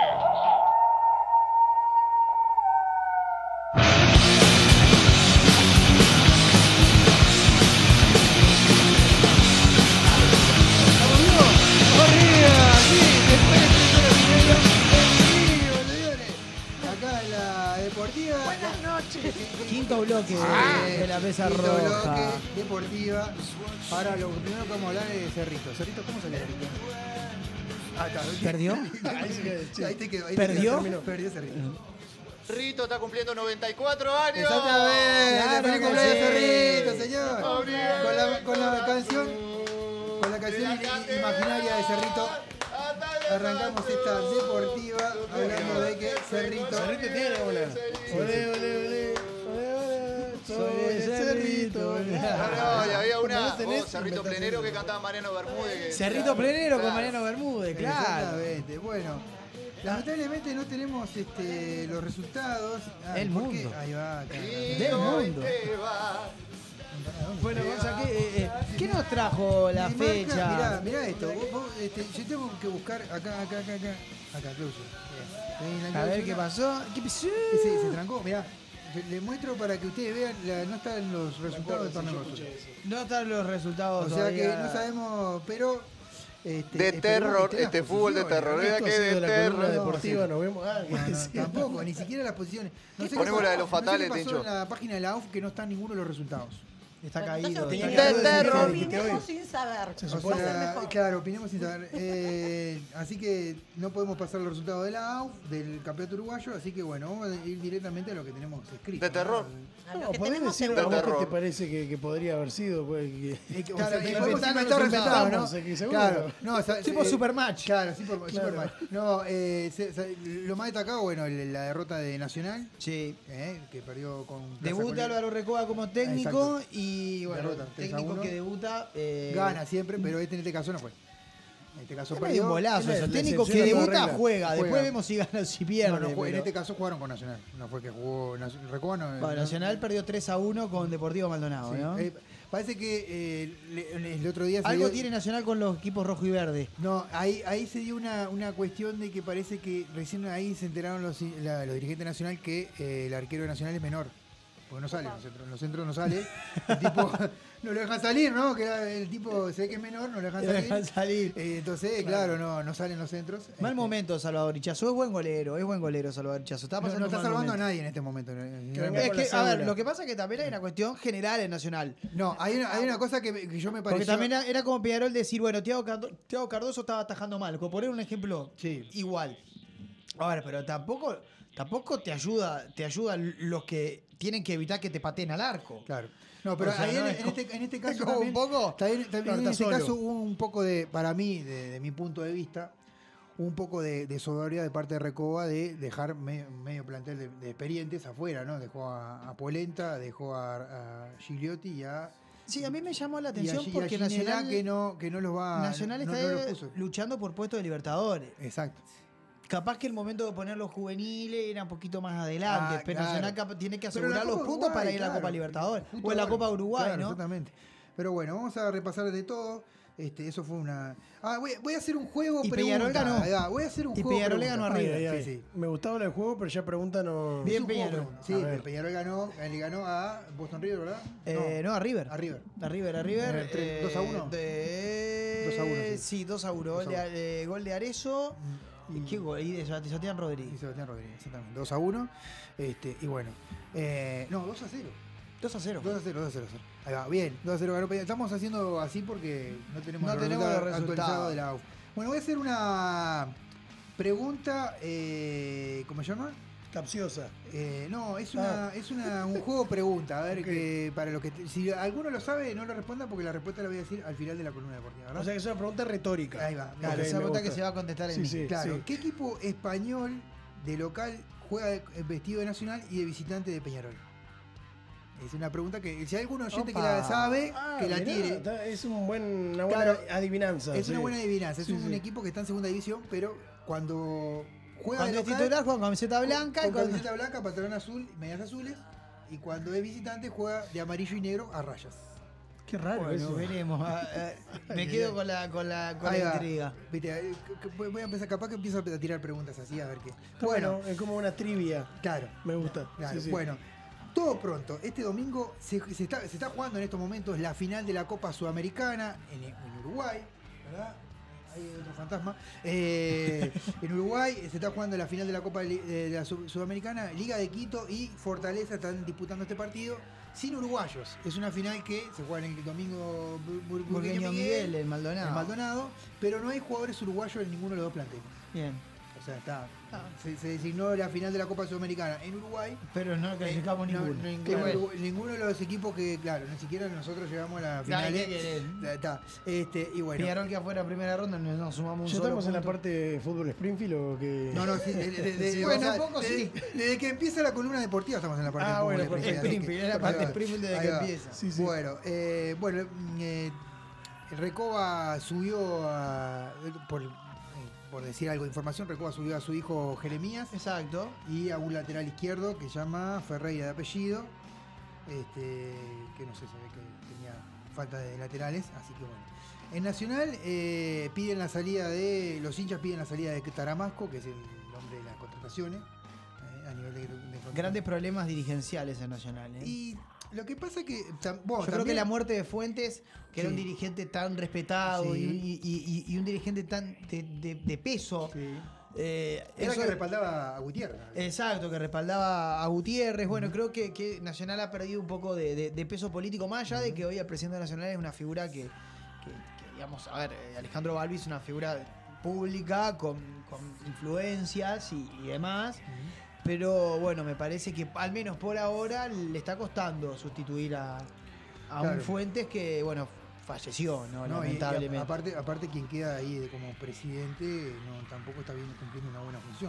Acá en la deportiva. Buenas noches. Quinto bloque de la mesa Quinto roja. bloque deportiva. Ahora lo primero que vamos a hablar es de Cerrito. Cerrito, ¿cómo salió Cerrito? ¿Perdió? Ahí te quedó. ¿Perdió? Perdió Cerrito. Cerrito está cumpliendo 94 años. Exactamente. Claro Feliz que cumpleaños, sí. Cerrito, señor. Con la canción imaginaria de Cerrito. Arrancamos esta deportiva hablando de que Cerrito. Cerrito tiene una. Olé, olé, olé. soy el Cerrito. No, y había una, Cerrito Plenero que cantaba Mariano Bermúdez. Cerrito Plenero con Mariano Bermúdez, claro. Exactamente, bueno. Lamentablemente no tenemos los resultados. El mundo. Ahí va, del mundo. Bueno, Gonza, ¿qué nos trajo la fecha? Mirá esto. Yo tengo que buscar acá, close. A ver qué pasó. ¿Qué pasó? Se trancó, mirá. Le muestro para que ustedes vean, no están los resultados de torneo. No están los resultados. O sea que no sabemos, pero de terror, fútbol de terror. Esto que ha sido de la terror. columna deportiva, nos vemos. Tampoco, ni siquiera las posiciones. No sé Ponemos la de los fatales, no sé qué pasó Tincho. en la página de la AUF que no están ninguno de los resultados. Está caído. Opinemos sin saber. Claro, opinemos sin saber. Así que no podemos pasar los resultados de la AUF, del campeonato uruguayo, así que bueno, vamos a ir directamente a lo que tenemos escrito. De terror. No, ¿podés decir a vos qué te parece que podría haber sido? Pues, Claro, que podemos inventar resultados, ¿no? Claro, no, tipo Supermatch. Claro, Supermatch. No, lo más destacado, bueno, la derrota de Nacional. Sí. Que perdió con... Debuta Álvaro Recoba como técnico y bueno, derrota, técnico que debuta... gana siempre, pero en este caso no fue. En este caso perdió. Un bolazo. El técnico que debuta juega. Después vemos si gana o si pierde. No, en este caso jugaron con Nacional. No fue que jugó Recoba. Nacional perdió 3-1 con Deportivo Maldonado, ¿no? Parece que el otro día... Algo tiene Nacional con los equipos rojo y verde. No, ahí se dio una cuestión de que parece que recién ahí se enteraron los dirigentes de Nacional que el arquero de Nacional es menor. Porque no sale, en los centros no sale. El tipo no lo dejan salir, ¿no? Que el tipo se ve que es menor, no lo dejan salir. Entonces, claro, no salen los centros. Mal momento, Salvador Ichazo. Es buen golero, Salvador Ichazo. No está salvando a nadie en este momento. Es que, a ver, lo que pasa es que también hay una cuestión general en Nacional. No, hay una cosa que yo me pareció... Porque también era como Peñarol decir, bueno, Thiago Cardoso estaba atajando mal. Como poner un ejemplo igual. A ver, pero tampoco te ayuda los que tienen que evitar que te pateen al arco. Claro. No, pero ahí en este caso también, un poco. También en este caso hubo un poco de, para mí, de mi punto de vista, un poco de soberbia de parte de Recoba de dejar medio plantel de experientes afuera, ¿no? Dejó a Polenta, dejó a Gigliotti y a... Sí, a mí me llamó la atención y porque Nacional que no los va... Nacional está luchando por puestos de Libertadores. Exacto. Capaz que el momento de poner los juveniles era un poquito más adelante, pero claro. Nacional tiene que asegurar los puntos para ir a la Copa Libertadores o en la Copa Uruguay, claro, ¿no? Exactamente. Pero bueno, vamos a repasar de todo. Eso fue una... voy a hacer un juego y Peñarol ganó. Voy a hacer un y juego Peñarol le ganó a River. Sí. Me gustaba el juego, pero ya pregunta no... Bien Peñarol. Sí, Peñarol le ganó a Boston River, ¿verdad? No, a River. A River. A River. 2-1. 2-1. Sí, 2-1. Gol de Arezzo. ¿Y qué gol? Y de Sebastián Rodríguez. Sí, Sebastián Rodríguez, exactamente. 2-1. Y bueno. No, 2-0. 2-0. Ahí va, bien. 2-0 ganó Peñarol. Estamos haciendo así porque no tenemos los resultados de la UF. Bueno, voy a hacer una pregunta. ¿Cómo se llama? Capciosa. No, es un juego pregunta. A ver, okay. Que para los que si alguno lo sabe, no lo responda porque la respuesta la voy a decir al final de la columna deportiva, ¿verdad? O sea que es una pregunta retórica. Ahí va. Claro, esa pregunta que se va a contestar en mí. Sí, claro. Sí. ¿Qué equipo español de local juega vestido de Nacional y de visitante de Peñarol? Es una pregunta que si hay algún oyente que la sabe, que la tire. Es una buena adivinanza. Es una buena adivinanza. Es un equipo que está en segunda división, pero cuando juega de local, titular juega con camiseta blanca. Con camiseta blanca, pantalón azul, medias azules. Y cuando es visitante juega de amarillo y negro a rayas. Qué raro eso. Veremos. Me quedo con la intriga. Viste, voy a empezar, capaz que empiezo a tirar preguntas así, a ver qué. Bueno, es como una trivia. Claro. Me gusta. Claro. Sí. Bueno, todo pronto. Este domingo se está jugando en estos momentos la final de la Copa Sudamericana en Uruguay, ¿verdad? Hay otro fantasma. En Uruguay se está jugando la final de la Copa de la Sudamericana. Liga de Quito y Fortaleza están disputando este partido sin uruguayos. Es una final que se juega en el domingo Burgueño Miguel, el Maldonado. Pero no hay jugadores uruguayos en ninguno de los dos planteles. Bien. O sea, se designó la final de la Copa Sudamericana en Uruguay. Pero no clasificamos ninguno. Ninguno de los equipos que, claro, ni siquiera nosotros llegamos a la final. Y bueno. Peñarol que afuera primera ronda, nos sumamos un ¿Ya solo estamos en la punto. parte de fútbol Springfield o que...? No, sí. Bueno, un poco sí. Desde que empieza la columna deportiva estamos en la parte de fútbol bueno, porque Springfield, es la parte de Springfield desde que empieza. Sí. Bueno, el Recoba subió por decir algo de información, Recoba subió a su hijo Jeremías. Exacto. Y a un lateral izquierdo que se llama Ferreira de apellido. Que no sé, se ve que tenía falta de laterales, así que bueno. En Nacional piden la salida de. Los hinchas piden la salida de Taramasco, que es el hombre de las contrataciones. A nivel de grandes problemas dirigenciales en Nacional. Y lo que pasa es que. Yo creo que la muerte de Fuentes, que era un dirigente tan respetado y un dirigente tan de peso. Era que respaldaba a Gutiérrez. Exacto, que respaldaba a Gutiérrez. Bueno, creo que Nacional ha perdido un poco de peso político, más allá de que hoy el presidente Nacional es una figura que digamos, a ver, Alejandro Balbi es una figura pública con influencias y demás. Pero bueno, me parece que al menos por ahora le está costando sustituir a un Fuentes que, bueno, falleció, ¿no? Lamentablemente. Y aparte quien queda ahí como presidente tampoco está bien cumpliendo una buena función,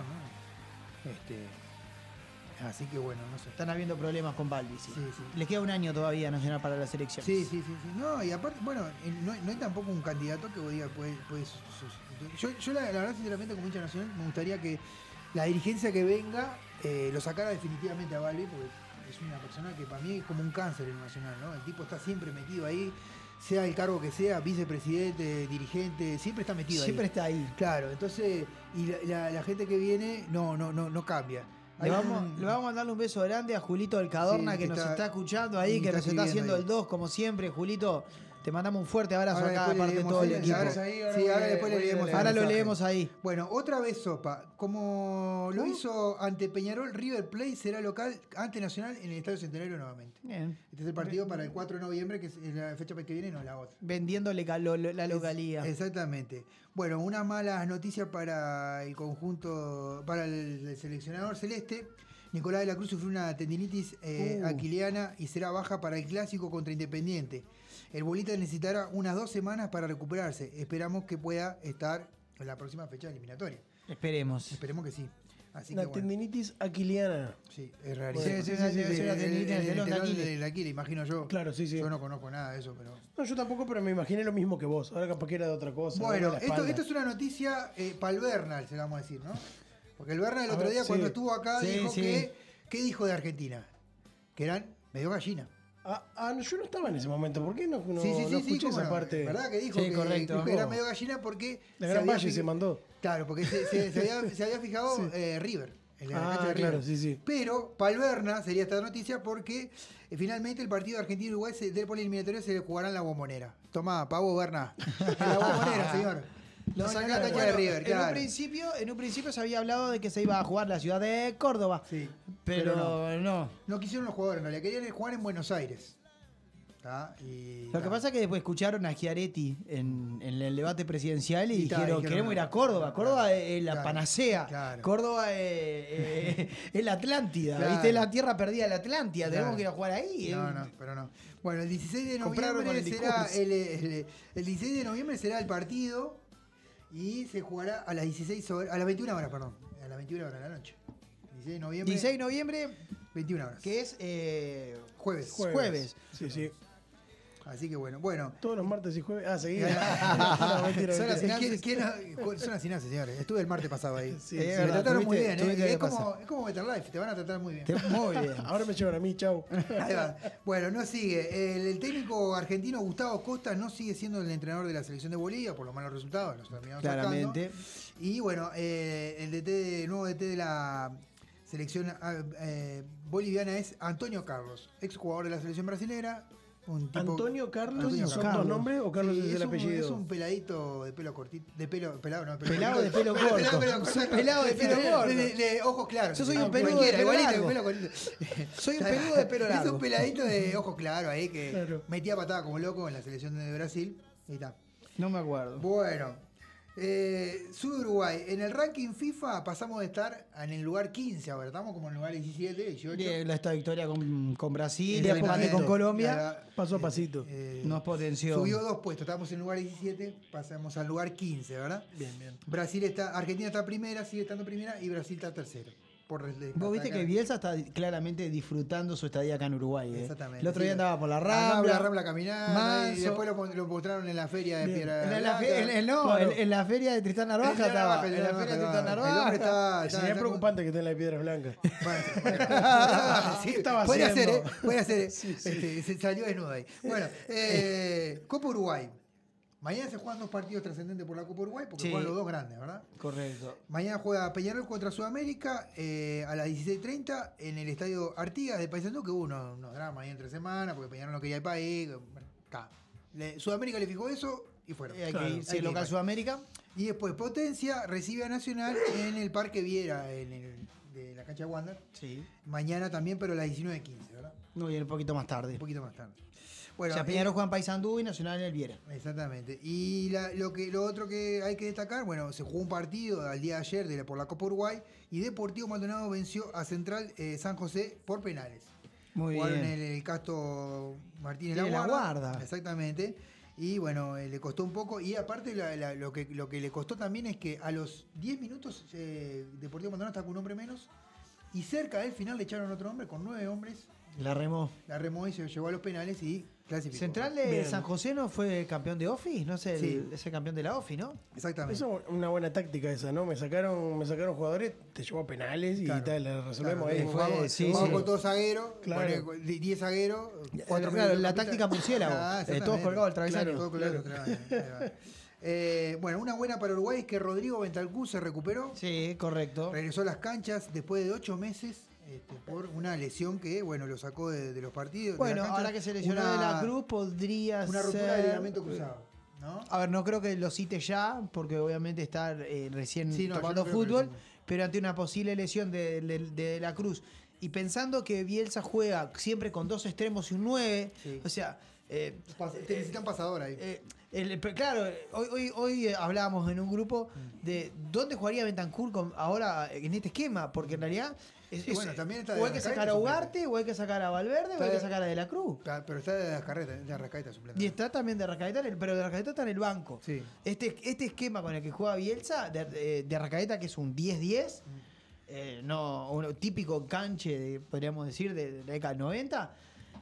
¿no? Así que bueno, no sé. Están habiendo problemas con Balbi, sí. Les queda un año todavía Nacional para las elecciones. Sí. No, y aparte, bueno, no hay tampoco un candidato que diga puede sustituir. Yo la verdad, sinceramente, como hincha nacional, me gustaría que la dirigencia que venga lo sacara definitivamente a Balbi, porque es una persona que para mí es como un cáncer en Nacional, ¿no? El tipo está siempre metido ahí, sea el cargo que sea, vicepresidente, dirigente, siempre está metido ahí. Siempre está ahí. Claro, entonces, y la gente que viene no cambia. Le vamos a mandarle un beso grande a Julito del Cadorna, que nos está escuchando ahí, que nos está haciendo el 2 como siempre. Julito, te mandamos un fuerte abrazo acá de parte de todo el equipo. Ahora después le leemos. Ahora lo leemos ahí. Bueno, otra vez sopa. Como lo hizo ante Peñarol, River Plate será local ante Nacional en el Estadio Centenario nuevamente. Bien. Este es el partido para el 4 de noviembre, que es la fecha que viene, no la otra. Vendiéndole la localía. Exactamente. Bueno, una mala noticia para el conjunto, para el seleccionador celeste. Nicolás de la Cruz sufrió una tendinitis aquiliana y será baja para el clásico contra Independiente. El bolita necesitará unas 2 semanas para recuperarse. Esperamos que pueda estar en la próxima fecha eliminatoria. Esperemos que sí. Así la tendinitis aquiliana. Sí, es rarísimo. Sí, la tendinitis del telón de Aquiles, imagino yo. Claro, sí. Yo no conozco nada de eso, pero... No, yo tampoco, pero me imaginé lo mismo que vos. Ahora capaz que era de otra cosa. Bueno, esto es una noticia para el Bernal, se la vamos a decir, ¿no? Porque el Bernal el otro día cuando estuvo acá dijo que... ¿Qué dijo de Argentina? Que eran medio gallina. Yo no estaba en ese momento. ¿Por qué no escuché esa parte? ¿Verdad que dijo correcto. que era medio gallina porque... La Gran Valle se mandó. Claro, porque se había fijado River. Claro, sí. Pero Palverna sería esta noticia porque finalmente el partido de Argentina-Uruguay del polieliminatorio se le jugará en la Bombonera. Tomá, Pavo Berna. En la Bombonera, señor. Lo saca de River, claro. En un principio se había hablado de que se iba a jugar la ciudad de Córdoba. Sí. Pero no. No quisieron los jugadores, en realidad querían jugar en Buenos Aires. Lo que pasa es que después escucharon a Schiaretti en el debate presidencial y dijeron queremos ir a Córdoba. Córdoba es la panacea. Claro. Córdoba es la Atlántida. Claro. ¿Viste? Es la tierra perdida de la Atlántida. Tenemos que ir a jugar ahí. No, pero no. Bueno, el 16 de noviembre será el 16 de noviembre será el partido y se jugará a las 21 horas, perdón. A las 21 horas de la noche. 16 de noviembre, 21 horas. Que es jueves. Sí. Así que bueno. Todos los martes y jueves. Seguida. Son así, señores. Estuve el martes pasado ahí. Me trataron muy bien. Es como MetLife, te van a tratar muy bien. Muy bien. Ahora me llevan a mí, chau. Ahí va. Bueno, no sigue. El técnico argentino Gustavo Costa no sigue siendo el entrenador de la selección de Bolivia por los malos resultados. Los terminaron claramente. Sacando. Y bueno, el nuevo DT de la selección boliviana es Antonio Carlos, exjugador de la selección brasilera. Antonio Carlos, ¿son dos nombres o Carlos es el apellido? Es un peladito de pelo cortito, pelado de pelo corto. Pelado de pelo corto. De ojos claros. Yo soy un peludo de pelo largo. Soy un peludo de pelo largo. Es un peladito de ojos claros ahí que metía patada como loco en la selección de Brasil. Ahí está. No me acuerdo. Bueno, Sube Uruguay. En el ranking FIFA pasamos de estar en el lugar 15 ahora. Estamos como en el lugar 17, 18. Bien, esta victoria con Brasil, El empate con Colombia. Paso a pasito. Nos potenció. Subió 2 puestos. Estábamos en el lugar 17, pasamos al lugar 15, ¿verdad? Bien, bien. Argentina está primera, sigue estando primera, y Brasil está tercero. Vos viste que Bielsa está claramente disfrutando su estadía acá en Uruguay. Exactamente. El otro día andaba por la Andaba Rambla. la Rambla caminando, y después lo mostraron en la feria de Piedra. En la feria de Tristán Narvaja estaba. En la feria de Tristán Narvaja. Sería preocupante que esté en la Piedra Blanca. Sí, estaba puede haciendo? hacer, puede hacer. Se salió desnudo ahí. Bueno, Copa Uruguay. Mañana se juegan 2 partidos trascendentes por la Copa Uruguay, porque juegan los 2 grandes, ¿verdad? Correcto. Mañana juega Peñarol contra Sudamérica a las 16:30 en el Estadio Artigas de Paysandú, que hubo unos dramas ahí entre semanas, porque Peñarol no quería el país. Bueno, está. Sudamérica le fijó eso y fueron. Hay que irse local Sudamérica. Y después Potencia recibe a Nacional en el Parque Viera, de la cancha de Wander. Sí. Mañana también, pero a las 19:15, ¿verdad? Muy bien, un poquito más tarde. Un poquito más tarde. Bueno, o sea, Peñarol juega en Paysandú y Nacional en el Viera. Exactamente. Y lo otro que hay que destacar, bueno, se jugó un partido al día de ayer por la Copa Uruguay y Deportivo Maldonado venció a Central San José por penales. Muy Jugaron bien. el Castro Martínez La Guarda. Exactamente. Y bueno, le costó un poco. Y aparte lo que le costó también es que a los 10 minutos Deportivo Maldonado está con un hombre menos. Y cerca del final le echaron otro hombre con 9 hombres. La remó. Y se llevó a los penales y clasificó. Central de San José no fue campeón de OFI, no sé, Sí. ese campeón de la OFI, ¿no? Exactamente. Eso es una buena táctica esa, ¿no? Me sacaron jugadores, te llevó a penales y tal, le resolvemos ahí. Vamos con todos zagueros, Claro. 10 zagueros, 4 Claro, la táctica murciélago. Todos colgados al travesaño. Todos colgados al travesaño. Bueno, una buena para Uruguay es que Rodrigo Bentancur se recuperó. Sí, correcto. Regresó a las canchas después de 8 meses por una lesión que, bueno, lo sacó de los partidos. Bueno, de la cancha. ahora que se lesionó de la Cruz, podría una ser... ruptura de ligamento cruzado, ¿no? A ver, no creo que lo cite ya, porque obviamente está recién Sí, no, tomando yo no creo fútbol, que pero ante una posible lesión de la Cruz. Y pensando que Bielsa juega siempre con 2 extremos y un 9, o sea... te necesitan pasador ahí. Claro, hoy hablábamos en un grupo de dónde jugaría Bentancur ahora en este esquema, porque en realidad también está o hay que sacar a Ugarte, o hay que sacar a Valverde, o hay que sacar a De la Cruz. Pero está de Arrascaeta suplente. Y está también de Arrascaeta, pero de Arrascaeta está en el banco. Sí. Este esquema con el que juega Bielsa, de Arrascaeta, que es un 10-10, un típico canche, podríamos decir, de la década del 90,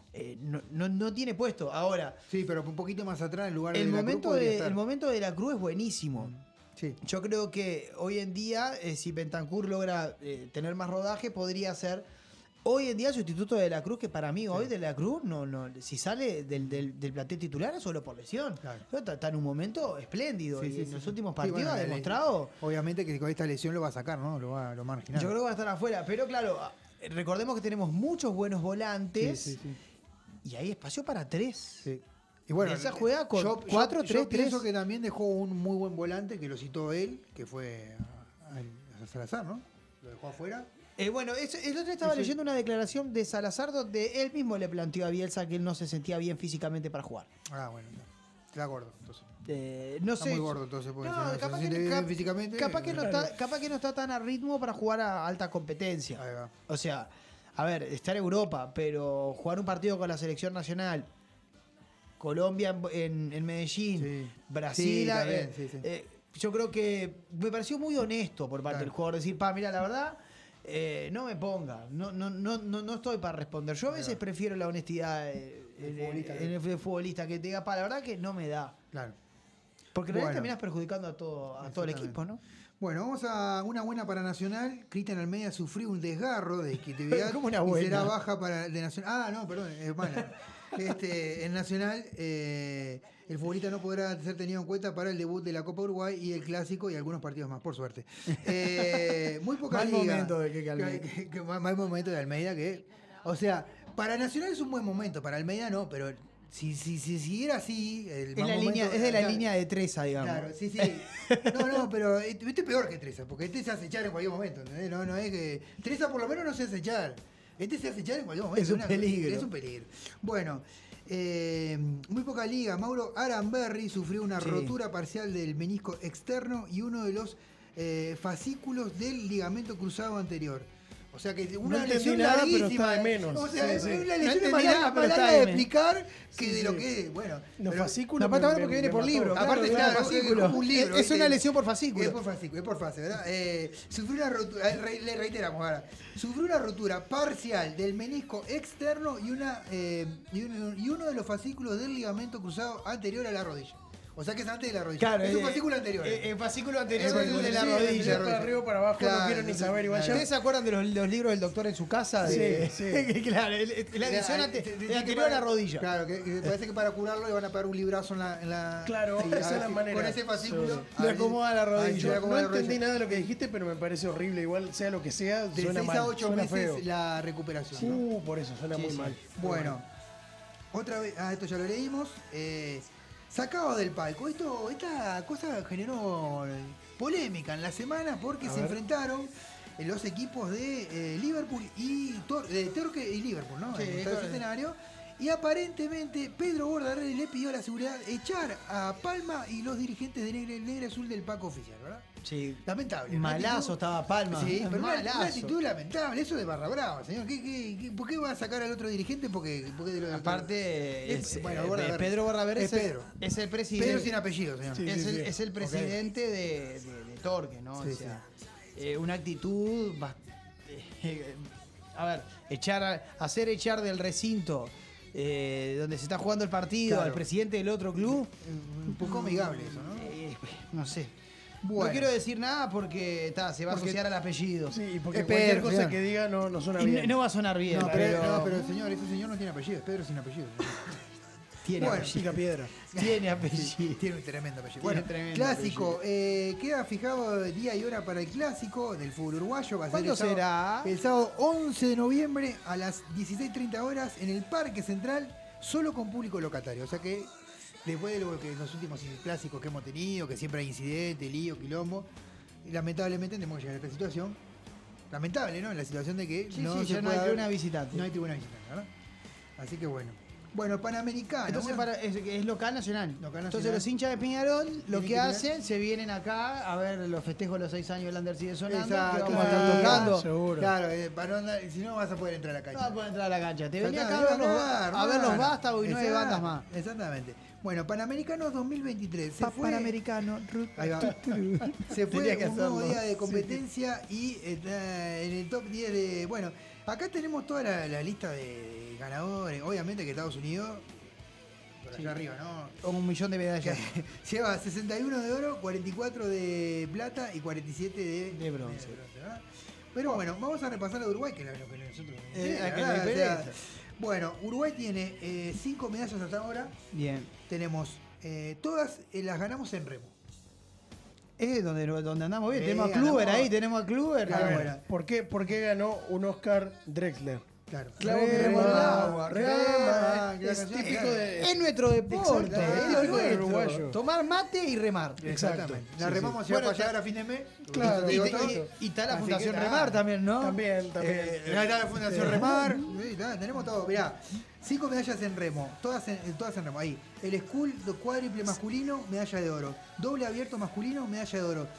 no tiene puesto. Ahora, sí, pero un poquito más atrás, en lugar el de momento el momento de la Cruz es buenísimo. Sí. Yo creo que hoy en día, si Bentancur logra tener más rodaje, podría ser hoy en día sustituto de la Cruz, que para mí hoy de la Cruz, si sale del plantel titular es solo por lesión. Claro. Está en un momento espléndido y en los últimos partidos ha demostrado. Obviamente que con esta lesión lo va a sacar, ¿no? Lo va a marginar. Yo creo que va a estar afuera, pero claro, recordemos que tenemos muchos buenos volantes y hay espacio para 3. Sí. Y bueno, esa juega con 4-3-3. Yo pienso que también dejó un muy buen volante, que lo citó él, que fue a Salazar, ¿no? Lo dejó afuera. Bueno, el otro estaba leyendo una declaración de Salazar donde él mismo le planteó a Bielsa que él no se sentía bien físicamente para jugar. Ah, bueno, está gordo, entonces. No está sé. muy gordo, entonces, porque no, si no se siente bien físicamente. Capaz que no está tan a ritmo para jugar a alta competencia. Ahí va. O sea, a ver, está en Europa, pero jugar un partido con la selección nacional, Colombia en Medellín, Brasil, yo creo que me pareció muy honesto por parte del jugador decir, mira, la verdad, no me ponga, no estoy para responder. Yo a veces prefiero la honestidad en el futbolista que te diga, la verdad que no me da. Claro. Porque en realidad terminás perjudicando a todo el equipo, ¿no? Bueno, vamos a una buena para Nacional. Cristian Almeida sufrió un desgarro de disquitividad ¿Cómo una y buena? será baja de Nacional. Ah, no, perdón, es mala. En Nacional, el futbolista no podrá ser tenido en cuenta para el debut de la Copa Uruguay y el Clásico y algunos partidos más, por suerte. Muy poca liga. Momento de mal momento de Almeida que... O sea, para Nacional es un buen momento, para Almeida no, pero... Si siguiera así... Es de la línea de Treza, digamos. Claro, sí. No, pero este es peor que Treza, porque este se hace echar en cualquier momento, ¿entendés? No es que... Treza por lo menos no se hace echar. Este se hace echar en cualquier momento. Es un peligro. Es un peligro. Bueno, muy poca liga. Mauro Aranberri sufrió una rotura parcial del menisco externo y uno de los fascículos del ligamento cruzado anterior. O sea que una lesión larguísima. Pero está de menos. O sea, es una No lesión entendí nada, pero está de de explicar que de lo que es. Bueno, los fascículos. Aparte, porque viene por libro. Aparte, claro, fascículo. Es un libro. Es una lesión por fascículo. Es por fase, ¿verdad? Sufrió una rotura, le reiteramos ahora. Sufrió una rotura parcial del menisco externo y uno de los fascículos del ligamento cruzado anterior a la rodilla. O sea que es antes de la rodilla. Claro, es un fascículo anterior. El fascículo anterior es el de la rodilla. Para arriba o para abajo, no quiero ni saber. Igual ¿Ustedes se acuerdan de los libros del doctor en su casa? Sí. Claro, la edición anterior a la rodilla. Claro, que parece que para curarlo le van a pegar un librazo en la... Claro, esa es la manera. Con ese fascículo. Le acomoda la rodilla. No entendí nada de lo que dijiste, pero me parece horrible. Igual, sea lo que sea, de suena 6 mal. a 8 suena meses feo. la recuperación. ¿no? Por eso, suena muy mal. Bueno, otra vez, esto ya lo leímos. Sacado del palco. Esta cosa generó polémica en la semana porque se enfrentaron los equipos de Liverpool y de Torque y Liverpool, ¿no? Sí, en el Estadio Centenario. Y aparentemente Pedro Bordarelli le pidió a la seguridad echar a Palma y los dirigentes de Negra Azul del Paco oficial, ¿verdad? Sí. Lamentable. Malazo estaba Palma. Sí, pero una malazo. actitud lamentable. Eso de barra brava, señor. ¿Por qué va a sacar al otro dirigente? Porque de lo Aparte, bueno, Pedro Bordaberry es Pedro. Es el presidente. Pedro sin apellido, señor. Sí, es el presidente de Torque, ¿no? Sí, o sea, una actitud... a ver, hacer echar del recinto donde se está jugando el partido al presidente del otro club... Un poco amigable eso, ¿no? No sé. Bueno. No quiero decir nada porque se va a asociar al apellido. Sí, y porque cualquier cosa que diga no suena bien. No va a sonar bien. No, pero ese señor no tiene apellido, es Pedro sin apellido. Tiene apellido. Piedra. Tiene apellido. Tiene un tremendo apellido. Bueno, clásico. Queda fijado día y hora para el clásico del fútbol uruguayo. Va a ¿Cuándo ser será? El sábado 11 de noviembre a las 16:30 horas en el Parque Central, solo con público locatario. O sea que después de lo que los últimos clásicos que hemos tenido, que siempre hay incidentes, lío, quilombo, y lamentablemente tenemos que llegar a esta situación. Lamentable, ¿no? En la situación de que ya no hay tribuna visitante. No hay tribuna visitante, ¿verdad? Así que bueno. Bueno, Panamericano. Entonces es local nacional. Local Entonces nacional. los hinchas de Peñarol lo que que hacen, se vienen acá a ver los festejos de los 6 años del Lander sigue sonando. Exacto, que vamos a estar tocando. Seguro. Claro, para no andar, si no vas a poder entrar a la cancha. No vas a poder entrar a la cancha. Te Ya venía está, acá a ver los hermano. Vástagos y 9 Exacto, bandas más. Exactamente. Bueno, Panamericanos 2023. Panamericano. Ahí va. Se fue Tenía que un nuevo hacerlo. día de competencia y está en el top 10 de... Bueno, acá tenemos toda la lista de ganadores. Obviamente que Estados Unidos... Por allá arriba, ¿no? Con 1 millón de medallas. Lleva 61 de oro, 44 de plata y 47 de bronce. ¿verdad? Pero bueno, vamos a repasar lo de Uruguay, que es lo que nosotros... bueno, Uruguay tiene 5 medallas hasta ahora. Bien. Tenemos, todas las ganamos en remo. Es donde andamos bien. Tenemos a Kluber ahí, tenemos a Kluber. Claro, bueno. ¿Por qué ganó un Oscar Drexler? Claro. Clavo que rema el agua, rema. Es típico Es nuestro deporte, Exacto, es lo nuestro. uruguayo. Tomar mate y remar. Exactamente. La Sí, remamos sí. ya para Bueno, llegar a fin de mes. Claro, Y y está la Así Fundación que, Remar también, ¿no? También. Ya está la Fundación Remar. Sí, tenemos todo. Mirá, 5 medallas en remo, todas en remo. Ahí. El school cuádruple masculino, medalla de oro. Doble abierto masculino, medalla de oro.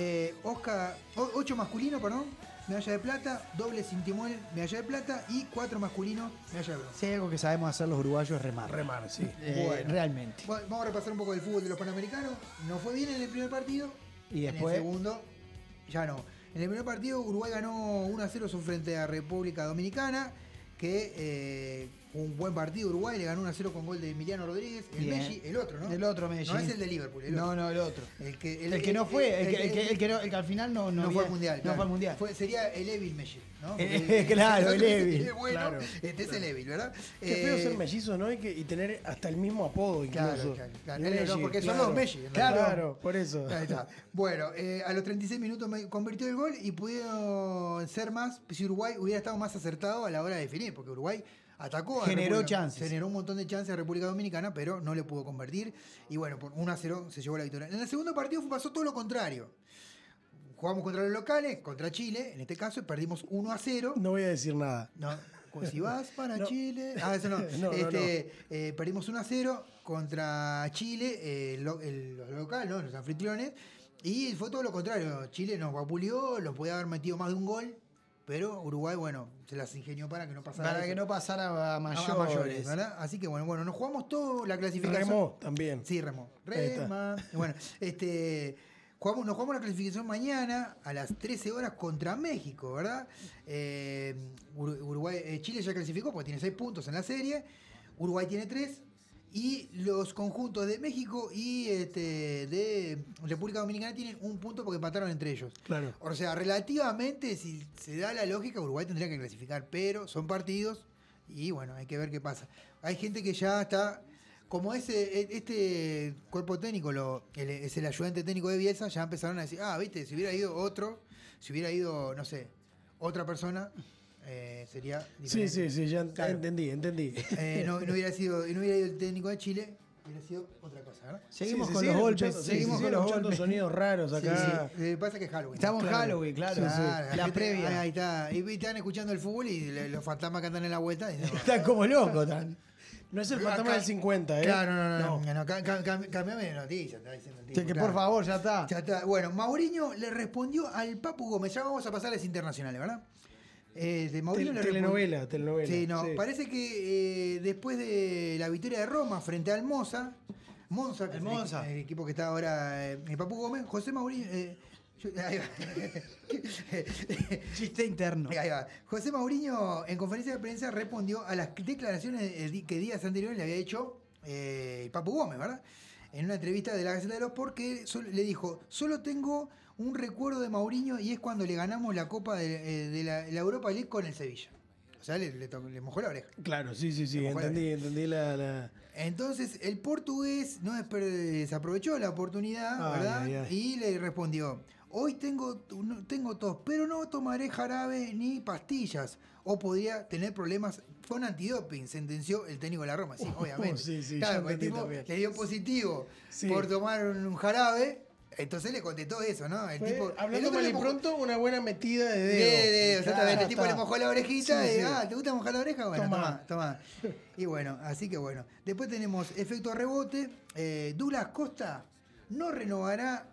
8 masculino, perdón, medalla de plata. Doble sin timón, medalla de plata. Y 4 masculino, medalla de bronce. Si hay algo que sabemos hacer los uruguayos es remar. Remar, sí. Bueno. Realmente. Bueno, vamos a repasar un poco del fútbol de los panamericanos. Nos fue bien en el primer partido. Y después. En el segundo, ya no. En el primer partido, Uruguay ganó 1-0 frente a República Dominicana. Que un buen partido. Uruguay le ganó 1-0 con gol de Emiliano Rodríguez. El Bien. Messi, el otro, ¿no? El otro Messi. No es el de Liverpool. El otro. No, el otro. El que El que al final no fue al mundial. No claro. fue al mundial. Sería el Evil Messi, ¿no? Claro, el Evil. Bueno, Claro. este es el Evil, ¿verdad? Qué feo ser mellizo, ¿no? Y tener hasta el mismo apodo incluso. Claro. Messi, No, porque son claro. los Messi. ¿no? Claro, por eso. Ahí está. Bueno, a los 36 minutos convirtió el gol y pudieron ser más si Uruguay hubiera estado más acertado a la hora de definir, porque Uruguay atacó, generó chances. Generó un montón de chances a República Dominicana, pero no le pudo convertir. Y bueno, por 1-0 se llevó la victoria. En el segundo partido pasó todo lo contrario. Jugamos contra los locales, contra Chile, en este caso, perdimos 1-0. No voy a decir nada. No, Pues si vas para Chile. Eso no. Perdimos 1-0 contra Chile, el local, ¿no? Los anfitriones. Y fue todo lo contrario. Chile nos vapuleó, los podía haber metido más de un gol. Pero Uruguay, bueno, se las ingenió para que no pasara. Para que no pasara a mayores. ¿Verdad? Así que bueno, nos jugamos todo la clasificación. Remó también. Sí, remó. Rema. Bueno, nos jugamos la clasificación mañana a las 13 horas contra México, ¿verdad? Chile ya clasificó porque tiene 6 puntos en la serie. Uruguay tiene 3. Y los conjuntos de México y de República Dominicana tienen 1 punto porque empataron entre ellos. Claro. O sea, relativamente, si se da la lógica, Uruguay tendría que clasificar, pero son partidos y bueno, hay que ver qué pasa. Hay gente que ya está, como este cuerpo técnico es el ayudante técnico de Bielsa, ya empezaron a decir, viste, si hubiera ido, no sé, otra persona... sería diferente. Sí, ya claro. Entendí. No hubiera ido el técnico de Chile, hubiera sido otra cosa, ¿verdad? Seguimos con los golpes. Seguimos con los golpes. Sonidos raros acá. Pasa que es Halloween. Estamos en Halloween, claro. La previa. Ahí está. Y están escuchando el fútbol y los fantasmas que andan en la vuelta. Están como locos. No es el fantasma del 50, ¿eh? Claro, no. Cambiame de noticia. Está diciendo el tipo, que por favor, ya está. Bueno, Mourinho le respondió al Papu Gómez. Ya vamos a pasar a las internacionales, ¿verdad? Telenovela. Sí, parece que después de la victoria de Roma frente al Monza, el equipo que está ahora el Papu Gómez, José Mourinho. Ahí va. Chiste interno. Ahí va. José Mourinho en conferencia de prensa respondió a las declaraciones que días anteriores le había hecho el Papu Gómez, ¿verdad? En una entrevista de la Gaceta de los Sport, que le dijo: solo tengo un recuerdo de Mourinho y es cuando le ganamos la Copa de la Europa League con el Sevilla. O sea, le mojó la oreja. Claro, sí. Entendí la... Entonces, el portugués no desaprovechó la oportunidad, ¿verdad? Y le respondió: hoy tengo tos, pero no tomaré jarabe ni pastillas. O podría tener problemas con antidoping, sentenció el técnico de la Roma. Sí, obviamente. Sí, claro, el tipo le dio positivo por tomar un jarabe. Entonces le contestó eso, ¿no? El tipo, hablando mal y pronto, una buena metida de dedo. Exactamente. El tipo le mojó la orejita ¿te gusta mojar la oreja? Bueno, toma. Y bueno, así que bueno. Después tenemos efecto rebote. Douglas Costa no renovará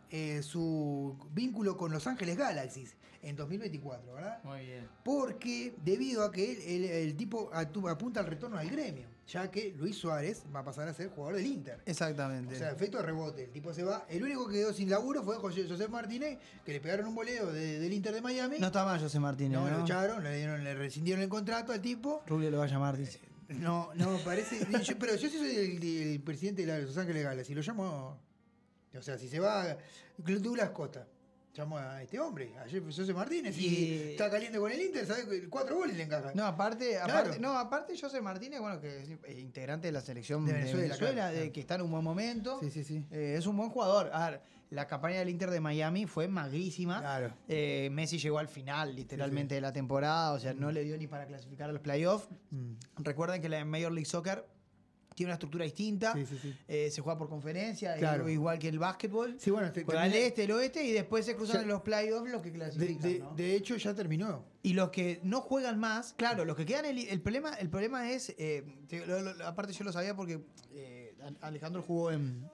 su vínculo con Los Ángeles Galaxy en 2024, ¿verdad? Muy bien. Porque debido a que el tipo apunta al retorno al gremio, ya que Luis Suárez va a pasar a ser jugador del Inter. Exactamente. O sea, efecto de rebote. El tipo se va. El único que quedó sin laburo fue José Martínez, que le pegaron un boleo del Inter de Miami. No está mal José Martínez. No, lo echaron, le rescindieron el contrato al tipo. Rubio lo va a llamar, dice. No, parece. Pero yo sí soy el presidente de Los Ángeles Galaxy. Lo llamo. O sea, si se va Douglas Costa, llamo a este hombre, a José Martínez, y está caliente con el Inter, ¿sabes? 4 goles le encajan. No, aparte José Martínez, bueno, que es integrante de la selección de Venezuela, claro. Que está en un buen momento. Sí. Es un buen jugador. A ver, la campaña del Inter de Miami fue magrísima. Claro. Messi llegó al final, literalmente, de la temporada, o sea, no le dio ni para clasificar a los playoffs. Recuerden que la Major League Soccer tiene una estructura distinta, se juega por conferencia, claro. Igual que el básquetbol. Sí, bueno, juega el este, el oeste, y después se cruzan en los playoffs los que clasifican. ¿No? De hecho, ya terminó. Y los que no juegan más, claro, los que quedan, el problema es, aparte yo lo sabía porque Alejandro jugó en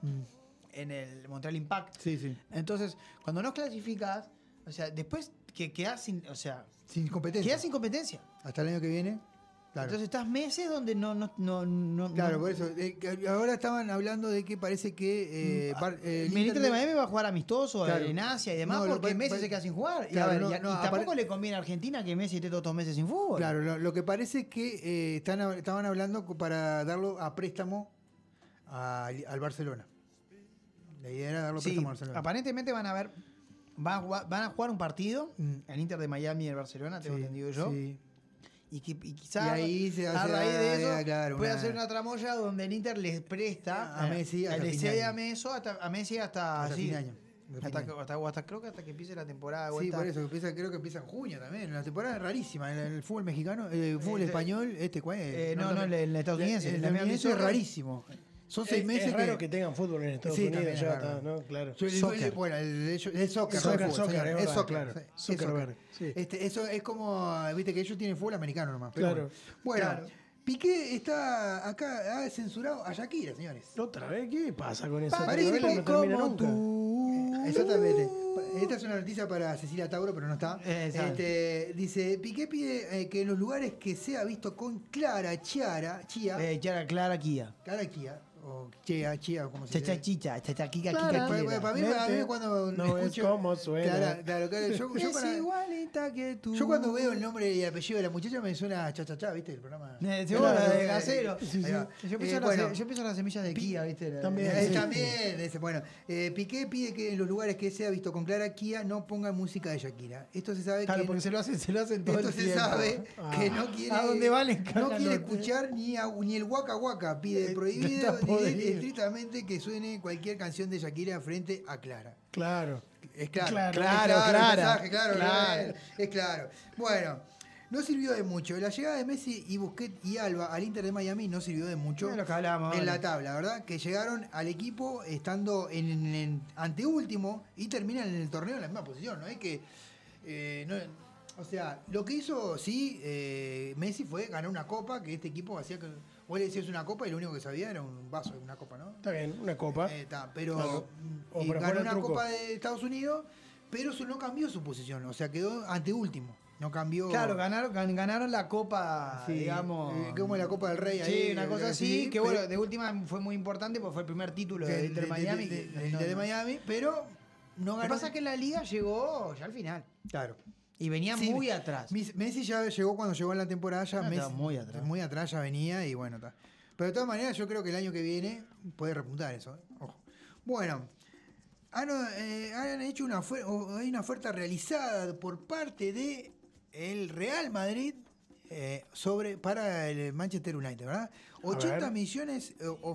el Montreal Impact. Sí. Entonces, cuando no clasificas, o sea, después que quedas sin competencia. Quedas sin competencia. Hasta el año que viene. Claro. Entonces estás meses donde no. Claro, por eso. Ahora estaban hablando de que parece que. El Inter de Miami va a jugar amistoso en Asia y demás, porque Messi se queda sin jugar. Claro, y tampoco le conviene a Argentina que Messi esté todos estos meses sin fútbol. Claro, lo que parece es que estaban hablando para darlo a préstamo al Barcelona. La idea era darlo a préstamo al Barcelona. Aparentemente van a jugar un partido, el Inter de Miami y el Barcelona, tengo entendido yo. Sí. Y quizás a raíz de eso puede hacer una tramoya donde el Inter les presta a Messi, le cede a Messi hasta fin de año. Creo que hasta que empiece la temporada. Sí, por eso, creo que empieza en junio también. La temporada es rarísima. El fútbol mexicano, el fútbol español, ¿cuál es? El estadounidense. El estadounidense es rarísimo. Son 6 meses. Es raro que tengan fútbol en Estados Unidos, ya está, ¿no? Claro. Bueno, el soccer. Soccer. Eso es como, viste que ellos tienen fútbol americano nomás. Pero Claro. Bueno, Claro. Piqué está acá, ha censurado a Shakira, señores. ¿Otra vez? ¿Qué pasa con esa Parece telenovela? No termina como nunca. tú. Exactamente. Esta es una noticia para Cecilia Tauro, pero no está. Dice, Piqué pide que en los lugares que sea visto con Clara Chía, Clara Kia. o Chía, como se dice. Chachachicha, chachaquica, Para mí cuando no escucho, es como suena. Claro. Yo Es igualita que tú. Yo cuando veo el nombre y el apellido de la muchacha me suena cha, ¿viste? El programa. Seguro, de Gasero. Sí. Yo pienso en las semillas de Kia, ¿viste? También. Bueno, Piqué pide que en los lugares que sea visto con Clara Kia no pongan música de Shakira. Esto se sabe Claro, que porque se lo hacen todo el esto se tiempo. sabe que no quiere. ¿A dónde vale? No quiere escuchar ni el Waka Waka. Pide prohibido estrictamente que suene cualquier canción de Shakira frente a Clara. Claro. Es claro. Claro. Es claro. Bueno, no sirvió de mucho. La llegada de Messi y Busquets y Alba al Inter de Miami no sirvió de mucho Es lo que hablábamos en ahora. la tabla, ¿verdad? Que llegaron al equipo estando en anteúltimo y terminan en el torneo en la misma posición. No es que... o sea, lo que hizo, Messi fue ganar una copa, que este equipo hacía que... Vos le decías una copa y lo único que sabía era un vaso de una copa, ¿no? Está bien, una copa. Pero Claro. O para ganó jugar al una truco. copa de Estados Unidos, pero eso no cambió su posición, o sea, quedó anteúltimo. No cambió. Claro, ganaron la copa, Sí, digamos. como la Copa del Rey ahí. Sí, una cosa así, que bueno, de última fue muy importante porque fue el primer título de Inter Miami. De Miami, pero no ganó. Lo que pasa es que la liga llegó ya al final. Claro. Y venía muy atrás. Messi ya llegó cuando llegó en la temporada, ya Messi, muy atrás. Muy atrás ya venía y bueno, está. Pero de todas maneras, yo creo que el año que viene puede repuntar eso. Ojo. Bueno, han hecho hay una oferta realizada por parte de el Real Madrid para el Manchester United, ¿verdad? 80 millones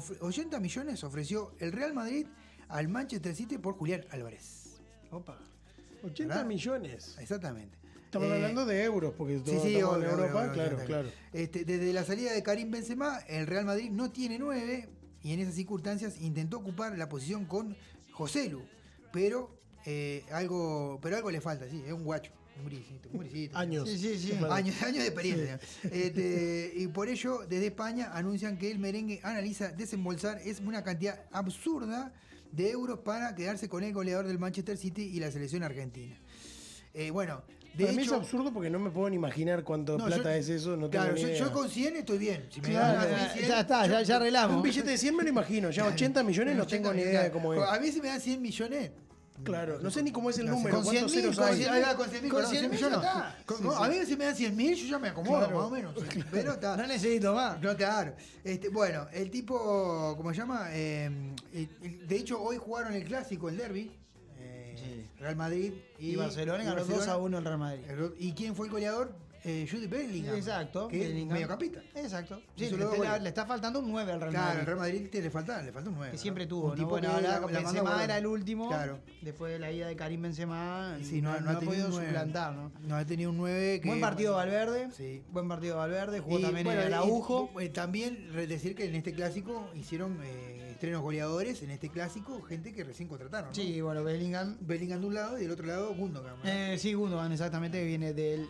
ofreció el Real Madrid al Manchester City por Julián Álvarez. Opa. 80 ¿verdad? millones. Exactamente. Estamos hablando de euros, porque todos estamos en Europa, claro. Desde la salida de Karim Benzema, el Real Madrid no tiene 9 y en esas circunstancias intentó ocupar la posición con Joselu, pero algo le falta, sí, es un guacho. Un grisito. Años. Sí. Años de experiencia. Y por ello, desde España anuncian que el merengue analiza desembolsar una cantidad absurda de euros para quedarse con el goleador del Manchester City y la selección argentina. Bueno, de Para hecho, mí es absurdo porque no me puedo ni imaginar cuánto plata es eso. No claro, tengo ni idea. yo con 100 estoy bien. Si me Claro, dan 100, ya está, ya arreglamos. Un billete de 100 me lo imagino, ya 80 millones no tengo ni idea de cómo es. A mí si me dan 100 millones. Claro, no sé ni cómo es el No sé. número, Con cuántos 100.000, ceros con hay. 100.000, Con 100.000 con 100.000 millones. ya está. A mí si me dan 100.000 yo ya me acomodo, Claro. más o menos. Pero está. No necesito más. No, claro. Bueno, el tipo, ¿cómo se llama? De hecho, hoy jugaron el clásico, el derbi. Real Madrid Y Barcelona ganó 2-1 el Real Madrid. ¿Y quién fue el goleador? Jude Bellingham. Exacto. Que es Bellingham. mediocampista. Exacto. Sí, Hizo los dos goles. le está faltando un 9 al Real Claro, Madrid. el Real Madrid le falta un 9. Que siempre tuvo, Un ¿no? tipo Bueno, que ahora la manda Benzema a era el último. Claro. Después de la ida de Karim Benzema, Sí, no ha podido un nueve. suplantar, ¿no? No ha tenido un 9 que... Buen partido Valverde. Sí. Buen partido Valverde. Jugó Y, también bueno, en Araujo. También decir que en este clásico hicieron estrenos goleadores, en este clásico, gente que recién contrataron, ¿no? Sí, bueno, Bellingham. Bellingham de un lado y del otro lado Gundogan. Sí, Gundogan, exactamente, que viene del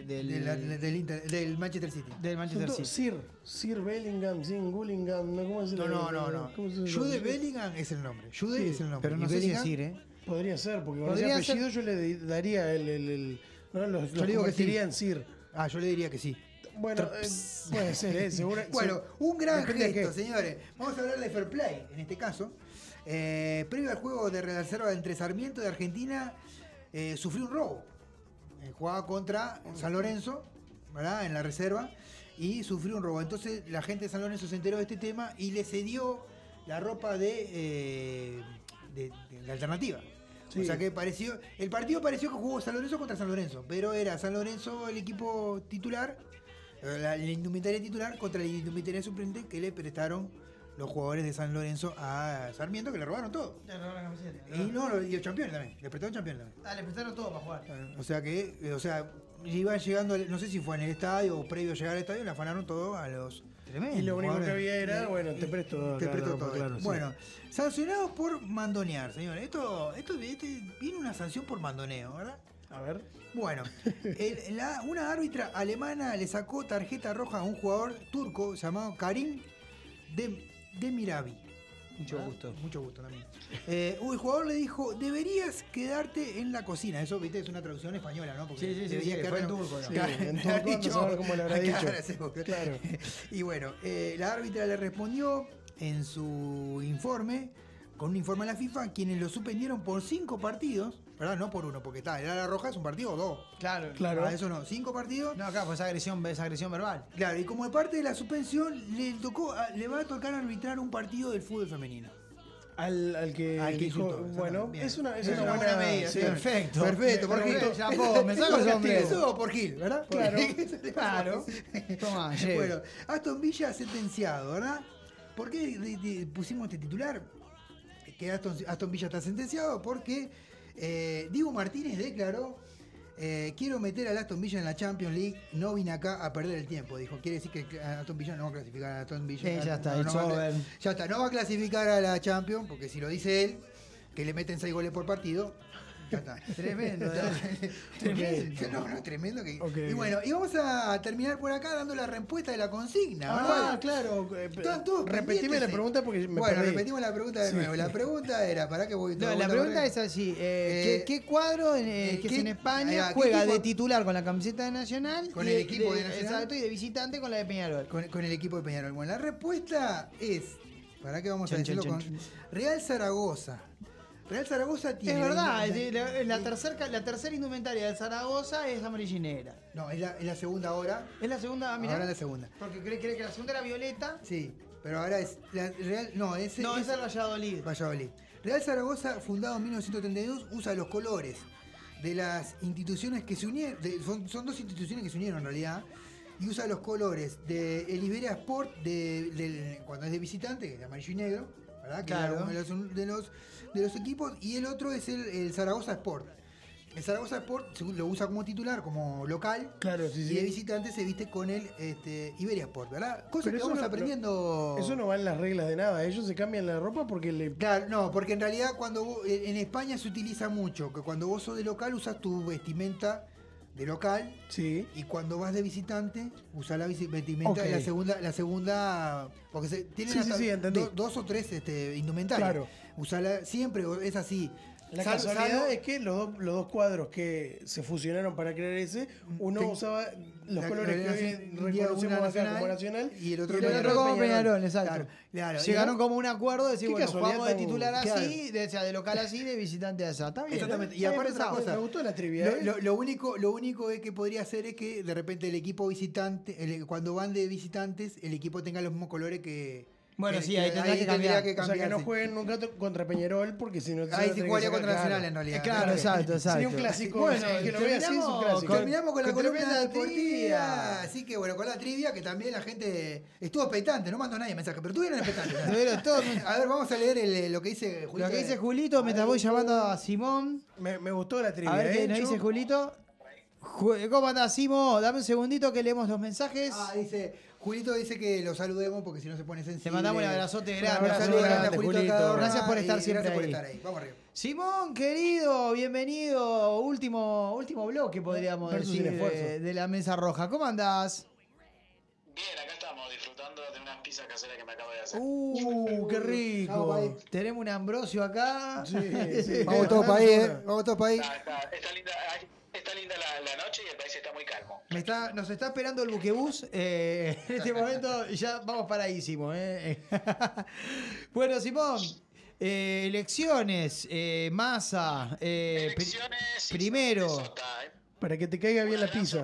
Manchester City. Del Manchester City. Sir Bellingham, Sin Gullingham, ¿cómo es el No. ¿Cómo se Jude Bellingham es el nombre. Jude es el nombre. Pero no Y sé si Bellingham- es Sir, Podría ser, porque con Podría ese apellido yo le daría los Yo le digo que sí. convertiría en Sir. Yo le diría que sí. Bueno, puede ser, seguro. Bueno, un gran Depende de gesto, qué. señores. Vamos a hablar de fair play, en este caso. Previo al juego de reserva entre Sarmiento de Argentina, sufrió un robo. Jugaba contra San Lorenzo, ¿verdad? En la reserva, y sufrió un robo. Entonces la gente de San Lorenzo se enteró de este tema y le cedió la ropa de la alternativa. Sí. O sea que el partido pareció que jugó San Lorenzo contra San Lorenzo, pero era San Lorenzo el equipo titular, la indumentaria titular contra la indumentaria suplente que le prestaron los jugadores de San Lorenzo a Sarmiento, que le robaron todo. Y el campeón también, le prestaron campeón también. Le prestaron todo para jugar. O sea que, iban llegando, no sé si fue en el estadio o previo a llegar al estadio, le afanaron todo a los Tremendo. Y lo único que había era, bueno, te presto todo. Claro, bueno, sancionados por mandonear, señores. Esto viene una sanción por mandoneo, ¿verdad? A ver. Bueno, una árbitra alemana le sacó tarjeta roja a un jugador turco llamado Karim Demiravi. Mucho gusto. Mucho gusto también. El jugador le dijo, deberías quedarte en la cocina. Eso, viste, es una traducción española, ¿no? Porque sí, fue en turco. ¿no? Claro, en turco no sabe cómo le habrá dicho. Claro. Y bueno, la árbitra le respondió en su informe, con un informe a la FIFA, quienes lo suspendieron por 5 partidos, ¿verdad? No por uno, porque era la roja, es un partido o 2. Claro. Ah, eso no, 5 partidos. No, acá pues esa agresión verbal. Claro, y como parte de la suspensión, le va a tocar arbitrar un partido del fútbol femenino. Al que dijo, bueno, es una buena medida. Sí, perfecto. Por Gil. Me saco el sombrero. Eso por Gil, ¿verdad? Claro. Toma, bueno, Aston Villa sentenciado, ¿verdad? ¿Por qué pusimos este titular? Que Aston Villa está sentenciado porque Dibu Martínez declaró: quiero meter al Aston Villa en la Champions League, no vine acá a perder el tiempo. Dijo, quiere decir que Aston Villa no va a clasificar a Aston Villa. Ya está, no va a clasificar a la Champions, porque si lo dice él, que le meten 6 goles por partido. Ya está. Tremendo. Tremendo. Y bueno, y vamos a terminar por acá dando la respuesta de la consigna. Claro. Repetime la pregunta porque me perdí. Repetimos la pregunta de nuevo. La pregunta era, ¿para qué voy? La pregunta es así. ¿Qué cuadro que es en España juega de titular con la camiseta de Nacional? Con el equipo de Nacional. Exacto, y de visitante con la de Peñarol. Con el equipo de Peñarol. Bueno, la respuesta es, ¿para qué vamos a decirlo? Con Real Zaragoza. Real Zaragoza tiene... Es verdad, la tercera indumentaria del Zaragoza es amarillinera. No, es la segunda ahora. ¿Es la segunda? Mirá. Ahora es la segunda. Porque cree que la segunda era violeta. Sí, pero ahora es la Real... No, es el Valladolid. Real Zaragoza, fundado en 1932, usa los colores de las instituciones que se unieron... Son 2 instituciones que se unieron en realidad. Y usa los colores de el Iberia Sport, cuando es de visitante, que es de amarillo y negro, ¿verdad? Que claro. Es uno de los equipos, y el otro es el Zaragoza Sport. El Zaragoza Sport lo usa como titular, como local, y de visitante se viste con el Iberia Sport, ¿verdad? Cosa que vamos aprendiendo. Eso no va en las reglas de nada, ellos se cambian la ropa porque Claro, no, porque en realidad en España se utiliza mucho, que cuando vos sos de local usas tu vestimenta de local, y cuando vas de visitante usás la vestimenta de la segunda, porque tienen 2 o 3 indumentarias. Claro. Usala siempre, es así. La casualidad es que los dos cuadros que se fusionaron para crear ese, uno usaba los colores que hoy reconocemos acá como Nacional y el otro como Peñarol, exacto. Claro. Llegaron como un acuerdo de decir, bueno, jugamos de titular así, de local así, de visitante así. Está bien. Exactamente. Y aparte otra cosa, me gustó la trivia. Lo único que podría hacer es que de repente el equipo visitante, cuando van de visitantes, el equipo tenga los mismos colores que... Bueno, sí, ahí tendría que cambiar. O sea, que no jueguen nunca contra Peñarol, porque si no... Ahí se jugaría contra Nacional, en realidad. Claro, exacto. Sería un clásico. Bueno, que lo vea así es un clásico. Terminamos con la columna deportiva. Así que bueno, con la trivia, que también la gente estuvo expectante. No mandó nadie mensaje, pero estuvieron expectantes. A ver, vamos a leer lo que dice Julito. Lo que dice Julito, mientras voy llamando a Simón. Me gustó la trivia. A ver qué nos dice Julito. ¿Cómo andás, Simo? Dame un segundito que leemos los mensajes. Julito dice que lo saludemos porque si no se pone sensible. Te mandamos un abrazote grande. Julito. Gracias por estar siempre ahí. Vamos arriba. Simón, querido, bienvenido. Último bloque, podríamos decir, de la Mesa Roja. ¿Cómo andás? Bien, acá estamos disfrutando de unas pizzas caseras que me acabo de hacer. ¡Qué rico! Tenemos un Ambrosio acá. Sí. Vamos todos para ahí, Está linda la noche y el país está muy calmo. Nos está esperando el buquebús. En este momento ya vamos paradísimo. Bueno, Simón, elecciones, Massa, primero. Para que te caiga bien la pizza.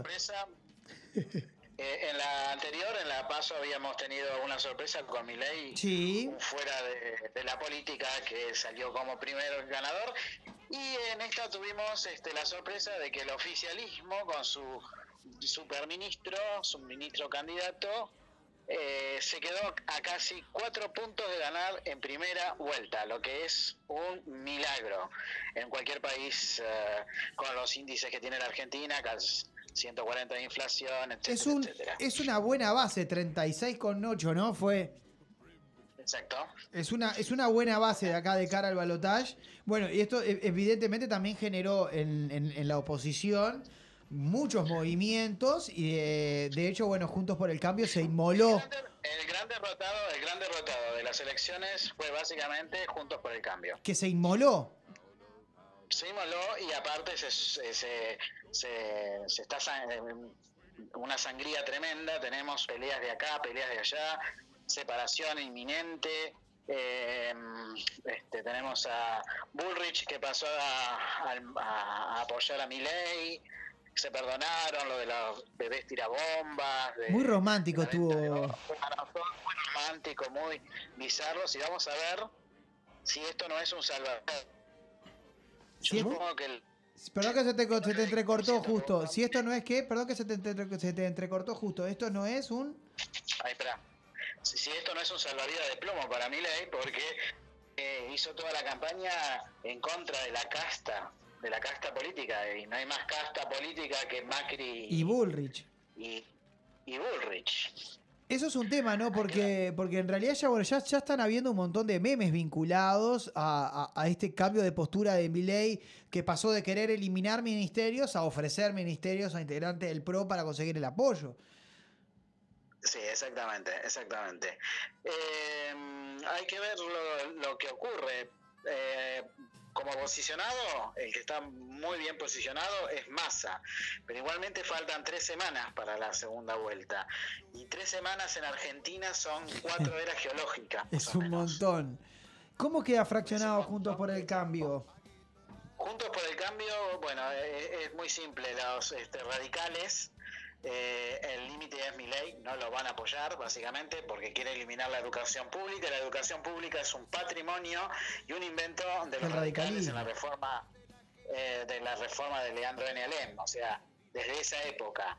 En la anterior, en la PASO, habíamos tenido una sorpresa con Milei, fuera de la política, que salió como primero el ganador. Y en esta tuvimos la sorpresa de que el oficialismo, con su superministro, su ministro candidato, se quedó a casi 4 puntos de ganar en primera vuelta, lo que es un milagro en cualquier país con los índices que tiene la Argentina, 140 de inflación, etcétera, etcétera. Es una buena base, 36,8, ¿no? Fue... Exacto. Es una buena base de acá de cara al balotaje. Bueno, y esto evidentemente también generó en la oposición muchos movimientos y de hecho, bueno, Juntos por el Cambio se inmoló. El gran derrotado de las elecciones fue básicamente Juntos por el Cambio. Que se inmoló. Se inmoló y aparte se está una sangría tremenda. Tenemos peleas de acá, peleas de allá, separación inminente. Tenemos a Bullrich que pasó a apoyar a Milei. Se perdonaron lo de los bebés tirabombas. Muy romántico estuvo. Muy romántico, muy bizarro. Y vamos a ver si esto no es un salvador. Si supongo que perdón que se te entrecortó justo. Si esto no es que, perdón que se te entrecortó justo. Esto no es un... Ay, espera. Si esto no es un salvavidas de plomo para Milei, porque hizo toda la campaña en contra de la casta política, y no hay más casta política que Macri y Bullrich. Y Bullrich. Eso es un tema, ¿no? Porque en realidad ya están habiendo un montón de memes vinculados a este cambio de postura de Milei, que pasó de querer eliminar ministerios a ofrecer ministerios a integrantes del PRO para conseguir el apoyo. Sí, exactamente. Hay que ver lo que ocurre. Como posicionado, el que está muy bien posicionado es Massa, pero igualmente faltan 3 semanas para la segunda vuelta, y 3 semanas en Argentina son 4 eras geológicas. Es un montón. ¿Cómo queda fraccionado Juntos por el Cambio? Juntos por el Cambio, bueno, es muy simple. Los radicales, el límite es Milei, no lo van a apoyar básicamente porque quiere eliminar la educación pública. La educación pública es un patrimonio y un invento de los radicales en la reforma de Leandro N. Alem, o sea, desde esa época.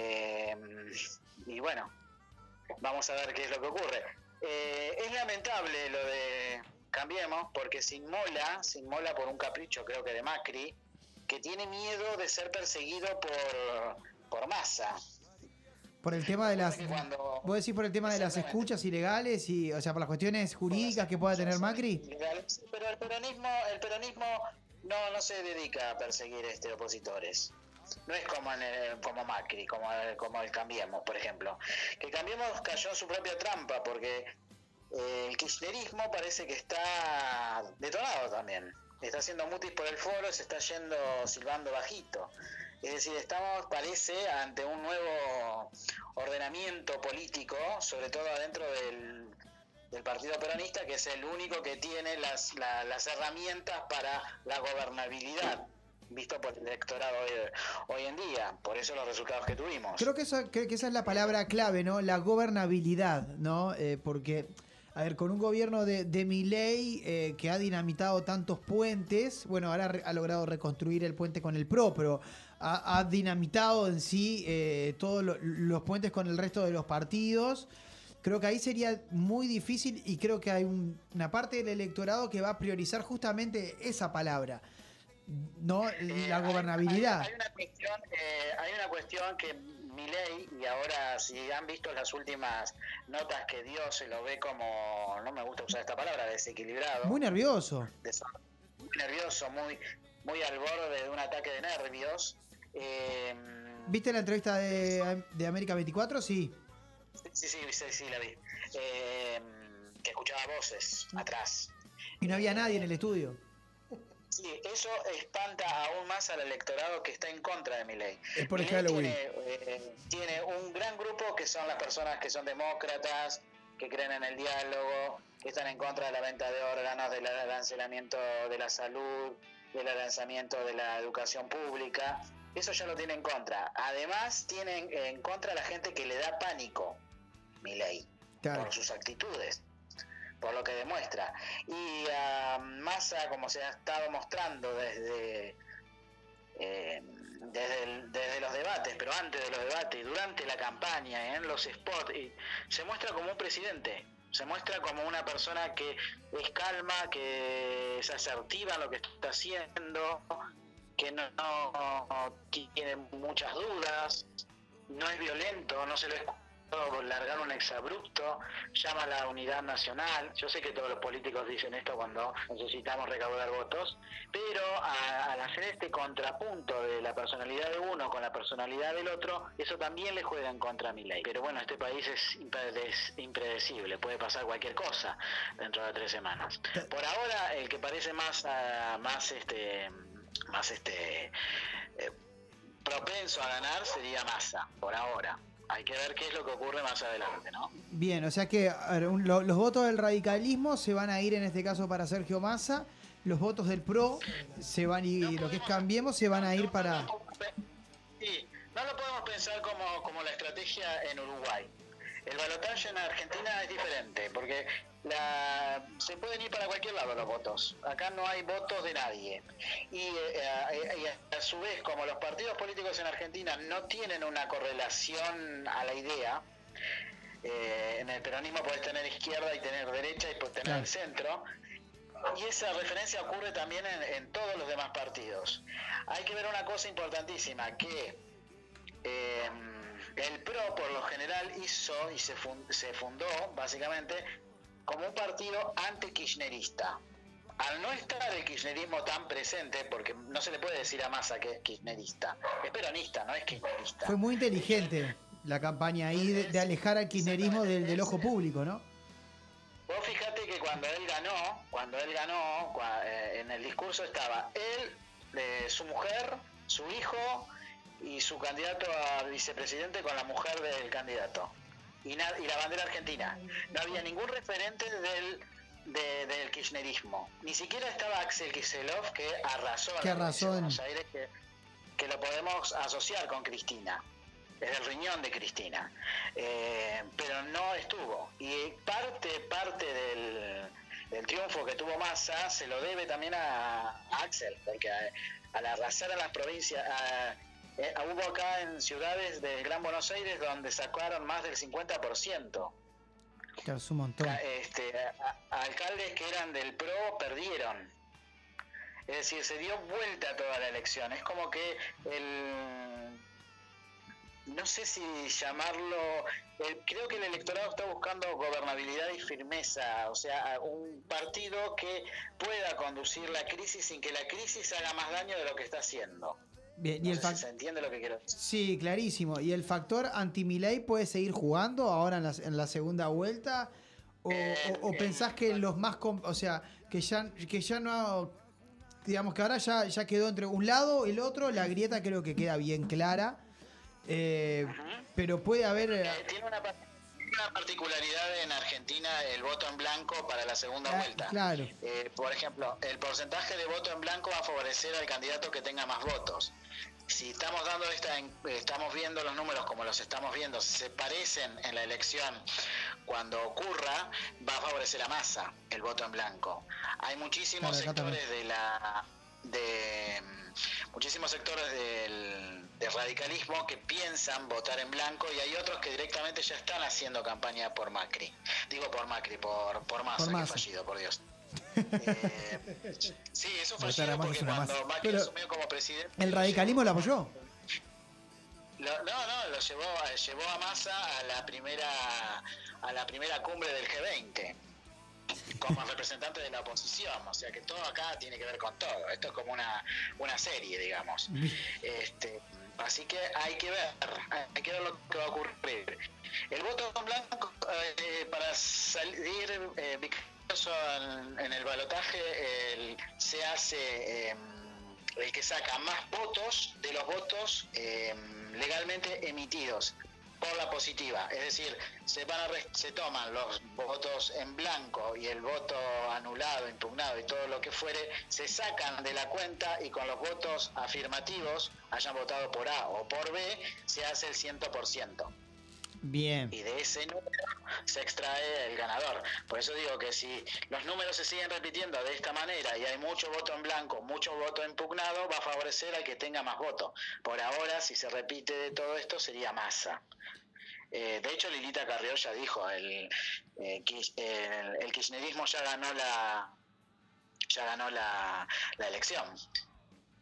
Y bueno, vamos a ver qué es lo que ocurre. Es lamentable lo de Cambiemos porque se inmola por un capricho, creo que de Macri, que tiene miedo de ser perseguido por Massa. Por el tema de las... ¿Vos decís por el tema de las escuchas ilegales y, o sea, por las cuestiones jurídicas que pueda tener Macri? Pero el peronismo no se dedica a perseguir opositores. No es como Macri, como el Cambiemos, por ejemplo. Que Cambiemos cayó en su propia trampa porque el kirchnerismo parece que está detonado también. Está haciendo mutis por el foro, se está yendo silbando bajito. Es decir, estamos, parece, ante un nuevo ordenamiento político, sobre todo adentro del Partido Peronista, que es el único que tiene las herramientas para la gobernabilidad, visto por el electorado hoy en día. Por eso los resultados que tuvimos. Creo que esa es la palabra clave, ¿no? La gobernabilidad, ¿no? Porque... A ver, con un gobierno de Milei que ha dinamitado tantos puentes, bueno, ahora ha logrado reconstruir el puente con el PRO, pero ha dinamitado en sí todos los puentes con el resto de los partidos. Creo que ahí sería muy difícil y creo que hay una parte del electorado que va a priorizar justamente esa palabra, ¿no? La gobernabilidad. Hay una cuestión que Milei, y ahora si han visto las últimas notas que dio, se lo ve como, no me gusta usar esta palabra, desequilibrado. Muy nervioso. Muy nervioso, muy al borde de un ataque de nervios. ¿Viste la entrevista de América 24? Sí. Sí, la vi. Que escuchaba voces atrás. Y no había nadie en el estudio. Sí, eso espanta aún más al electorado que está en contra de Milei. Es por el Halloween. Tiene un gran grupo que son las personas que son demócratas, que creen en el diálogo, que están en contra de la venta de órganos, del arancelamiento de la salud, del arancelamiento de la educación pública. Eso ya lo tiene en contra. Además, tienen en contra a la gente que le da pánico Milei, por sus actitudes, por lo que demuestra. Y a Massa, como se ha estado mostrando desde los debates, pero antes de los debates y durante la campaña, en los spots, se muestra como un presidente, se muestra como una persona que es calma, que es asertiva en lo que está haciendo, que no tiene muchas dudas, no es violento, no se le largar un exabrupto, llama a la unidad nacional. Yo sé que todos los políticos dicen esto cuando necesitamos recaudar votos, pero al hacer este contrapunto de la personalidad de uno con la personalidad del otro, eso también le juega en contra a Milei. Pero bueno, este país es impredecible, puede pasar cualquier cosa dentro de 3 semanas. Por ahora, el que parece más propenso a ganar sería Massa, por ahora. Hay que ver qué es lo que ocurre más adelante, ¿no? Bien, o sea que a ver, los votos del radicalismo se van a ir en este caso para Sergio Massa, los votos del PRO se van a ir, lo que es Cambiemos se van a ir para... Sí, no lo podemos pensar como la estrategia en Uruguay. El balotaje en Argentina es diferente, porque se pueden ir para cualquier lado los votos. Acá no hay votos de nadie. Y a su vez, como los partidos políticos en Argentina no tienen una correlación a la idea, en el peronismo podés tener izquierda y tener derecha y podés tener el centro, y esa referencia ocurre también en todos los demás partidos. Hay que ver una cosa importantísima, que el PRO por lo general hizo y se fundó básicamente como un partido anti-kirchnerista. Al no estar el kirchnerismo tan presente, porque no se le puede decir a Massa que es kirchnerista, es peronista, no es kirchnerista. Fue muy inteligente la campaña ahí de alejar al kirchnerismo del ojo público, ¿no? Vos fíjate que cuando él ganó, en el discurso estaba él, su mujer, su hijo y su candidato a vicepresidente con la mujer del candidato. Y la bandera argentina. No había ningún referente del kirchnerismo. Ni siquiera estaba Axel Kicillof, que arrasó en Buenos Aires, que lo podemos asociar con Cristina. Es el riñón de Cristina. Pero no estuvo. Y parte del triunfo que tuvo Massa se lo debe también a Axel, porque al arrasar a las provincias... hubo acá en ciudades del Gran Buenos Aires donde sacaron más del 50%. Claro, es un montón. Alcaldes que eran del PRO perdieron. Es decir, se dio vuelta toda la elección. Es como que no sé si llamarlo... creo que el electorado está buscando gobernabilidad y firmeza. O sea, un partido que pueda conducir la crisis sin que la crisis haga más daño de lo que está haciendo. Bien, no sé si se entiende lo que quiero decir. Sí, clarísimo. ¿Y el factor anti-Milei puede seguir jugando ahora en la segunda vuelta? ¿O pensás que los más... o sea, que ya no... Digamos que ahora ya quedó entre un lado y el otro, la grieta creo que queda bien clara. Pero puede haber... Tiene una particularidad en Argentina el voto en blanco para la segunda vuelta. Claro. Por ejemplo, el porcentaje de voto en blanco va a favorecer al candidato que tenga más votos. Si estamos estamos viendo los números como los estamos viendo, se parecen en la elección cuando ocurra, va a favorecer a Massa el voto en blanco. Hay muchísimos sectores muchísimos sectores del radicalismo que piensan votar en blanco y hay otros que directamente ya están haciendo campaña por Macri. Digo por Macri, por Massa, que fallido, por Dios. Sí, eso fallido porque cuando Macri asumió como presidente... ¿El radicalismo lo apoyó? Lo llevó a Massa a la primera cumbre del G20 como representante de la oposición, o sea que todo acá tiene que ver con todo. Esto es como una serie, digamos. Así que hay que ver lo que va a ocurrir. El voto en blanco para salir victorioso en el balotaje se hace el que saca más votos de los votos legalmente emitidos por la positiva, es decir, se toman los votos en blanco y el voto anulado, impugnado y todo lo que fuere, se sacan de la cuenta y con los votos afirmativos, hayan votado por A o por B, se hace el 100%. Bien. Y de ese número se extrae el ganador. Por eso digo que si los números se siguen repitiendo de esta manera y hay mucho voto en blanco, mucho voto impugnado, va a favorecer al que tenga más votos. Por ahora, si se repite de todo esto, sería Massa. De hecho, Lilita Carrió ya dijo, el kirchnerismo ya ganó la elección.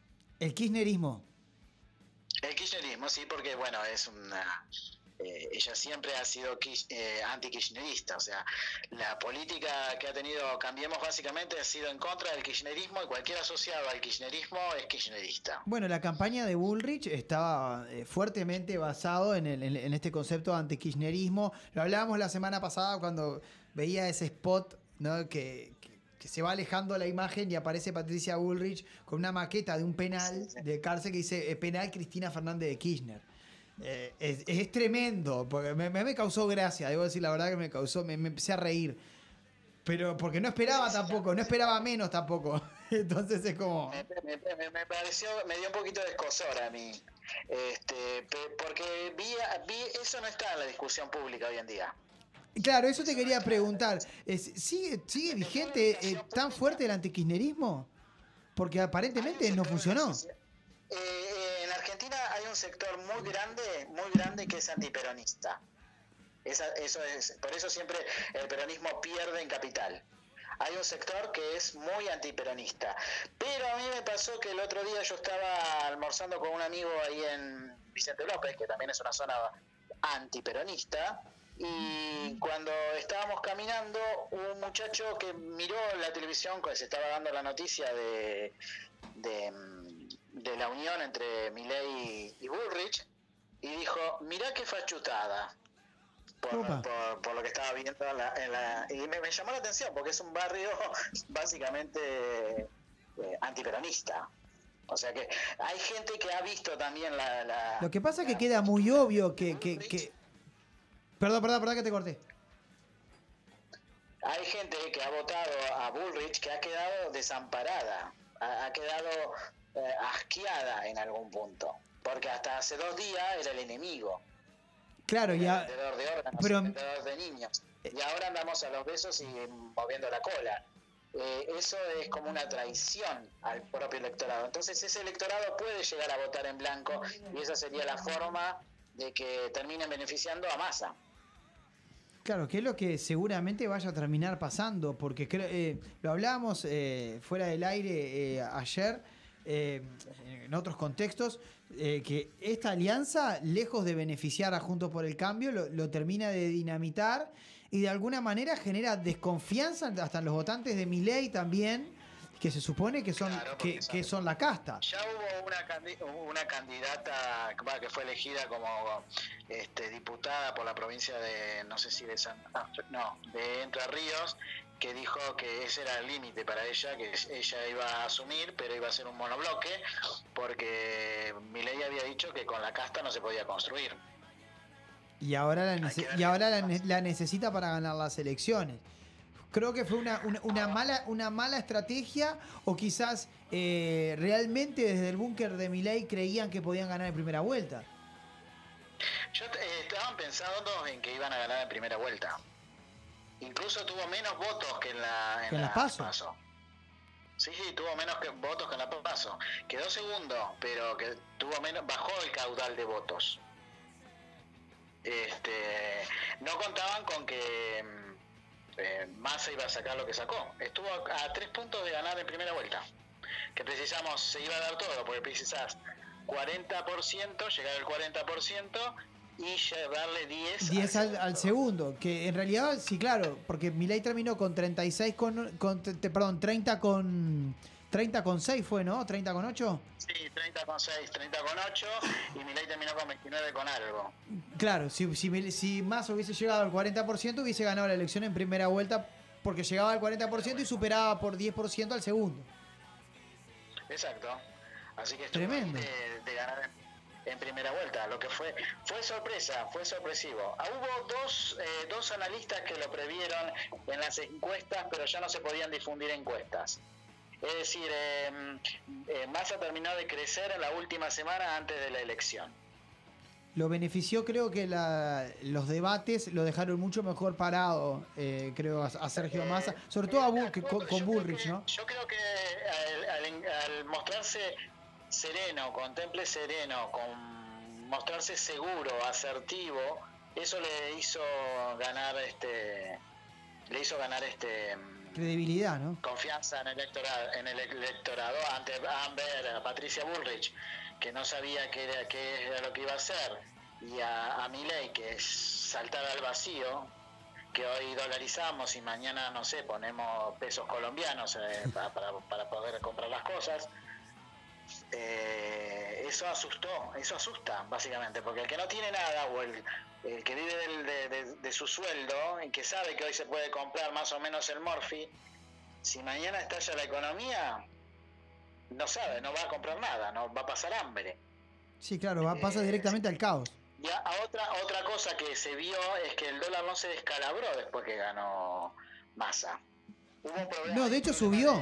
El kirchnerismo. El kirchnerismo, sí, porque bueno, es una... ella siempre ha sido anti-kirchnerista, o sea, la política que ha tenido Cambiemos básicamente ha sido en contra del kirchnerismo y cualquier asociado al kirchnerismo es kirchnerista. Bueno, la campaña de Bullrich estaba fuertemente basado en este concepto anti-kirchnerismo. Lo hablábamos la semana pasada cuando veía ese spot, ¿no? que se va alejando la imagen y aparece Patricia Bullrich con una maqueta de un penal de cárcel que dice penal Cristina Fernández de Kirchner. Es tremendo, porque me causó gracia, debo decir la verdad que me empecé a reír. Pero porque no esperaba tampoco, no esperaba menos tampoco. Entonces es como... Me pareció, me dio un poquito de escozor a mí. Porque vi eso no está en la discusión pública hoy en día. Claro, eso te quería preguntar. ¿Sigue vigente tan fuerte el antikirchnerismo? Porque aparentemente no funcionó. En Argentina hay un sector muy grande que es antiperonista. Por eso siempre el peronismo pierde en capital. Hay un sector que es muy antiperonista. Pero a mí me pasó que el otro día yo estaba almorzando con un amigo ahí en Vicente López, que también es una zona antiperonista, y cuando estábamos caminando, un muchacho que miró la televisión, que se estaba dando la noticia de la unión entre Milei y Bullrich, y dijo, mirá qué fachutada, por lo que estaba viendo y me llamó la atención, porque es un barrio básicamente antiperonista. O sea que hay gente que ha visto también Lo que pasa es que queda muy obvio que... Perdón que te corté. Hay gente que ha votado a Bullrich que ha quedado desamparada, ha quedado asqueada en algún punto, porque hasta hace 2 días era el enemigo. Claro, ya. Vendedor de órganos, vendedor de niños. Y ahora andamos a los besos y moviendo la cola. Eso es como una traición al propio electorado. Entonces ese electorado puede llegar a votar en blanco y esa sería la forma de que terminen beneficiando a Massa. Claro, que es lo que seguramente vaya a terminar pasando, porque lo hablábamos fuera del aire ayer, en otros contextos, que esta alianza, lejos de beneficiar a Juntos por el Cambio, lo termina de dinamitar y de alguna manera genera desconfianza hasta en los votantes de Milei también, que se supone que son que son la casta. Ya hubo una candidata que fue elegida como diputada por la provincia de, no sé si de de Entre Ríos, que dijo que ese era el límite para ella, que ella iba a asumir, pero iba a ser un monobloque, porque Milei había dicho que con la casta no se podía construir. Y ahora la necesita para ganar las elecciones. Creo que fue una mala estrategia, o quizás realmente desde el búnker de Milei creían que podían ganar en primera vuelta. Estaban pensando en que iban a ganar en primera vuelta. Incluso tuvo menos votos que en la PASO. Sí, tuvo menos votos que en la PASO. Quedó segundo, pero que tuvo menos, bajó el caudal de votos. No contaban con que Massa iba a sacar lo que sacó. Estuvo a 3 puntos de ganar en primera vuelta. Que precisamos, se iba a dar todo, porque precisás 40%, llegar al 40% y darle 10 al segundo. Que en realidad, sí, claro, porque Milei terminó con 30 con 6 fue, ¿no? 30 con 8. Sí, 30 con 6, 30 con 8 y Milei terminó con 29 con algo. Claro, si Massa hubiese llegado al 40%, hubiese ganado la elección en primera vuelta, porque llegaba al 40% y superaba por 10% al segundo. Exacto. Así que tremendo de ganar en primera vuelta, lo que fue sorpresa, fue sorpresivo. Hubo dos analistas que lo previeron en las encuestas, pero ya no se podían difundir encuestas. Es decir, Massa terminó de crecer en la última semana antes de la elección. Lo benefició, creo que los debates lo dejaron mucho mejor parado, creo, a Sergio Massa, sobre todo con Bullrich, ¿no? Yo creo que al mostrarse sereno, con temple sereno, con mostrarse seguro, asertivo, eso le hizo ganar credibilidad, ¿no? Confianza en el electorado ante a Patricia Bullrich, que no sabía qué era lo que iba a hacer, y a Milei, que es saltar al vacío, que hoy dolarizamos y mañana, no sé, ponemos pesos colombianos para poder comprar las cosas. Eso asusta básicamente, porque el que no tiene nada o el que vive de su sueldo y que sabe que hoy se puede comprar más o menos el Morphy, si mañana estalla la economía, no sabe, no va a comprar nada, no va a pasar hambre. Sí, claro, pasa directamente al caos. Ya otra cosa que se vio es que el dólar no se descalabró después que ganó Massa. Hubo un problema. No, de hecho subió.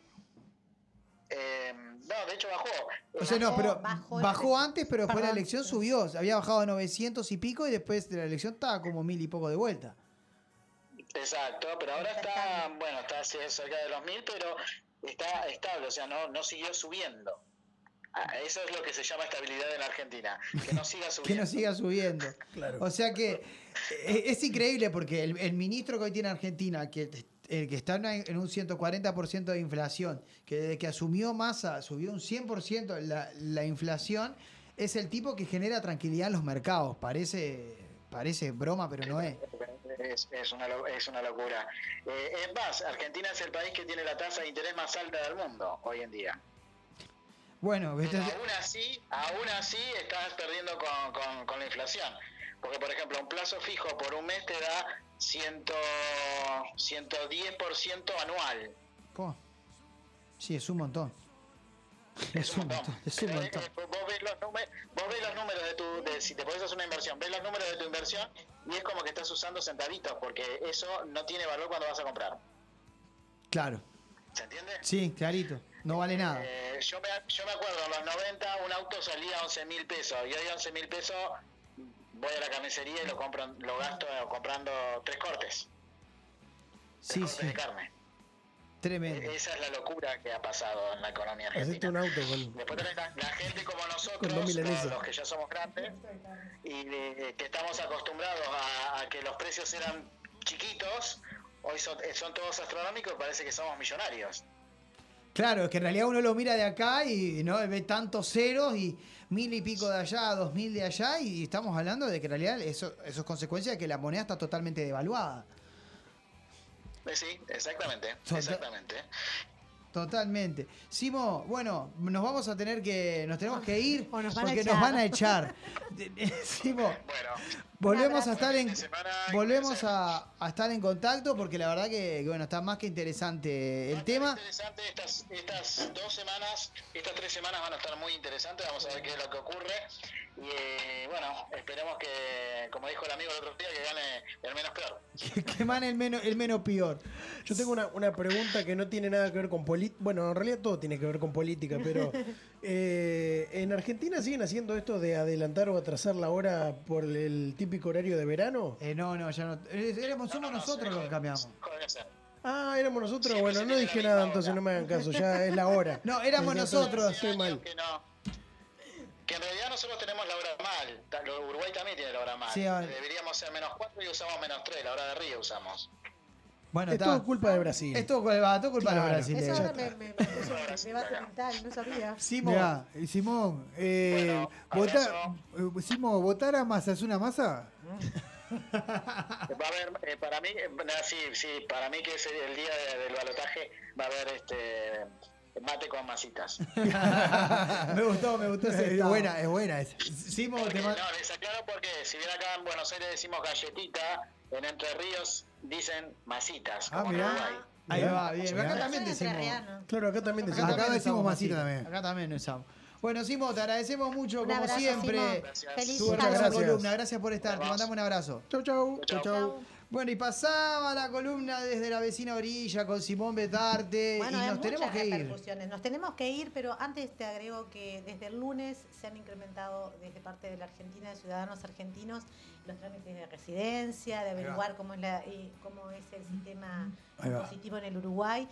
No, de hecho bajó. O sea, no, pero bajó antes, pero después de la elección subió. Había bajado a 900 y pico y después de la elección estaba como 1000 y poco de vuelta. Exacto, pero ahora está cerca de los 1000, pero está estable, o sea, no siguió subiendo. Eso es lo que se llama estabilidad en Argentina, que no siga subiendo. Que no siga subiendo. Claro. O sea que es increíble porque el ministro que hoy tiene Argentina, el que está en un 140% de inflación, que desde que asumió Massa subió un 100% la inflación, es el tipo que genera tranquilidad en los mercados. Parece broma, pero no es. Es una locura. Es más, Argentina es el país que tiene la tasa de interés más alta del mundo hoy en día. Bueno, aún así estás perdiendo con la inflación. Porque, por ejemplo, un plazo fijo por un mes te da 110% anual. ¿Cómo? Sí, es un montón. Es un montón. Vos ves los números si te podés hacer una inversión, ves los números de tu inversión y es como que estás usando centavitos, porque eso no tiene valor cuando vas a comprar. Claro. ¿Se entiende? Sí, clarito. No vale nada. Yo me acuerdo, en los 90 un auto salía a 11.000 pesos y hoy 11.000 pesos voy a la carnicería y lo gasto comprando 3 cortes. Cortes de carne. Tremendo. Esa es la locura que ha pasado en la economía argentina. Un auto Después tenés la gente como nosotros, los que ya somos grandes, y que estamos acostumbrados a que los precios eran chiquitos, hoy son todos astronómicos y parece que somos millonarios. Claro, es que en realidad uno lo mira de acá y no ve tantos ceros y 1000 y pico de allá, 2000 de allá, y estamos hablando de que en realidad eso es consecuencia de que la moneda está totalmente devaluada. Sí, exactamente. Totalmente. Simo, bueno, nos tenemos que ir porque nos van a echar. Simo, volvemos a estar en contacto porque la verdad que bueno, está más que interesante el tema. Interesante estas 3 semanas van a estar muy interesantes, vamos a ver qué es lo que ocurre y bueno, esperemos que, como dijo el amigo el otro día, que gane el menos peor. Que gane el menos peor. Yo tengo una pregunta que no tiene nada que ver con política. Bueno, en realidad todo tiene que ver con política, pero ¿en Argentina siguen haciendo esto de adelantar o atrasar la hora por el típico horario de verano? No, ya no. Somos nosotros los que cambiamos. Ah, éramos nosotros. Bueno, no dije nada, entonces no me hagan caso, ya es la hora. No, éramos nosotros. Estoy mal. Que en realidad nosotros tenemos la hora mal. Uruguay también tiene la hora mal. Sí, deberíamos ser -4 y usamos -3. La hora de Río usamos. Bueno, es todo culpa de Brasil. Es todo culpa de los brasileños. Eso ahora me va a comentar, no sabía. Simón, ¿votar a Massa es una masa? Va a haber, para mí, para mí que es el día del balotaje, va a haber mate con masitas. me gustó ese estado. Es buena esa. Simo, no, les aclaro porque si bien acá en Buenos Aires decimos galletita, en Entre Ríos dicen masitas, como en Uruguay. Ahí va, bien. Acá también decimos. Claro, acá también decimos. Acá decimos masita también. Acá también lo usamos. Bueno, Simo, te agradecemos mucho, como abrazo, siempre. Feliz Tu hermosa columna. Gracias por estar. Te mandamos un abrazo. Chau. Bueno, y pasaba la columna desde la vecina orilla con Simón Betarte. Bueno, y nos tenemos que ir. Nos tenemos que ir, pero antes te agrego que desde el lunes se han incrementado desde parte de la Argentina, de ciudadanos argentinos, los trámites de residencia, de averiguar cómo es el sistema impositivo en el Uruguay.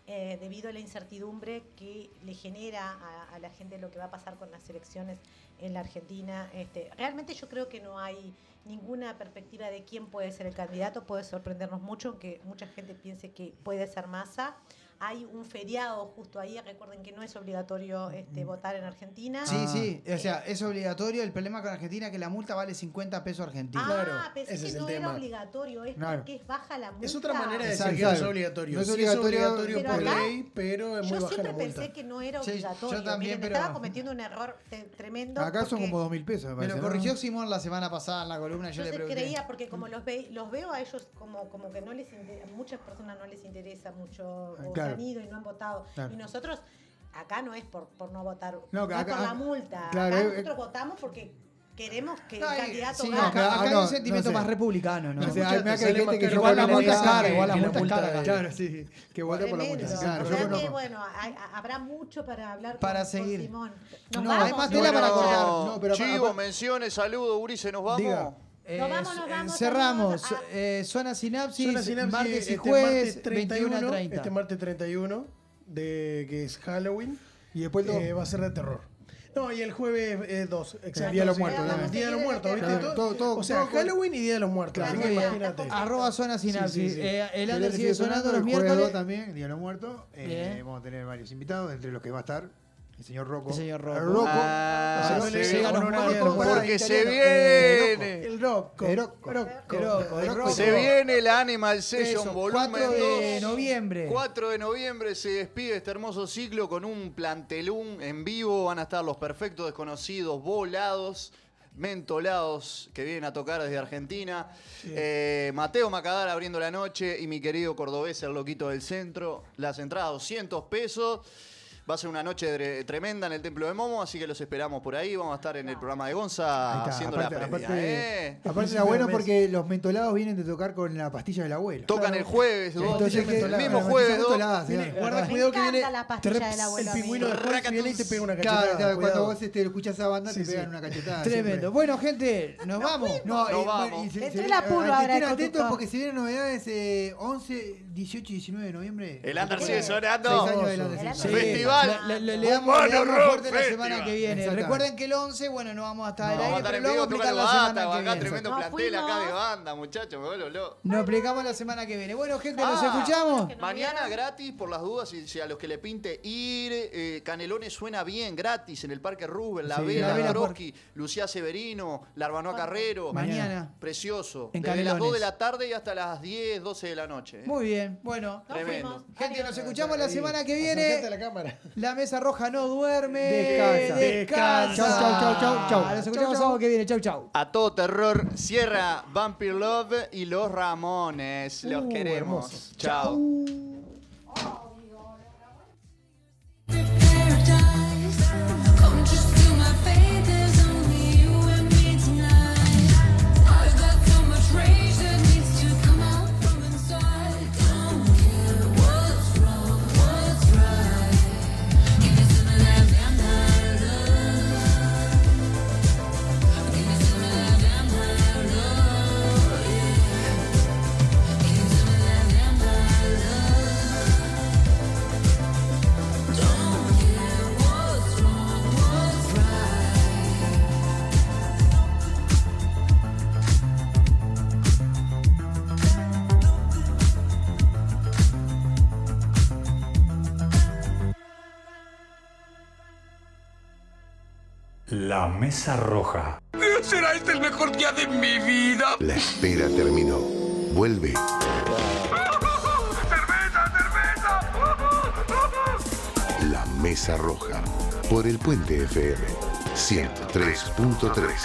debido a la incertidumbre que le genera a la gente lo que va a pasar con las elecciones en la Argentina. Realmente yo creo que no hay ninguna perspectiva de quién puede ser el candidato. Puede sorprendernos mucho, aunque mucha gente piense que puede ser Massa. Hay un feriado justo ahí, recuerden que no es obligatorio votar en Argentina. Sí, o sea, es obligatorio. El problema con Argentina es que la multa vale 50 pesos argentinos. Pensé ese que es el no era tema. obligatorio, es porque es baja la multa. Es otra manera de decir que no es obligatorio. No es Sí obligatorio por ley, pero es muy Yo baja la siempre multa. pensé que no era Sí, obligatorio. yo también, Miren, pero- estaba cometiendo un error tremendo. Acá son porque- como 2.000 pesos, me Me parece. lo corrigió Simón la semana pasada en la columna. Yo le Entonces pregunté. creía, porque como los veo a ellos como que no les interesa, muchas personas no les interesa mucho, o Claro. se han ido y no han votado. Claro. Y nosotros, acá no es por no votar, No, no, que es acá- por la multa. claro, Acá nosotros votamos porque queremos que el candidato Sí, gane. acá hay no, un sentimiento no sé. más republicano, ¿no? No sé, hay Escuchate, gente sale que más yo igual la conozco multa es que- cara, que igual la la multa es multa- cara. Claro, sí, que vota por la multa. Tremendo. Claro, O yo sea que, conozco. bueno, habrá mucho para hablar Para con seguir. Simón. Nos No, vamos. hay más tela para cortar. No, pero Chivo, menciones, saludos, Ulises, ¿nos vamos? Diga. Nos vamos, cerramos. saludos Zona Sinapsis, Zona Sinapsis, martes y este jueves, martes 31, 21 a 30. Este martes 31, que es Halloween. Y después va a ser de terror. No, y el jueves 2, exacto. Día de los sí. Muertos, también. Día de los Muertos, ¿viste? Claro, todo, o sea, todo con- Halloween y Día de los Muertos. Así que imagínate. @Zona Sinapsis. Sí, sí, sí. El Under sigue sonando los jueves miércoles. 2 también, Día de los Muertos. Bien. Vamos a tener varios invitados, entre los que va a estar el señor Rocco. El señor Rocco. El Rocco. Ah, O sea, se se viene, ganó porque se viene. El Rocco. El Rocco. El Rocco. Se viene el Animal Session Eso, volumen 4 de 2. noviembre. 4 de noviembre se despide este hermoso ciclo con un plantelún en vivo. Van a estar los perfectos desconocidos, volados, mentolados, que vienen a tocar desde Argentina. Mateo Macadar abriendo la noche y mi querido cordobés, el loquito del centro. Las entradas 200 pesos. Va a ser una noche tremenda en el Templo de Momo, así que los esperamos por ahí. Vamos a estar en el programa de Gonza haciendo la previa. Aparte era bueno porque los mentolados vienen de tocar con la pastilla del abuelo. Tocan el jueves, Entonces, el mismo jueves. Guarda, cuidado que viene la pastilla del abuelo. el pingüino de Hulk viene y te pega una cachetada. Claro, cuando cuidado. vos escuchás esa banda te pegan una cachetada. Tremendo. siempre. Bueno, gente, nos vamos. No, Nos vamos. Entró el apuro ahora, estén el atentos conductor. porque se vienen novedades 11, 18 y 19 de noviembre. El Under sigue sonando. 6 años del Under. Sí, Festival. Le damos Mano fuerte Rock la semana Festival. que viene. Exactamente. Recuerden que el 11, bueno, no vamos a estar al Vamos a aire, estar pero en lo vivo, vamos a toca explicar el la bata, semana que acá viene. tremendo Nos plantel acá de fuimos. banda, muchachos, me vuelvo loco. Nos explicamos la semana que viene. Bueno, gente, nos escuchamos. Mañana gratis, por las dudas, si a los que le pinte ir, Canelones suena bien, gratis, en el Parque Rubén, La Sí, Vela, La Vela, Trotsky, Lucía Severino, Larbanoa Carrero. Mañana. Precioso. En Desde las Canelones. 2 de la tarde y hasta las 10, 12 de la noche. Muy bien, bueno. Tremendo. Gente, nos escuchamos la semana que viene. Acercate a la cámara. La Mesa Roja no duerme. Descansa. Descansa. Chau. Nos escuchamos el sábado que viene. Chau, chau. A todo terror, cierra Vampire Love y los Ramones. Los queremos. hermoso. Chao. La Mesa Roja. ¿Será este el mejor día de mi vida? La espera terminó. Vuelve La Mesa Roja por el Puente FM 103.3.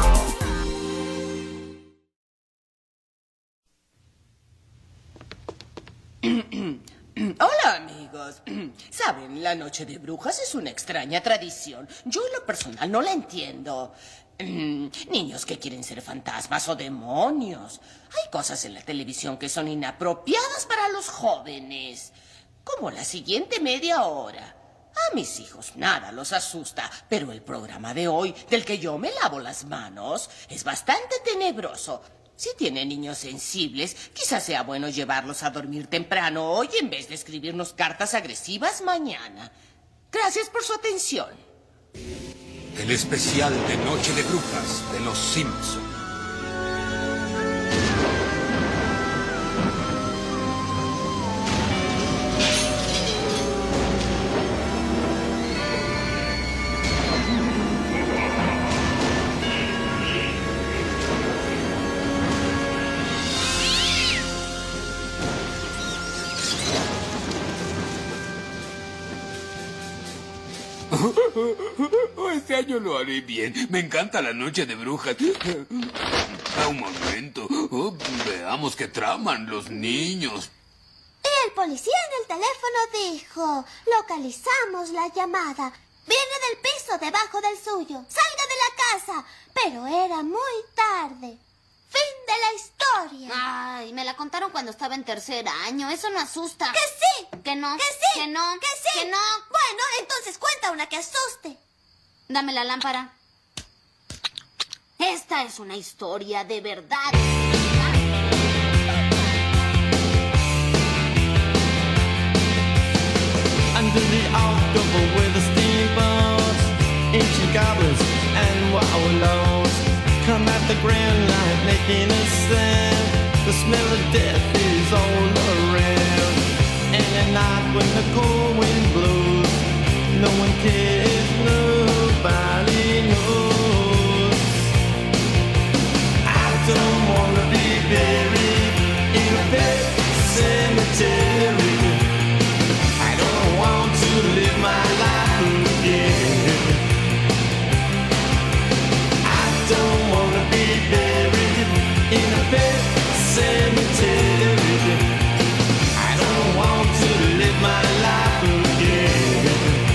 Hola amigos. Saben, la noche de brujas es una extraña tradición. Yo en lo personal no la entiendo. Niños que quieren ser fantasmas o demonios. Hay cosas en la televisión que son inapropiadas para los jóvenes. Como la siguiente media hora. A mis hijos nada los asusta, pero el programa de hoy, del que yo me lavo las manos, es bastante tenebroso. Si tiene niños sensibles, quizás sea bueno llevarlos a dormir temprano hoy en vez de escribirnos cartas agresivas mañana. Gracias por su atención. El especial de Noche de Brujas de los Simpson. Este año lo haré bien. Me encanta la Noche de Brujas. Un momento. Veamos qué traman los niños. El policía en el teléfono dijo: localizamos la llamada. Viene del piso debajo del suyo. Salga de la casa. Pero era muy tarde. Fin de la historia. Ay, me la contaron cuando estaba en tercer año. Eso no asusta. ¡Que sí! ¿Que no? ¡Que sí! ¿Que no? ¡Que sí! ¿Que no? Bueno, entonces cuenta una que asuste. Dame la lámpara. Esta es una historia de verdad. Under the October with the steamboats, ancient goblins and wallows come at the grand line making a sound. The smell of death is all around. And at night when the cold wind blows, no one cares, nobody knows. I don't wanna be buried in a pet cemetery. I don't want to live my life again. I don't wanna be buried in a pet cemetery. I don't want to live my life again.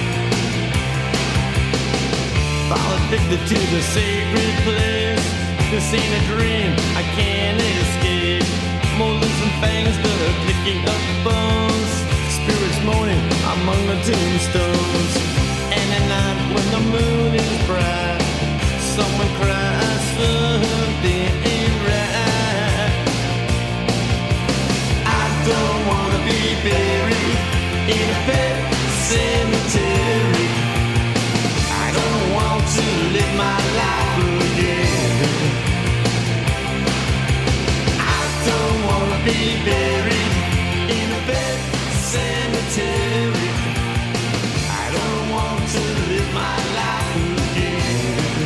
Fall addicted to the sacred place. This ain't a dream, I can't escape. Molars and fangs that are picking up bones. Spirits moaning among the tombstones. And at night when the moon is bright, someone cries something ain't right. I don't wanna be buried in a pet cemetery. I don't want to live my life again. I don't wanna be buried in a pet cemetery. I don't want to live my life again.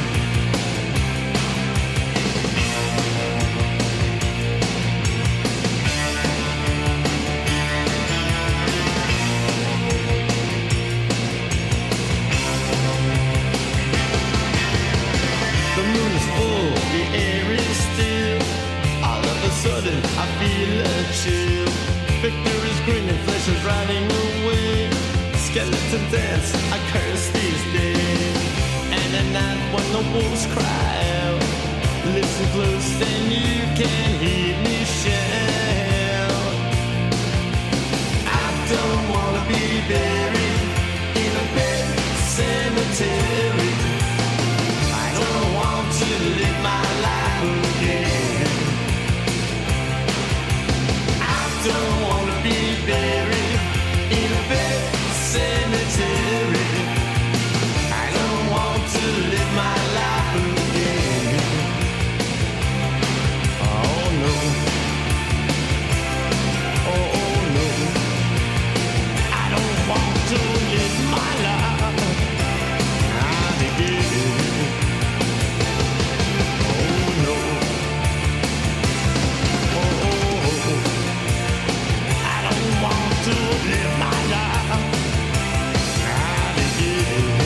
The moon is full, the air is still. All of a sudden I feel a chill. Victor is grinning, flesh is riding away. Skeleton dance, I curse these days. And at night when the wolves cry out, listen close and you can hear me shout. I don't wanna be buried in a pet cemetery. I don't want to live my life again. I don't wanna be buried in a pet cemetery. I don't want to live my life again. Oh no. Oh no. I don't want to live my life again. Oh no. Oh, I don't want to live my life again.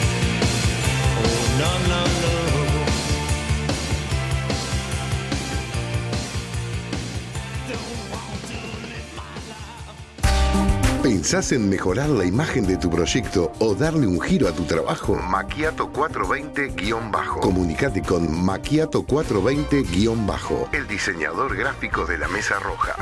Oh no, no, no. ¿Pensás en mejorar la imagen de tu proyecto o darle un giro a tu trabajo? Macchiato 420-. Comunicate con Macchiato 420-, el diseñador gráfico de la Mesa Roja.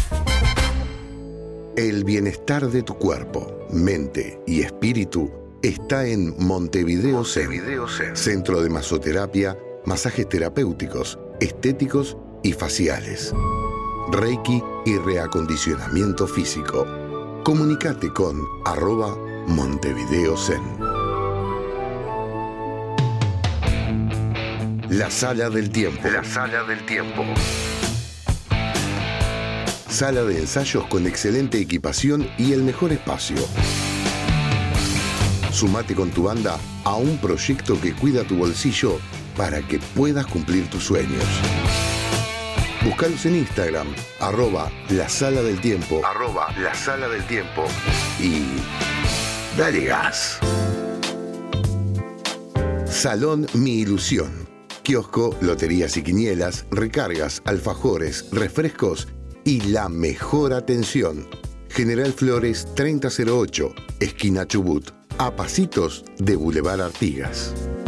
El bienestar de tu cuerpo, mente y espíritu está en Montevideo Zen. Centro de masoterapia, masajes terapéuticos, estéticos y faciales. Reiki y reacondicionamiento físico. Comunicate con @MontevideoZen. La Sala del Tiempo. La Sala del Tiempo. Sala de ensayos con excelente equipación y el mejor espacio. Sumate con tu banda a un proyecto que cuida tu bolsillo para que puedas cumplir tus sueños. Búscalos en Instagram, @LaSalaDelTiempo, @LaSalaDelTiempo y dale gas. Salón Mi Ilusión. Kiosco, loterías y quinielas, recargas, alfajores, refrescos y la mejor atención. General Flores 3008, esquina Chubut, a pasitos de Boulevard Artigas.